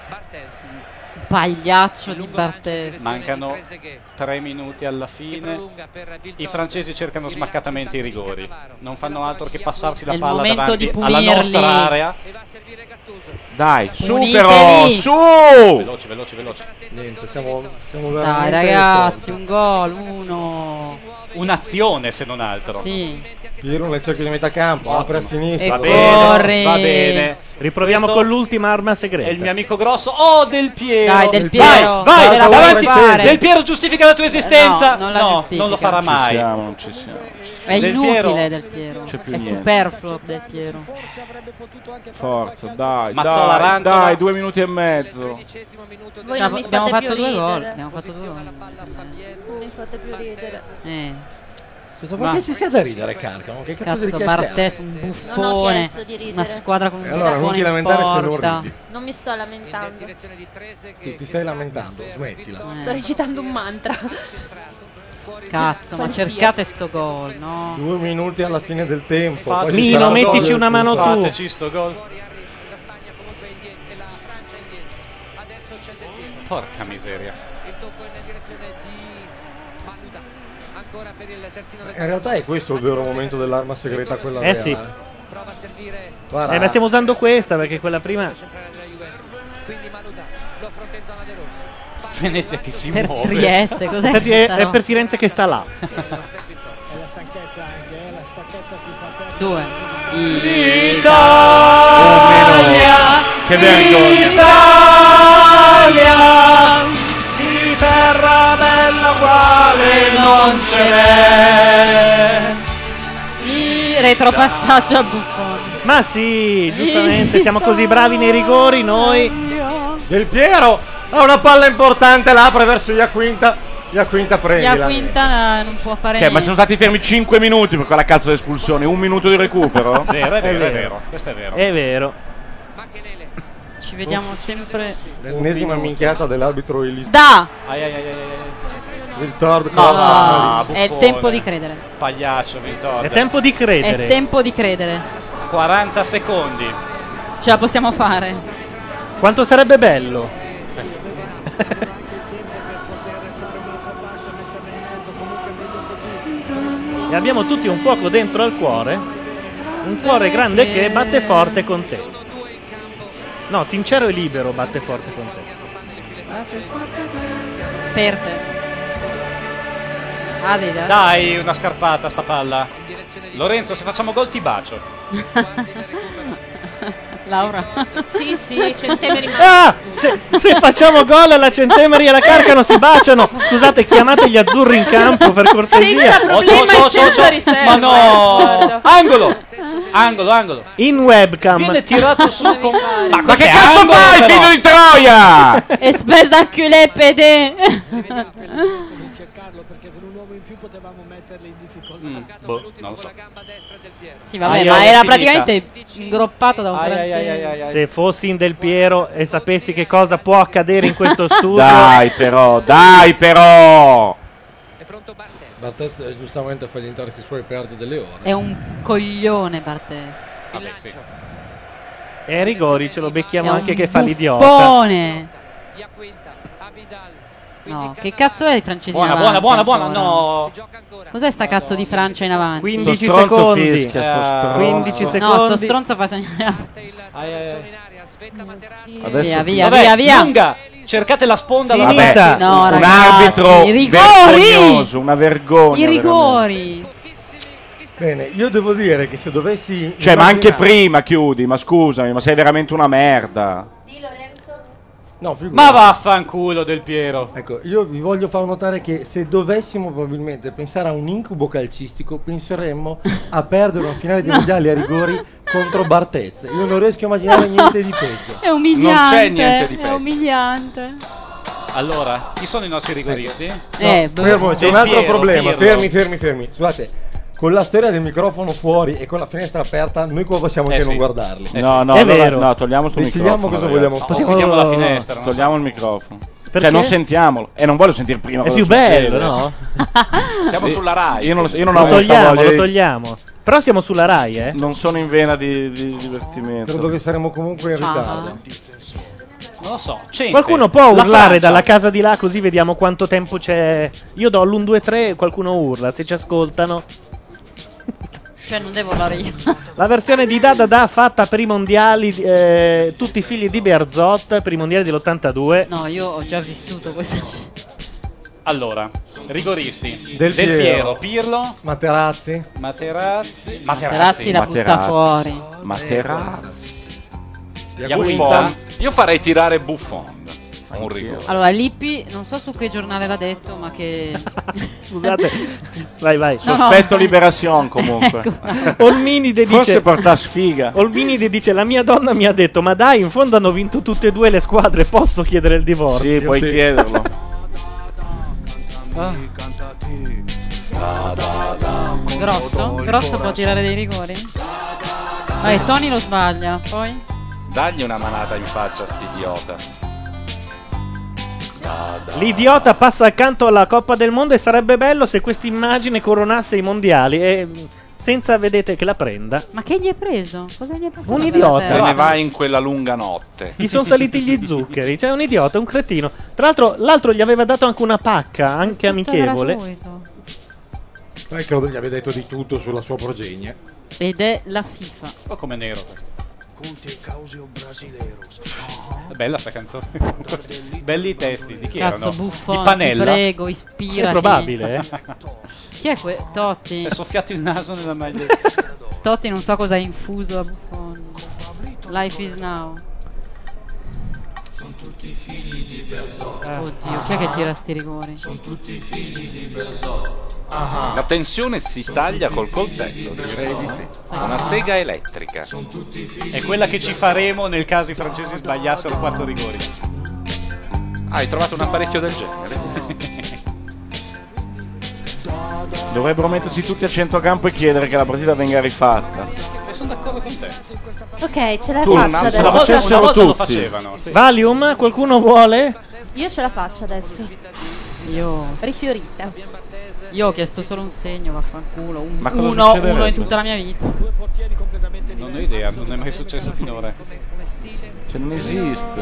Pagliaccio di Barthez. Mancano tre minuti alla fine. I francesi cercano smaccatamente i rigori. Non fanno altro che passarsi la È il palla momento davanti di alla punirli. nostra area. Dai, su Puniteli. però, su! Veloci, veloci, veloci. Niente, siamo, siamo Dai veramente ragazzi, un gol, uno. Un'azione se non altro. Sì. Piero nel cerchio di metà campo, apre a sinistra. Va bene, corri. va bene. Riproviamo Questo con l'ultima arma segreta. È il mio amico grosso. Oh, Del Piero. Dai, Del Piero. Vai, Ce vai, la davanti. puoi fare. Del Piero giustifica la tua esistenza. No, non la no, giustifica. non lo farà Ci mai. siamo, non ci siamo. È Del inutile Piero. Del Piero. C'è più È niente. superfluo Del Piero. Forza, dai, Mazzola dai, Rantola. dai, due minuti e mezzo. Voi Cioè, non mi abbiamo fate fatto più due gol. ridere. Abbiamo fatto due gol. Non mi fate più ridere. Eh. Cosa perché ci sia da ridere, Carcano? Che cazzo, di Cazzo, richiesta è? Barthes, un Non ho buffone. chiesto di ridere. Una squadra con un E allora non buffone ti in lamentare se non porta. ridi. Non mi sto lamentando. Sì, ti stai lamentando, smettila. Sto recitando un mantra. Cazzo, ma Qualsiasi. cercate sto gol, no? Due minuti alla fine del tempo. poi ci Mino, sarà il mettici gol del una mano tu. punto. Fateci sto gol. Porca miseria. In realtà è questo il vero momento dell'arma segreta, quella Eh vera. sì. Guarda, Eh, ma stiamo usando questa perché quella prima. Venezia che si Per muove. Trieste, cos'è Per- questa è roba? per Firenze che sta là. È la stanchezza anche, è la stanchezza che fa perdere. Due. Italia, che vergogna. Italia, di terra bella quale non ce n'è. Il retropassaggio a Buffon. Ma sì, giustamente, siamo così bravi nei rigori noi. Del Piero ha una palla importante, la apre verso Iaquinta. Iaquinta prendila. La quinta non può fare Cioè, ma niente. sono stati fermi cinque minuti per quella cazzo di espulsione. Un minuto di recupero? Vero, è vero, È è vero. vero. Questo è vero. È vero. Ci vediamo sempre. L'ennesima minchiata dell'arbitro Elis. Da! Ai, ai, ai, ai, ai. Viltord No, cross. è il tempo di credere. Pagliaccio, Vittorio. È tempo di È credere. tempo di credere. quaranta secondi. Ce la possiamo fare. Quanto sarebbe bello. E abbiamo tutti un fuoco dentro al cuore. Un cuore grande che batte forte con te. No, sincero e libero batte forte con te. Per te. Adidas. Dai, una scarpata sta palla. Lorenzo, se facciamo gol ti bacio. Laura. Sì, sì, Centemeri. Ah! Se, se facciamo gol alla Centemeri e la Carcano si baciano. Scusate, chiamate gli azzurri in campo per cortesia. Senza problema Oh, oh, e senza oh, oh, riserva. Ma no! Guarda. Angolo! Angolo, angolo. In webcam. Viene tirato su con... Ma, Ma che cazzo fai, figlio di Troia? Espèce d'enculé pédé. Devi cercarlo perché con un uomo in più potevamo metterli in difficoltà. Mm, boh, non lo so. Sì, vabbè, Ai, ma ai, era è finita. praticamente ingroppato da un Ai, ai, francese. ai, ai, ai. Se fossi in Del Piero e sapessi che cosa può accadere in questo studio. Dai però, dai però. Barthez eh, giustamente fa gli interessi suoi, perde delle ore. È un coglione Barthez. Vabbè, sì. E Rigori ce lo becchiamo È anche un che fa l'idiota. buffone. No, che cazzo è i francesi Buona, in avanti buona, buona, buona, ancora? no. Cos'è sta cazzo di Francia in avanti? quindici Sto stronzo secondi. fischia, sto Eh, stronzo. quindici No, secondi. sto stronzo fa segnare. Ai, ai, ai. Adesso Via, via, Vabbè, via, via. lunga. Cercate la sponda. Finita. davanti. No, un ragazzi, arbitro i rigori! vergognoso, una vergogna. I rigori. Bene, io devo dire che se dovessi... Cioè, ma anche immaginare- prima chiudi, ma scusami, ma sei veramente una merda. Di Lorenzo. No, figurati. Ma vaffanculo Del Piero. Ecco, io vi voglio far notare che se dovessimo probabilmente pensare a un incubo calcistico, penseremmo a perdere una finale di mondiali a rigori contro Barthez. Io non riesco a immaginare niente di peggio. È umiliante. Non c'è niente di È peggio. umiliante. Allora, chi sono i nostri rigoristi? No, Eh, boh. fermo, c'è Del un altro Piero, problema. Pirlo. Fermi, fermi, fermi. Scusate, con la storia del microfono fuori e con la finestra aperta, noi qua possiamo Eh anche sì. non guardarli. Eh No, sì. no, È allora- vero. no, togliamo sto Decidiamo microfono. cosa ragazzi. vogliamo fare. O chiudiamo la finestra. non so. Togliamo il microfono. Perché? Cioè, non sentiamolo. E non voglio sentire prima. È cosa più succede. bello, no? Siamo sulla Rai. Io non, lo so, io non Lo ho molta togliamo, voglia lo di- togliamo. Però siamo sulla Rai, eh? Non sono in vena di, di divertimento. Credo che saremo comunque in Ah. ritardo. Non lo so. Cente. Qualcuno può La urlare Francia. dalla casa di là così vediamo quanto tempo c'è. Io do l'uno due tre e qualcuno urla, se ci ascoltano. Cioè, non devo urlare io. La versione di Da Da Da fatta per i mondiali, eh, tutti i figli di Berzot per i mondiali dell'ottantadue. No, io ho già vissuto questa scena. Allora, rigoristi. Del Del, Piero. Piero. Pirlo. Materazzi. Materazzi. Materazzi la butta fuori. Materazzi. Buffon. Io farei tirare Buffon. Un rigore. Allora, Lippi, non so su che giornale l'ha detto, ma che... Scusate, vai vai. No, no. Sospetto Liberazione comunque. Ecco. Olminide Forse dice porta sfiga. Olminide dice la mia donna mi ha detto ma dai in fondo hanno vinto tutte e due le squadre, posso chiedere il divorzio? Sì, puoi chiederlo. Ah. Grosso? Grosso può tirare dei rigori? Vai, Tony lo sbaglia, poi? Dagli una manata in faccia a st'idiota. L'idiota passa accanto alla Coppa del Mondo e sarebbe bello se questa immagine coronasse i mondiali e senza vedete che la prenda. Ma che gli è preso? Cosa gli è passato? Un per idiota. la Se testa? ne va in quella lunga notte. Gli sono saliti gli zuccheri, cioè un idiota, un cretino. Tra l'altro l'altro gli aveva dato anche una pacca, anche amichevole. Gratuito. Poi credo gli abbia detto di tutto sulla sua progenie. Ed è la FIFA. Un po' come nero questo. Conti causio brasileiros. È bella sta canzone. Belli i testi. Di chi Cazzo, erano? Buffon, Di Panella. ti prego, ispirati. È probabile, eh? Chi è que- Totti? Si è soffiato il naso nella maglietta. Totti non so cosa ha infuso a Buffon. Life is now. Sono tutti figli di Berzot. Oddio, chi è che tira sti rigori? Sono tutti figli di Berzot. La tensione si taglia col coltello, direi di sì. Una sega elettrica. È quella che ci faremo nel caso i francesi sbagliassero quattro rigori. Ah, hai trovato un apparecchio del genere? Dovrebbero mettersi tutti a centrocampo e chiedere che la partita venga rifatta. E sono d'accordo con te. Ok, ce la Tu, faccio una- adesso. una volta- una volta lo tutti. facevano. Sì. Valium, qualcuno vuole? Io ce la faccio adesso. Io... Rifiorita. Io ho chiesto solo un segno, vaffanculo. Un, Ma cosa uno, succederebbe? uno in tutta la mia vita. Non ho idea, non è mai successo finora. Cioè non esiste.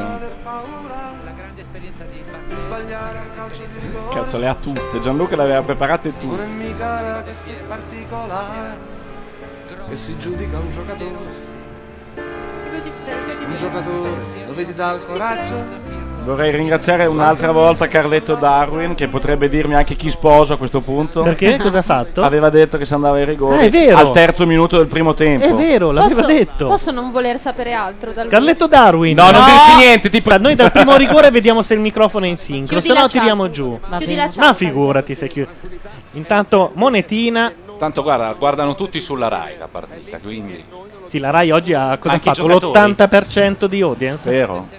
Cazzo, le ha tutte. Gianluca le aveva preparate tutte. Pure mica era questo particolare che si giudica un giocatore. Un giocatore lo vedi dal coraggio. Vorrei ringraziare un'altra volta Carletto Darwin, che potrebbe dirmi anche chi sposo a questo punto. Perché? Cosa ha fatto? Aveva detto che si andava ai rigori Ah, è vero. al terzo minuto del primo tempo. È vero, l'aveva Posso, detto. posso non voler sapere altro dal Carletto Darwin. No, non dirci niente, ti Guarda, noi dal primo rigore vediamo se il microfono è in sincro, Chiudi se la no chat. tiriamo giù. Va Chiudi bene. la chat. Ma figurati se chiudi. Intanto monetina. Tanto guarda, guardano tutti sulla Rai la partita, quindi. Sì, la Rai oggi ha cosa Anche i fa? Con giocatori. l'ottanta per cento di audience. Vero.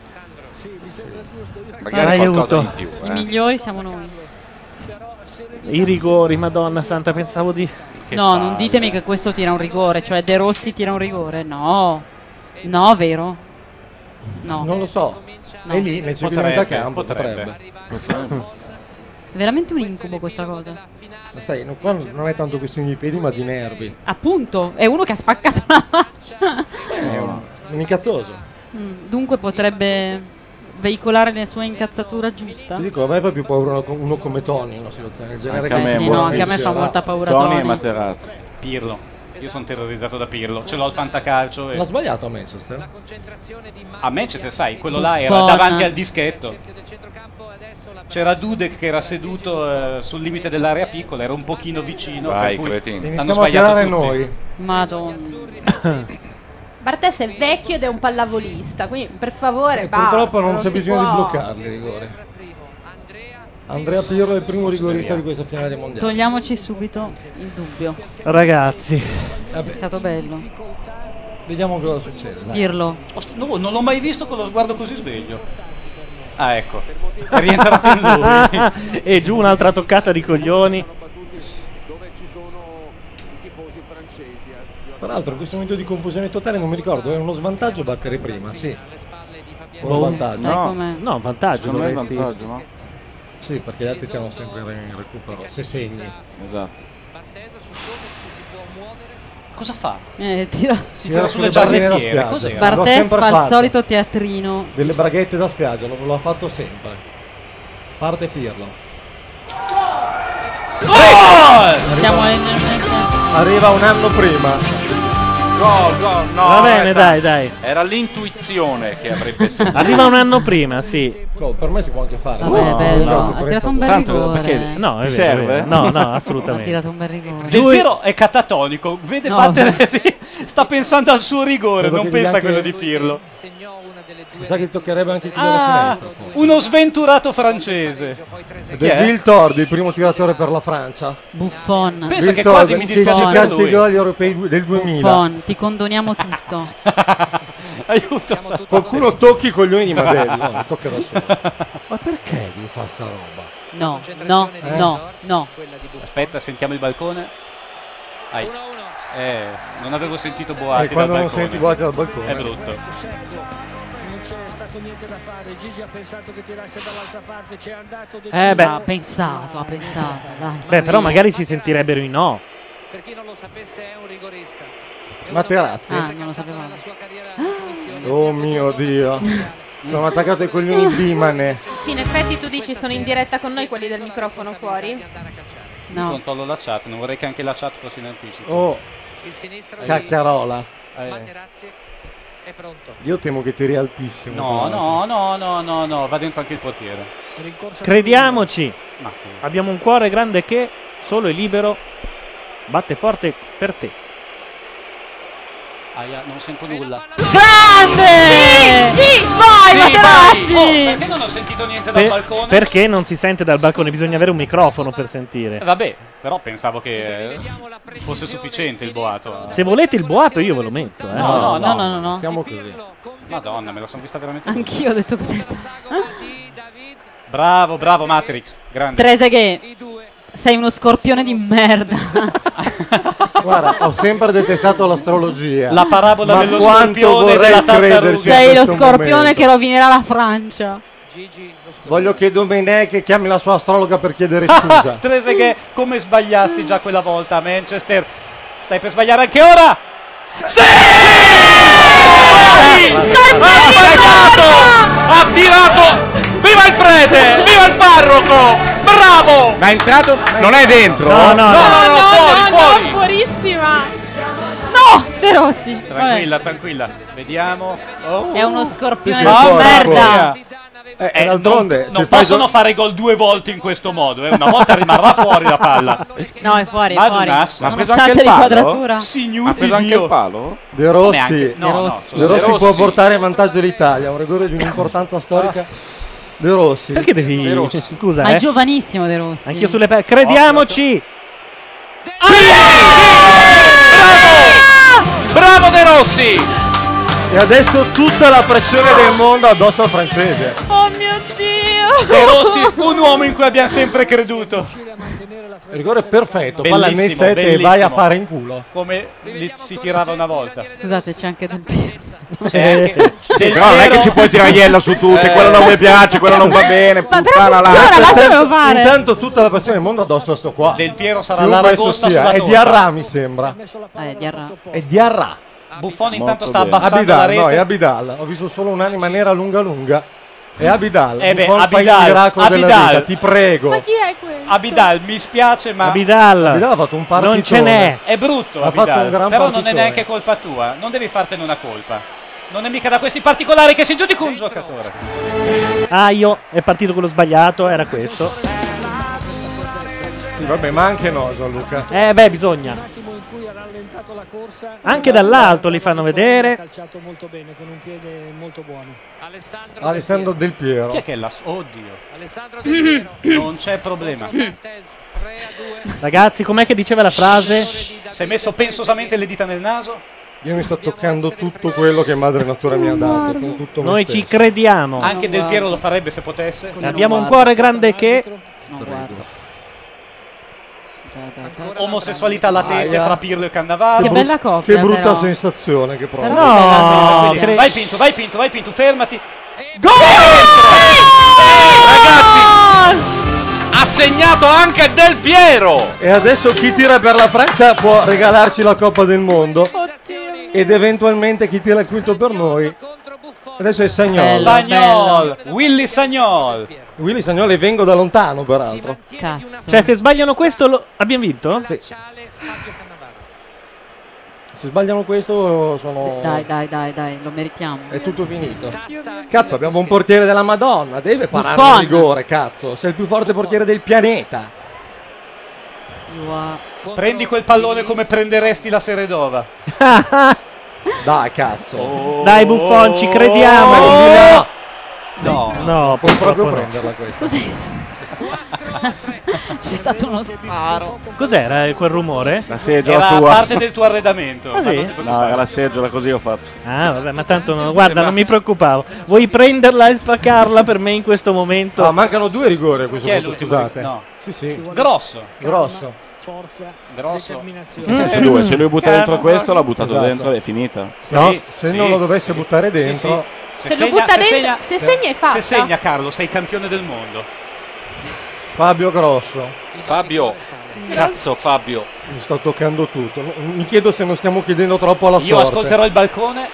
Magari qualcosa aiuto. in più. I eh. migliori siamo noi. I rigori, madonna santa, pensavo di... no, non ditemi che questo tira un rigore, cioè De Rossi tira un rigore. No. No, vero? No. Non lo so. No. È lì nel circuito di Potrebbe, metà campo. potrebbe. Potrebbe. È veramente un incubo questa cosa. Ma sai, no, qua non è tanto questione di piedi ma di nervi. Appunto, è uno che ha spaccato la faccia. È un, un incazzoso. Mm, dunque potrebbe veicolare la sua incazzatura giusta. Ti dico, a me fa più paura uno, uno come Tony in una situazione del genere. Anche a che me, si sì, può no, anche a me fa pensiero. molta paura Tony Tony. e Materazzi. Pirlo. Io sono terrorizzato da Pirlo. Ce l'ho al fantacalcio. E... L'ha sbagliato a Manchester? A Manchester, sai, quello là era Buffon. davanti al dischetto. C'era Dudek che era seduto eh, sul limite dell'area piccola, era un pochino vicino. Vai, per cui cretino. hanno Iniziamo a sbagliato tirare tutti. noi. Madonna. Bartes è vecchio ed è un pallavolista, quindi per favore, basta, Purtroppo non c'è si bisogno di può. bloccarli i rigori. Andrea Pirlo è il primo rigorista di questa finale dei mondiali. Togliamoci subito il dubbio. Ragazzi, È stato bello. Vediamo cosa succede. dai. Pirlo. Oh, st- no, non l'ho mai visto con lo sguardo così sveglio. Ah, ecco. È rientrato in lui. E giù un'altra toccata di coglioni. Tra l'altro in questo momento di confusione totale non mi ricordo, è uno svantaggio battere prima, sì. O Boh, un vantaggio? sai com'è? No, vantaggio Secondo me è dovresti- vantaggio, no? Sì, perché gli altri ti hanno sempre in recupero, se segni. Esatto. Cosa fa? Eh, tira. Si tira sulle giarrettiere. Cos'era? Bartes fa il solito teatrino. Delle braghette da spiaggia, lo, lo ha fatto sempre. Parte Pirlo. Siamo in... Arriva un anno prima. Gol, gol, no. Va bene, era- dai, dai. Era l'intuizione che avrebbe servito. Arriva un anno prima, sì. No, per me si può anche fare. Vabbè, No, bello. no, Ha tirato un bel Tanto, rigore. perché- No, è Ti vero, è serve? vero. No, no, Ha assolutamente. tirato un bel rigore. Del Piero è catatonico, vede No. battere, sta pensando al suo rigore, Credo non che pensa a anche- quello di Pirlo. Mi sa che toccherebbe anche chiudere la Ah, finestra. forse. uno sventurato francese. Ed Chi è è? Bill Tordi, il primo tiratore per la Francia. Buffon. Pensa Bill che Tordi, quasi mi dispiace per giocasse lui. i gol agli europei du- del duemila. Buffon, ti condoniamo tutto. Aiuto. Qualcuno tocchi i coglioni di Madelli. No, non tocca da solo. Ma perché devi fare sta roba? No, no, Eh? no, no. Aspetta, sentiamo il balcone. Ai. Eh, non avevo sentito Boati E dal quando non balcone. senti Boati dal balcone. È brutto. Non c'è stato niente da fare. Gigi ha pensato che tirasse dall'altra parte, c'è andato. Eh beh. Ha pensato, ha pensato. Dai, Beh, però sì. magari si sentirebbero i no. Per chi non lo sapesse è un rigorista. Materazzi. Ah, non lo sapevamo. Oh mio Dio. Sono attaccato ai coglioni Bimane. Sì, in effetti tu dici sono in diretta con noi quelli del microfono fuori? No. Controllo la chat, non vorrei che anche la chat fosse in anticipo. Oh, Il sinistro cacchiarola. Eh. Materazzi è pronto. Io temo che tiri altissimo. No, tra no, no, no, no, no, va dentro anche il portiere. Crediamoci. Ma sì. Abbiamo un cuore grande che solo è libero. Batte forte per te. Aia, non sento nulla. Grande! Sì, sì, vai, Sì, Materazzi! vai. Oh, perché non ho sentito niente dal Per- balcone? perché non si sente dal balcone? Bisogna avere un microfono per sentire. Eh, vabbè, però pensavo che eh, fosse sufficiente il boato. Se volete il boato io ve lo metto. Eh. No, no, no, no, no, no. Siamo così. Madonna, me la sono vista veramente. Anch'io ho detto così. Bravo, bravo Matrix, grande. Trezeguet, sei uno scorpione di merda. Guarda, ho sempre detestato l'astrologia. La parabola ma dello quanto scorpione e vorrei della tartaruga. crederci in Sei lo questo scorpione momento. che rovinerà la Francia. Voglio che Domenech chiami la sua astrologa per chiedere scusa. Trezeguet, come sbagliasti già quella volta a Manchester? Stai per sbagliare anche ora? Sì! Ha tirato! Viva il prete! Viva il parroco! Bravo! Ma è entrato? Non è dentro? No, no, No, no. no, no, fuori, fuori! Fuorissima! No, De Rossi. Tranquilla, tranquilla. Vediamo. Oh. È uno scorpione Sì, di sì, fuori, merda. Eh, Eh, d'altronde, non, se non fai possono do- fare gol due volte in questo modo. Eh. Una volta rimarrà fuori la palla. No, è fuori, è Ma fuori. Dunas, ha Sono preso state anche il di palo? quadratura. Signore Ha preso di anche Dio. il palo? De Rossi, Neanche- no, De no, Rossi. De Rossi De può Rossi. portare in vantaggio l'Italia, un rigore di un'importanza storica. De Rossi. Perché devi. De Rossi. Scusa, Ma è eh. giovanissimo De Rossi. Anch'io sulle pe- Crediamoci! Bravo De Rossi! E adesso tutta la pressione del mondo addosso al francese. Oh mio Dio! De Rossi, un uomo in cui abbiamo sempre creduto. Il rigore perfetto, palla nel Bellissimo, set e bellissimo. vai a fare in culo. Come li- si tirava una volta. Scusate, c'è anche Del Piero. C'è anche Del Però non è che Piero- ci puoi tiraiella su tutte, Eh. quello non mi piace, quello non va bene, Ma però puttana là. funziona, lasciamelo fare. Intanto tutta la pressione del mondo addosso a sto qua. Del Piero sarà Chiunque l'aragosta esso sia. sulla È torta. Diarra mi sembra. Eh, Diarra. È Diarra. Buffon intanto Molto sta bene. abbassando la Abidal, no, è rete. Abidal. Ho visto solo un'anima nera lunga lunga. È Abidal. Eh beh, Buffon fa il Abidal, miracolo della Abidal. vita, ti prego. Ma chi è questo? Abidal, mi spiace, ma Abidal. Abidal ha fatto un partitone. Non ce n'è. è brutto Ha Abidal. fatto un gran Però non è partitone. neanche colpa tua. Non devi fartene una colpa. Non è mica da questi particolari che si giudica un giocatore. Aio, è partito quello sbagliato, era questo. Sì, vabbè, ma anche no, Gianluca. Eh beh, bisogna. iniziato la corsa. Anche dall'alto li fanno vedere. Ha calciato molto bene, con un piede molto buono. Alessandro, Alessandro Del Piero. Chi è che è la... Oddio. Alessandro Del Piero. Non c'è problema. Ragazzi, com'è che diceva la frase? Si è messo pensosamente le dita nel naso? Io mi sto toccando tutto quello che Madre Natura mi ha dato. Con tutto me Noi stesso. ci crediamo. Anche Del Piero lo farebbe se potesse. Abbiamo un cuore grande che... Omosessualità latente Aia. fra Pirlo e Cannavaro. Che bella coppia, Che brutta però. sensazione che provo. Però No, Vai, vai Pinto, vai Pinto, vai Pinto, fermati. Ragazzi, ha segnato anche Del Piero. E adesso chi tira per la Francia può regalarci la Coppa del Mondo. Ed eventualmente chi tira il quinto per noi. Adesso è Sagnol. Sagnol, Willy Sagnol. Willy Sagnol, e vengo da lontano peraltro. Cioè, se sbagliano questo, lo... abbiamo vinto? Sì. Se sbagliano questo sono... Dai, dai, dai, dai, lo meritiamo. È tutto finito. Cazzo, abbiamo un portiere della Madonna. Deve parare Buffon. il rigore, cazzo. Sei il più forte portiere del pianeta. Prendi quel pallone come prenderesti la Seredova. Dai, cazzo. Dai, Buffon, ci crediamo. Oh! No, no, puoi proprio purtroppo no. prenderla questa. C'è stato uno sparo. Cos'era eh, quel rumore? La seggiola Era tua. parte del tuo arredamento. Ah, sì? Ma non ti No, preoccupare. era la seggiola, così ho fatto. Ah, vabbè, ma tanto no, guarda, non mi preoccupavo. Vuoi prenderla e spaccarla per me in questo momento? Ah, mancano due rigori a questo Chi è punto, l'ultimo? scusate. No. Sì, sì. Grosso. Grosso. Forza, Grosso. determinazione. Se, se lui, se lui butta dentro Calma. questo, l'ha buttato Esatto. dentro, è finita. No, Sì, se sì. non lo dovesse buttare Sì, dentro... sì. Se lo butta dentro- segna, se segna è fatta. Se segna, Carlo, sei campione del mondo. Fabio Grosso. Fabio, cazzo Fabio. Mi sto toccando tutto. Mi chiedo se non stiamo chiedendo troppo alla Io sorte. ascolterò il balcone.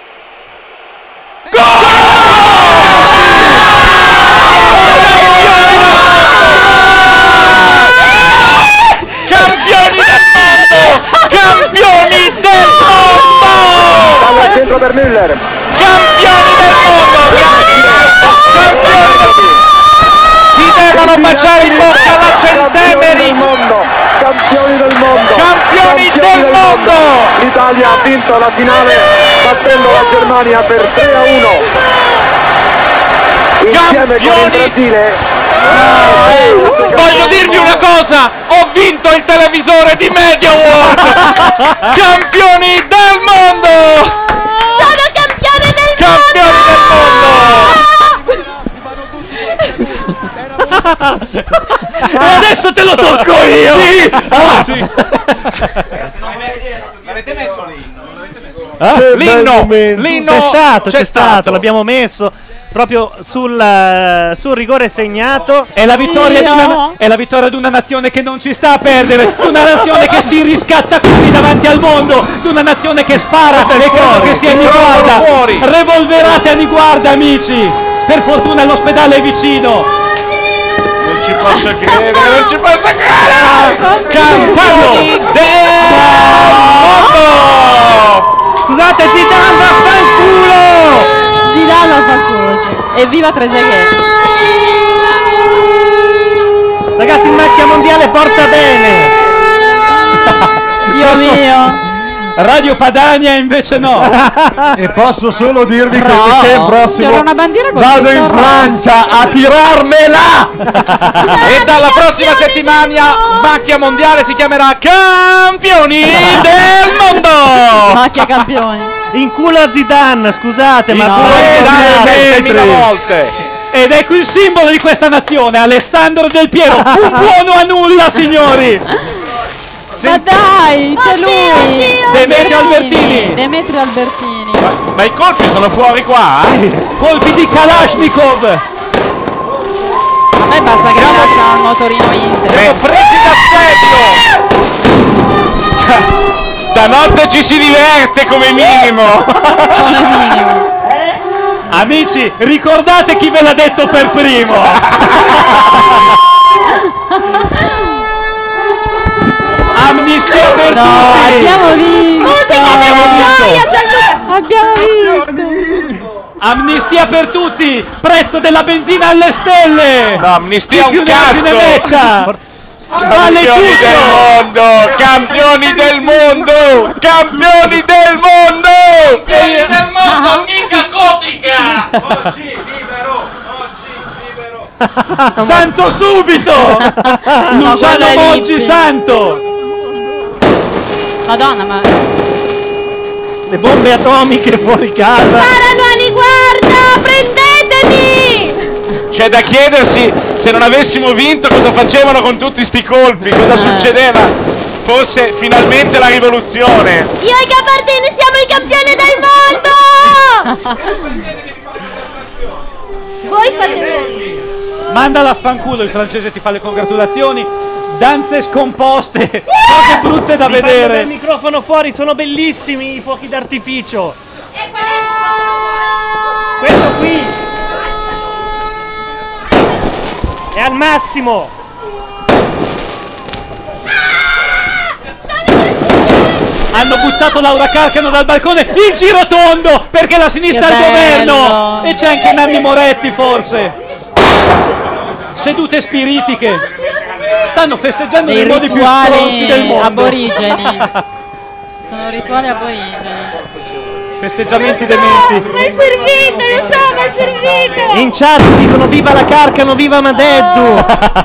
Campioni del mondo! Campioni del mondo! Palla al centro per Müller. Campioni del mondo! Campioni del mondo! Si devono baciare in bocca alla Centemeri! Campioni del mondo! Campioni del mondo! L'Italia ha vinto la finale battendo la Germania per tre a uno. Insieme con il Brasile. Voglio dirvi una cosa, ho vinto il televisore di Media World! Campioni del mondo! Sono campione del Campioni del mondo! E adesso te lo tocco io! Sì! Ah, sì. L'avete messo l'inno? Eh? L'inno! L'inno C'è stato, c'è, c'è stato, stato. l'abbiamo messo proprio sul, eh, sul rigore segnato. È la, vittoria di una, è la vittoria di una nazione che non ci sta a perdere, di una nazione che si riscatta qui davanti al mondo, di una nazione che spara e credo che sia Niguarda. fuori. Revolverate a Niguarda, amici. Per fortuna l'ospedale è vicino. Non ci posso credere, non ci posso credere! Campioni del mondo! Scusate, Zidane, vaffanculo! Zidane la fa così. Evviva Trezeguet. Ragazzi, il macchia mondiale porta bene. Dio mio. Radio Padania invece no. E posso solo dirvi che No, il weekend prossimo c'era una bandiera con vado in scritto Francia a tirarmela. E dalla prossima settimana Macchia Mondiale si chiamerà Campioni del mondo! Macchia campioni. In culo a Zidane, scusate, ma No, culo a eh, Zidane. dai, seimila volte! Ed ecco il simbolo di questa nazione, Alessandro Del Piero. Un buono a nulla, signori. Ma dai, c'è lui. Demetrio Albertini. Demetrio Albertini. Ma i colpi sono fuori qua? Colpi di Kalashnikov. A me basta che mi lascia il motorino Inter. Siamo presi d'assedio! Sta- stanotte ci si diverte come minimo. Come minimo. Amici, ricordate chi ve l'ha detto per primo. Amnistia per No, tutti. abbiamo vinto. Abbiamo vinto. Abbiamo vinto. Amnistia per tutti. Prezzo della benzina alle stelle. No, amnistia Chi più un ne ha più ne cazzo. metta. Campioni del mondo! Campioni del mondo! Campioni del mondo! Campioni del mondo, mica cotica! Oggi libero, oggi libero. Santo subito! Luciano guarda Moggi Lippi. santo! Madonna, ma Le bombe atomiche fuori casa. Paranuani, guarda, prendetemi! C'è da chiedersi se non avessimo vinto cosa facevano con tutti sti colpi, cosa succedeva? Forse finalmente la rivoluzione. Io e i gabardini siamo i campioni del mondo! Voi fate voi. Mandala a fanculo, il francese ti fa le congratulazioni. Danze scomposte, cose brutte da Mi fanno vedere. il microfono fuori, sono bellissimi i fuochi d'artificio. Questo qui è al massimo. Hanno buttato Laura Carcano dal balcone, il giro tondo, perché la sinistra Che è il bello. governo. E c'è anche Nanni Moretti forse. Sedute spiritiche. Stanno festeggiando dei nei modi più stronzi rituali del mondo. aborigeni. Sono rituali aborigeni. Festeggiamenti dementi. Ma è servito, lo so, ma è servito! In chat dicono viva la Carcano, viva Madeddu.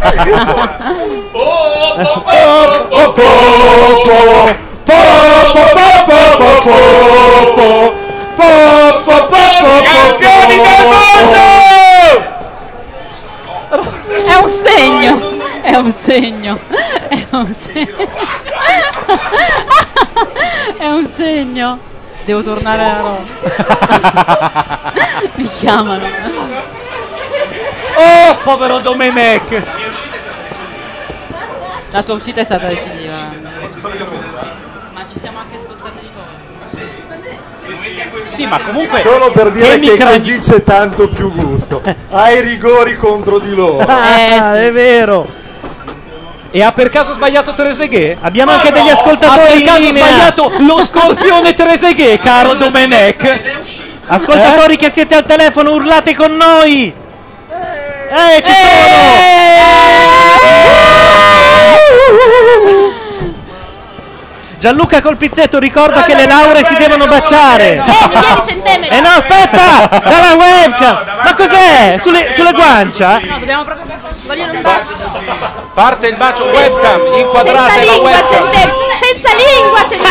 Campioni del mondo! È un segno, è un segno, è un segno. È un segno. Devo tornare a Roma. Mi chiamano. Oh, povero Domenech. La tua uscita è stata decisiva. Ma ci siamo anche spostati di posto. Sì, ma comunque Solo per dire Amy che Cragni- così c'è tanto più gusto. Ai rigori contro di loro. Ah, è vero. E ha per caso sbagliato Trezeguet? Abbiamo anche degli ascoltatori Ha per in caso linea. sbagliato lo scorpione Trezeguet, caro Domenech? Ascoltatori che siete al telefono, urlate con noi. Eh, ci sono. Gianluca Colpizzetto ricorda che le lauree si devono baciare. Eh no, aspetta! Dalla webcam! Ma cos'è? Sulle, sulle guancia? No, dobbiamo proprio. Vogliono un bacio. Parte il bacio webcam, inquadrate Senza la lingua, webcam. c'è senza lingua, c'è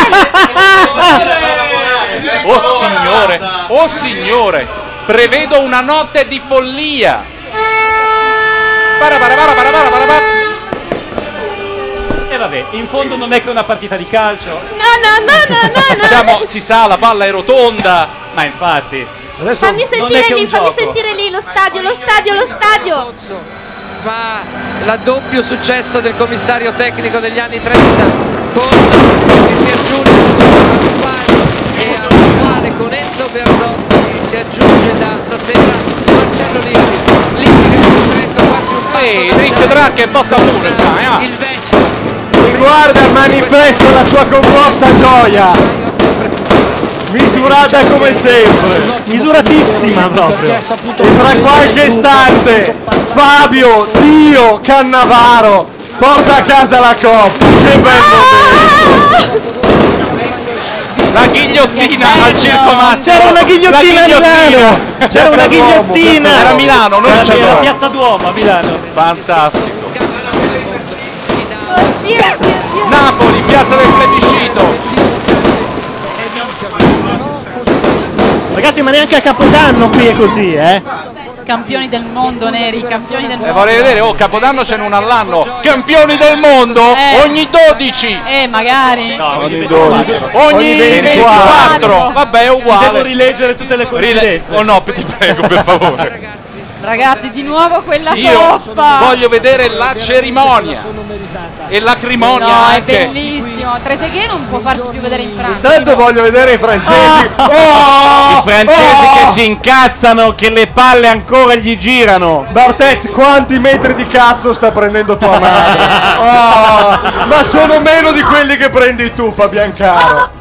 Oh signore, oh signore, prevedo una notte di follia. Para, para, para, para, para, para, para. E vabbè, in fondo non è che una partita di calcio. No, no, no, no, no, no. Diciamo, si sa, la palla è rotonda. Ma infatti. Fammi sentire lì, fammi sentire lì lo stadio, lo stadio, lo stadio. Ma l'addoppio successo del commissario tecnico degli anni trenta con che si aggiunge e al quale con Enzo Bearzotto si aggiunge da stasera Marcello Lippi. Lippi che è costretto quasi un passo Ehi, Rick Drac e botta pure, dai, il vecchio Riguarda il manifesto la sua composta gioia. Misurata come sempre. Misuratissima proprio. E fra qualche istante Fabio, Dio, Cannavaro porta a casa la coppa. Che bel momento. La ghigliottina al Circo Massimo. C'era una ghigliottina a Milano. C'era una ghigliottina. Era a Milano, non Era c'era. era Piazza Duomo a Milano. Fantastico. Oddio, oddio, oddio. Napoli, piazza del plebiscito. Ragazzi, ma neanche a Capodanno qui è così, eh? Campioni del mondo, Neri, campioni del E mondo. vorrei vedere, oh, Capodanno c'è uno all'anno. Campioni del mondo Eh. ogni dodici. Eh, magari. ogni dodici. Ogni Ogni ventiquattro. Vabbè, è Devo uguale. rileggere tutte le Rile- coincidenze. Oh no, ti prego, per favore. Ragazzi, di nuovo quella Io coppa. voglio vedere la cerimonia e l'acrimonia No, è anche. bellissimo. Trezeguet non può farsi più vedere in Francia. Intanto voglio vedere i francesi. I francesi che si incazzano che le palle ancora gli girano. Bartez, quanti metri di cazzo sta prendendo tua madre? Oh, ma sono meno di quelli che prendi tu, Fabiancaro.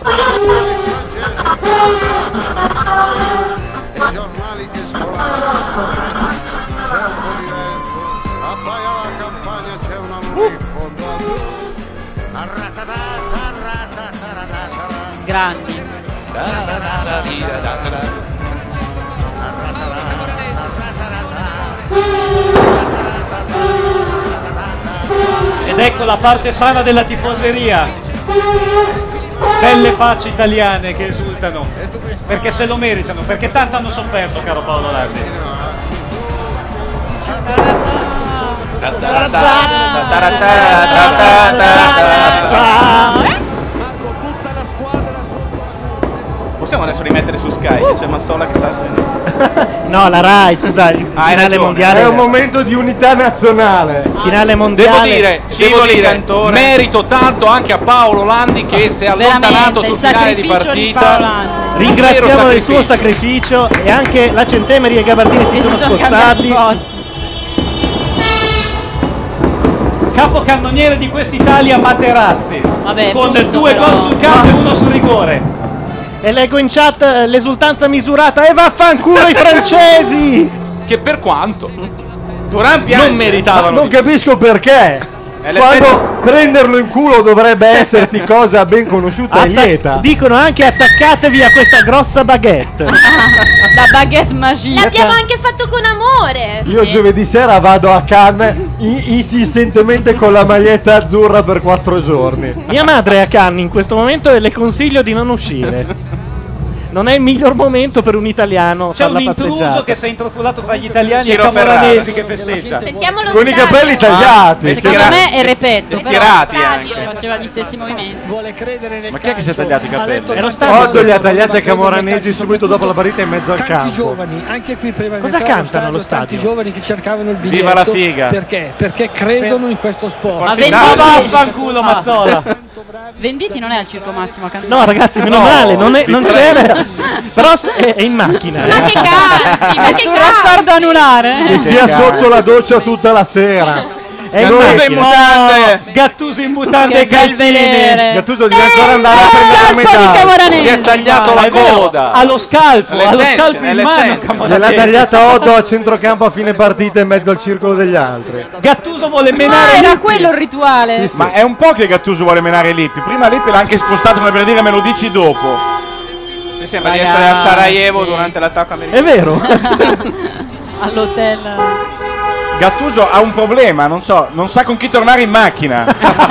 Giornali che scolano. Appaia la campagna, c'è una luna in fondo Grandi. Ed ecco la parte sana della tifoseria. Belle facce italiane che esultano, perché se lo meritano, perché tanto hanno sofferto, caro Paolo Landi. Possiamo adesso rimettere su Sky, che c'è Mazzola che sta... No, la Rai, scusa, il Ah, hai finale ragione. mondiale. È un momento di unità nazionale. Finale mondiale. Devo dire, devo dire merito tanto anche a Paolo Landi che si è allontanato Veramente, sul il finale di sacrificio di partita. Paolo Landi. Ringraziamo del suo sacrificio e anche la Centemeri e Gabardini si sono spostati. Capocannoniere di quest'Italia Materazzi, Vabbè, con punto, due però. gol sul campo e uno sul rigore. E leggo in chat eh, l'esultanza misurata e vaffanculo i francesi! Che per quanto Turan non meritavano. Non capisco perché. È Quando prenderlo in culo dovrebbe esserti cosa ben conosciuta e Atta- lieta. Dicono anche attaccatevi a questa grossa baguette. La baguette magica. L'abbiamo anche fatto con amore. Io giovedì sera vado a Cannes in- insistentemente con la maglietta azzurra per quattro giorni. Mia madre è a Cannes in questo momento e le consiglio di non uscire. Non è il miglior momento per un italiano C'è far un la intruso passeggiata. che si è intrufolato fra gli italiani Ciro e i camoranesi Ferrara. che festeggia. Sentiamo lo Con i stadio. capelli tagliati. Secondo me è Repetto, però Stirati stadio. anche. faceva gli stessi movimenti. Vuole credere nel Ma chi è che si è calcio. tagliato i Ha capelli? letto È lo tanti stadio. giovani, Otto li ha tagliati ma a crede nel Camoranesi calcio subito dopo la partita in mezzo al tanti campo. giovani, anche qui prima di Cosa entrare allo cantano allo stadio, tanti stadio? giovani che cercavano il biglietto. Viva la figa. Perché? Perché credono in questo sport. Ma Ma vaffanculo Mazzola. Venditti non è al Circo Massimo a cantare. No ragazzi, meno male, non, è- non c'era. Però s- è, è in macchina. Ma che canti, ma che Nessun canti. raccordo anulare. Che stia sotto la doccia tutta la sera. È in Gattuso in macchina. mutande. Gattuso in mutande Che e bel calzini. vedere. Gattuso deve ancora andare a prendere la Casco di medaglia. Camoranesi. Si è tagliato la È vero, coda. allo scalpo, allo All'estension, scalpo in mano. all'estension. Gliel'ha Camoranesi. tagliata Otto a centrocampo a fine partita in mezzo al circolo degli altri. Gattuso vuole Ah, menare era Lippi. quello il rituale. Sì, sì. Ma è un po' che Gattuso vuole menare Lippi. Prima Lippi l'ha anche spostato come per dire me lo dici dopo. Mi sembra di Ragazzi. essere a Sarajevo durante l'attacco americano. È vero. All'hotel. Gattuso ha un problema, non so, non sa con chi tornare in macchina.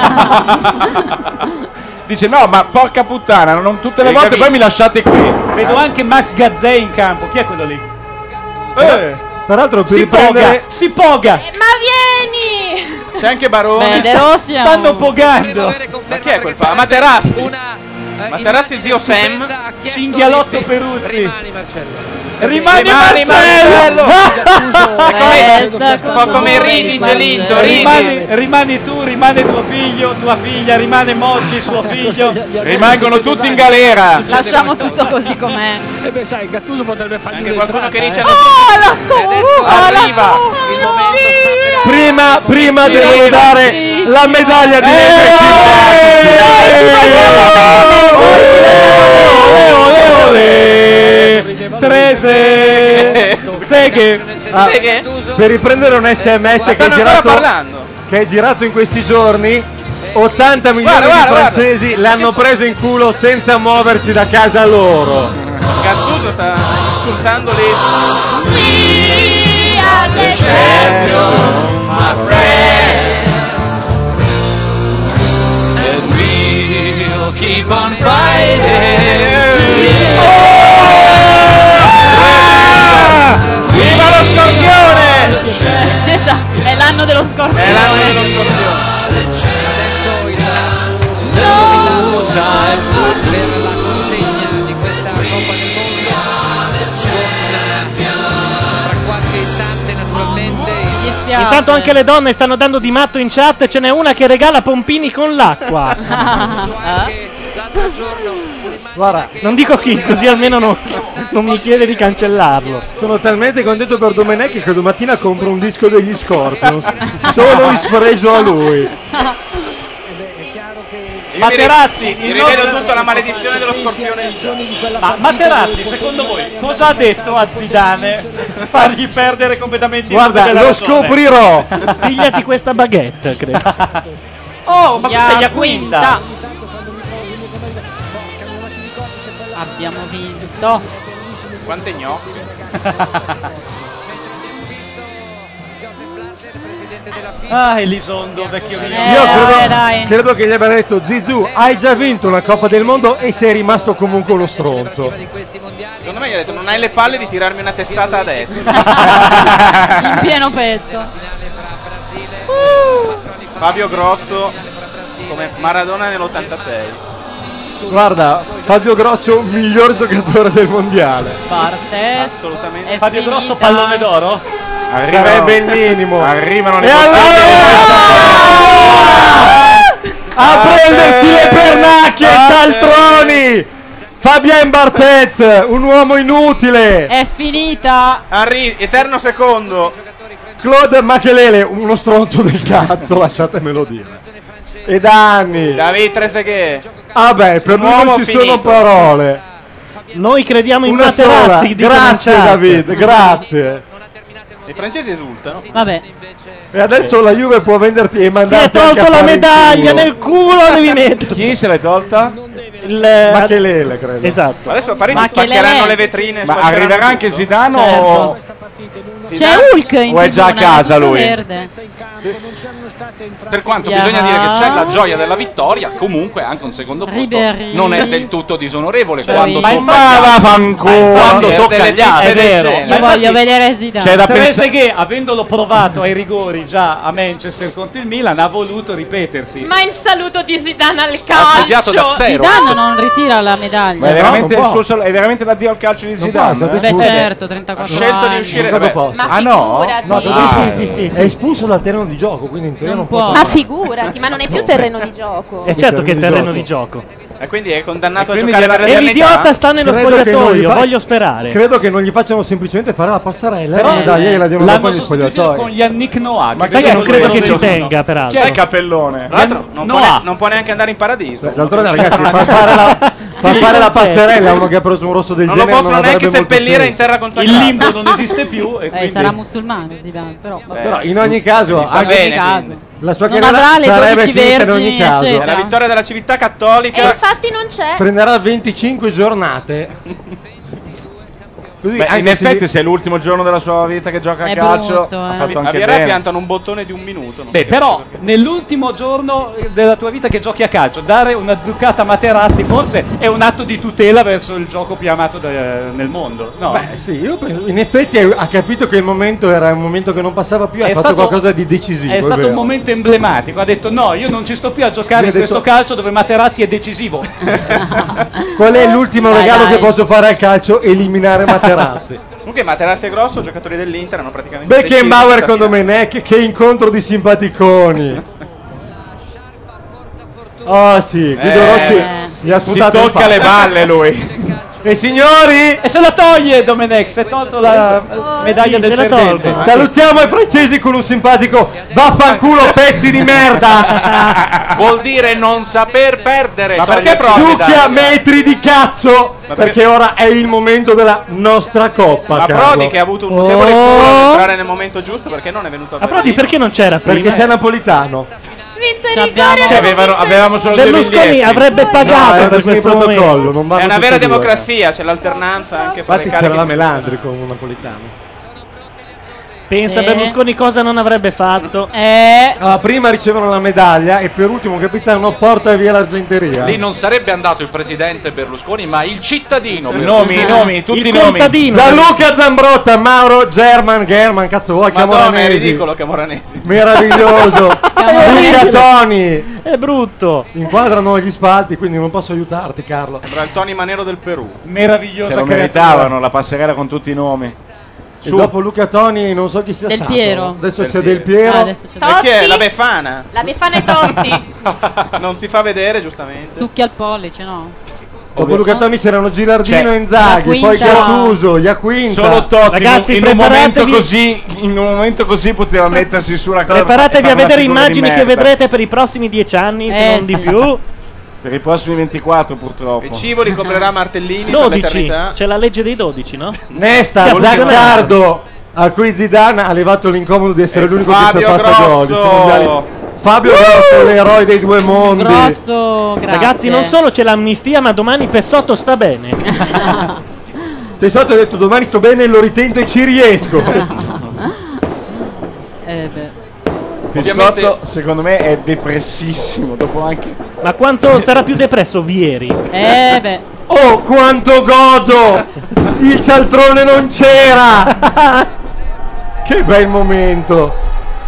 Dice no, ma porca puttana, non tutte le Hai volte capito? poi mi lasciate qui. Vedo anche Max Gazzè in campo. Chi è quello lì? Eh, Peraltro per Si poga, riprendere si poga. Ma vieni! C'è anche Baroni. Beh, De Rossi è Stanno un- pogando. Ma chi è quel pa? Materazzi. Materazzi zio Sam. Cinghialotto Peruzzi. Rimani Marcello. Rimane Rimani Marcello. Eh, sta Un po' come Ridi, Gelindo, Rimani, Ridi. rimani tu, rimane tuo figlio, tua figlia, rimane Moggi, suo figlio. rimangono tutti in galera. Lasciamo tutto così com'è. E beh, sai, Gattuso potrebbe fargli Anche qualcuno che dice eh. Oh, la coda! arriva. Il momento sta per prima, prima devo dare la medaglia di Trese Seghe. Ah, Seghe? per riprendere un sms che è, Stanno ancora girato, parlando. che è girato in questi giorni, ottanta milioni Guarda, guarda, di francesi l'hanno preso in culo senza muoversi da casa loro. Gattuso sta insultando le... We are the champions, my friend. And we'll keep on fighting. Viva lo scorpione! Esatto, è l'anno dello scorpione. È l'anno dello scorpione. adesso il novità per la consegna di questa Coppa del Mondo con tra qualche istante naturalmente Mi spiace. Intanto anche le donne stanno dando di matto in chat. Ce n'è una che regala pompini con l'acqua. anche l'altro giorno Guarda, Non dico chi, così almeno non, non mi chiede di cancellarlo. sono talmente contento per Domenech che domattina compro un disco degli Scorpions solo in sfregio a lui. Materazzi, Mi il rivedo nostro- tutta la maledizione dello scorpione di Ma Materazzi, secondo voi, cosa ha detto a Zidane per fargli perdere completamente il Guarda, nome della lo ragione? scoprirò. Pigliati questa baguette, credo. Oh, ma questa è la quinta. quinta. Abbiamo vinto. Quante gnocche. Ah, Elisondo, vecchio mio. Io credo, Eh, dai. credo che gli abbia detto Zizou, hai già vinto una Coppa del Mondo e sei rimasto comunque uno stronzo. Secondo me gli ha detto non hai le palle di tirarmi una testata adesso. In pieno petto. Fabio Grosso come Maradona nell'ottantasei. Guarda, Fabio Grosso, miglior giocatore del mondiale. Parte. Assolutamente. È Fabio finita. Grosso, pallone d'oro. Sarebbe il minimo. Arrivano le E a prendersi le pernacchie e cialtroni. Fabien Barthez, un uomo inutile. È finita. Henry, eterno secondo. Claude Machelele, uno stronzo del cazzo, lasciatemelo dire. E Danni. David Trezeguet. Ah beh, per Un lui uomo non ci finito. sono parole. Noi crediamo in Una Materazzi. sola. dicono Grazie in chat. David, grazie. I francesi esultano. Vabbè. E adesso la Juve può venderti e Si è mandarti anche tolto a la fare il medaglia culo. nel culo, devi mettere. Chi se l'hai tolta? Il Machelele, credo. Esatto. Adesso a Parigi Ma che spaccheranno le- le vetrine. Ma sfasceranno arriverà tutto. anche Zidane Certo. o... C'è Hulk in O è già a tribuna, casa tutto lui? verde. Per quanto Yeah. bisogna dire che c'è la gioia della vittoria, comunque anche un secondo posto Ribéry. non è del tutto disonorevole Cioè, quando ma tocca Ma agli altri. vaffanculo. Quando Per tocca delle agli altri. pippe del vero. genere. Io voglio vedere Zidane. C'è da pensare. Trezeguet, avendolo provato ai rigori già a Manchester contro il Milan, ha voluto ripetersi. Ma il saluto di Zidane al Assediato da calcio. zero. Zidane non ritira la medaglia. Ma è no, veramente, non il può. suo sal- è veramente l'addio al calcio di Non Zidane? può, è eh? stato Beh espulso. certo, Ha trentaquattro scelto di anni. uscire. Cosa Vabbè. posso? Ma Ah, no? figurati. No, così Ah, sì, sì, sì, sì, sì. È espulso dal terreno di gioco, quindi in teoria non, Non può. può. Ma figurati, ma non è più terreno di gioco. E certo che è terreno terreno di di gioco. E quindi è condannato E a quindi giocare per gliela- E l'eternità. l'idiota sta nello Credo che non gli spogliatoio, fa- voglio sperare. Credo che non gli facciano semplicemente fare la passerella. Però la medaglia gliela diano dopo l'hanno negli sostituito spogliatoi. con Yannick Noah. Ma Sai che non credo che ci gioco. tenga, peraltro. Chi è il capellone? Tra l'altro non, No, può ne- ah. non può neanche andare in paradiso. Beh, D'altronde ragazzi, far fare la, far Sì, fare la perfetto. passerella a uno che ha preso un rosso del Non lo genere possono non neanche avrebbe molto seppellire in senso. terra Il consacrata. limbo non esiste più. E Eh, quindi... sarà musulmano Zidane, però. vabbè. Però in ogni caso, sta anche bene, caso. quindi. la sua Non carriera avrà le sarebbe dodici finita in vergini, ogni caso. eccetera. È la vittoria della civiltà E cattolica. infatti non c'è. Prenderà venticinque giornate. Così, Beh, anche in se effetti, gli- se è l'ultimo giorno della sua vita che gioca a È calcio, brutto, ha eh. fatto A anche Viera bene. piantano un bottone di un minuto. non Beh, capisco. però, nell'ultimo giorno della tua vita che giochi a calcio, dare una zuccata a Materazzi forse è un atto di tutela verso il gioco più amato de- nel mondo. No? Beh, sì, io penso, in effetti ha capito che il momento era un momento che non passava più, ha È fatto stato- qualcosa di decisivo. È stato vero. un momento emblematico. Ha detto: no, io non ci sto più a giocare Mi in ha questo detto- calcio dove Materazzi è decisivo. Qual è l'ultimo Dai, regalo dai. che posso fare al calcio? Eliminare Materazzi. Comunque Materazzi e Grosso, giocatori dell'Inter, hanno praticamente Beckenbauer deciso con questa Domenech, che incontro di simpaticoni. Oh sì, Guido Eh, Rossi gli ha Si sputato in tocca faccia. le balle lui. E signori, E se la toglie Domenech, si è tolto la medaglia sì, del se la perdente. tolgo. salutiamo i francesi con un simpatico vaffanculo pezzi di merda. Vuol dire non saper perdere. Ma perché togliersi provi, la Succhia medaglia. metri di cazzo, Ma perché perché- ora è il momento della nostra coppa. Ma Carlo. Prodi che ha avuto un notevole Oh. culo ad entrare nel momento giusto, perché non è venuto a Ma Prodi Berlino? perché non c'era prima? Perché sei napolitano. Vinto Ci il abbiamo- rigore. Cioè, avevano, avevamo solo due Berlusconi biglietti. avrebbe No, pagato è per per questo protocollo, momento. non È vanno una tutti vera e due. democrazia, c'è l'alternanza anche fra le Infatti c'era cariche. la Melandri con un napolitano. Pensa Sì. Berlusconi cosa non avrebbe fatto. Eh, Allora, prima ricevono la medaglia e per ultimo capitano porta via l'argenteria. Lì non sarebbe andato il presidente Berlusconi, ma il cittadino I Berlusconi. nomi, i nomi, tutti Il i nomi. contadino. Gianluca Zambrotta, Mauro, German, German, cazzo vuoi, Madonna, è Camoranesi. ridicolo Camoranesi. Meraviglioso. Luca Toni. È brutto. Inquadrano gli spalti, quindi non posso aiutarti, Carlo. Sembra il Tony Manero del Perù. Meravigliosa Se lo creatura. meritavano la passerella con tutti i nomi. E dopo Luca Toni non so chi sia Del stato. Piero. Adesso Del c'è Piero. Del Piero. ah, adesso c'è E chi è? Totti? La Befana. La Befana e Totti. Non si fa vedere, giustamente. succhi al pollice, no? Dopo Luca Toni c'erano Gilardino Cioè, e Inzaghi, la poi quinta- Gattuso, Iaquinta. Solo Totti Ragazzi, in, un- in un momento preparatevi- così, in un momento così poteva mettersi sulla corda. Preparatevi e a fare una vedere figura di immagini che merda. vedrete per i prossimi dieci anni, se Eh, non di sì. più. Per i prossimi ventiquattro purtroppo. E Civoli coprirà Martellini per dodici. l'eternità. C'è la legge dei dodici, no? Nesta, Che Zaccardo, a cui Zidane ha levato l'incomodo di essere E l'unico che ci Fabio ha fatto gol. Grosso. Sui mondiali Fabio Grosso, l'eroe dei due mondi. Grosso, grazie. Ragazzi, non solo c'è l'amnistia, ma domani Pessotto sta bene. Pessotto ha detto domani sto bene, lo ritento e ci riesco. Eh beh. Pessotto, secondo me, è depressissimo. Dopo anche. Ma quanto sarà più depresso Vieri? Eh beh. Oh, quanto godo! Il cialtrone non c'era! Che bel momento!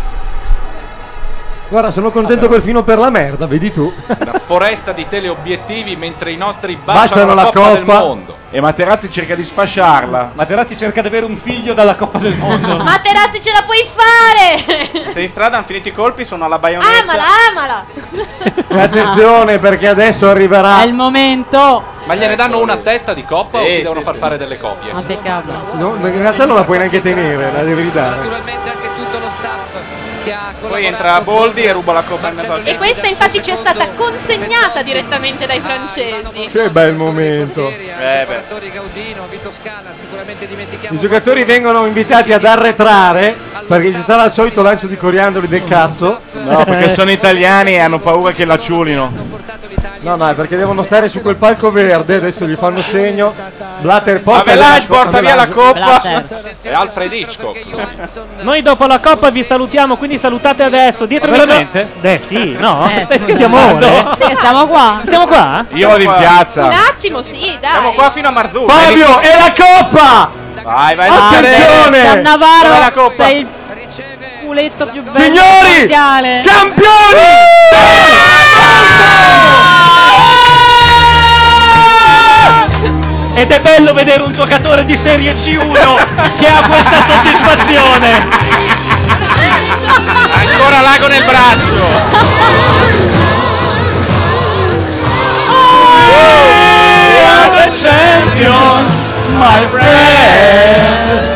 Guarda, sono contento perfino per la merda, vedi tu. Una foresta di teleobiettivi mentre i nostri Baciano baciano la, la Coppa, del Coppa. Mondo. E Materazzi cerca di sfasciarla. Materazzi cerca di avere un figlio dalla Coppa del Mondo. Materazzi, ce la puoi fare! Se in strada hanno finito i colpi, sono alla baionetta. Amala, amala! E attenzione perché adesso arriverà. È il momento. Ma gliene danno una a testa di coppa o Sì, si sì, devono sì. far fare delle copie? Ma peccato. No, in realtà non la puoi neanche tenere, la devi ridare. Naturalmente anche tutto lo staff che ha Poi entra Boldi e ruba la coppa in mezzo al E questa infatti ci è stata consegnata direttamente dai francesi. Che bel momento. Eh beh. Gaudino, Vito Scala, sicuramente dimentichiamo. I giocatori vengono invitati ad arretrare perché ci sarà il solito lancio di coriandoli del cazzo. No, perché sono italiani e hanno paura che la ciulino. No, no, è perché devono stare su quel palco verde. Adesso gli fanno segno. Blatter porta, Avelage porta via la coppa. Blatter. E Alfred Hitchcock. Noi dopo la Coppa vi salutiamo, quindi salutate adesso. Dietro Veramente? Eh sì, no? Eh, Stai sì. scherzando? Sì, stiamo qua. Stiamo qua? Io vado in piazza. Un attimo, sì, dai. Siamo qua fino a Marzullo. Fabio, è la coppa! Vai, vai, Attenzione! San Navarro, Dov'è la coppa? sei il culetto più bello Signori! mondiale. Campioni! Ed è bello vedere un giocatore di Serie C uno che ha questa soddisfazione. Ancora l'ago nel braccio. We are the champions, my friends.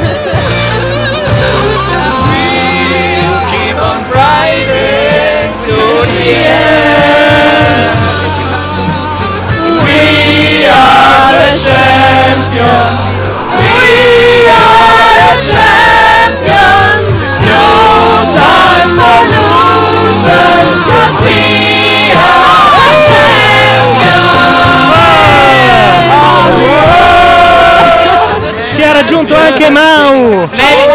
We'll keep on fighting to the end. We are the champions. We are the champions. No time for losing, 'cause we are the champions. Ci ha raggiunto anche Mau.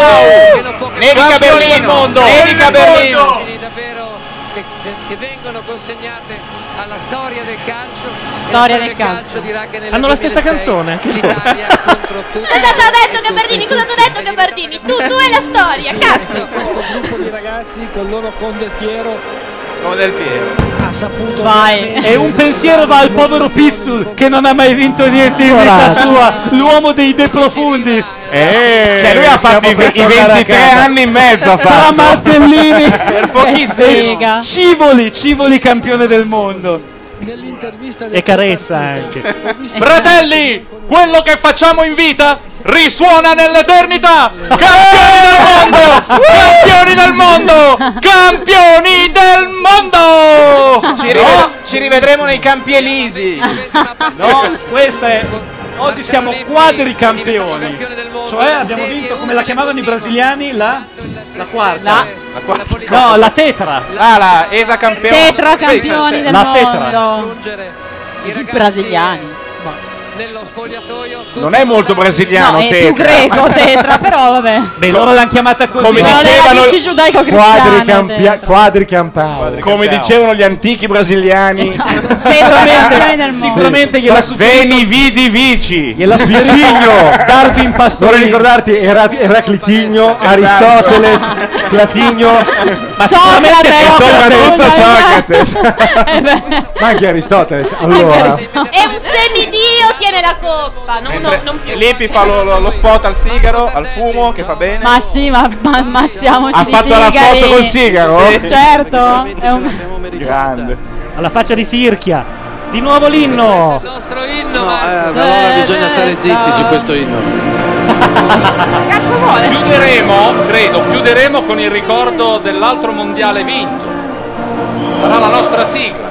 Nevica Berlino. Nevica Berlino. davvero che, che- che vengono consegnate alla storia del calcio. E Storia la del calcio. dirà che nel Hanno la stessa duemilasei canzone. l'Italia contro tutti. Cosa ti ha detto Gabardini? Cosa ti ha detto Gabardini? Tu, tu e la storia, cazzo! Questo gruppo di ragazzi con il loro condottiero Come del Piero. ha saputo Vai. E un pensiero va al povero Pizzul che non ha mai vinto niente in vita sua, l'uomo dei De Profundis. Eh, cioè lui ha fatto i, i ventitré anni e mezzo. Ha Tra fatto. Martellini pochissimo. e Civoli, Civoli campione del mondo. nell'intervista E carezza anche. Fratelli, quello che facciamo in vita risuona nell'eternità. Campioni del mondo! Campioni del mondo! Campioni del mondo! Ci, rive- ci rivedremo nei Campi Elisi. No, questa è. Oggi siamo quadricampioni. Cioè abbiamo vinto, come la chiamavano i brasiliani, la, la quarta. La qua- No, la tetra. Ah, la Esa campione. Tetra campioni del La tetra. mondo. Giungere i I ragazzi brasiliani. nello spogliatoio. tutti Non è molto brasiliano, No, è Tetra. più greco tetra, però vabbè. Beh, loro l'hanno chiamata così. Come No, le dicevano, radici giudaico-cristiane. Quadricampia- tetra. Quadricampao. come dicevano gli antichi brasiliani. Esatto. Sicuramente, del mondo. sicuramente gliela Veni, vidi, vici. Gliela Vicigno, Darwin Pastori. vorrei ricordarti Era- Eraclitigno, Aristoteles, Platigno, Ma sicuramente E soprattutto Socrates. Eh beh. ma anche Aristoteles. Allora, È un semidio, tiene la coppa, non, Mentre non più. Lippi fa lo, lo- lo spot al sigaro, al fumo, che fa bene. Ma sì, ma, ma, ma stiamoci Ha di fatto la sigari. foto col sigaro? Sì. Certo. È un... Grande. Alla faccia di Sirchia. Di nuovo l'inno. Il nostro inno, No, ma eh, ma allora bisogna stare zitti su questo inno. Cazzo vuole? Chiuderemo, credo, chiuderemo con il ricordo dell'altro mondiale vinto. Sarà la nostra sigla.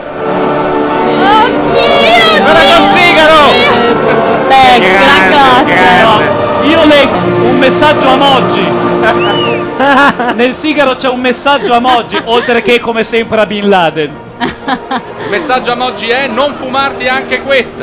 Guarda col sigaro! Beh, gran Grande, cosa. grande. io leggo un messaggio a Moggi. Nel sigaro c'è un messaggio a Moggi, oltre che come sempre a Bin Laden. Il messaggio a Moggi è: non fumarti anche questa.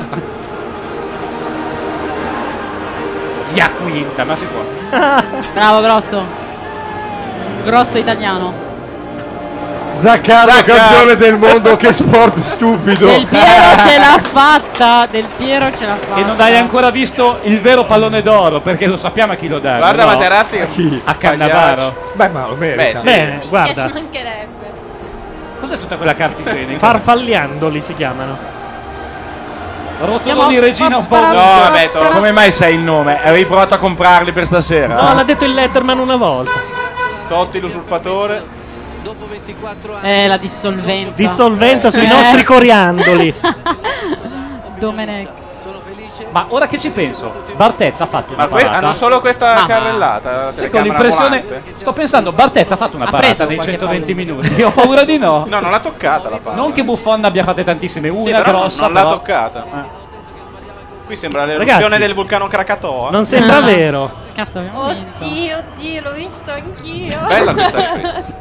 Ya quinta, ma si può. Bravo, grosso. Grosso italiano. Zaccardo, Zacca- campione del mondo, che sport stupido. Del Piero ce l'ha fatta. Del Piero ce l'ha fatta. E non hai ancora visto il vero pallone d'oro, perché lo sappiamo a chi lo dà. Guarda no? Materazzi. A chi? A Cannavaro. Beh, ma lo merita. Beh, sì. Bene, guarda. Che ci mancherebbe. Cos'è tutta quella carta igienica? Farfalliandoli si chiamano. Rotolo di regina un po'. No, vabbè, to- come mai sai il nome? Avevi provato a comprarli per stasera? No, l'ha detto il Letterman una volta. Totti l'usurpatore. Eh, la dissolvenza. Dissolvenza sui Eh. nostri coriandoli. Domenech. Ma ora che ci penso, Bartez ha fatto una Ma que- parata. hanno solo questa Ah. carrellata. la Sì, con telecamera l'impressione. volante. Sto pensando, Bartez ha fatto una Ha parata preso nei qualche centoventi palla. minuti. Ho paura di no. No, non l'ha toccata la palla. Non che Buffon abbia fatte tantissime, una Sì, però non- grossa. non l'ha però- toccata. Eh. Qui sembra l'eruzione Ragazzi, del vulcano Krakatoa. Non sembra vero. Cazzo, abbiamo vinto. Oddio, oddio, l'ho visto anch'io. Bella questa ripresa.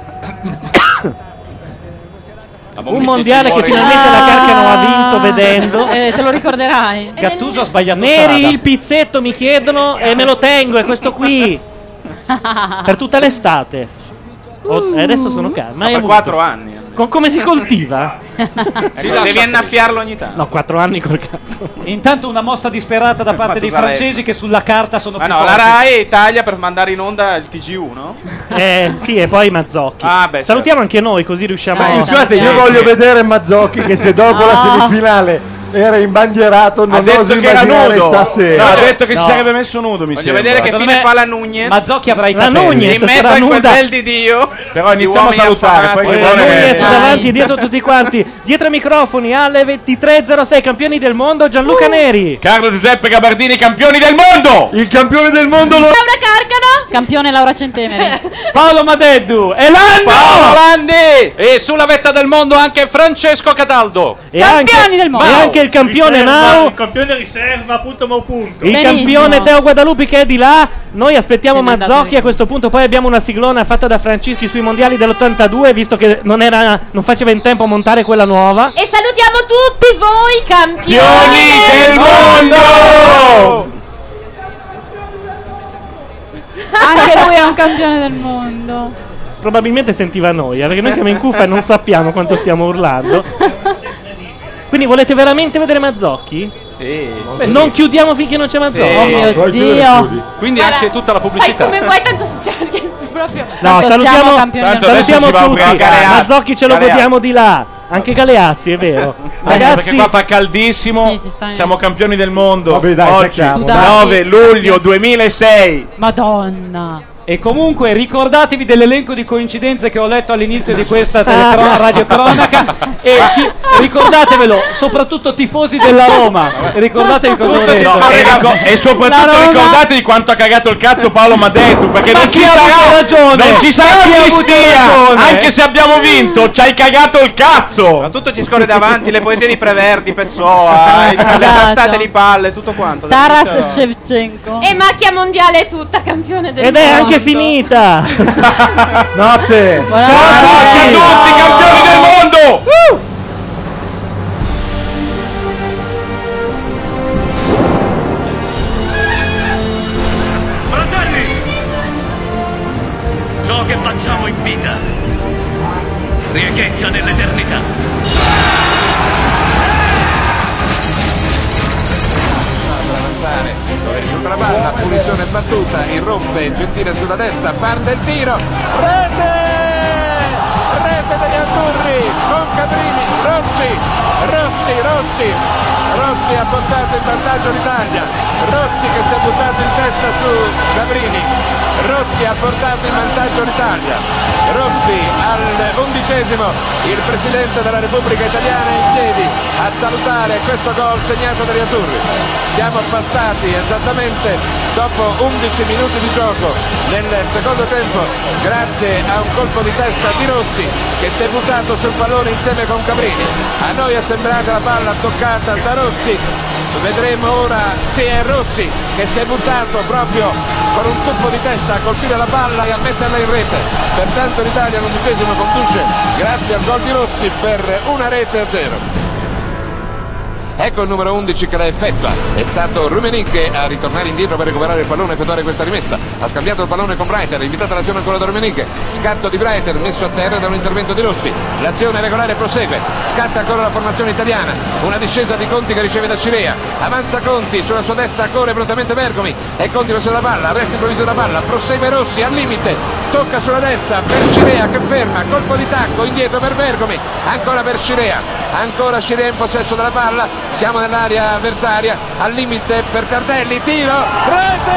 Un mondiale che finalmente la Carcano ha vinto vedendo. Eh, te lo ricorderai. Gattuso ha sbagliato Neri, strada. il pizzetto mi chiedono e me lo tengo, è questo qui. Per tutta l'estate. Oh, e adesso sono calmo. Ma per quattro anni. Con come si coltiva? Ecco, devi annaffiarlo ogni tanto. No, quattro anni col cazzo. Intanto una mossa disperata da parte dei Matusalem. francesi che sulla carta sono Ma più no, la forti. Rai Italia per mandare in onda il T G uno. Eh sì, e poi Mazzocchi. Ah, beh, Salutiamo anche noi così riusciamo Ma a... scusate, io voglio vedere Mazzocchi che se dopo la semifinale era imbandierato non Ha detto oso che era immaginare nudo. stasera. No, ha detto che No. si sarebbe messo nudo, mi Voglio sembra. vedere che Secondo fine me- fa la Nunez. Mazzocchi avrà i La capelli. Nunez in mezzo sarà a quel nuda. bel di Dio. Però di iniziamo a uomini salutare, affamati. poi che La vuole- Nunez Dai. davanti, dietro tutti quanti. Dietro ai microfoni alle ventitré e zero sei, campioni del mondo, Gianluca Neri. Carlo Giuseppe Gabardini, campioni del mondo! Il campione del mondo lo... Laura Carcano. Campione Laura Centemeri. Paolo Madeddu e l'anno! Paolo Landi! E sulla vetta del mondo anche Francesco Cataldo. E Campioni anche, del mondo. e anche il campione Mau. Il campione riserva, punto ma punto. Il Benissimo. campione Teo Guadalupi che è di là. Noi aspettiamo Se n'è andato Mazzocchi via. a questo punto. Poi abbiamo una siglona fatta da Francischi sui mondiali dell'ottantadue, visto che non, era, non faceva in tempo a montare quella nuova. E salutiamo tutti voi campioni Campioni del mondo! Anche lui è un campione del mondo. Probabilmente sentiva noia, perché noi siamo in cuffia e non sappiamo quanto stiamo urlando. Quindi volete veramente vedere Mazzocchi? Sì. Non chiudiamo finché non c'è Mazzocchi. Oh mio Dio. Quindi Guarda, anche tutta la Fai pubblicità. come vuoi, tanto si cerca proprio. No, Tanto salutiamo, siamo campioni Tanto del adesso salutiamo si va a tutti. ubriacare. Mazzocchi ce lo Galeazzi. godiamo di là. Anche Galeazzi, è vero. Perché Ragazzi, qua fa caldissimo, Sì, si sta in- siamo campioni del mondo. Vabbè, dai, Oggi, sacchiamo, dai. nove luglio duemilasei. Madonna. E comunque ricordatevi dell'elenco di coincidenze che ho letto all'inizio di questa telecro- radiocronaca e chi- ricordatevelo, soprattutto tifosi della Roma. Ricordatevi cosa ho Tutto detto. no, e, ricor- e La soprattutto Roma- ricordatevi quanto ha cagato il cazzo Paolo Madeddu, perché Ma non chi ci ha avuto sarà ragione? non ci sarà Ma chi ha avuto amnistia, ragione? anche se abbiamo vinto, ci hai cagato il cazzo. Ma tutto ci scorre davanti, le poesie di Preverdi, Pessoa, i- le Esatto. tastate di palle, tutto quanto. Taras Shevchenko. E macchia mondiale tutta campione del ed mondo. è anche finita. Notte. Buonanotte. Ciao a tutti, campioni del mondo! Fratelli! Ciò che facciamo in vita riecheggia nell'eternità. Dove risulta la palla, punizione battuta, irrompe, gentile sulla destra, parte il tiro, rete! Rete degli azzurri, con Cabrini, Rossi, Rossi, Rossi, Rossi ha portato in vantaggio l'Italia, Rossi che si è buttato in testa su Cabrini, Rossi ha portato in vantaggio l'Italia, Rossi al undicesimo, il Presidente della Repubblica Italiana è in piedi a salutare questo gol segnato dagli azzurri. Siamo passati esattamente dopo undici minuti di gioco nel secondo tempo grazie a un colpo di testa di Rossi che si è buttato sul pallone insieme con Cabrini. A noi è sembrata la palla toccata da Rossi. Vedremo ora se è Rossi che si è buttato proprio con un tuffo di testa a colpire la palla e a metterla in rete. Pertanto l'Italia all'undicesimo conduce grazie al gol di Rossi per una rete a zero. Ecco il numero undici che la effettua, è stato Rummenigge a ritornare indietro per recuperare il pallone e effettuare questa rimessa. Ha scambiato il pallone con Breiter, invitata l'azione ancora da Rummenigge, scatto di Breiter messo a terra da un intervento di Rossi. L'azione regolare prosegue, scatta ancora la formazione italiana, una discesa di Conti che riceve da Cirea, avanza Conti, sulla sua destra corre prontamente Bergomi e Conti lo la palla, resta improvviso la palla, prosegue Rossi al limite, tocca sulla destra per Cirea che ferma, colpo di tacco indietro per Bergomi, ancora per Cirea, ancora Cirea in possesso della palla. Siamo nell'area avversaria, al limite per Tardelli, tiro, rete!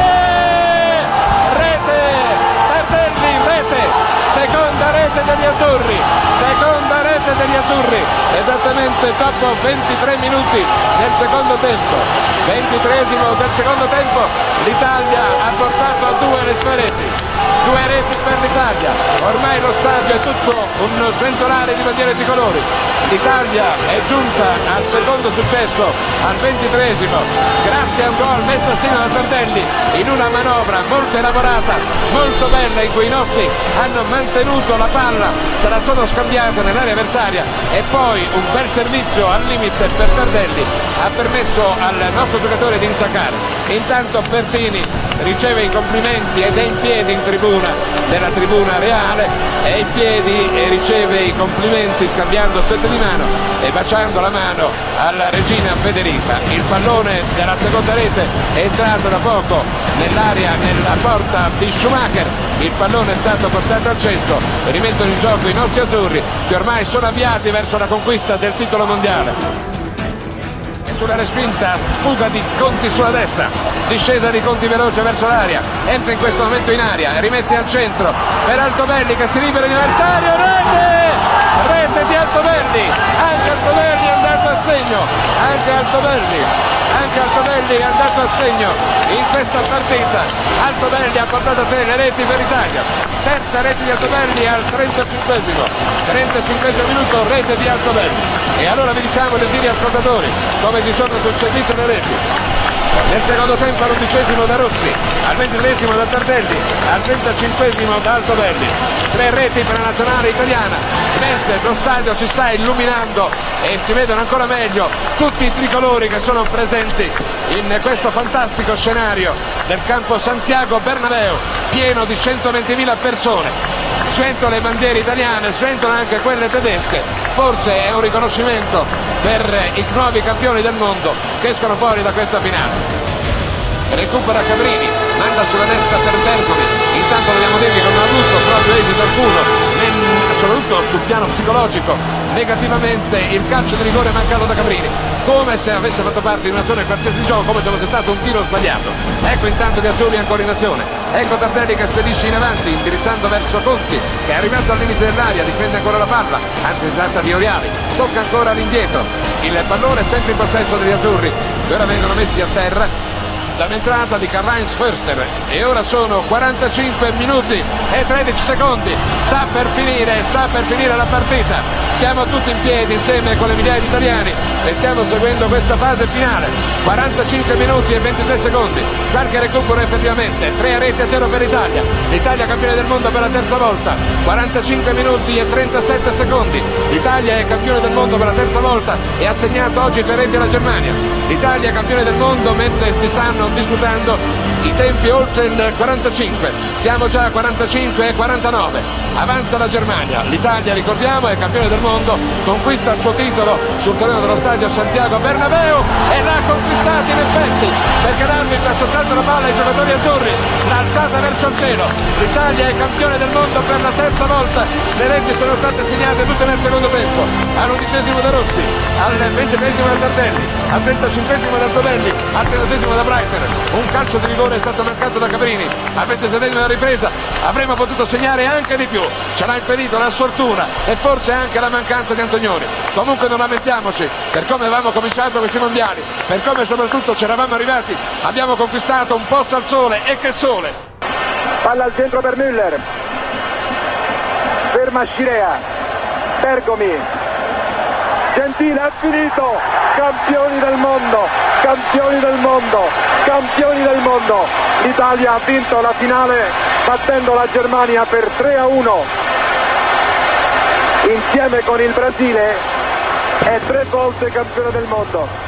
Rete! Tardelli, rete! Seconda rete degli azzurri! Seconda rete degli azzurri! Esattamente dopo ventitré minuti del secondo tempo. ventitreesimo del secondo tempo, l'Italia ha portato a due le sue reti. Due reti per l'Italia, ormai lo stadio è tutto un sventolare di bandiere tricolori. L'Italia è giunta al secondo successo, al ventitreesimo, grazie a un gol messo a segno da Tardelli in una manovra molto elaborata, molto bella, in cui i nostri hanno mantenuto la palla, se la sono scambiata nell'area avversaria e poi un bel servizio al limite per Tardelli ha permesso al nostro giocatore di intaccare. Intanto Bertini riceve i complimenti ed è in piedi in tribuna, nella tribuna reale, è in piedi e riceve i complimenti scambiando strette di mano e baciando la mano alla regina Federica. Il pallone della seconda rete è entrato da poco nell'area, nella porta di Schumacher, il pallone è stato portato al centro, rimettono in gioco i nostri azzurri che ormai sono avviati verso la conquista del titolo mondiale. Sulla respinta, fuga di Conti sulla destra, discesa di Conti veloce verso l'area, entra in questo momento in aria, rimette al centro per Altobelli che si libera in avversario, rete! Rete di Altobelli, anche Altobelli è andato a segno, anche Altobelli, anche Altobelli è andato a segno in questa partita. Altobelli ha portato a sé le reti per l'Italia, terza rete di Altobelli al trentacinquesimo, trentacinquesimo minuto, rete di Altobelli. E allora vi diciamo, gentili ascoltatori, come si sono succedute le reti. Nel secondo tempo all'undicesimo da Rossi, al ventitreesimo da Tardelli, al trentacinquesimo da Altobelli. Tre reti per la nazionale italiana, mentre lo stadio si sta illuminando e si vedono ancora meglio tutti i tricolori che sono presenti in questo fantastico scenario del campo Santiago Bernabéu, pieno di centoventimila persone. Sventono le bandiere italiane, sventono anche quelle tedesche, forse è un riconoscimento per i nuovi campioni del mondo che escono fuori da questa finale. Recupera Cabrini, manda sulla destra per Bergomi, intanto dobbiamo dirvi che non ha avuto proprio esito alcuno, soprattutto sul piano psicologico, negativamente il calcio di rigore mancato da Cabrini, come se avesse fatto parte di una zona di qualsiasi gioco, come se fosse stato un tiro sbagliato. Ecco intanto che Azzurri è ancora in azione, ecco Tardelli che spedisce in avanti indirizzando verso Conti che è arrivato al limite dell'aria, difende ancora la palla, anzi si tratta di Oriali, tocca ancora all'indietro, il pallone è sempre in possesso degli azzurri che ora vengono messi a terra dall'entrata di Karl-Heinz Förster e ora sono quarantacinque minuti e tredici secondi, sta per finire, sta per finire la partita, siamo tutti in piedi insieme con le migliaia di italiani e stiamo seguendo questa fase finale, quarantacinque minuti e ventitré secondi, qualche recupero effettivamente, tre reti a zero per l'Italia, l'Italia campione del mondo per la terza volta, quarantacinque minuti e trentasette secondi, l'Italia è campione del mondo per la terza volta e ha segnato oggi tre reti alla Germania, l'Italia è campione del mondo mentre si stanno disputando i tempi oltre il quarantacinque, siamo già a quarantacinque e quarantanove, avanza la Germania, l'Italia ricordiamo è campione del mondo, conquista il suo titolo sul terreno dello stadio Santiago Bernabéu e l'ha conquistato in effetti perché l'arbitro ha soltanto la palla ai giocatori azzurri, l'ha alzata verso il cielo, l'Italia è campione del mondo per la terza volta, le reti sono state segnate tutte nel secondo tempo, all'undicesimo da Rossi, al ventitreesimo da Tardelli, al trentacinquesimo da Altobelli, al trentaseiesimo da Breiter. Un calcio di rigore è stato marcato da Cabrini, al ventisettesimo della ripresa avremmo potuto segnare anche di più, ce l'ha impedito la sfortuna e forse anche la mancanza di Antonioni. Comunque non lamentiamoci per come avevamo cominciato questi mondiali, per come soprattutto ci eravamo arrivati, abbiamo conquistato un posto al sole e che sole. Palla al centro per Müller, ferma Scirea, Bergomi, Gentile ha finito, campioni del mondo, campioni del mondo, campioni del mondo. L'Italia ha vinto la finale battendo la Germania per tre a uno. Insieme con il Brasile è tre volte campione del mondo.